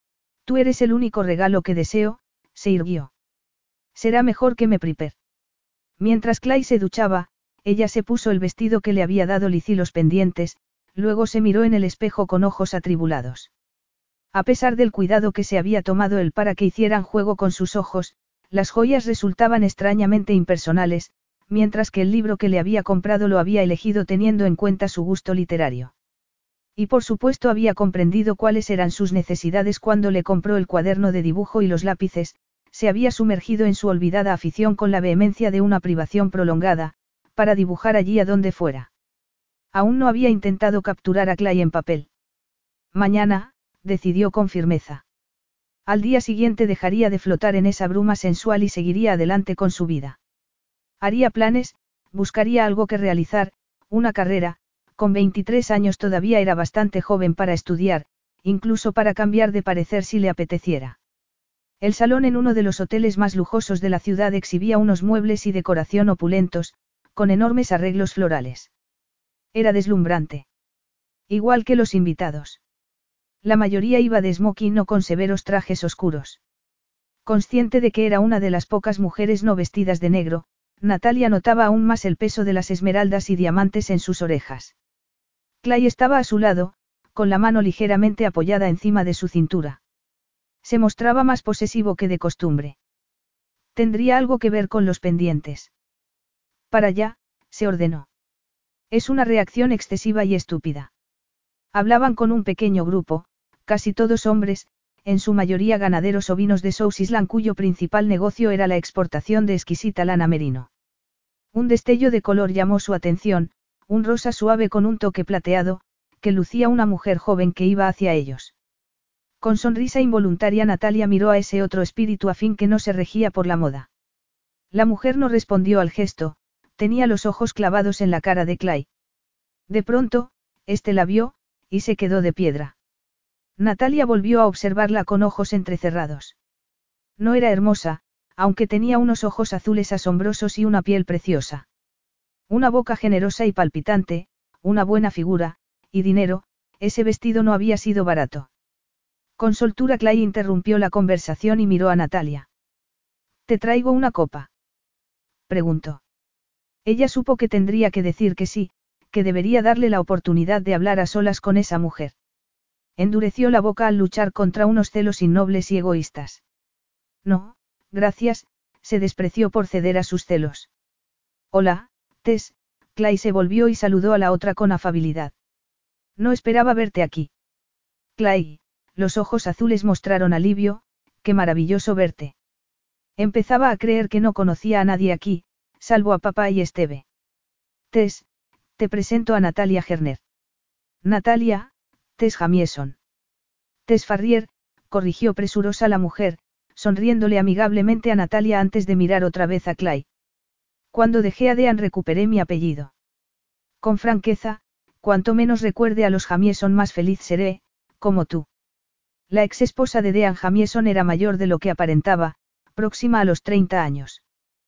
[SPEAKER 1] Tú eres el único regalo que deseo, se irguió. Será mejor que me prepare. Mientras Clay se duchaba, ella se puso el vestido que le había dado Liz y los pendientes, luego se miró en el espejo con ojos atribulados. A pesar del cuidado que se había tomado él para que hicieran juego con sus ojos, las joyas resultaban extrañamente impersonales, mientras que el libro que le había comprado lo había elegido teniendo en cuenta su gusto literario. Y por supuesto había comprendido cuáles eran sus necesidades cuando le compró el cuaderno de dibujo y los lápices, se había sumergido en su olvidada afición con la vehemencia de una privación prolongada, para dibujar allí a donde fuera. Aún no había intentado capturar a Clay en papel. Mañana, decidió con firmeza. Al día siguiente dejaría de flotar en esa bruma sensual y seguiría adelante con su vida. Haría planes, buscaría algo que realizar, una carrera, con veintitrés años todavía era bastante joven para estudiar, incluso para cambiar de parecer si le apeteciera. El salón en uno de los hoteles más lujosos de la ciudad exhibía unos muebles y decoración opulentos, con enormes arreglos florales. Era deslumbrante. Igual que los invitados. La mayoría iba de smoking o con severos trajes oscuros. Consciente de que era una de las pocas mujeres no vestidas de negro, Natalia notaba aún más el peso de las esmeraldas y diamantes en sus orejas. Clay estaba a su lado, con la mano ligeramente apoyada encima de su cintura. Se mostraba más posesivo que de costumbre. Tendría algo que ver con los pendientes. Para allá, se ordenó. Es una reacción excesiva y estúpida. Hablaban con un pequeño grupo, casi todos hombres, en su mayoría ganaderos ovinos de South Island cuyo principal negocio era la exportación de exquisita lana merino. Un destello de color llamó su atención, un rosa suave con un toque plateado, que lucía una mujer joven que iba hacia ellos. Con sonrisa involuntaria Natalia miró a ese otro espíritu afín que no se regía por la moda. La mujer no respondió al gesto, tenía los ojos clavados en la cara de Clay. De pronto, este la vio, y se quedó de piedra. Natalia volvió a observarla con ojos entrecerrados. No era hermosa, aunque tenía unos ojos azules asombrosos y una piel preciosa. Una boca generosa y palpitante, una buena figura, y dinero, ese vestido no había sido barato. Con soltura Clay interrumpió la conversación y miró a Natalia. ¿Te traigo una copa?, preguntó. Ella supo que tendría que decir que sí, que debería darle la oportunidad de hablar a solas con esa mujer. Endureció la boca al luchar contra unos celos innobles y egoístas. No, gracias, se despreció por ceder a sus celos. Hola, Tess, Clay se volvió y saludó a la otra con afabilidad. No esperaba verte aquí. Clay, los ojos azules mostraron alivio, qué maravilloso verte. Empezaba a creer que no conocía a nadie aquí, salvo a papá y Esteve. Tess, te presento a Natalia Gerner. Natalia, Tess Jamieson. Tess Farrier, corrigió presurosa la mujer, sonriéndole amigablemente a Natalia antes de mirar otra vez a Clay. Cuando dejé a Dean recuperé mi apellido. Con franqueza, cuanto menos recuerde a los Jamieson más feliz seré, como tú. La ex esposa de Dean Jamieson era mayor de lo que aparentaba, próxima a los treinta años.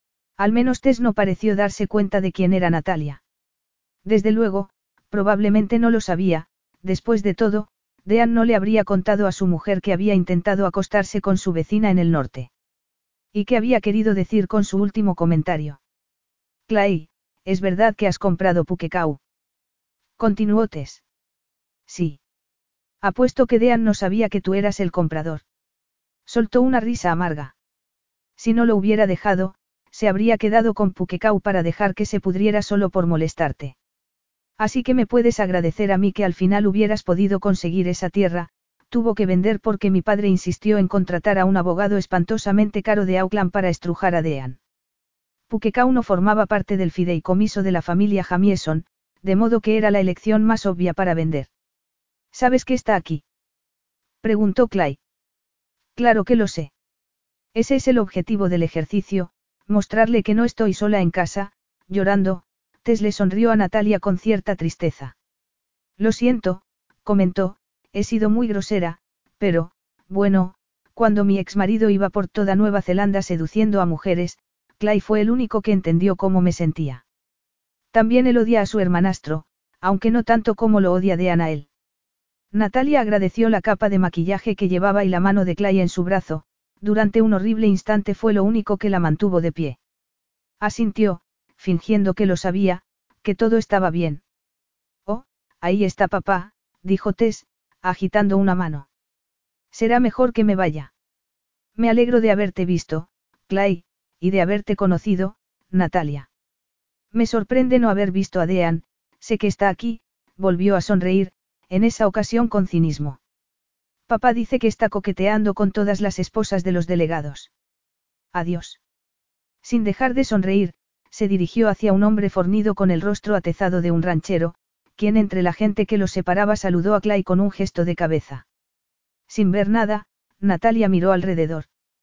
[SPEAKER 1] Al menos Tess no pareció darse cuenta de quién era Natalia. Desde luego, probablemente no lo sabía, después de todo, Dean no le habría contado a su mujer que había intentado acostarse con su vecina en el norte. ¿Y qué había querido decir con su último comentario? Clay, ¿es verdad que has comprado Pukekau? Continuó Tess. Sí. Apuesto que Dean no sabía que tú eras el comprador. Soltó una risa amarga. Si no lo hubiera dejado, se habría quedado con Pukekau para dejar que se pudriera solo por molestarte. Así que me puedes agradecer a mí que al final hubieras podido conseguir esa tierra, tuvo que vender porque mi padre insistió en contratar a un abogado espantosamente caro de Auckland para estrujar a Dean. Pukekau no formaba parte del fideicomiso de la familia Jamieson, de modo que era la elección más obvia para vender. ¿Sabes que está aquí? Preguntó Clay. Claro que lo sé. Ese es el objetivo del ejercicio, mostrarle que no estoy sola en casa, llorando. Tess le sonrió a Natalia con cierta tristeza. Lo siento, comentó, he sido muy grosera, pero, bueno, cuando mi exmarido iba por toda Nueva Zelanda seduciendo a mujeres, Clay fue el único que entendió cómo me sentía. También él odia a su hermanastro, aunque no tanto como lo odia Dean a él. Natalia agradeció la capa de maquillaje que llevaba y la mano de Clay en su brazo, durante un horrible instante fue lo único que la mantuvo de pie. Asintió, fingiendo que lo sabía, que todo estaba bien. Oh, ahí está papá, dijo Tess, agitando una mano. Será mejor que me vaya. Me alegro de haberte visto, Clay, y de haberte conocido, Natalia. Me sorprende no haber visto a Dean, sé que está aquí, volvió a sonreír, en esa ocasión con cinismo. Papá dice que está coqueteando con todas las esposas de los delegados. Adiós. Sin dejar de sonreír, se dirigió hacia un hombre fornido con el rostro atezado de un ranchero, quien entre la gente que los separaba saludó a Clay con un gesto de cabeza. Sin ver nada, Natalia miró alrededor.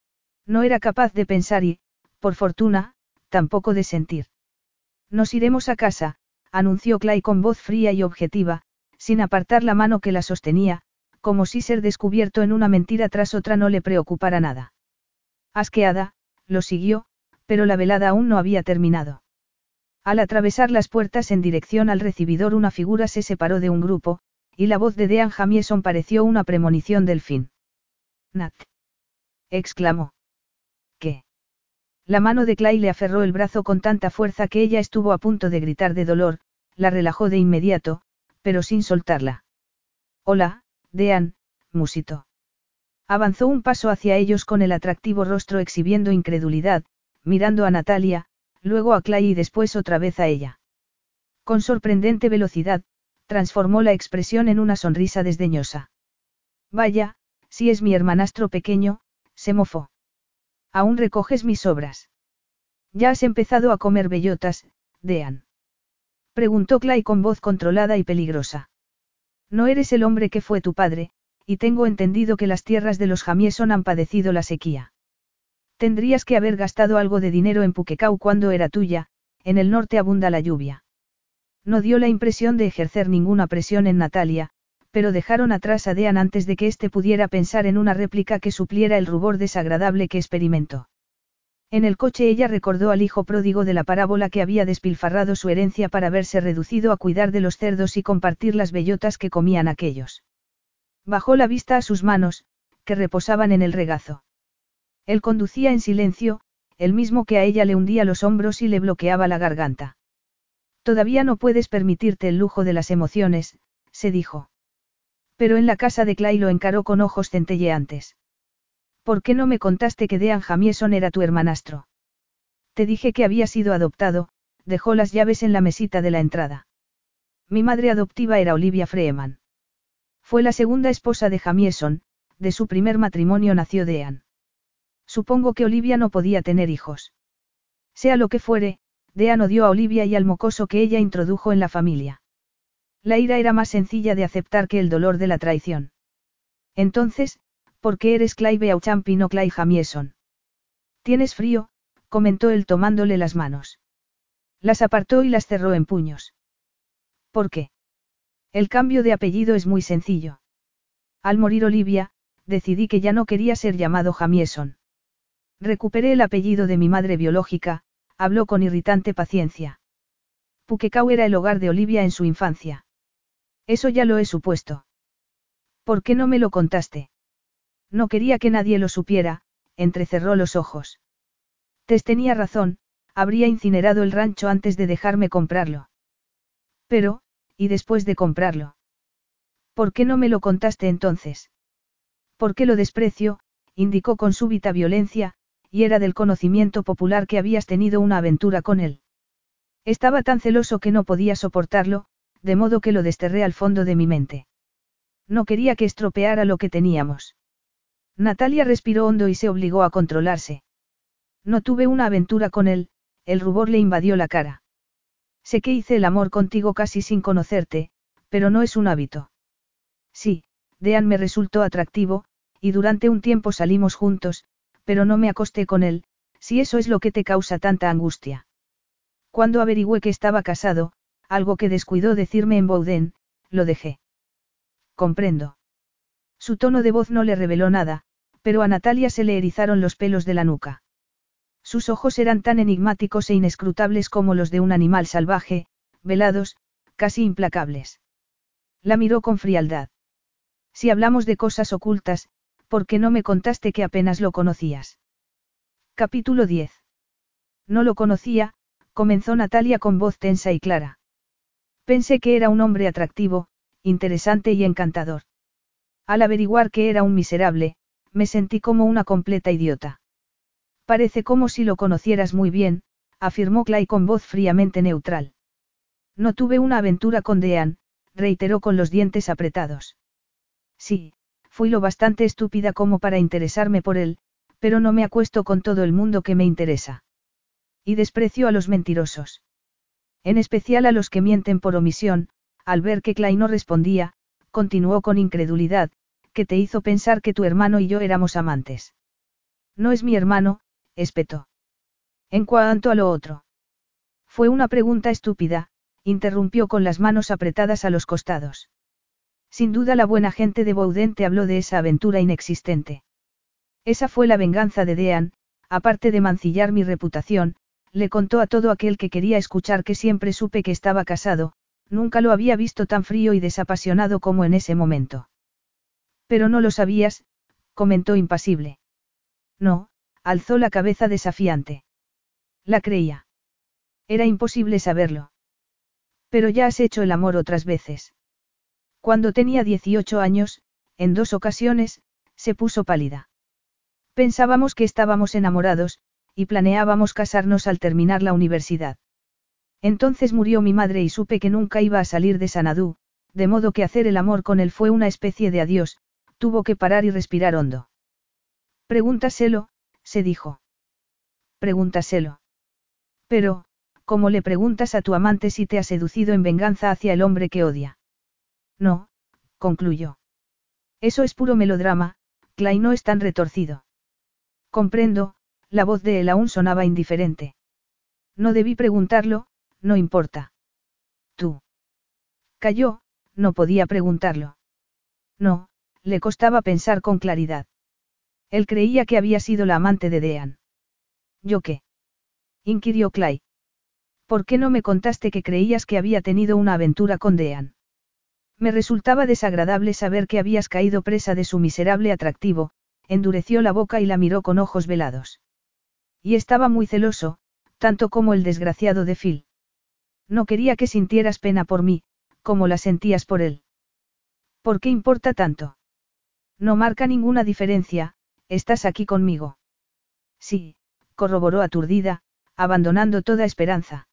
[SPEAKER 1] No era capaz de pensar y, por fortuna, tampoco de sentir. Nos iremos a casa, anunció Clay con voz fría y objetiva, sin apartar la mano que la sostenía, como si ser descubierto en una mentira tras otra no le preocupara nada. Asqueada, lo siguió, pero la velada aún no había terminado. Al atravesar las puertas en dirección al recibidor una figura se separó de un grupo, y la voz de Dean Jamieson pareció una premonición del fin. Nat. Exclamó. ¿Qué? La mano de Clay le aferró el brazo con tanta fuerza que ella estuvo a punto de gritar de dolor, la relajó de inmediato, pero sin soltarla. Hola, Dean, musitó. Avanzó un paso hacia ellos con el atractivo rostro exhibiendo incredulidad, mirando a Natalia, luego a Clay y después otra vez a ella. Con sorprendente velocidad, transformó la expresión en una sonrisa desdeñosa. Vaya, si es mi hermanastro pequeño, se mofó. ¿Aún recoges mis obras? ¿Ya has empezado a comer bellotas, Dean? Preguntó Clay con voz controlada y peligrosa. No eres el hombre que fue tu padre, y tengo entendido que las tierras de los Jamieson han padecido la sequía. Tendrías que haber gastado algo de dinero en Pukekau cuando era tuya, en el norte abunda la lluvia. No dio la impresión de ejercer ninguna presión en Natalia, pero dejaron atrás a Dean antes de que éste pudiera pensar en una réplica que supliera el rubor desagradable que experimentó. En el coche ella recordó al hijo pródigo de la parábola que había despilfarrado su herencia para verse reducido a cuidar de los cerdos y compartir las bellotas que comían aquellos. Bajó la vista a sus manos, que reposaban en el regazo. Él conducía en silencio, el mismo que a ella le hundía los hombros y le bloqueaba la garganta. Todavía no puedes permitirte el lujo de las emociones, se dijo. Pero en la casa de Clay lo encaró con ojos centelleantes. ¿Por qué no me contaste que Dean Jamieson era tu hermanastro? Te dije que había sido adoptado, dejó las llaves en la mesita de la entrada. Mi madre adoptiva era Olivia Freeman. Fue la segunda esposa de Jamieson, de su primer matrimonio nació Dean. Supongo que Olivia no podía tener hijos. Sea lo que fuere, Dean odió a Olivia y al mocoso que ella introdujo en la familia. La ira era más sencilla de aceptar que el dolor de la traición. Entonces, ¿por qué eres Clay Beauchamp y no Clay Jamieson? Tienes frío, comentó él tomándole las manos. Las apartó y las cerró en puños. ¿Por qué? El cambio de apellido es muy sencillo. Al morir Olivia, decidí que ya no quería ser llamado Jamieson. Recuperé el apellido de mi madre biológica, habló con irritante paciencia. Pukekow era el hogar de Olivia en su infancia. Eso ya lo he supuesto. ¿Por qué no me lo contaste? No quería que nadie lo supiera, entrecerró los ojos. Tess tenía razón, habría incinerado el rancho antes de dejarme comprarlo. Pero, ¿y después de comprarlo? ¿Por qué no me lo contaste entonces? Porque lo desprecio, indicó con súbita violencia, y era del conocimiento popular que habías tenido una aventura con él. Estaba tan celoso que no podía soportarlo, de modo que lo desterré al fondo de mi mente. No quería que estropeara lo que teníamos. Natalia respiró hondo y se obligó a controlarse. No tuve una aventura con él, el rubor le invadió la cara. Sé que hice el amor contigo casi sin conocerte, pero no es un hábito. Sí, Dean me resultó atractivo, y durante un tiempo salimos juntos, pero no me acosté con él, si eso es lo que te causa tanta angustia. Cuando averigüé que estaba casado, algo que descuidó decirme en Bowden, lo dejé. Comprendo. Su tono de voz no le reveló nada, pero a Natalia se le erizaron los pelos de la nuca. Sus ojos eran tan enigmáticos e inescrutables como los de un animal salvaje, velados, casi implacables. La miró con frialdad. Si hablamos de cosas ocultas, ¿por qué no me contaste que apenas lo conocías? Capítulo diez. No lo conocía, comenzó Natalia con voz tensa y clara. Pensé que era un hombre atractivo, interesante y encantador. Al averiguar que era un miserable, me sentí como una completa idiota. Parece como si lo conocieras muy bien, afirmó Clay con voz fríamente neutral. No tuve una aventura con Dean, reiteró con los dientes apretados. Sí, fui lo bastante estúpida como para interesarme por él, pero no me acuesto con todo el mundo que me interesa. Y desprecio a los mentirosos. En especial a los que mienten por omisión, al ver que Clay no respondía, continuó con incredulidad, que te hizo pensar que tu hermano y yo éramos amantes. No es mi hermano, espetó. En cuanto a lo otro. Fue una pregunta estúpida, interrumpió con las manos apretadas a los costados. Sin duda la buena gente de Bowden te habló de esa aventura inexistente. Esa fue la venganza de Dean, aparte de mancillar mi reputación, le contó a todo aquel que quería escuchar que siempre supe que estaba casado, nunca lo había visto tan frío y desapasionado como en ese momento. Pero no lo sabías, comentó impasible. No, alzó la cabeza desafiante. La creía. Era imposible saberlo. Pero ya has hecho el amor otras veces. Cuando tenía dieciocho años, en dos ocasiones, se puso pálida. Pensábamos que estábamos enamorados, y planeábamos casarnos al terminar la universidad. Entonces murió mi madre y supe que nunca iba a salir de Sanadú, de modo que hacer el amor con él fue una especie de adiós, tuvo que parar y respirar hondo. Pregúntaselo, se dijo. Pregúntaselo. Pero, ¿cómo le preguntas a tu amante si te ha seducido en venganza hacia el hombre que odia? No, concluyó. Eso es puro melodrama, Clay no es tan retorcido. Comprendo, la voz de él aún sonaba indiferente. No debí preguntarlo, no importa. Tú. Calló, no podía preguntarlo. No, le costaba pensar con claridad. Él creía que había sido la amante de Dean. ¿Yo qué? Inquirió Clay. ¿Por qué no me contaste que creías que había tenido una aventura con Dean? Me resultaba desagradable saber que habías caído presa de su miserable atractivo, endureció la boca y la miró con ojos velados. Y estaba muy celoso, tanto como el desgraciado de Phil. No quería que sintieras pena por mí, como la sentías por él. ¿Por qué importa tanto? No marca ninguna diferencia, estás aquí conmigo. Sí, corroboró aturdida, abandonando toda esperanza.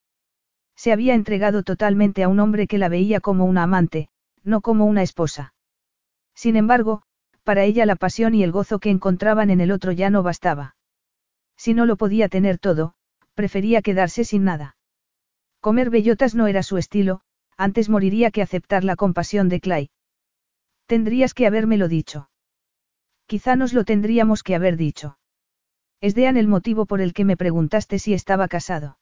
[SPEAKER 1] Se había entregado totalmente a un hombre que la veía como una amante, no como una esposa. Sin embargo, para ella la pasión y el gozo que encontraban en el otro ya no bastaba. Si no lo podía tener todo, prefería quedarse sin nada. Comer bellotas no era su estilo, antes moriría que aceptar la compasión de Clay. Tendrías que habérmelo dicho. Quizá nos lo tendríamos que haber dicho. Es Dean el motivo por el que me preguntaste si estaba casado.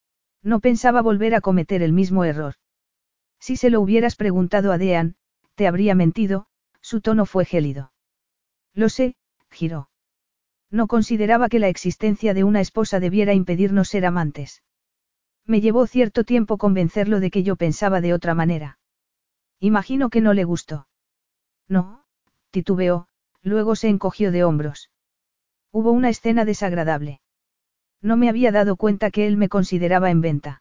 [SPEAKER 1] No pensaba volver a cometer el mismo error. Si se lo hubieras preguntado a Dean, te habría mentido, su tono fue gélido. Lo sé, giró. No consideraba que la existencia de una esposa debiera impedirnos ser amantes. Me llevó cierto tiempo convencerlo de que yo pensaba de otra manera. Imagino que no le gustó. No, titubeó, luego se encogió de hombros. Hubo una escena desagradable. No me había dado cuenta que él me consideraba en venta.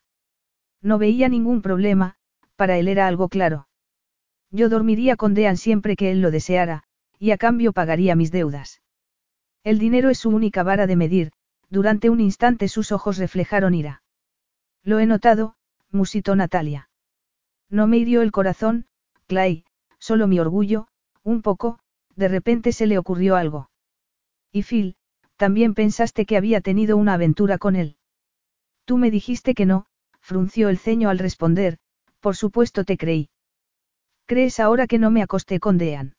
[SPEAKER 1] No veía ningún problema, para él era algo claro. Yo dormiría con Dean siempre que él lo deseara, y a cambio pagaría mis deudas. El dinero es su única vara de medir, durante un instante sus ojos reflejaron ira. Lo he notado, musitó Natalia. No me hirió el corazón, Clay, solo mi orgullo, un poco, de repente se le ocurrió algo. Y Phil, también pensaste que había tenido una aventura con él. Tú me dijiste que no, frunció el ceño al responder, por supuesto te creí. ¿Crees ahora que no me acosté con Dean?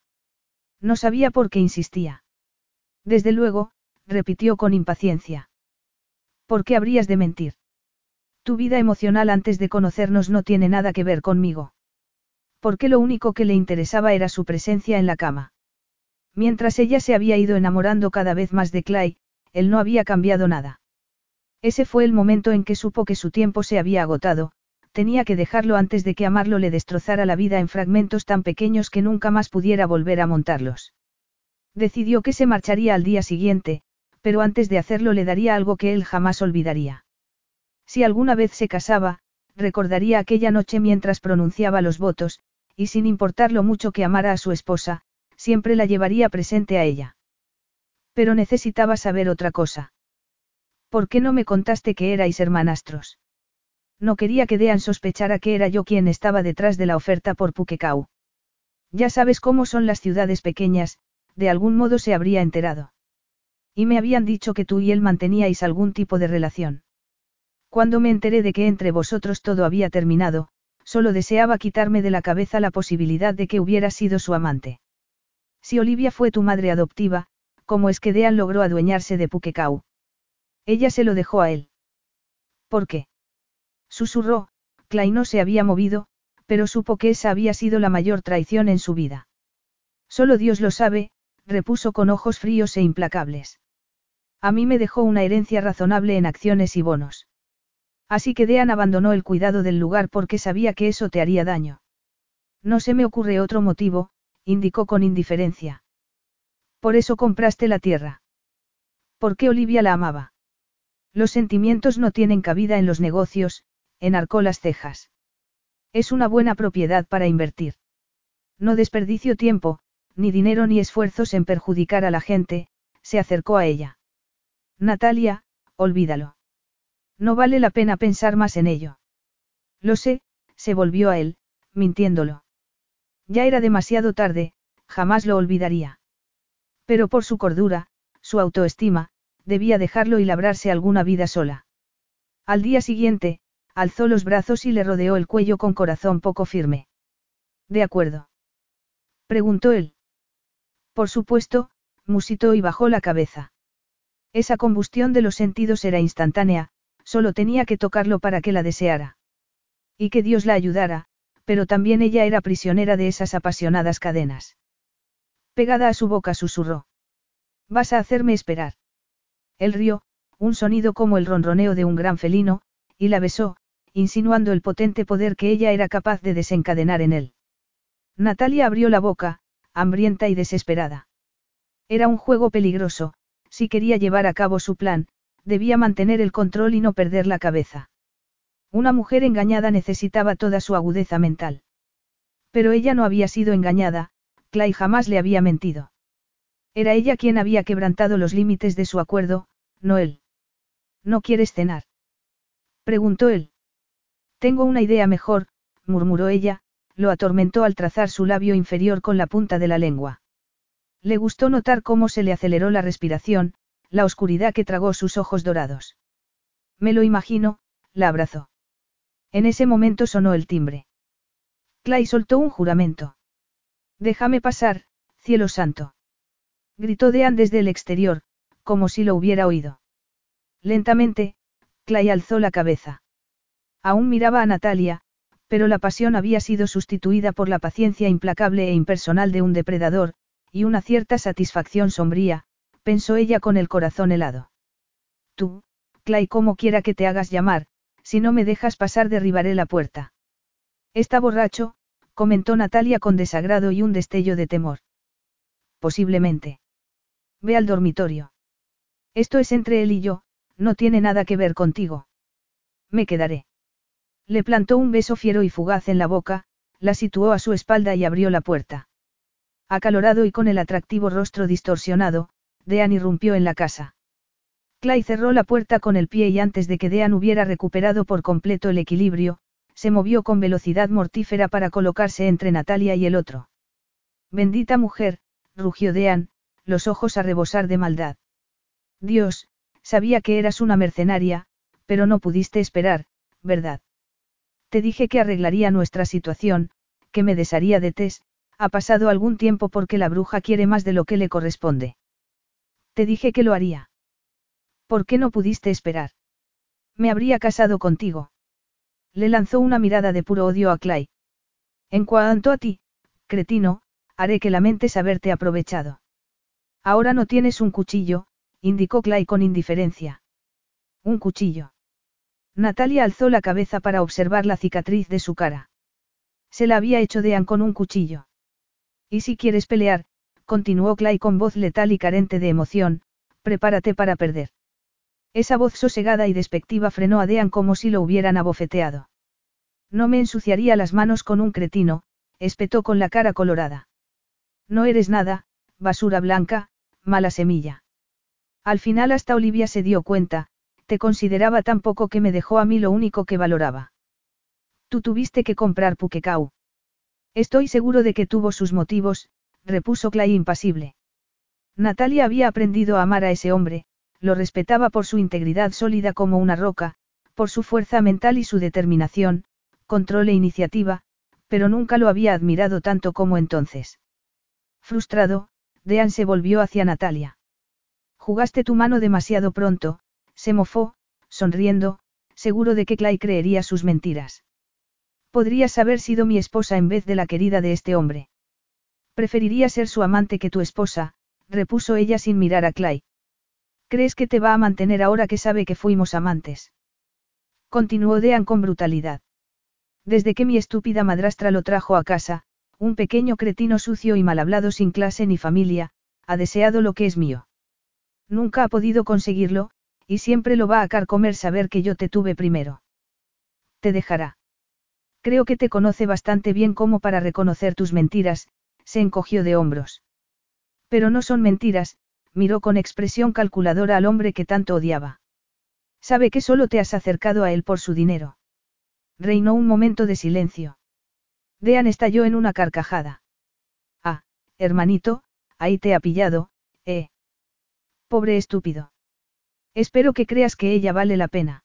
[SPEAKER 1] No sabía por qué insistía. Desde luego, repitió con impaciencia. ¿Por qué habrías de mentir? Tu vida emocional antes de conocernos no tiene nada que ver conmigo. Porque lo único que le interesaba era su presencia en la cama. Mientras ella se había ido enamorando cada vez más de Clay, él no había cambiado nada. Ese fue el momento en que supo que su tiempo se había agotado, tenía que dejarlo antes de que amarlo le destrozara la vida en fragmentos tan pequeños que nunca más pudiera volver a montarlos. Decidió que se marcharía al día siguiente, pero antes de hacerlo le daría algo que él jamás olvidaría. Si alguna vez se casaba, recordaría aquella noche mientras pronunciaba los votos, y sin importar lo mucho que amara a su esposa, siempre la llevaría presente a ella. Pero necesitaba saber otra cosa. ¿Por qué no me contaste que erais hermanastros? No quería que Dean sospechara que era yo quien estaba detrás de la oferta por Puquecau. Ya sabes cómo son las ciudades pequeñas, de algún modo se habría enterado. Y me habían dicho que tú y él manteníais algún tipo de relación. Cuando me enteré de que entre vosotros todo había terminado, solo deseaba quitarme de la cabeza la posibilidad de que hubiera sido su amante. Si Olivia fue tu madre adoptiva, ¿cómo es que Dean logró adueñarse de Puquecau? Ella se lo dejó a él. ¿Por qué? Susurró, Clay no se había movido, pero supo que esa había sido la mayor traición en su vida. Solo Dios lo sabe, repuso con ojos fríos e implacables. A mí me dejó una herencia razonable en acciones y bonos. Así que Dean abandonó el cuidado del lugar porque sabía que eso te haría daño. No se me ocurre otro motivo, indicó con indiferencia. Por eso compraste la tierra. ¿Por qué Olivia la amaba? Los sentimientos no tienen cabida en los negocios, enarcó las cejas. Es una buena propiedad para invertir. No desperdicio tiempo, ni dinero ni esfuerzos en perjudicar a la gente, se acercó a ella. Natalia, olvídalo. No vale la pena pensar más en ello. Lo sé, se volvió a él, mintiéndolo. Ya era demasiado tarde, jamás lo olvidaría. Pero por su cordura, su autoestima, debía dejarlo y labrarse alguna vida sola. Al día siguiente, alzó los brazos y le rodeó el cuello con corazón poco firme. ¿De acuerdo? Preguntó él. Por supuesto, musitó y bajó la cabeza. Esa combustión de los sentidos era instantánea, solo tenía que tocarlo para que la deseara. Y que Dios la ayudara, pero también ella era prisionera de esas apasionadas cadenas. Pegada a su boca susurró. Vas a hacerme esperar. Él rió, un sonido como el ronroneo de un gran felino, y la besó, insinuando el potente poder que ella era capaz de desencadenar en él. Natalia abrió la boca, hambrienta y desesperada. Era un juego peligroso, si quería llevar a cabo su plan, debía mantener el control y no perder la cabeza. Una mujer engañada necesitaba toda su agudeza mental. Pero ella no había sido engañada, Clay jamás le había mentido. Era ella quien había quebrantado los límites de su acuerdo, no él. ¿No quieres cenar?, preguntó él. Tengo una idea mejor, murmuró ella, lo atormentó al trazar su labio inferior con la punta de la lengua. Le gustó notar cómo se le aceleró la respiración, la oscuridad que tragó sus ojos dorados. Me lo imagino, la abrazó. En ese momento sonó el timbre. Clay soltó un juramento. Déjame pasar, cielo santo. Gritó Dean desde el exterior, como si lo hubiera oído. Lentamente, Clay alzó la cabeza. Aún miraba a Natalia, pero la pasión había sido sustituida por la paciencia implacable e impersonal de un depredador, y una cierta satisfacción sombría, pensó ella con el corazón helado. Tú, Clay, como quiera que te hagas llamar, si no me dejas pasar derribaré la puerta. Está borracho, comentó Natalia con desagrado y un destello de temor. Posiblemente. Ve al dormitorio. Esto es entre él y yo, no tiene nada que ver contigo. Me quedaré. Le plantó un beso fiero y fugaz en la boca, la situó a su espalda y abrió la puerta. Acalorado y con el atractivo rostro distorsionado, Dean irrumpió en la casa. Clay cerró la puerta con el pie y antes de que Dean hubiera recuperado por completo el equilibrio, se movió con velocidad mortífera para colocarse entre Natalia y el otro. Bendita mujer, rugió Dean, los ojos a rebosar de maldad. Dios, sabía que eras una mercenaria, pero no pudiste esperar, ¿verdad? Te dije que arreglaría nuestra situación, que me desharía de Tess, ha pasado algún tiempo porque la bruja quiere más de lo que le corresponde. Te dije que lo haría. ¿Por qué no pudiste esperar? Me habría casado contigo. Le lanzó una mirada de puro odio a Clay. En cuanto a ti, cretino, haré que lamentes haberte aprovechado. Ahora no tienes un cuchillo, indicó Clay con indiferencia. ¿Un cuchillo? Natalia alzó la cabeza para observar la cicatriz de su cara. Se la había hecho Dean con un cuchillo. Y si quieres pelear, continuó Clay con voz letal y carente de emoción, prepárate para perder. Esa voz sosegada y despectiva frenó a Dean como si lo hubieran abofeteado. No me ensuciaría las manos con un cretino, espetó con la cara colorada. No eres nada, basura blanca, mala semilla. Al final hasta Olivia se dio cuenta, te consideraba tan poco que me dejó a mí lo único que valoraba. Tú tuviste que comprar Pukekau. Estoy seguro de que tuvo sus motivos, repuso Clay impasible. Natalia había aprendido a amar a ese hombre, lo respetaba por su integridad sólida como una roca, por su fuerza mental y su determinación, control e iniciativa, pero nunca lo había admirado tanto como entonces. Frustrado, Dean se volvió hacia Natalia. Jugaste tu mano demasiado pronto, se mofó, sonriendo, seguro de que Clay creería sus mentiras. Podrías haber sido mi esposa en vez de la querida de este hombre. Preferiría ser su amante que tu esposa, repuso ella sin mirar a Clay. ¿Crees que te va a mantener ahora que sabe que fuimos amantes? Continuó Dean con brutalidad. Desde que mi estúpida madrastra lo trajo a casa, un pequeño cretino sucio y mal hablado sin clase ni familia, ha deseado lo que es mío. Nunca ha podido conseguirlo, y siempre lo va a carcomer saber que yo te tuve primero. Te dejará. Creo que te conoce bastante bien como para reconocer tus mentiras, se encogió de hombros. Pero no son mentiras, miró con expresión calculadora al hombre que tanto odiaba. Sabe que solo te has acercado a él por su dinero. Reinó un momento de silencio. Dean estalló en una carcajada. Ah, hermanito, ahí te ha pillado, ¿eh? Pobre estúpido. Espero que creas que ella vale la pena.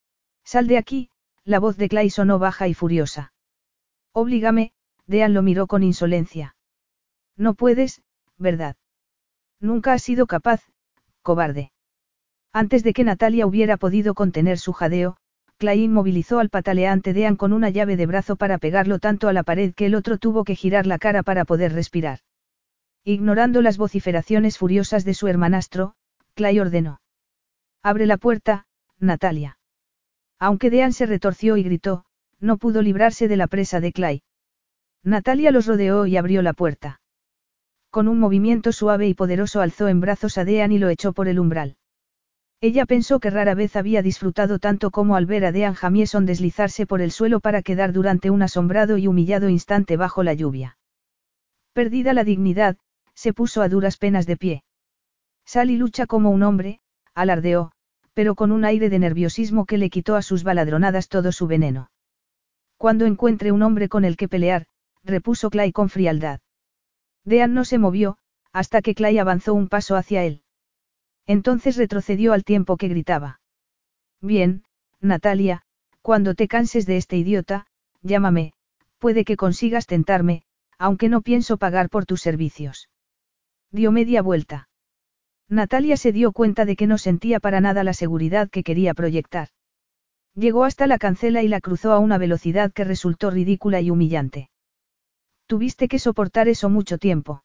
[SPEAKER 1] Sal de aquí, la voz de Clay sonó baja y furiosa. Oblígame, Dean lo miró con insolencia. No puedes, ¿verdad? Nunca has sido capaz, cobarde. Antes de que Natalia hubiera podido contener su jadeo, Clay inmovilizó al pataleante Dean con una llave de brazo para pegarlo tanto a la pared que el otro tuvo que girar la cara para poder respirar. Ignorando las vociferaciones furiosas de su hermanastro, Clay ordenó. Abre la puerta, Natalia. Aunque Dean se retorció y gritó, no pudo librarse de la presa de Clay. Natalia los rodeó y abrió la puerta. Con un movimiento suave y poderoso alzó en brazos a Dean y lo echó por el umbral. Ella pensó que rara vez había disfrutado tanto como al ver a Dean Jamieson deslizarse por el suelo para quedar durante un asombrado y humillado instante bajo la lluvia. Perdida la dignidad, se puso a duras penas de pie. Sal y lucha como un hombre, alardeó, pero con un aire de nerviosismo que le quitó a sus baladronadas todo su veneno. Cuando encuentre un hombre con el que pelear, repuso Clay con frialdad. Dean no se movió, hasta que Clay avanzó un paso hacia él. Entonces retrocedió al tiempo que gritaba. Bien, Natalia, cuando te canses de este idiota, llámame, puede que consigas tentarme, aunque no pienso pagar por tus servicios. Dio media vuelta. Natalia se dio cuenta de que no sentía para nada la seguridad que quería proyectar. Llegó hasta la cancela y la cruzó a una velocidad que resultó ridícula y humillante. ¿Tuviste que soportar eso mucho tiempo?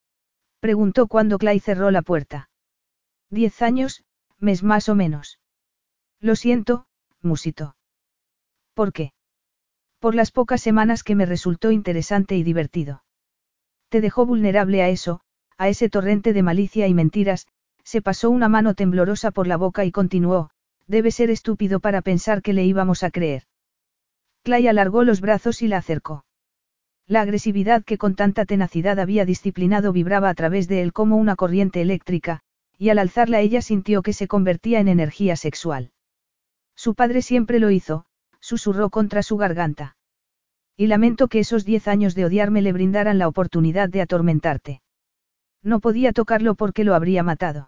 [SPEAKER 1] Preguntó cuando Clay cerró la puerta. Diez años, mes más o menos. Lo siento, musitó. ¿Por qué? Por las pocas semanas que me resultó interesante y divertido. Te dejó vulnerable a eso, a ese torrente de malicia y mentiras, se pasó una mano temblorosa por la boca y continuó, debe ser estúpido para pensar que le íbamos a creer. Clay alargó los brazos y la acercó. La agresividad que con tanta tenacidad había disciplinado vibraba a través de él como una corriente eléctrica, y al alzarla ella sintió que se convertía en energía sexual. Su padre siempre lo hizo, susurró contra su garganta. Y lamento que esos diez años de odiarme le brindaran la oportunidad de atormentarte. No podía tocarlo porque lo habría matado.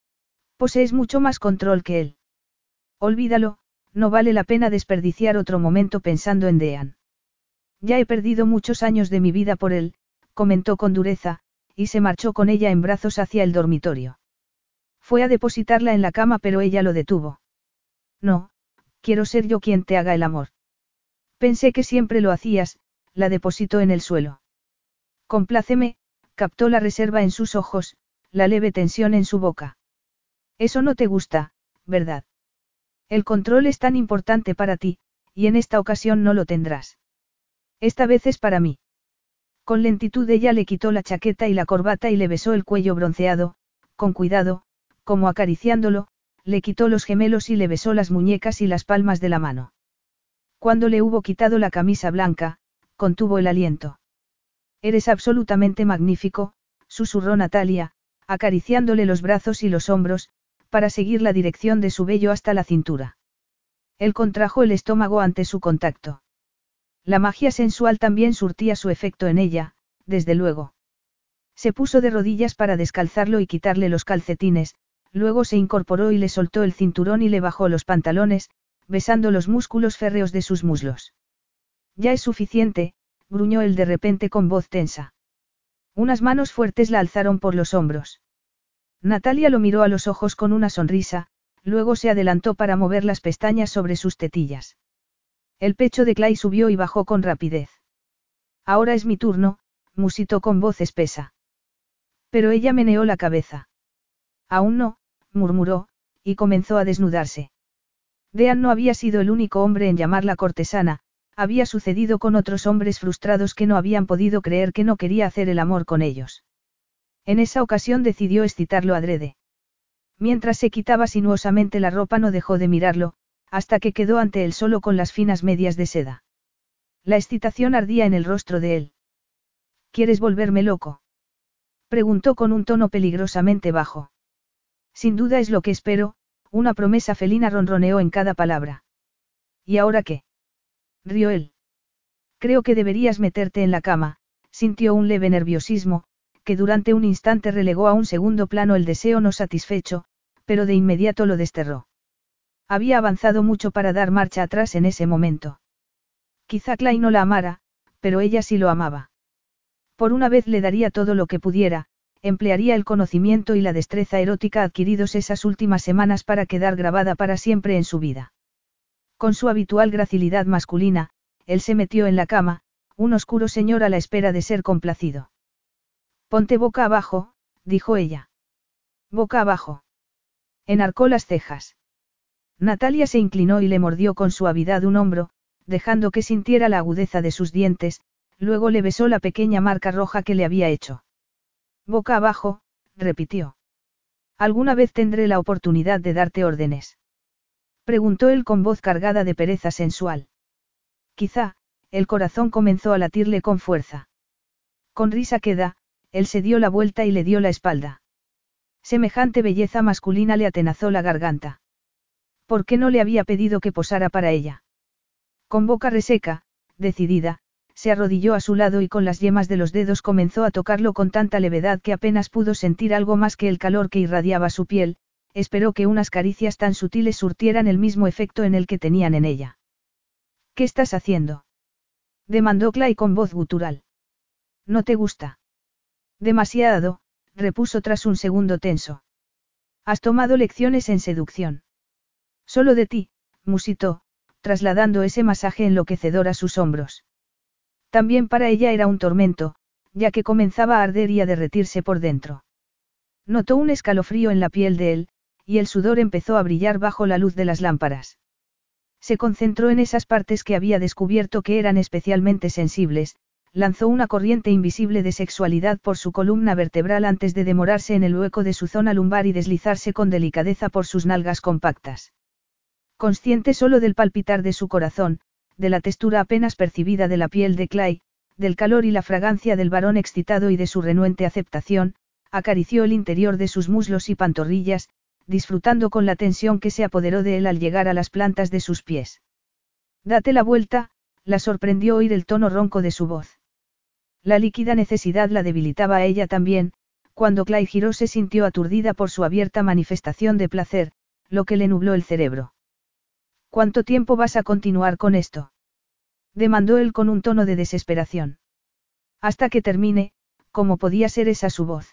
[SPEAKER 1] Posees mucho más control que él. Olvídalo, no vale la pena desperdiciar otro momento pensando en Dean. Ya he perdido muchos años de mi vida por él, comentó con dureza, y se marchó con ella en brazos hacia el dormitorio. Fue a depositarla en la cama pero ella lo detuvo. No, quiero ser yo quien te haga el amor. Pensé que siempre lo hacías, la depositó en el suelo. Compláceme, captó la reserva en sus ojos, la leve tensión en su boca. Eso no te gusta, ¿verdad? El control es tan importante para ti, y en esta ocasión no lo tendrás. Esta vez es para mí. Con lentitud ella le quitó la chaqueta y la corbata y le besó el cuello bronceado, con cuidado, como acariciándolo, le quitó los gemelos y le besó las muñecas y las palmas de la mano. Cuando le hubo quitado la camisa blanca, contuvo el aliento. Eres absolutamente magnífico, susurró Natalia, acariciándole los brazos y los hombros, para seguir la dirección de su vello hasta la cintura. Él contrajo el estómago ante su contacto. La magia sensual también surtía su efecto en ella, desde luego. Se puso de rodillas para descalzarlo y quitarle los calcetines, luego se incorporó y le soltó el cinturón y le bajó los pantalones, besando los músculos férreos de sus muslos. Ya es suficiente, gruñó él de repente con voz tensa. Unas manos fuertes la alzaron por los hombros. Natalia lo miró a los ojos con una sonrisa, luego se adelantó para mover las pestañas sobre sus tetillas. El pecho de Clay subió y bajó con rapidez. Ahora es mi turno, musitó con voz espesa. Pero ella meneó la cabeza. Aún no, murmuró, y comenzó a desnudarse. Dean no había sido el único hombre en llamarla cortesana, había sucedido con otros hombres frustrados que no habían podido creer que no quería hacer el amor con ellos. En esa ocasión decidió excitarlo adrede. Mientras se quitaba sinuosamente la ropa no dejó de mirarlo, hasta que quedó ante él solo con las finas medias de seda. La excitación ardía en el rostro de él. ¿Quieres volverme loco?, preguntó con un tono peligrosamente bajo. Sin duda es lo que espero, una promesa felina ronroneó en cada palabra. ¿Y ahora qué?, rió él. Creo que deberías meterte en la cama, sintió un leve nerviosismo, que durante un instante relegó a un segundo plano el deseo no satisfecho, pero de inmediato lo desterró. Había avanzado mucho para dar marcha atrás en ese momento. Quizá Clay no la amara, pero ella sí lo amaba. Por una vez le daría todo lo que pudiera, emplearía el conocimiento y la destreza erótica adquiridos esas últimas semanas para quedar grabada para siempre en su vida. Con su habitual gracilidad masculina, él se metió en la cama, un oscuro señor a la espera de ser complacido. Ponte boca abajo, dijo ella. Boca abajo. Enarcó las cejas. Natalia se inclinó y le mordió con suavidad un hombro, dejando que sintiera la agudeza de sus dientes, luego le besó la pequeña marca roja que le había hecho. Boca abajo, repitió. ¿Alguna vez tendré la oportunidad de darte órdenes? Preguntó él con voz cargada de pereza sensual. Quizá, el corazón comenzó a latirle con fuerza. Con risa queda, él se dio la vuelta y le dio la espalda. Semejante belleza masculina le atenazó la garganta. ¿Por qué no le había pedido que posara para ella? Con boca reseca, decidida, se arrodilló a su lado y con las yemas de los dedos comenzó a tocarlo con tanta levedad que apenas pudo sentir algo más que el calor que irradiaba su piel. Esperó que unas caricias tan sutiles surtieran el mismo efecto en el que tenían en ella. ¿Qué estás haciendo? Demandó Clay con voz gutural. ¿No te gusta? Demasiado, repuso tras un segundo tenso. Has tomado lecciones en seducción. Solo de ti, musitó, trasladando ese masaje enloquecedor a sus hombros. También para ella era un tormento, ya que comenzaba a arder y a derretirse por dentro. Notó un escalofrío en la piel de él, y el sudor empezó a brillar bajo la luz de las lámparas. Se concentró en esas partes que había descubierto que eran especialmente sensibles, lanzó una corriente invisible de sexualidad por su columna vertebral antes de demorarse en el hueco de su zona lumbar y deslizarse con delicadeza por sus nalgas compactas. Consciente solo del palpitar de su corazón, de la textura apenas percibida de la piel de Clay, del calor y la fragancia del varón excitado y de su renuente aceptación, acarició el interior de sus muslos y pantorrillas, disfrutando con la tensión que se apoderó de él al llegar a las plantas de sus pies. Date la vuelta, la sorprendió oír el tono ronco de su voz. La líquida necesidad la debilitaba a ella también. Cuando Clay giró se sintió aturdida por su abierta manifestación de placer, lo que le nubló el cerebro. ¿Cuánto tiempo vas a continuar con esto? Demandó él con un tono de desesperación. Hasta que termine, como podía ser esa su voz.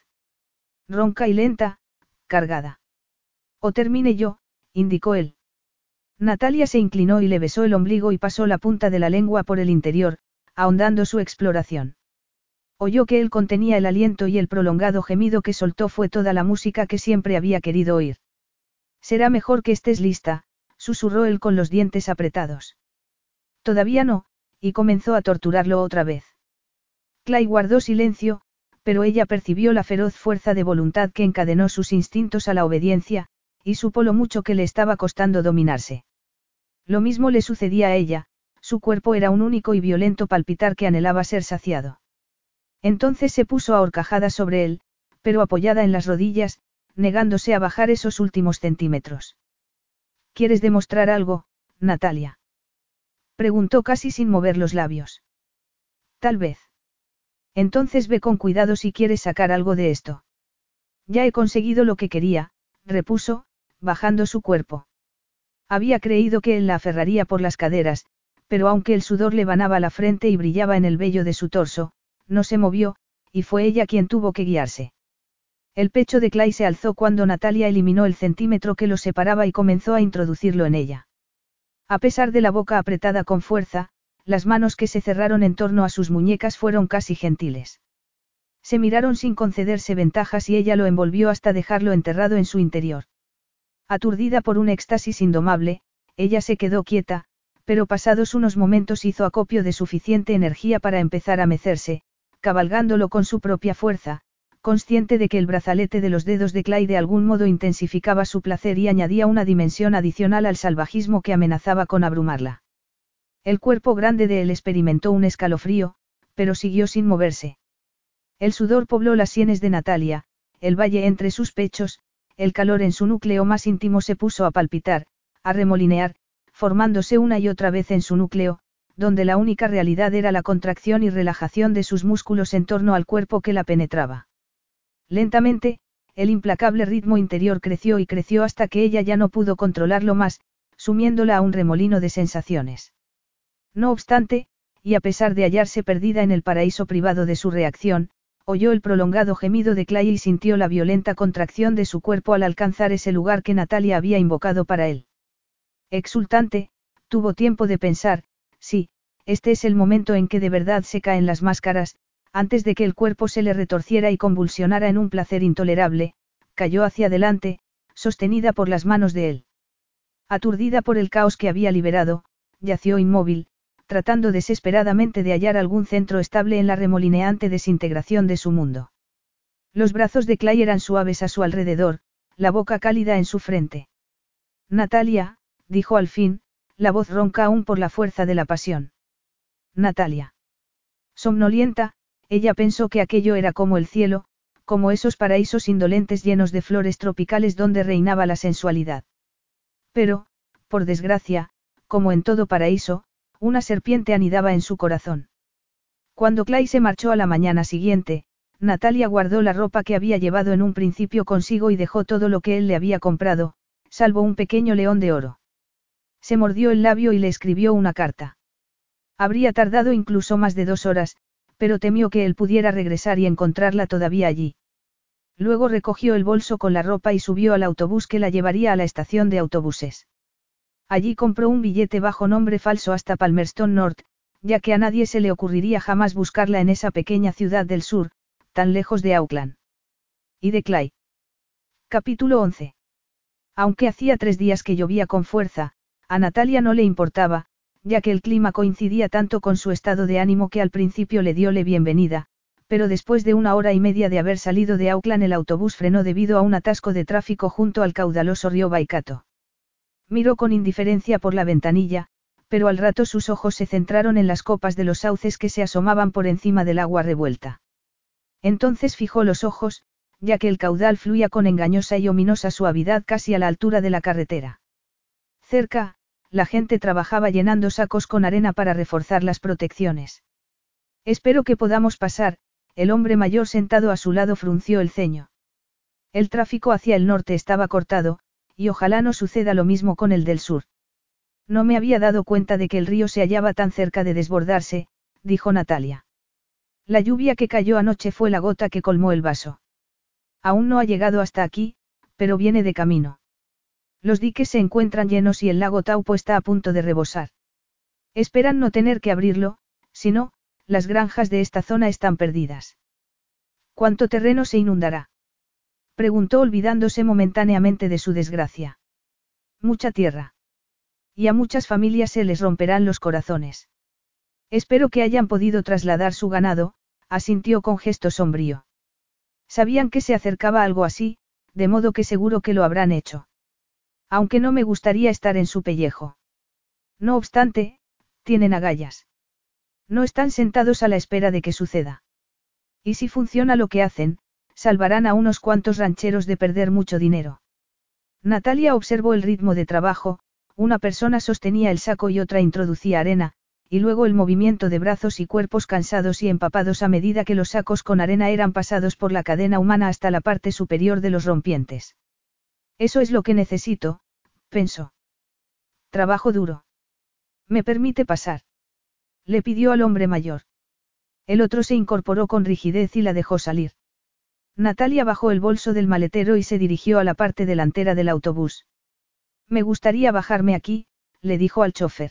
[SPEAKER 1] Ronca y lenta, cargada. O termine yo, indicó él. Natalia se inclinó y le besó el ombligo y pasó la punta de la lengua por el interior, ahondando su exploración. Oyó que él contenía el aliento y el prolongado gemido que soltó fue toda la música que siempre había querido oír. Será mejor que estés lista, susurró él con los dientes apretados. Todavía no, y comenzó a torturarlo otra vez. Clay guardó silencio, pero ella percibió la feroz fuerza de voluntad que encadenó sus instintos a la obediencia, y supo lo mucho que le estaba costando dominarse. Lo mismo le sucedía a ella, su cuerpo era un único y violento palpitar que anhelaba ser saciado. Entonces se puso a horcajadas sobre él, pero apoyada en las rodillas, negándose a bajar esos últimos centímetros. ¿Quieres demostrar algo, Natalia? Preguntó casi sin mover los labios. Tal vez. Entonces ve con cuidado si quieres sacar algo de esto. Ya he conseguido lo que quería, repuso, bajando su cuerpo. Había creído que él la aferraría por las caderas, pero aunque el sudor le banaba la frente y brillaba en el vello de su torso, no se movió, y fue ella quien tuvo que guiarse. El pecho de Clay se alzó cuando Natalia eliminó el centímetro que los separaba y comenzó a introducirlo en ella. A pesar de la boca apretada con fuerza, las manos que se cerraron en torno a sus muñecas fueron casi gentiles. Se miraron sin concederse ventajas y ella lo envolvió hasta dejarlo enterrado en su interior. Aturdida por un éxtasis indomable, ella se quedó quieta, pero pasados unos momentos hizo acopio de suficiente energía para empezar a mecerse, cabalgándolo con su propia fuerza, consciente de que el brazalete de los dedos de Clay de algún modo intensificaba su placer y añadía una dimensión adicional al salvajismo que amenazaba con abrumarla. El cuerpo grande de él experimentó un escalofrío, pero siguió sin moverse. El sudor pobló las sienes de Natalia, el valle entre sus pechos, el calor en su núcleo más íntimo se puso a palpitar, a remolinear, formándose una y otra vez en su núcleo, donde la única realidad era la contracción y relajación de sus músculos en torno al cuerpo que la penetraba. Lentamente, el implacable ritmo interior creció y creció hasta que ella ya no pudo controlarlo más, sumiéndola a un remolino de sensaciones. No obstante, y a pesar de hallarse perdida en el paraíso privado de su reacción, oyó el prolongado gemido de Clay y sintió la violenta contracción de su cuerpo al alcanzar ese lugar que Natalia había invocado para él. Exultante, tuvo tiempo de pensar, sí, este es el momento en que de verdad se caen las máscaras, antes de que el cuerpo se le retorciera y convulsionara en un placer intolerable, cayó hacia adelante, sostenida por las manos de él. Aturdida por el caos que había liberado, yació inmóvil, tratando desesperadamente de hallar algún centro estable en la remolineante desintegración de su mundo. Los brazos de Clay eran suaves a su alrededor, la boca cálida en su frente. Natalia, dijo al fin, la voz ronca aún por la fuerza de la pasión. Natalia. Somnolienta, ella pensó que aquello era como el cielo, como esos paraísos indolentes llenos de flores tropicales donde reinaba la sensualidad. Pero, por desgracia, como en todo paraíso, una serpiente anidaba en su corazón. Cuando Clay se marchó a la mañana siguiente, Natalia guardó la ropa que había llevado en un principio consigo y dejó todo lo que él le había comprado, salvo un pequeño león de oro. Se mordió el labio y le escribió una carta. Habría tardado incluso más de dos horas, pero temió que él pudiera regresar y encontrarla todavía allí. Luego recogió el bolso con la ropa y subió al autobús que la llevaría a la estación de autobuses. Allí compró un billete bajo nombre falso hasta Palmerston North, ya que a nadie se le ocurriría jamás buscarla en esa pequeña ciudad del sur, tan lejos de Auckland. Y de Clay. Capítulo once. Aunque hacía tres días que llovía con fuerza, a Natalia no le importaba, ya que el clima coincidía tanto con su estado de ánimo que al principio le diole bienvenida, pero después de una hora y media de haber salido de Auckland el autobús frenó debido a un atasco de tráfico junto al caudaloso río Waikato. Miró con indiferencia por la ventanilla, pero al rato sus ojos se centraron en las copas de los sauces que se asomaban por encima del agua revuelta. Entonces fijó los ojos, ya que el caudal fluía con engañosa y ominosa suavidad casi a la altura de la carretera. Cerca, la gente trabajaba llenando sacos con arena para reforzar las protecciones. Espero que podamos pasar, el hombre mayor sentado a su lado frunció el ceño. El tráfico hacia el norte estaba cortado, y ojalá no suceda lo mismo con el del sur. No me había dado cuenta de que el río se hallaba tan cerca de desbordarse, dijo Natalia. La lluvia que cayó anoche fue la gota que colmó el vaso. Aún no ha llegado hasta aquí, pero viene de camino. Los diques se encuentran llenos y el lago Taupo está a punto de rebosar. Esperan no tener que abrirlo, si no, las granjas de esta zona están perdidas. ¿Cuánto terreno se inundará?, preguntó olvidándose momentáneamente de su desgracia. Mucha tierra. Y a muchas familias se les romperán los corazones. Espero que hayan podido trasladar su ganado, asintió con gesto sombrío. Sabían que se acercaba algo así, de modo que seguro que lo habrán hecho. Aunque no me gustaría estar en su pellejo. No obstante, tienen agallas. No están sentados a la espera de que suceda. Y si funciona lo que hacen, salvarán a unos cuantos rancheros de perder mucho dinero. Natalia observó el ritmo de trabajo, una persona sostenía el saco y otra introducía arena, y luego el movimiento de brazos y cuerpos cansados y empapados a medida que los sacos con arena eran pasados por la cadena humana hasta la parte superior de los rompientes. Eso es lo que necesito, pensó. Trabajo duro. ¿Me permite pasar?, le pidió al hombre mayor. El otro se incorporó con rigidez y la dejó salir. Natalia bajó el bolso del maletero y se dirigió a la parte delantera del autobús. Me gustaría bajarme aquí, le dijo al chofer.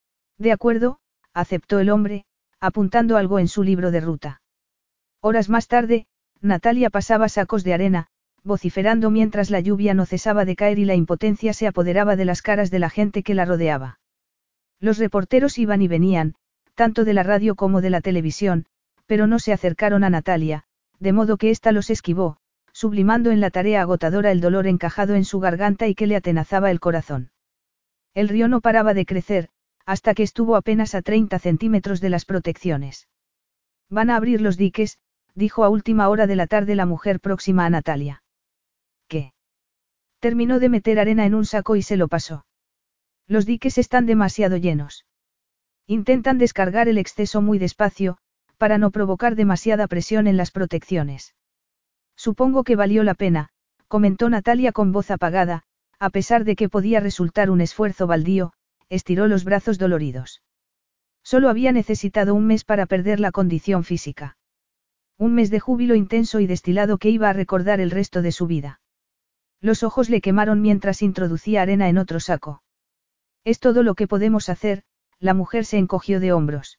[SPEAKER 1] De acuerdo, aceptó el hombre, apuntando algo en su libro de ruta. Horas más tarde, Natalia pasaba sacos de arena, vociferando mientras la lluvia no cesaba de caer y la impotencia se apoderaba de las caras de la gente que la rodeaba. Los reporteros iban y venían, tanto de la radio como de la televisión, pero no se acercaron a Natalia, de modo que ésta los esquivó, sublimando en la tarea agotadora el dolor encajado en su garganta y que le atenazaba el corazón. El río no paraba de crecer, hasta que estuvo apenas a treinta centímetros de las protecciones. Van a abrir los diques, dijo a última hora de la tarde la mujer próxima a Natalia. ¿Qué? Terminó de meter arena en un saco y se lo pasó. Los diques están demasiado llenos. Intentan descargar el exceso muy despacio, para no provocar demasiada presión en las protecciones. Supongo que valió la pena, comentó Natalia con voz apagada, a pesar de que podía resultar un esfuerzo baldío, estiró los brazos doloridos. Solo había necesitado un mes para perder la condición física. Un mes de júbilo intenso y destilado que iba a recordar el resto de su vida. Los ojos le quemaron mientras introducía arena en otro saco. Es todo lo que podemos hacer, la mujer se encogió de hombros.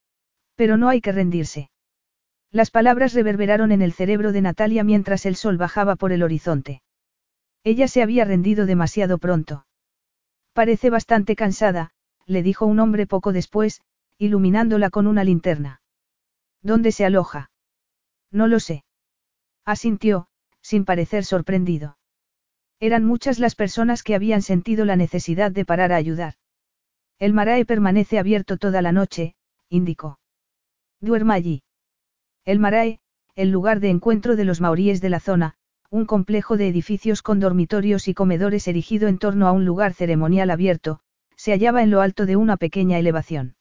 [SPEAKER 1] Pero no hay que rendirse. Las palabras reverberaron en el cerebro de Natalia mientras el sol bajaba por el horizonte. Ella se había rendido demasiado pronto. Parece bastante cansada, le dijo un hombre poco después, iluminándola con una linterna. ¿Dónde se aloja? No lo sé. Asintió, sin parecer sorprendido. Eran muchas las personas que habían sentido la necesidad de parar a ayudar. El Marae permanece abierto toda la noche, indicó. Duerma allí. El Marae, el lugar de encuentro de los maoríes de la zona, un complejo de edificios con dormitorios y comedores erigido en torno a un lugar ceremonial abierto, se hallaba en lo alto de una pequeña elevación.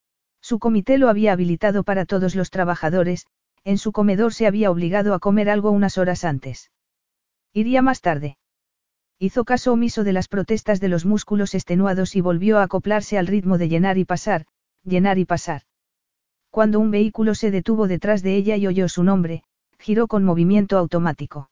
[SPEAKER 1] Su comité lo había habilitado para todos los trabajadores, en su comedor se había obligado a comer algo unas horas antes. Iría más tarde. Hizo caso omiso de las protestas de los músculos extenuados y volvió a acoplarse al ritmo de llenar y pasar, llenar y pasar. Cuando un vehículo se detuvo detrás de ella y oyó su nombre, giró con movimiento automático.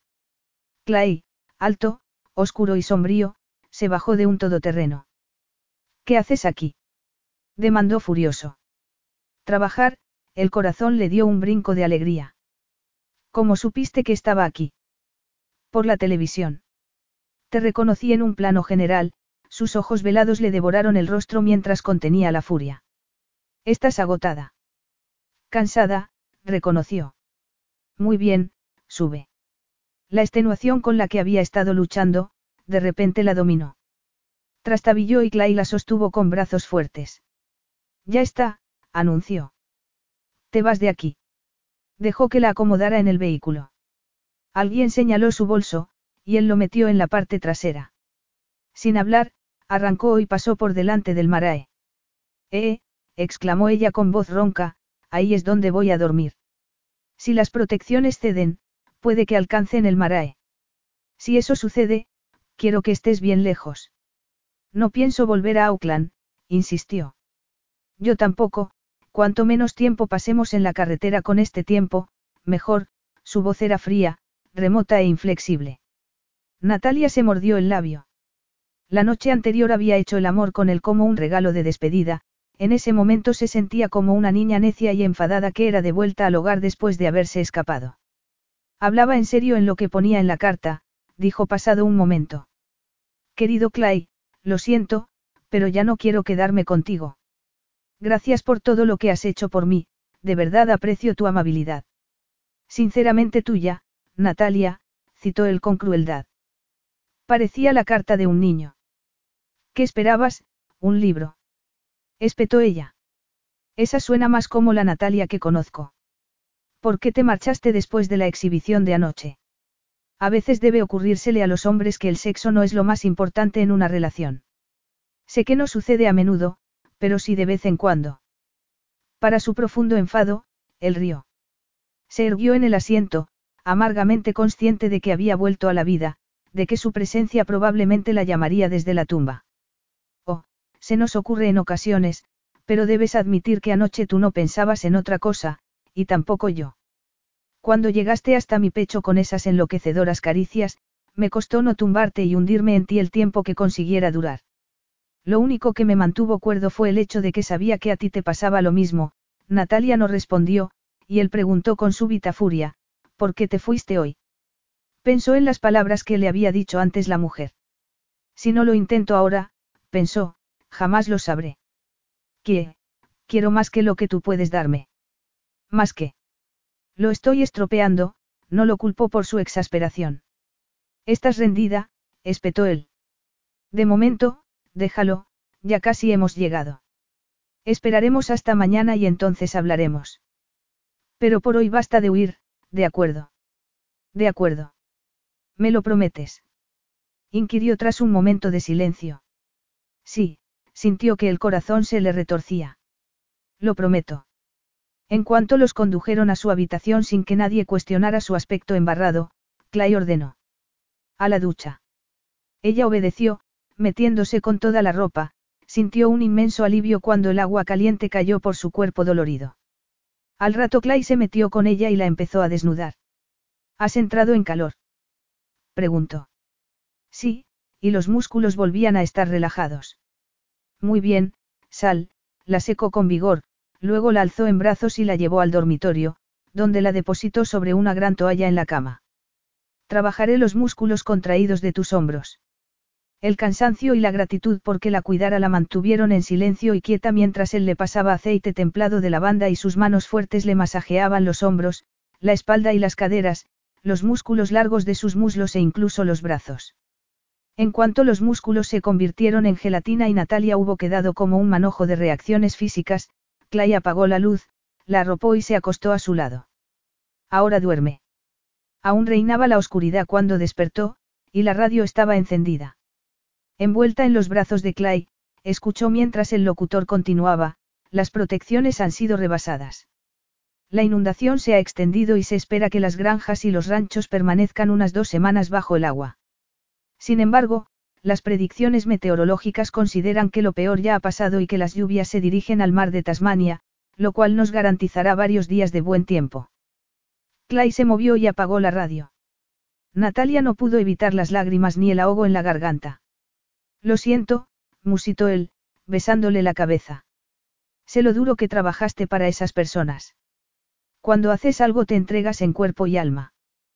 [SPEAKER 1] Clay, alto, oscuro y sombrío, se bajó de un todoterreno. ¿Qué haces aquí?, demandó furioso. Trabajar, el corazón le dio un brinco de alegría. ¿Cómo supiste que estaba aquí? Por la televisión. Te reconocí en un plano general, sus ojos velados le devoraron el rostro mientras contenía la furia. Estás agotada. Cansada, reconoció. Muy bien, sube. La extenuación con la que había estado luchando, de repente la dominó. Trastabilló y Clay la sostuvo con brazos fuertes. Ya está, anunció. Te vas de aquí. Dejó que la acomodara en el vehículo. Alguien señaló su bolso, y él lo metió en la parte trasera. Sin hablar, arrancó y pasó por delante del Marae. ¡Eh! Exclamó ella con voz ronca, ahí es donde voy a dormir. Si las protecciones ceden, puede que alcancen el Marae. Si eso sucede, quiero que estés bien lejos. No pienso volver a Auckland, insistió. Yo tampoco, cuanto menos tiempo pasemos en la carretera con este tiempo, mejor, su voz era fría, remota e inflexible. Natalia se mordió el labio. La noche anterior había hecho el amor con él como un regalo de despedida, en ese momento se sentía como una niña necia y enfadada que era de vuelta al hogar después de haberse escapado. Hablaba en serio en lo que ponía en la carta, dijo pasado un momento. Querido Clay, lo siento, pero ya no quiero quedarme contigo. Gracias por todo lo que has hecho por mí, de verdad aprecio tu amabilidad. Sinceramente tuya, Natalia, citó él con crueldad. Parecía la carta de un niño. ¿Qué esperabas, un libro? Espetó ella. Esa suena más como la Natalia que conozco. ¿Por qué te marchaste después de la exhibición de anoche? A veces debe ocurrírsele a los hombres que el sexo no es lo más importante en una relación. Sé que no sucede a menudo, pero sí de vez en cuando. Para su profundo enfado, él rió. Se irguió en el asiento, amargamente consciente de que había vuelto a la vida, de que su presencia probablemente la llamaría desde la tumba. Oh, se nos ocurre en ocasiones, pero debes admitir que anoche tú no pensabas en otra cosa, y tampoco yo. Cuando llegaste hasta mi pecho con esas enloquecedoras caricias, me costó no tumbarte y hundirme en ti el tiempo que consiguiera durar. Lo único que me mantuvo cuerdo fue el hecho de que sabía que a ti te pasaba lo mismo. Natalia no respondió, y él preguntó con súbita furia, ¿por qué te fuiste hoy? Pensó en las palabras que le había dicho antes la mujer. Si no lo intento ahora, pensó, jamás lo sabré. ¿Qué? Quiero más que lo que tú puedes darme. ¿Más qué? Lo estoy estropeando, no lo culpó por su exasperación. Estás rendida, espetó él. De momento, déjalo, ya casi hemos llegado. Esperaremos hasta mañana y entonces hablaremos. Pero por hoy basta de huir, ¿de acuerdo? De acuerdo. ¿Me lo prometes? Inquirió tras un momento de silencio. Sí, sintió que el corazón se le retorcía. Lo prometo. En cuanto los condujeron a su habitación sin que nadie cuestionara su aspecto embarrado, Clay ordenó. A la ducha. Ella obedeció, metiéndose con toda la ropa, sintió un inmenso alivio cuando el agua caliente cayó por su cuerpo dolorido. Al rato Clay se metió con ella y la empezó a desnudar. ¿Has entrado en calor?, preguntó. Sí, y los músculos volvían a estar relajados. Muy bien, Sal, la secó con vigor, luego la alzó en brazos y la llevó al dormitorio, donde la depositó sobre una gran toalla en la cama. Trabajaré los músculos contraídos de tus hombros. El cansancio y la gratitud por que la cuidara la mantuvieron en silencio y quieta mientras él le pasaba aceite templado de lavanda y sus manos fuertes le masajeaban los hombros, la espalda y las caderas, los músculos largos de sus muslos e incluso los brazos. En cuanto los músculos se convirtieron en gelatina y Natalia hubo quedado como un manojo de reacciones físicas, Clay apagó la luz, la arropó y se acostó a su lado. Ahora duerme. Aún reinaba la oscuridad cuando despertó, y la radio estaba encendida. Envuelta en los brazos de Clay, escuchó mientras el locutor continuaba, las protecciones han sido rebasadas. La inundación se ha extendido y se espera que las granjas y los ranchos permanezcan unas dos semanas bajo el agua. Sin embargo, las predicciones meteorológicas consideran que lo peor ya ha pasado y que las lluvias se dirigen al mar de Tasmania, lo cual nos garantizará varios días de buen tiempo. Clay se movió y apagó la radio. Natalia no pudo evitar las lágrimas ni el ahogo en la garganta. Lo siento, musitó él, besándole la cabeza. Sé lo duro que trabajaste para esas personas. Cuando haces algo te entregas en cuerpo y alma.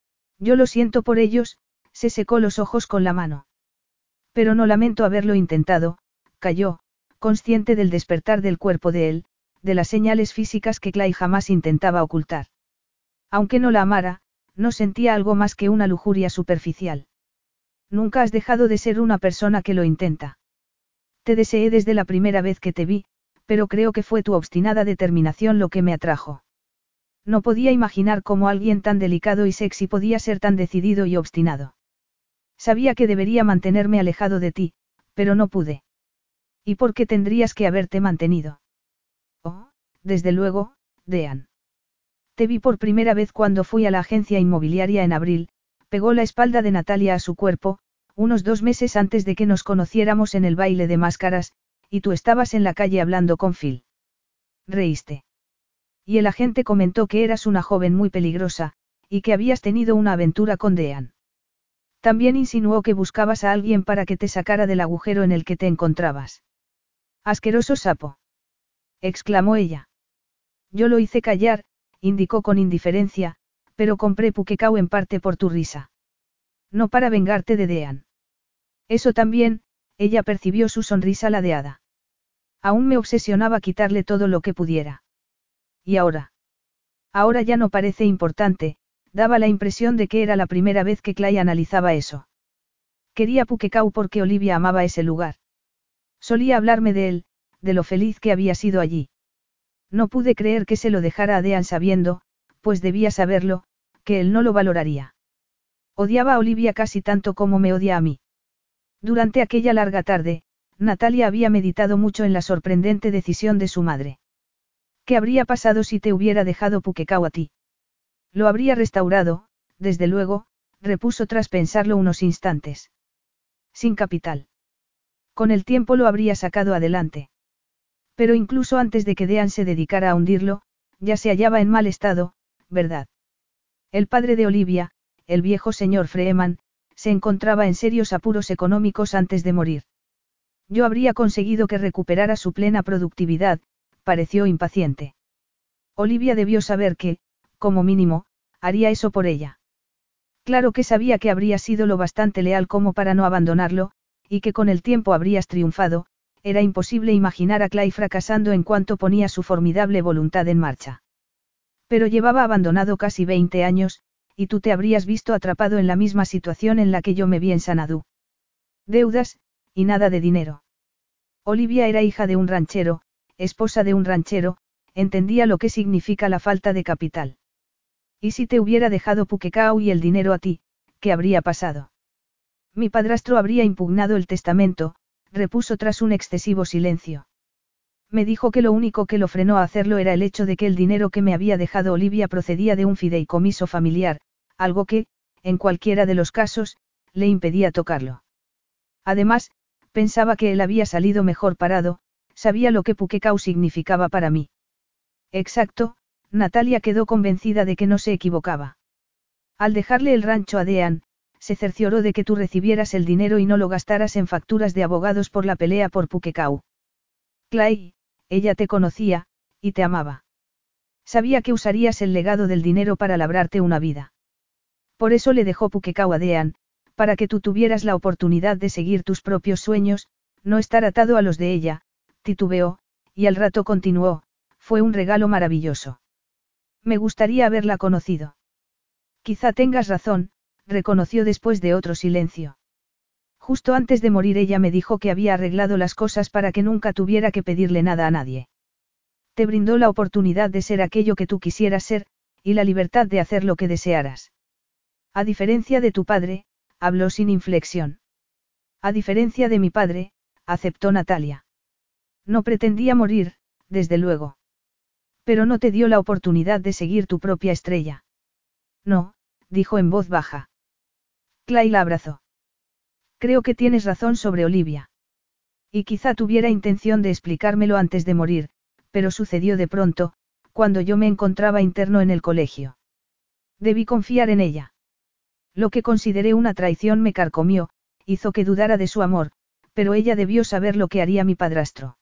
[SPEAKER 1] Yo lo siento por ellos, se secó los ojos con la mano. Pero no lamento haberlo intentado, calló, consciente del despertar del cuerpo de él, de las señales físicas que Clay jamás intentaba ocultar. Aunque no la amara, no sentía algo más que una lujuria superficial. Nunca has dejado de ser una persona que lo intenta. Te deseé desde la primera vez que te vi, pero creo que fue tu obstinada determinación lo que me atrajo. No podía imaginar cómo alguien tan delicado y sexy podía ser tan decidido y obstinado. Sabía que debería mantenerme alejado de ti, pero no pude. ¿Y por qué tendrías que haberte mantenido? Oh, desde luego, Dean. Te vi por primera vez cuando fui a la agencia inmobiliaria en abril, pegó la espalda de Natalia a su cuerpo, unos dos meses antes de que nos conociéramos en el baile de máscaras, y tú estabas en la calle hablando con Phil. Reíste. Y el agente comentó que eras una joven muy peligrosa, y que habías tenido una aventura con Dean. También insinuó que buscabas a alguien para que te sacara del agujero en el que te encontrabas. Asqueroso sapo. Exclamó ella. Yo lo hice callar, indicó con indiferencia, pero compré puquecao en parte por tu risa. No para vengarte de Dean. Eso también, ella percibió su sonrisa ladeada. Aún me obsesionaba quitarle todo lo que pudiera. ¿Y ahora? Ahora ya no parece importante, daba la impresión de que era la primera vez que Clay analizaba eso. Quería puquecao porque Olivia amaba ese lugar. Solía hablarme de él, de lo feliz que había sido allí. No pude creer que se lo dejara a Dean sabiendo, pues debía saberlo, que él no lo valoraría. Odiaba a Olivia casi tanto como me odia a mí. Durante aquella larga tarde, Natalia había meditado mucho en la sorprendente decisión de su madre. ¿Qué habría pasado si te hubiera dejado puquecao a ti? Lo habría restaurado, desde luego, repuso tras pensarlo unos instantes. Sin capital. Con el tiempo lo habría sacado adelante. Pero incluso antes de que Dean se dedicara a hundirlo, ya se hallaba en mal estado, ¿verdad? El padre de Olivia, el viejo señor Freeman, se encontraba en serios apuros económicos antes de morir. Yo habría conseguido que recuperara su plena productividad, pareció impaciente. Olivia debió saber que, como mínimo, haría eso por ella. Claro que sabía que habría sido lo bastante leal como para no abandonarlo, y que con el tiempo habrías triunfado, era imposible imaginar a Clay fracasando en cuanto ponía su formidable voluntad en marcha. Pero llevaba abandonado casi veinte años, y tú te habrías visto atrapado en la misma situación en la que yo me vi en Sanadú. Deudas, y nada de dinero. Olivia era hija de un ranchero, esposa de un ranchero, entendía lo que significa la falta de capital. ¿Y si te hubiera dejado puquecao y el dinero a ti, qué habría pasado? Mi padrastro habría impugnado el testamento, repuso tras un excesivo silencio. Me dijo que lo único que lo frenó a hacerlo era el hecho de que el dinero que me había dejado Olivia procedía de un fideicomiso familiar, algo que, en cualquiera de los casos, le impedía tocarlo. Además, pensaba que él había salido mejor parado, sabía lo que puquecao significaba para mí. Exacto, Natalia quedó convencida de que no se equivocaba. Al dejarle el rancho a Dean, se cercioró de que tú recibieras el dinero y no lo gastaras en facturas de abogados por la pelea por puquecao. Clay, ella te conocía, y te amaba. Sabía que usarías el legado del dinero para labrarte una vida. Por eso le dejó puquecao a Dean, para que tú tuvieras la oportunidad de seguir tus propios sueños, no estar atado a los de ella, titubeó, y al rato continuó, fue un regalo maravilloso. Me gustaría haberla conocido. Quizá tengas razón, reconoció después de otro silencio. Justo antes de morir ella me dijo que había arreglado las cosas para que nunca tuviera que pedirle nada a nadie. Te brindó la oportunidad de ser aquello que tú quisieras ser, y la libertad de hacer lo que desearas. A diferencia de tu padre, habló sin inflexión. A diferencia de mi padre, aceptó Natalia. No pretendía morir, desde luego. Pero no te dio la oportunidad de seguir tu propia estrella. No, dijo en voz baja. Clay la abrazó. Creo que tienes razón sobre Olivia. Y quizá tuviera intención de explicármelo antes de morir, pero sucedió de pronto, cuando yo me encontraba interno en el colegio. Debí confiar en ella. Lo que consideré una traición me carcomió, hizo que dudara de su amor, pero ella debió saber lo que haría mi padrastro.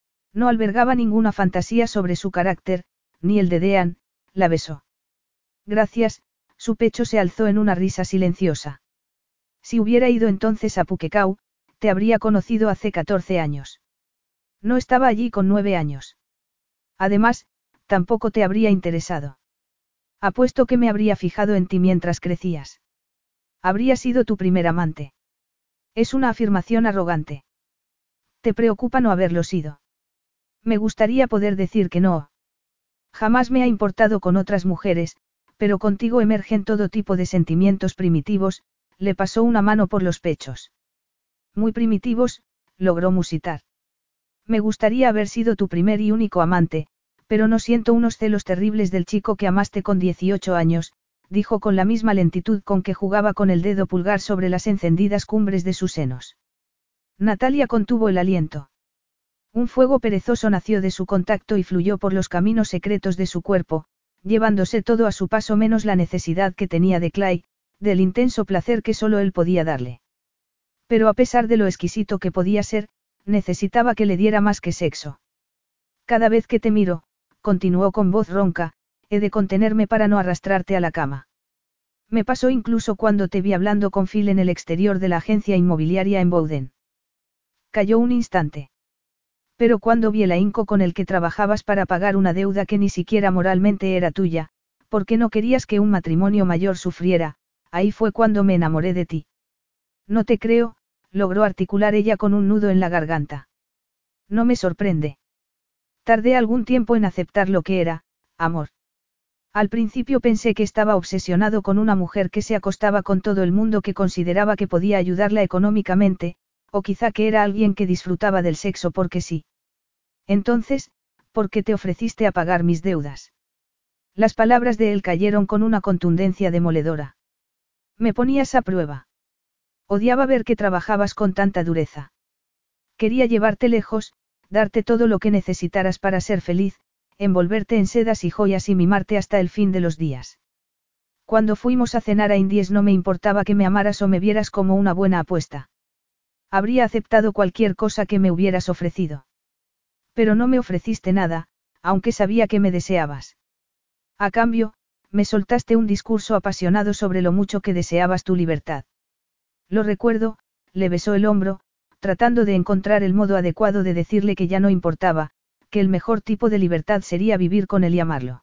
[SPEAKER 1] No albergaba ninguna fantasía sobre su carácter, ni el de Dean, la besó. Gracias, su pecho se alzó en una risa silenciosa. Si hubiera ido entonces a Puquecau, te habría conocido hace catorce años. No estaba allí con nueve años. Además, tampoco te habría interesado. Apuesto que me habría fijado en ti mientras crecías. Habría sido tu primer amante. Es una afirmación arrogante. ¿Te preocupa no haberlo sido? Me gustaría poder decir que no. Jamás me ha importado con otras mujeres, pero contigo emergen todo tipo de sentimientos primitivos, le pasó una mano por los pechos. Muy primitivos, logró musitar. Me gustaría haber sido tu primer y único amante, pero no siento unos celos terribles del chico que amaste con dieciocho años, dijo con la misma lentitud con que jugaba con el dedo pulgar sobre las encendidas cumbres de sus senos. Natalia contuvo el aliento. Un fuego perezoso nació de su contacto y fluyó por los caminos secretos de su cuerpo, llevándose todo a su paso menos la necesidad que tenía de Clay, del intenso placer que solo él podía darle. Pero a pesar de lo exquisito que podía ser, necesitaba que le diera más que sexo. Cada vez que te miro, continuó con voz ronca, he de contenerme para no arrastrarte a la cama. Me pasó incluso cuando te vi hablando con Phil en el exterior de la agencia inmobiliaria en Bowden. Calló un instante. Pero cuando vi el ahínco con el que trabajabas para pagar una deuda que ni siquiera moralmente era tuya, porque no querías que un matrimonio mayor sufriera, ahí fue cuando me enamoré de ti. No te creo, logró articular ella con un nudo en la garganta. No me sorprende. Tardé algún tiempo en aceptar lo que era, amor. Al principio pensé que estaba obsesionado con una mujer que se acostaba con todo el mundo que consideraba que podía ayudarla económicamente, o quizá que era alguien que disfrutaba del sexo porque sí. Entonces, ¿por qué te ofreciste a pagar mis deudas? Las palabras de él cayeron con una contundencia demoledora. Me ponías a prueba. Odiaba ver que trabajabas con tanta dureza. Quería llevarte lejos, darte todo lo que necesitaras para ser feliz, envolverte en sedas y joyas y mimarte hasta el fin de los días. Cuando fuimos a cenar a Indies no me importaba que me amaras o me vieras como una buena apuesta. Habría aceptado cualquier cosa que me hubieras ofrecido. Pero no me ofreciste nada, aunque sabía que me deseabas. A cambio, me soltaste un discurso apasionado sobre lo mucho que deseabas tu libertad. Lo recuerdo, le besó el hombro, tratando de encontrar el modo adecuado de decirle que ya no importaba, que el mejor tipo de libertad sería vivir con él y amarlo.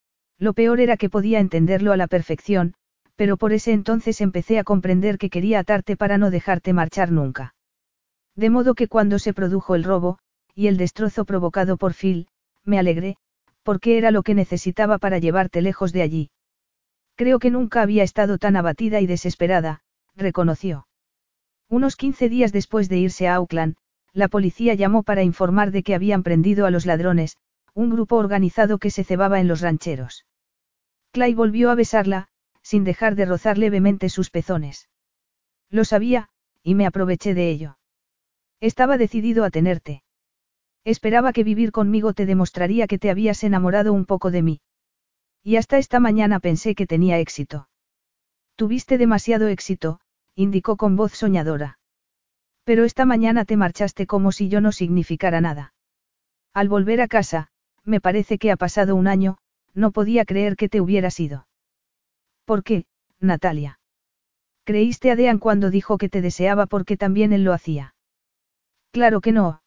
[SPEAKER 1] Lo peor era que podía entenderlo a la perfección, pero por ese entonces empecé a comprender que quería atarte para no dejarte marchar nunca. De modo que cuando se produjo el robo, y el destrozo provocado por Phil, me alegré, porque era lo que necesitaba para llevarte lejos de allí. Creo que nunca había estado tan abatida y desesperada, reconoció. Unos quince días después de irse a Auckland, la policía llamó para informar de que habían prendido a los ladrones, un grupo organizado que se cebaba en los rancheros. Clay volvió a besarla, sin dejar de rozar levemente sus pezones. Lo sabía, y me aproveché de ello. Estaba decidido a tenerte. Esperaba que vivir conmigo te demostraría que te habías enamorado un poco de mí. Y hasta esta mañana pensé que tenía éxito. Tuviste demasiado éxito, indicó con voz soñadora. Pero esta mañana te marchaste como si yo no significara nada. Al volver a casa, me parece que ha pasado un año, no podía creer que te hubieras ido. ¿Por qué, Natalia? ¿Creíste a Dean cuando dijo que te deseaba porque también él lo hacía? Claro que no.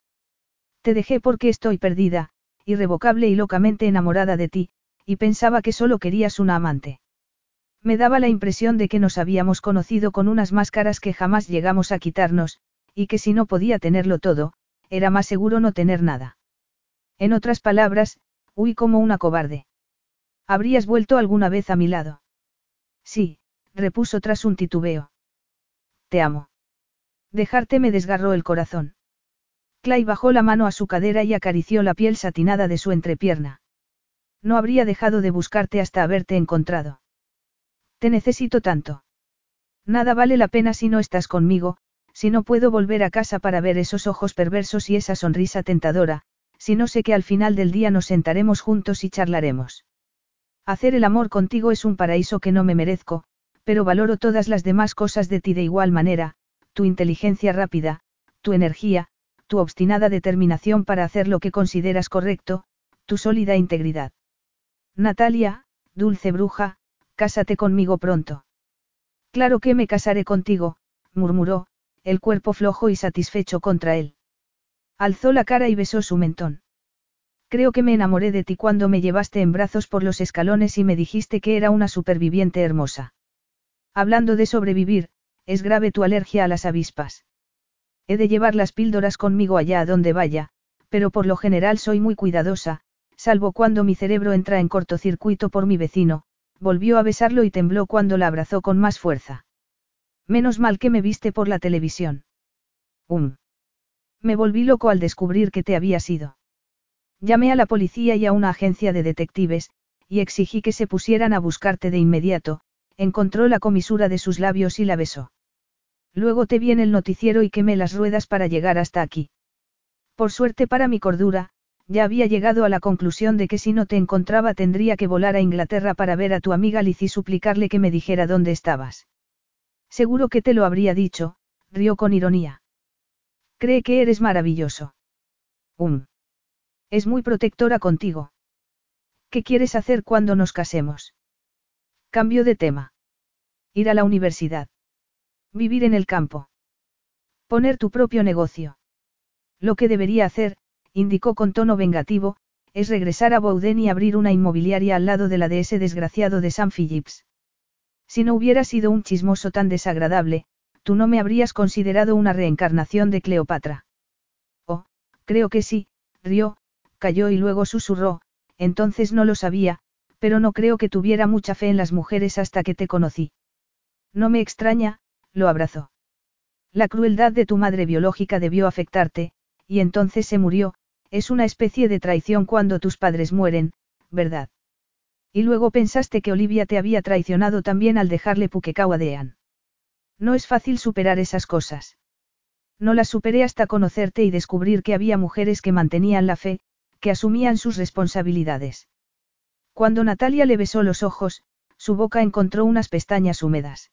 [SPEAKER 1] Te dejé porque estoy perdida, irrevocable y locamente enamorada de ti, y pensaba que solo querías una amante. Me daba la impresión de que nos habíamos conocido con unas máscaras que jamás llegamos a quitarnos, y que si no podía tenerlo todo, era más seguro no tener nada. En otras palabras, huí como una cobarde. ¿Habrías vuelto alguna vez a mi lado? Sí, repuso tras un titubeo. Te amo. Dejarte me desgarró el corazón. Clay bajó la mano a su cadera y acarició la piel satinada de su entrepierna. No habría dejado de buscarte hasta haberte encontrado. Te necesito tanto. Nada vale la pena si no estás conmigo, si no puedo volver a casa para ver esos ojos perversos y esa sonrisa tentadora, si no sé que al final del día nos sentaremos juntos y charlaremos. Hacer el amor contigo es un paraíso que no me merezco, pero valoro todas las demás cosas de ti de igual manera, tu inteligencia rápida, tu energía, tu obstinada determinación para hacer lo que consideras correcto, tu sólida integridad. Natalia, dulce bruja, cásate conmigo pronto. Claro que me casaré contigo, murmuró, el cuerpo flojo y satisfecho contra él. Alzó la cara y besó su mentón. Creo que me enamoré de ti cuando me llevaste en brazos por los escalones y me dijiste que era una superviviente hermosa. Hablando de sobrevivir, es grave tu alergia a las avispas. He de llevar las píldoras conmigo allá a donde vaya, pero por lo general soy muy cuidadosa, salvo cuando mi cerebro entra en cortocircuito por mi vecino. Volvió a besarlo y tembló cuando la abrazó con más fuerza. Menos mal que me viste por la televisión. Um. Me volví loco al descubrir que te habías ido. Llamé a la policía y a una agencia de detectives, y exigí que se pusieran a buscarte de inmediato. Encontró la comisura de sus labios y la besó. Luego te vi en el noticiero y quemé las ruedas para llegar hasta aquí. Por suerte para mi cordura, ya había llegado a la conclusión de que si no te encontraba tendría que volar a Inglaterra para ver a tu amiga Liz y suplicarle que me dijera dónde estabas. Seguro que te lo habría dicho, rió con ironía. Cree que eres maravilloso. Um. Es muy protectora contigo. ¿Qué quieres hacer cuando nos casemos? Cambio de tema. Ir a la universidad. Vivir en el campo. Poner tu propio negocio. Lo que debería hacer, indicó con tono vengativo, es regresar a Bowden y abrir una inmobiliaria al lado de la de ese desgraciado de Sam Phillips. Si no hubiera sido un chismoso tan desagradable, tú no me habrías considerado una reencarnación de Cleopatra. Oh, creo que sí, rió, calló y luego susurró, entonces no lo sabía, pero no creo que tuviera mucha fe en las mujeres hasta que te conocí. No me extraña, lo abrazó. La crueldad de tu madre biológica debió afectarte, y entonces se murió. Es una especie de traición cuando tus padres mueren, ¿verdad? Y luego pensaste que Olivia te había traicionado también al dejarle Pukekau a Dean. No es fácil superar esas cosas. No las superé hasta conocerte y descubrir que había mujeres que mantenían la fe, que asumían sus responsabilidades. Cuando Natalia le besó los ojos, su boca encontró unas pestañas húmedas.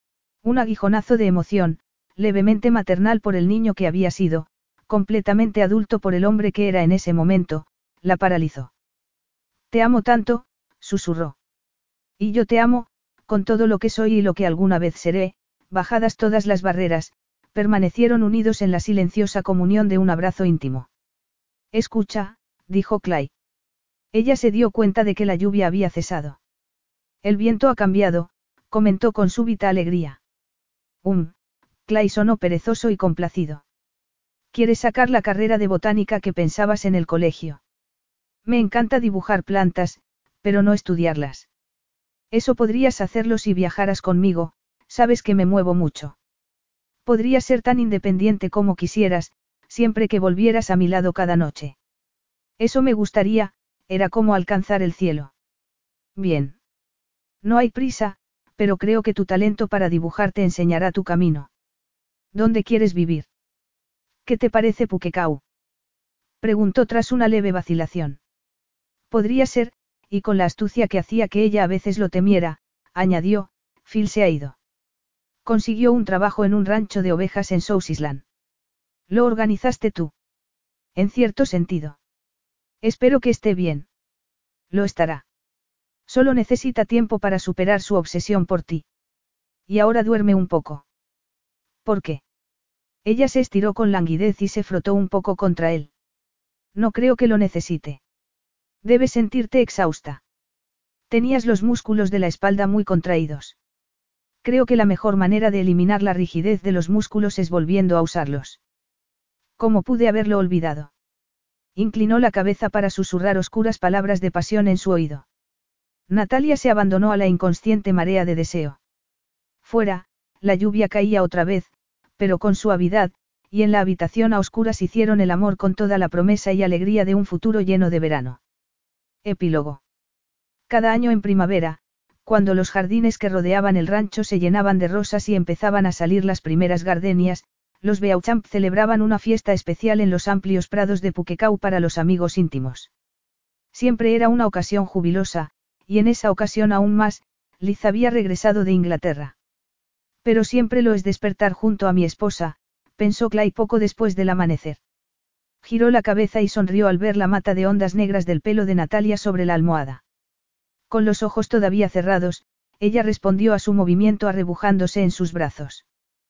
[SPEAKER 1] Un aguijonazo de emoción, levemente maternal por el niño que había sido, completamente adulto por el hombre que era en ese momento, la paralizó. Te amo tanto, susurró. Y yo te amo, con todo lo que soy y lo que alguna vez seré. Bajadas todas las barreras, permanecieron unidos en la silenciosa comunión de un abrazo íntimo. Escucha, dijo Clay. Ella se dio cuenta de que la lluvia había cesado. El viento ha cambiado, comentó con súbita alegría. Um, Clay sonó perezoso y complacido. ¿Quieres sacar la carrera de botánica que pensabas en el colegio? Me encanta dibujar plantas, pero no estudiarlas. Eso podrías hacerlo si viajaras conmigo, sabes que me muevo mucho. Podrías ser tan independiente como quisieras, siempre que volvieras a mi lado cada noche. Eso me gustaría, era como alcanzar el cielo. Bien. No hay prisa, pero creo que tu talento para dibujar te enseñará tu camino. ¿Dónde quieres vivir? ¿Qué te parece Pukekau? Preguntó tras una leve vacilación. Podría ser, y con la astucia que hacía que ella a veces lo temiera, añadió, Phil se ha ido. Consiguió un trabajo en un rancho de ovejas en South Island. ¿Lo organizaste tú? En cierto sentido. Espero que esté bien. Lo estará. Solo necesita tiempo para superar su obsesión por ti. Y ahora duerme un poco. ¿Por qué? Ella se estiró con languidez y se frotó un poco contra él. No creo que lo necesite. Debes sentirte exhausta. Tenías los músculos de la espalda muy contraídos. Creo que la mejor manera de eliminar la rigidez de los músculos es volviendo a usarlos. ¿Cómo pude haberlo olvidado? Inclinó la cabeza para susurrar oscuras palabras de pasión en su oído. Natalia se abandonó a la inconsciente marea de deseo. Fuera, la lluvia caía otra vez, pero con suavidad, y en la habitación a oscuras hicieron el amor con toda la promesa y alegría de un futuro lleno de verano. Epílogo. Cada año en primavera, cuando los jardines que rodeaban el rancho se llenaban de rosas y empezaban a salir las primeras gardenias, los Beauchamp celebraban una fiesta especial en los amplios prados de Puquecau para los amigos íntimos. Siempre era una ocasión jubilosa, y en esa ocasión aún más, Liz había regresado de Inglaterra. Pero siempre lo es despertar junto a mi esposa, pensó Clay poco después del amanecer. Giró la cabeza y sonrió al ver la mata de ondas negras del pelo de Natalia sobre la almohada. Con los ojos todavía cerrados, ella respondió a su movimiento arrebujándose en sus brazos.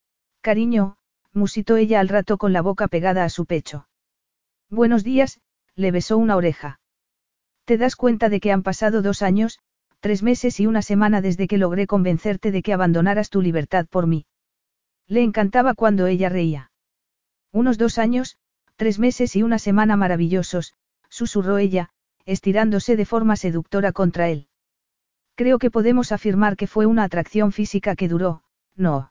[SPEAKER 1] Cariño, musitó ella al rato con la boca pegada a su pecho. Buenos días, le besó una oreja. ¿Te das cuenta de que han pasado dos años, tres meses y una semana desde que logré convencerte de que abandonaras tu libertad por mí? Le encantaba cuando ella reía. Unos dos años, tres meses y una semana maravillosos, susurró ella, estirándose de forma seductora contra él. Creo que podemos afirmar que fue una atracción física que duró, ¿no?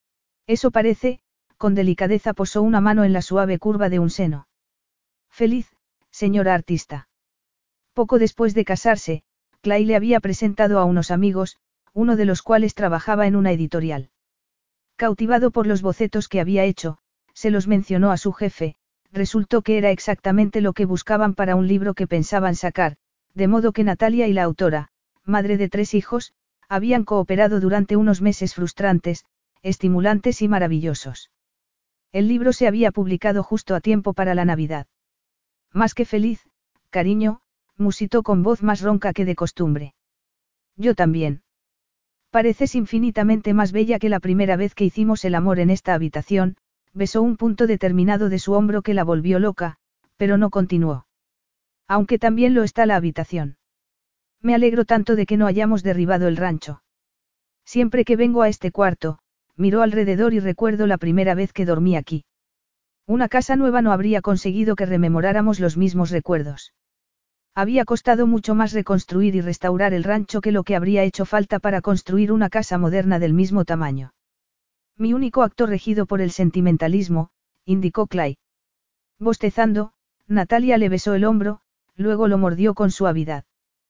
[SPEAKER 1] Eso parece, con delicadeza posó una mano en la suave curva de un seno. Feliz, señora artista. Poco después de casarse, Clay le había presentado a unos amigos, uno de los cuales trabajaba en una editorial. Cautivado por los bocetos que había hecho, se los mencionó a su jefe, resultó que era exactamente lo que buscaban para un libro que pensaban sacar, de modo que Natalia y la autora, madre de tres hijos, habían cooperado durante unos meses frustrantes, estimulantes y maravillosos. El libro se había publicado justo a tiempo para la Navidad. Más que feliz, cariño, musitó con voz más ronca que de costumbre. Yo también. Pareces infinitamente más bella que la primera vez que hicimos el amor en esta habitación, besó un punto determinado de su hombro que la volvió loca, pero no continuó. Aunque también lo está la habitación. Me alegro tanto de que no hayamos derribado el rancho. Siempre que vengo a este cuarto, miro alrededor y recuerdo la primera vez que dormí aquí. Una casa nueva no habría conseguido que rememoráramos los mismos recuerdos. Había costado mucho más reconstruir y restaurar el rancho que lo que habría hecho falta para construir una casa moderna del mismo tamaño. Mi único acto regido por el sentimentalismo, indicó Clay. Bostezando, Natalia le besó el hombro, luego lo mordió con suavidad.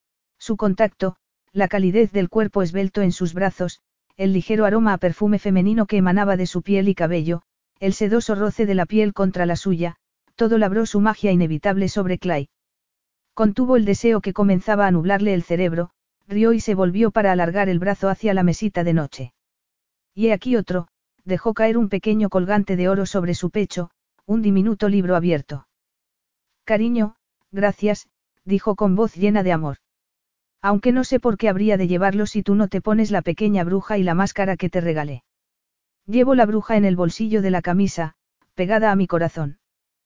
[SPEAKER 1] Su contacto, la calidez del cuerpo esbelto en sus brazos, el ligero aroma a perfume femenino que emanaba de su piel y cabello, el sedoso roce de la piel contra la suya, todo labró su magia inevitable sobre Clay. Contuvo el deseo que comenzaba a nublarle el cerebro, rió y se volvió para alargar el brazo hacia la mesita de noche. Y he aquí otro, dejó caer un pequeño colgante de oro sobre su pecho, un diminuto libro abierto. Cariño, gracias, dijo con voz llena de amor. Aunque no sé por qué habría de llevarlo si tú no te pones la pequeña bruja y la máscara que te regalé. Llevo la bruja en el bolsillo de la camisa, pegada a mi corazón.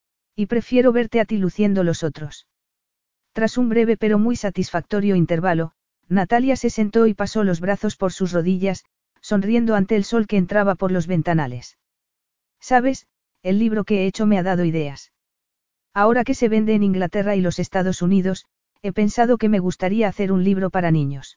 [SPEAKER 1] Y prefiero verte a ti luciendo los otros. Tras un breve pero muy satisfactorio intervalo, Natalia se sentó y pasó los brazos por sus rodillas, sonriendo ante el sol que entraba por los ventanales. ¿Sabes? El libro que he hecho me ha dado ideas. Ahora que se vende en Inglaterra y los Estados Unidos, he pensado que me gustaría hacer un libro para niños.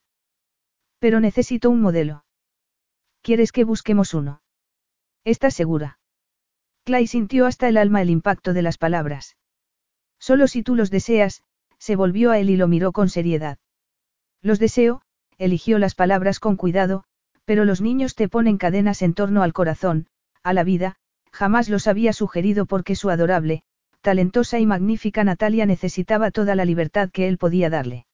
[SPEAKER 1] Pero necesito un modelo. ¿Quieres que busquemos uno? ¿Estás segura? Clay sintió hasta el alma el impacto de las palabras. Solo si tú los deseas, se volvió a él y lo miró con seriedad. Los deseo, eligió las palabras con cuidado, pero los niños te ponen cadenas en torno al corazón, a la vida, jamás los había sugerido porque su adorable, talentosa y magnífica Natalia necesitaba toda la libertad que él podía darle.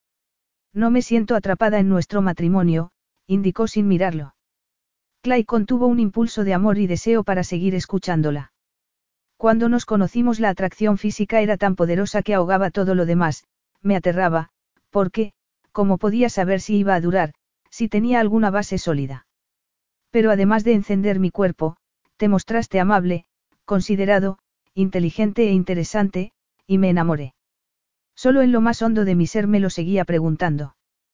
[SPEAKER 1] No me siento atrapada en nuestro matrimonio, indicó sin mirarlo. Clay contuvo un impulso de amor y deseo para seguir escuchándola. Cuando nos conocimos la atracción física era tan poderosa que ahogaba todo lo demás, me aterraba, porque, ¿cómo podía saber si iba a durar, si tenía alguna base sólida? Pero además de encender mi cuerpo, te mostraste amable, considerado, inteligente e interesante, y me enamoré. Solo en lo más hondo de mi ser me lo seguía preguntando.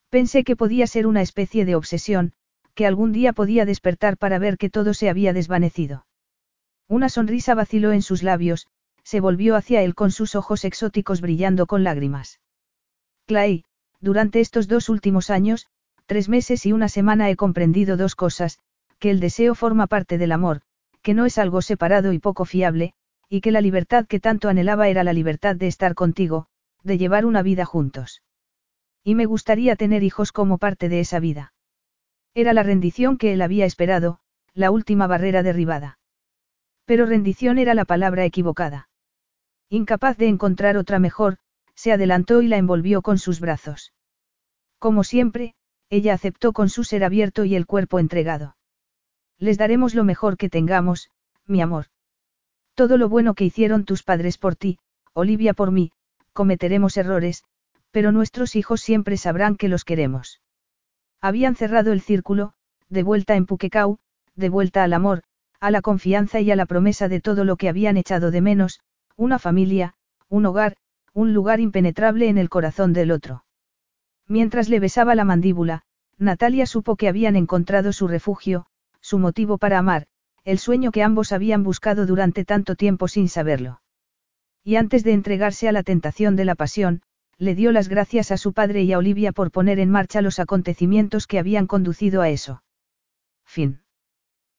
[SPEAKER 1] Pensé que podía ser una especie de obsesión, que algún día podía despertar para ver que todo se había desvanecido. Una sonrisa vaciló en sus labios, se volvió hacia él con sus ojos exóticos brillando con lágrimas. Clay, durante estos dos últimos años, tres meses y una semana he comprendido dos cosas, que el deseo forma parte del amor, que no es algo separado y poco fiable, y que la libertad que tanto anhelaba era la libertad de estar contigo, de llevar una vida juntos. Y me gustaría tener hijos como parte de esa vida. Era la rendición que él había esperado, la última barrera derribada. Pero rendición era la palabra equivocada. Incapaz de encontrar otra mejor, se adelantó y la envolvió con sus brazos. Como siempre, ella aceptó con su ser abierto y el cuerpo entregado. Les daremos lo mejor que tengamos, mi amor. Todo lo bueno que hicieron tus padres por ti, Olivia por mí, cometeremos errores, pero nuestros hijos siempre sabrán que los queremos. Habían cerrado el círculo, de vuelta en Puquecau, de vuelta al amor, a la confianza y a la promesa de todo lo que habían echado de menos, una familia, un hogar, un lugar impenetrable en el corazón del otro. Mientras le besaba la mandíbula, Natalia supo que habían encontrado su refugio, su motivo para amar, el sueño que ambos habían buscado durante tanto tiempo sin saberlo. Y antes de entregarse a la tentación de la pasión, le dio las gracias a su padre y a Olivia por poner en marcha los acontecimientos que habían conducido a eso. Fin.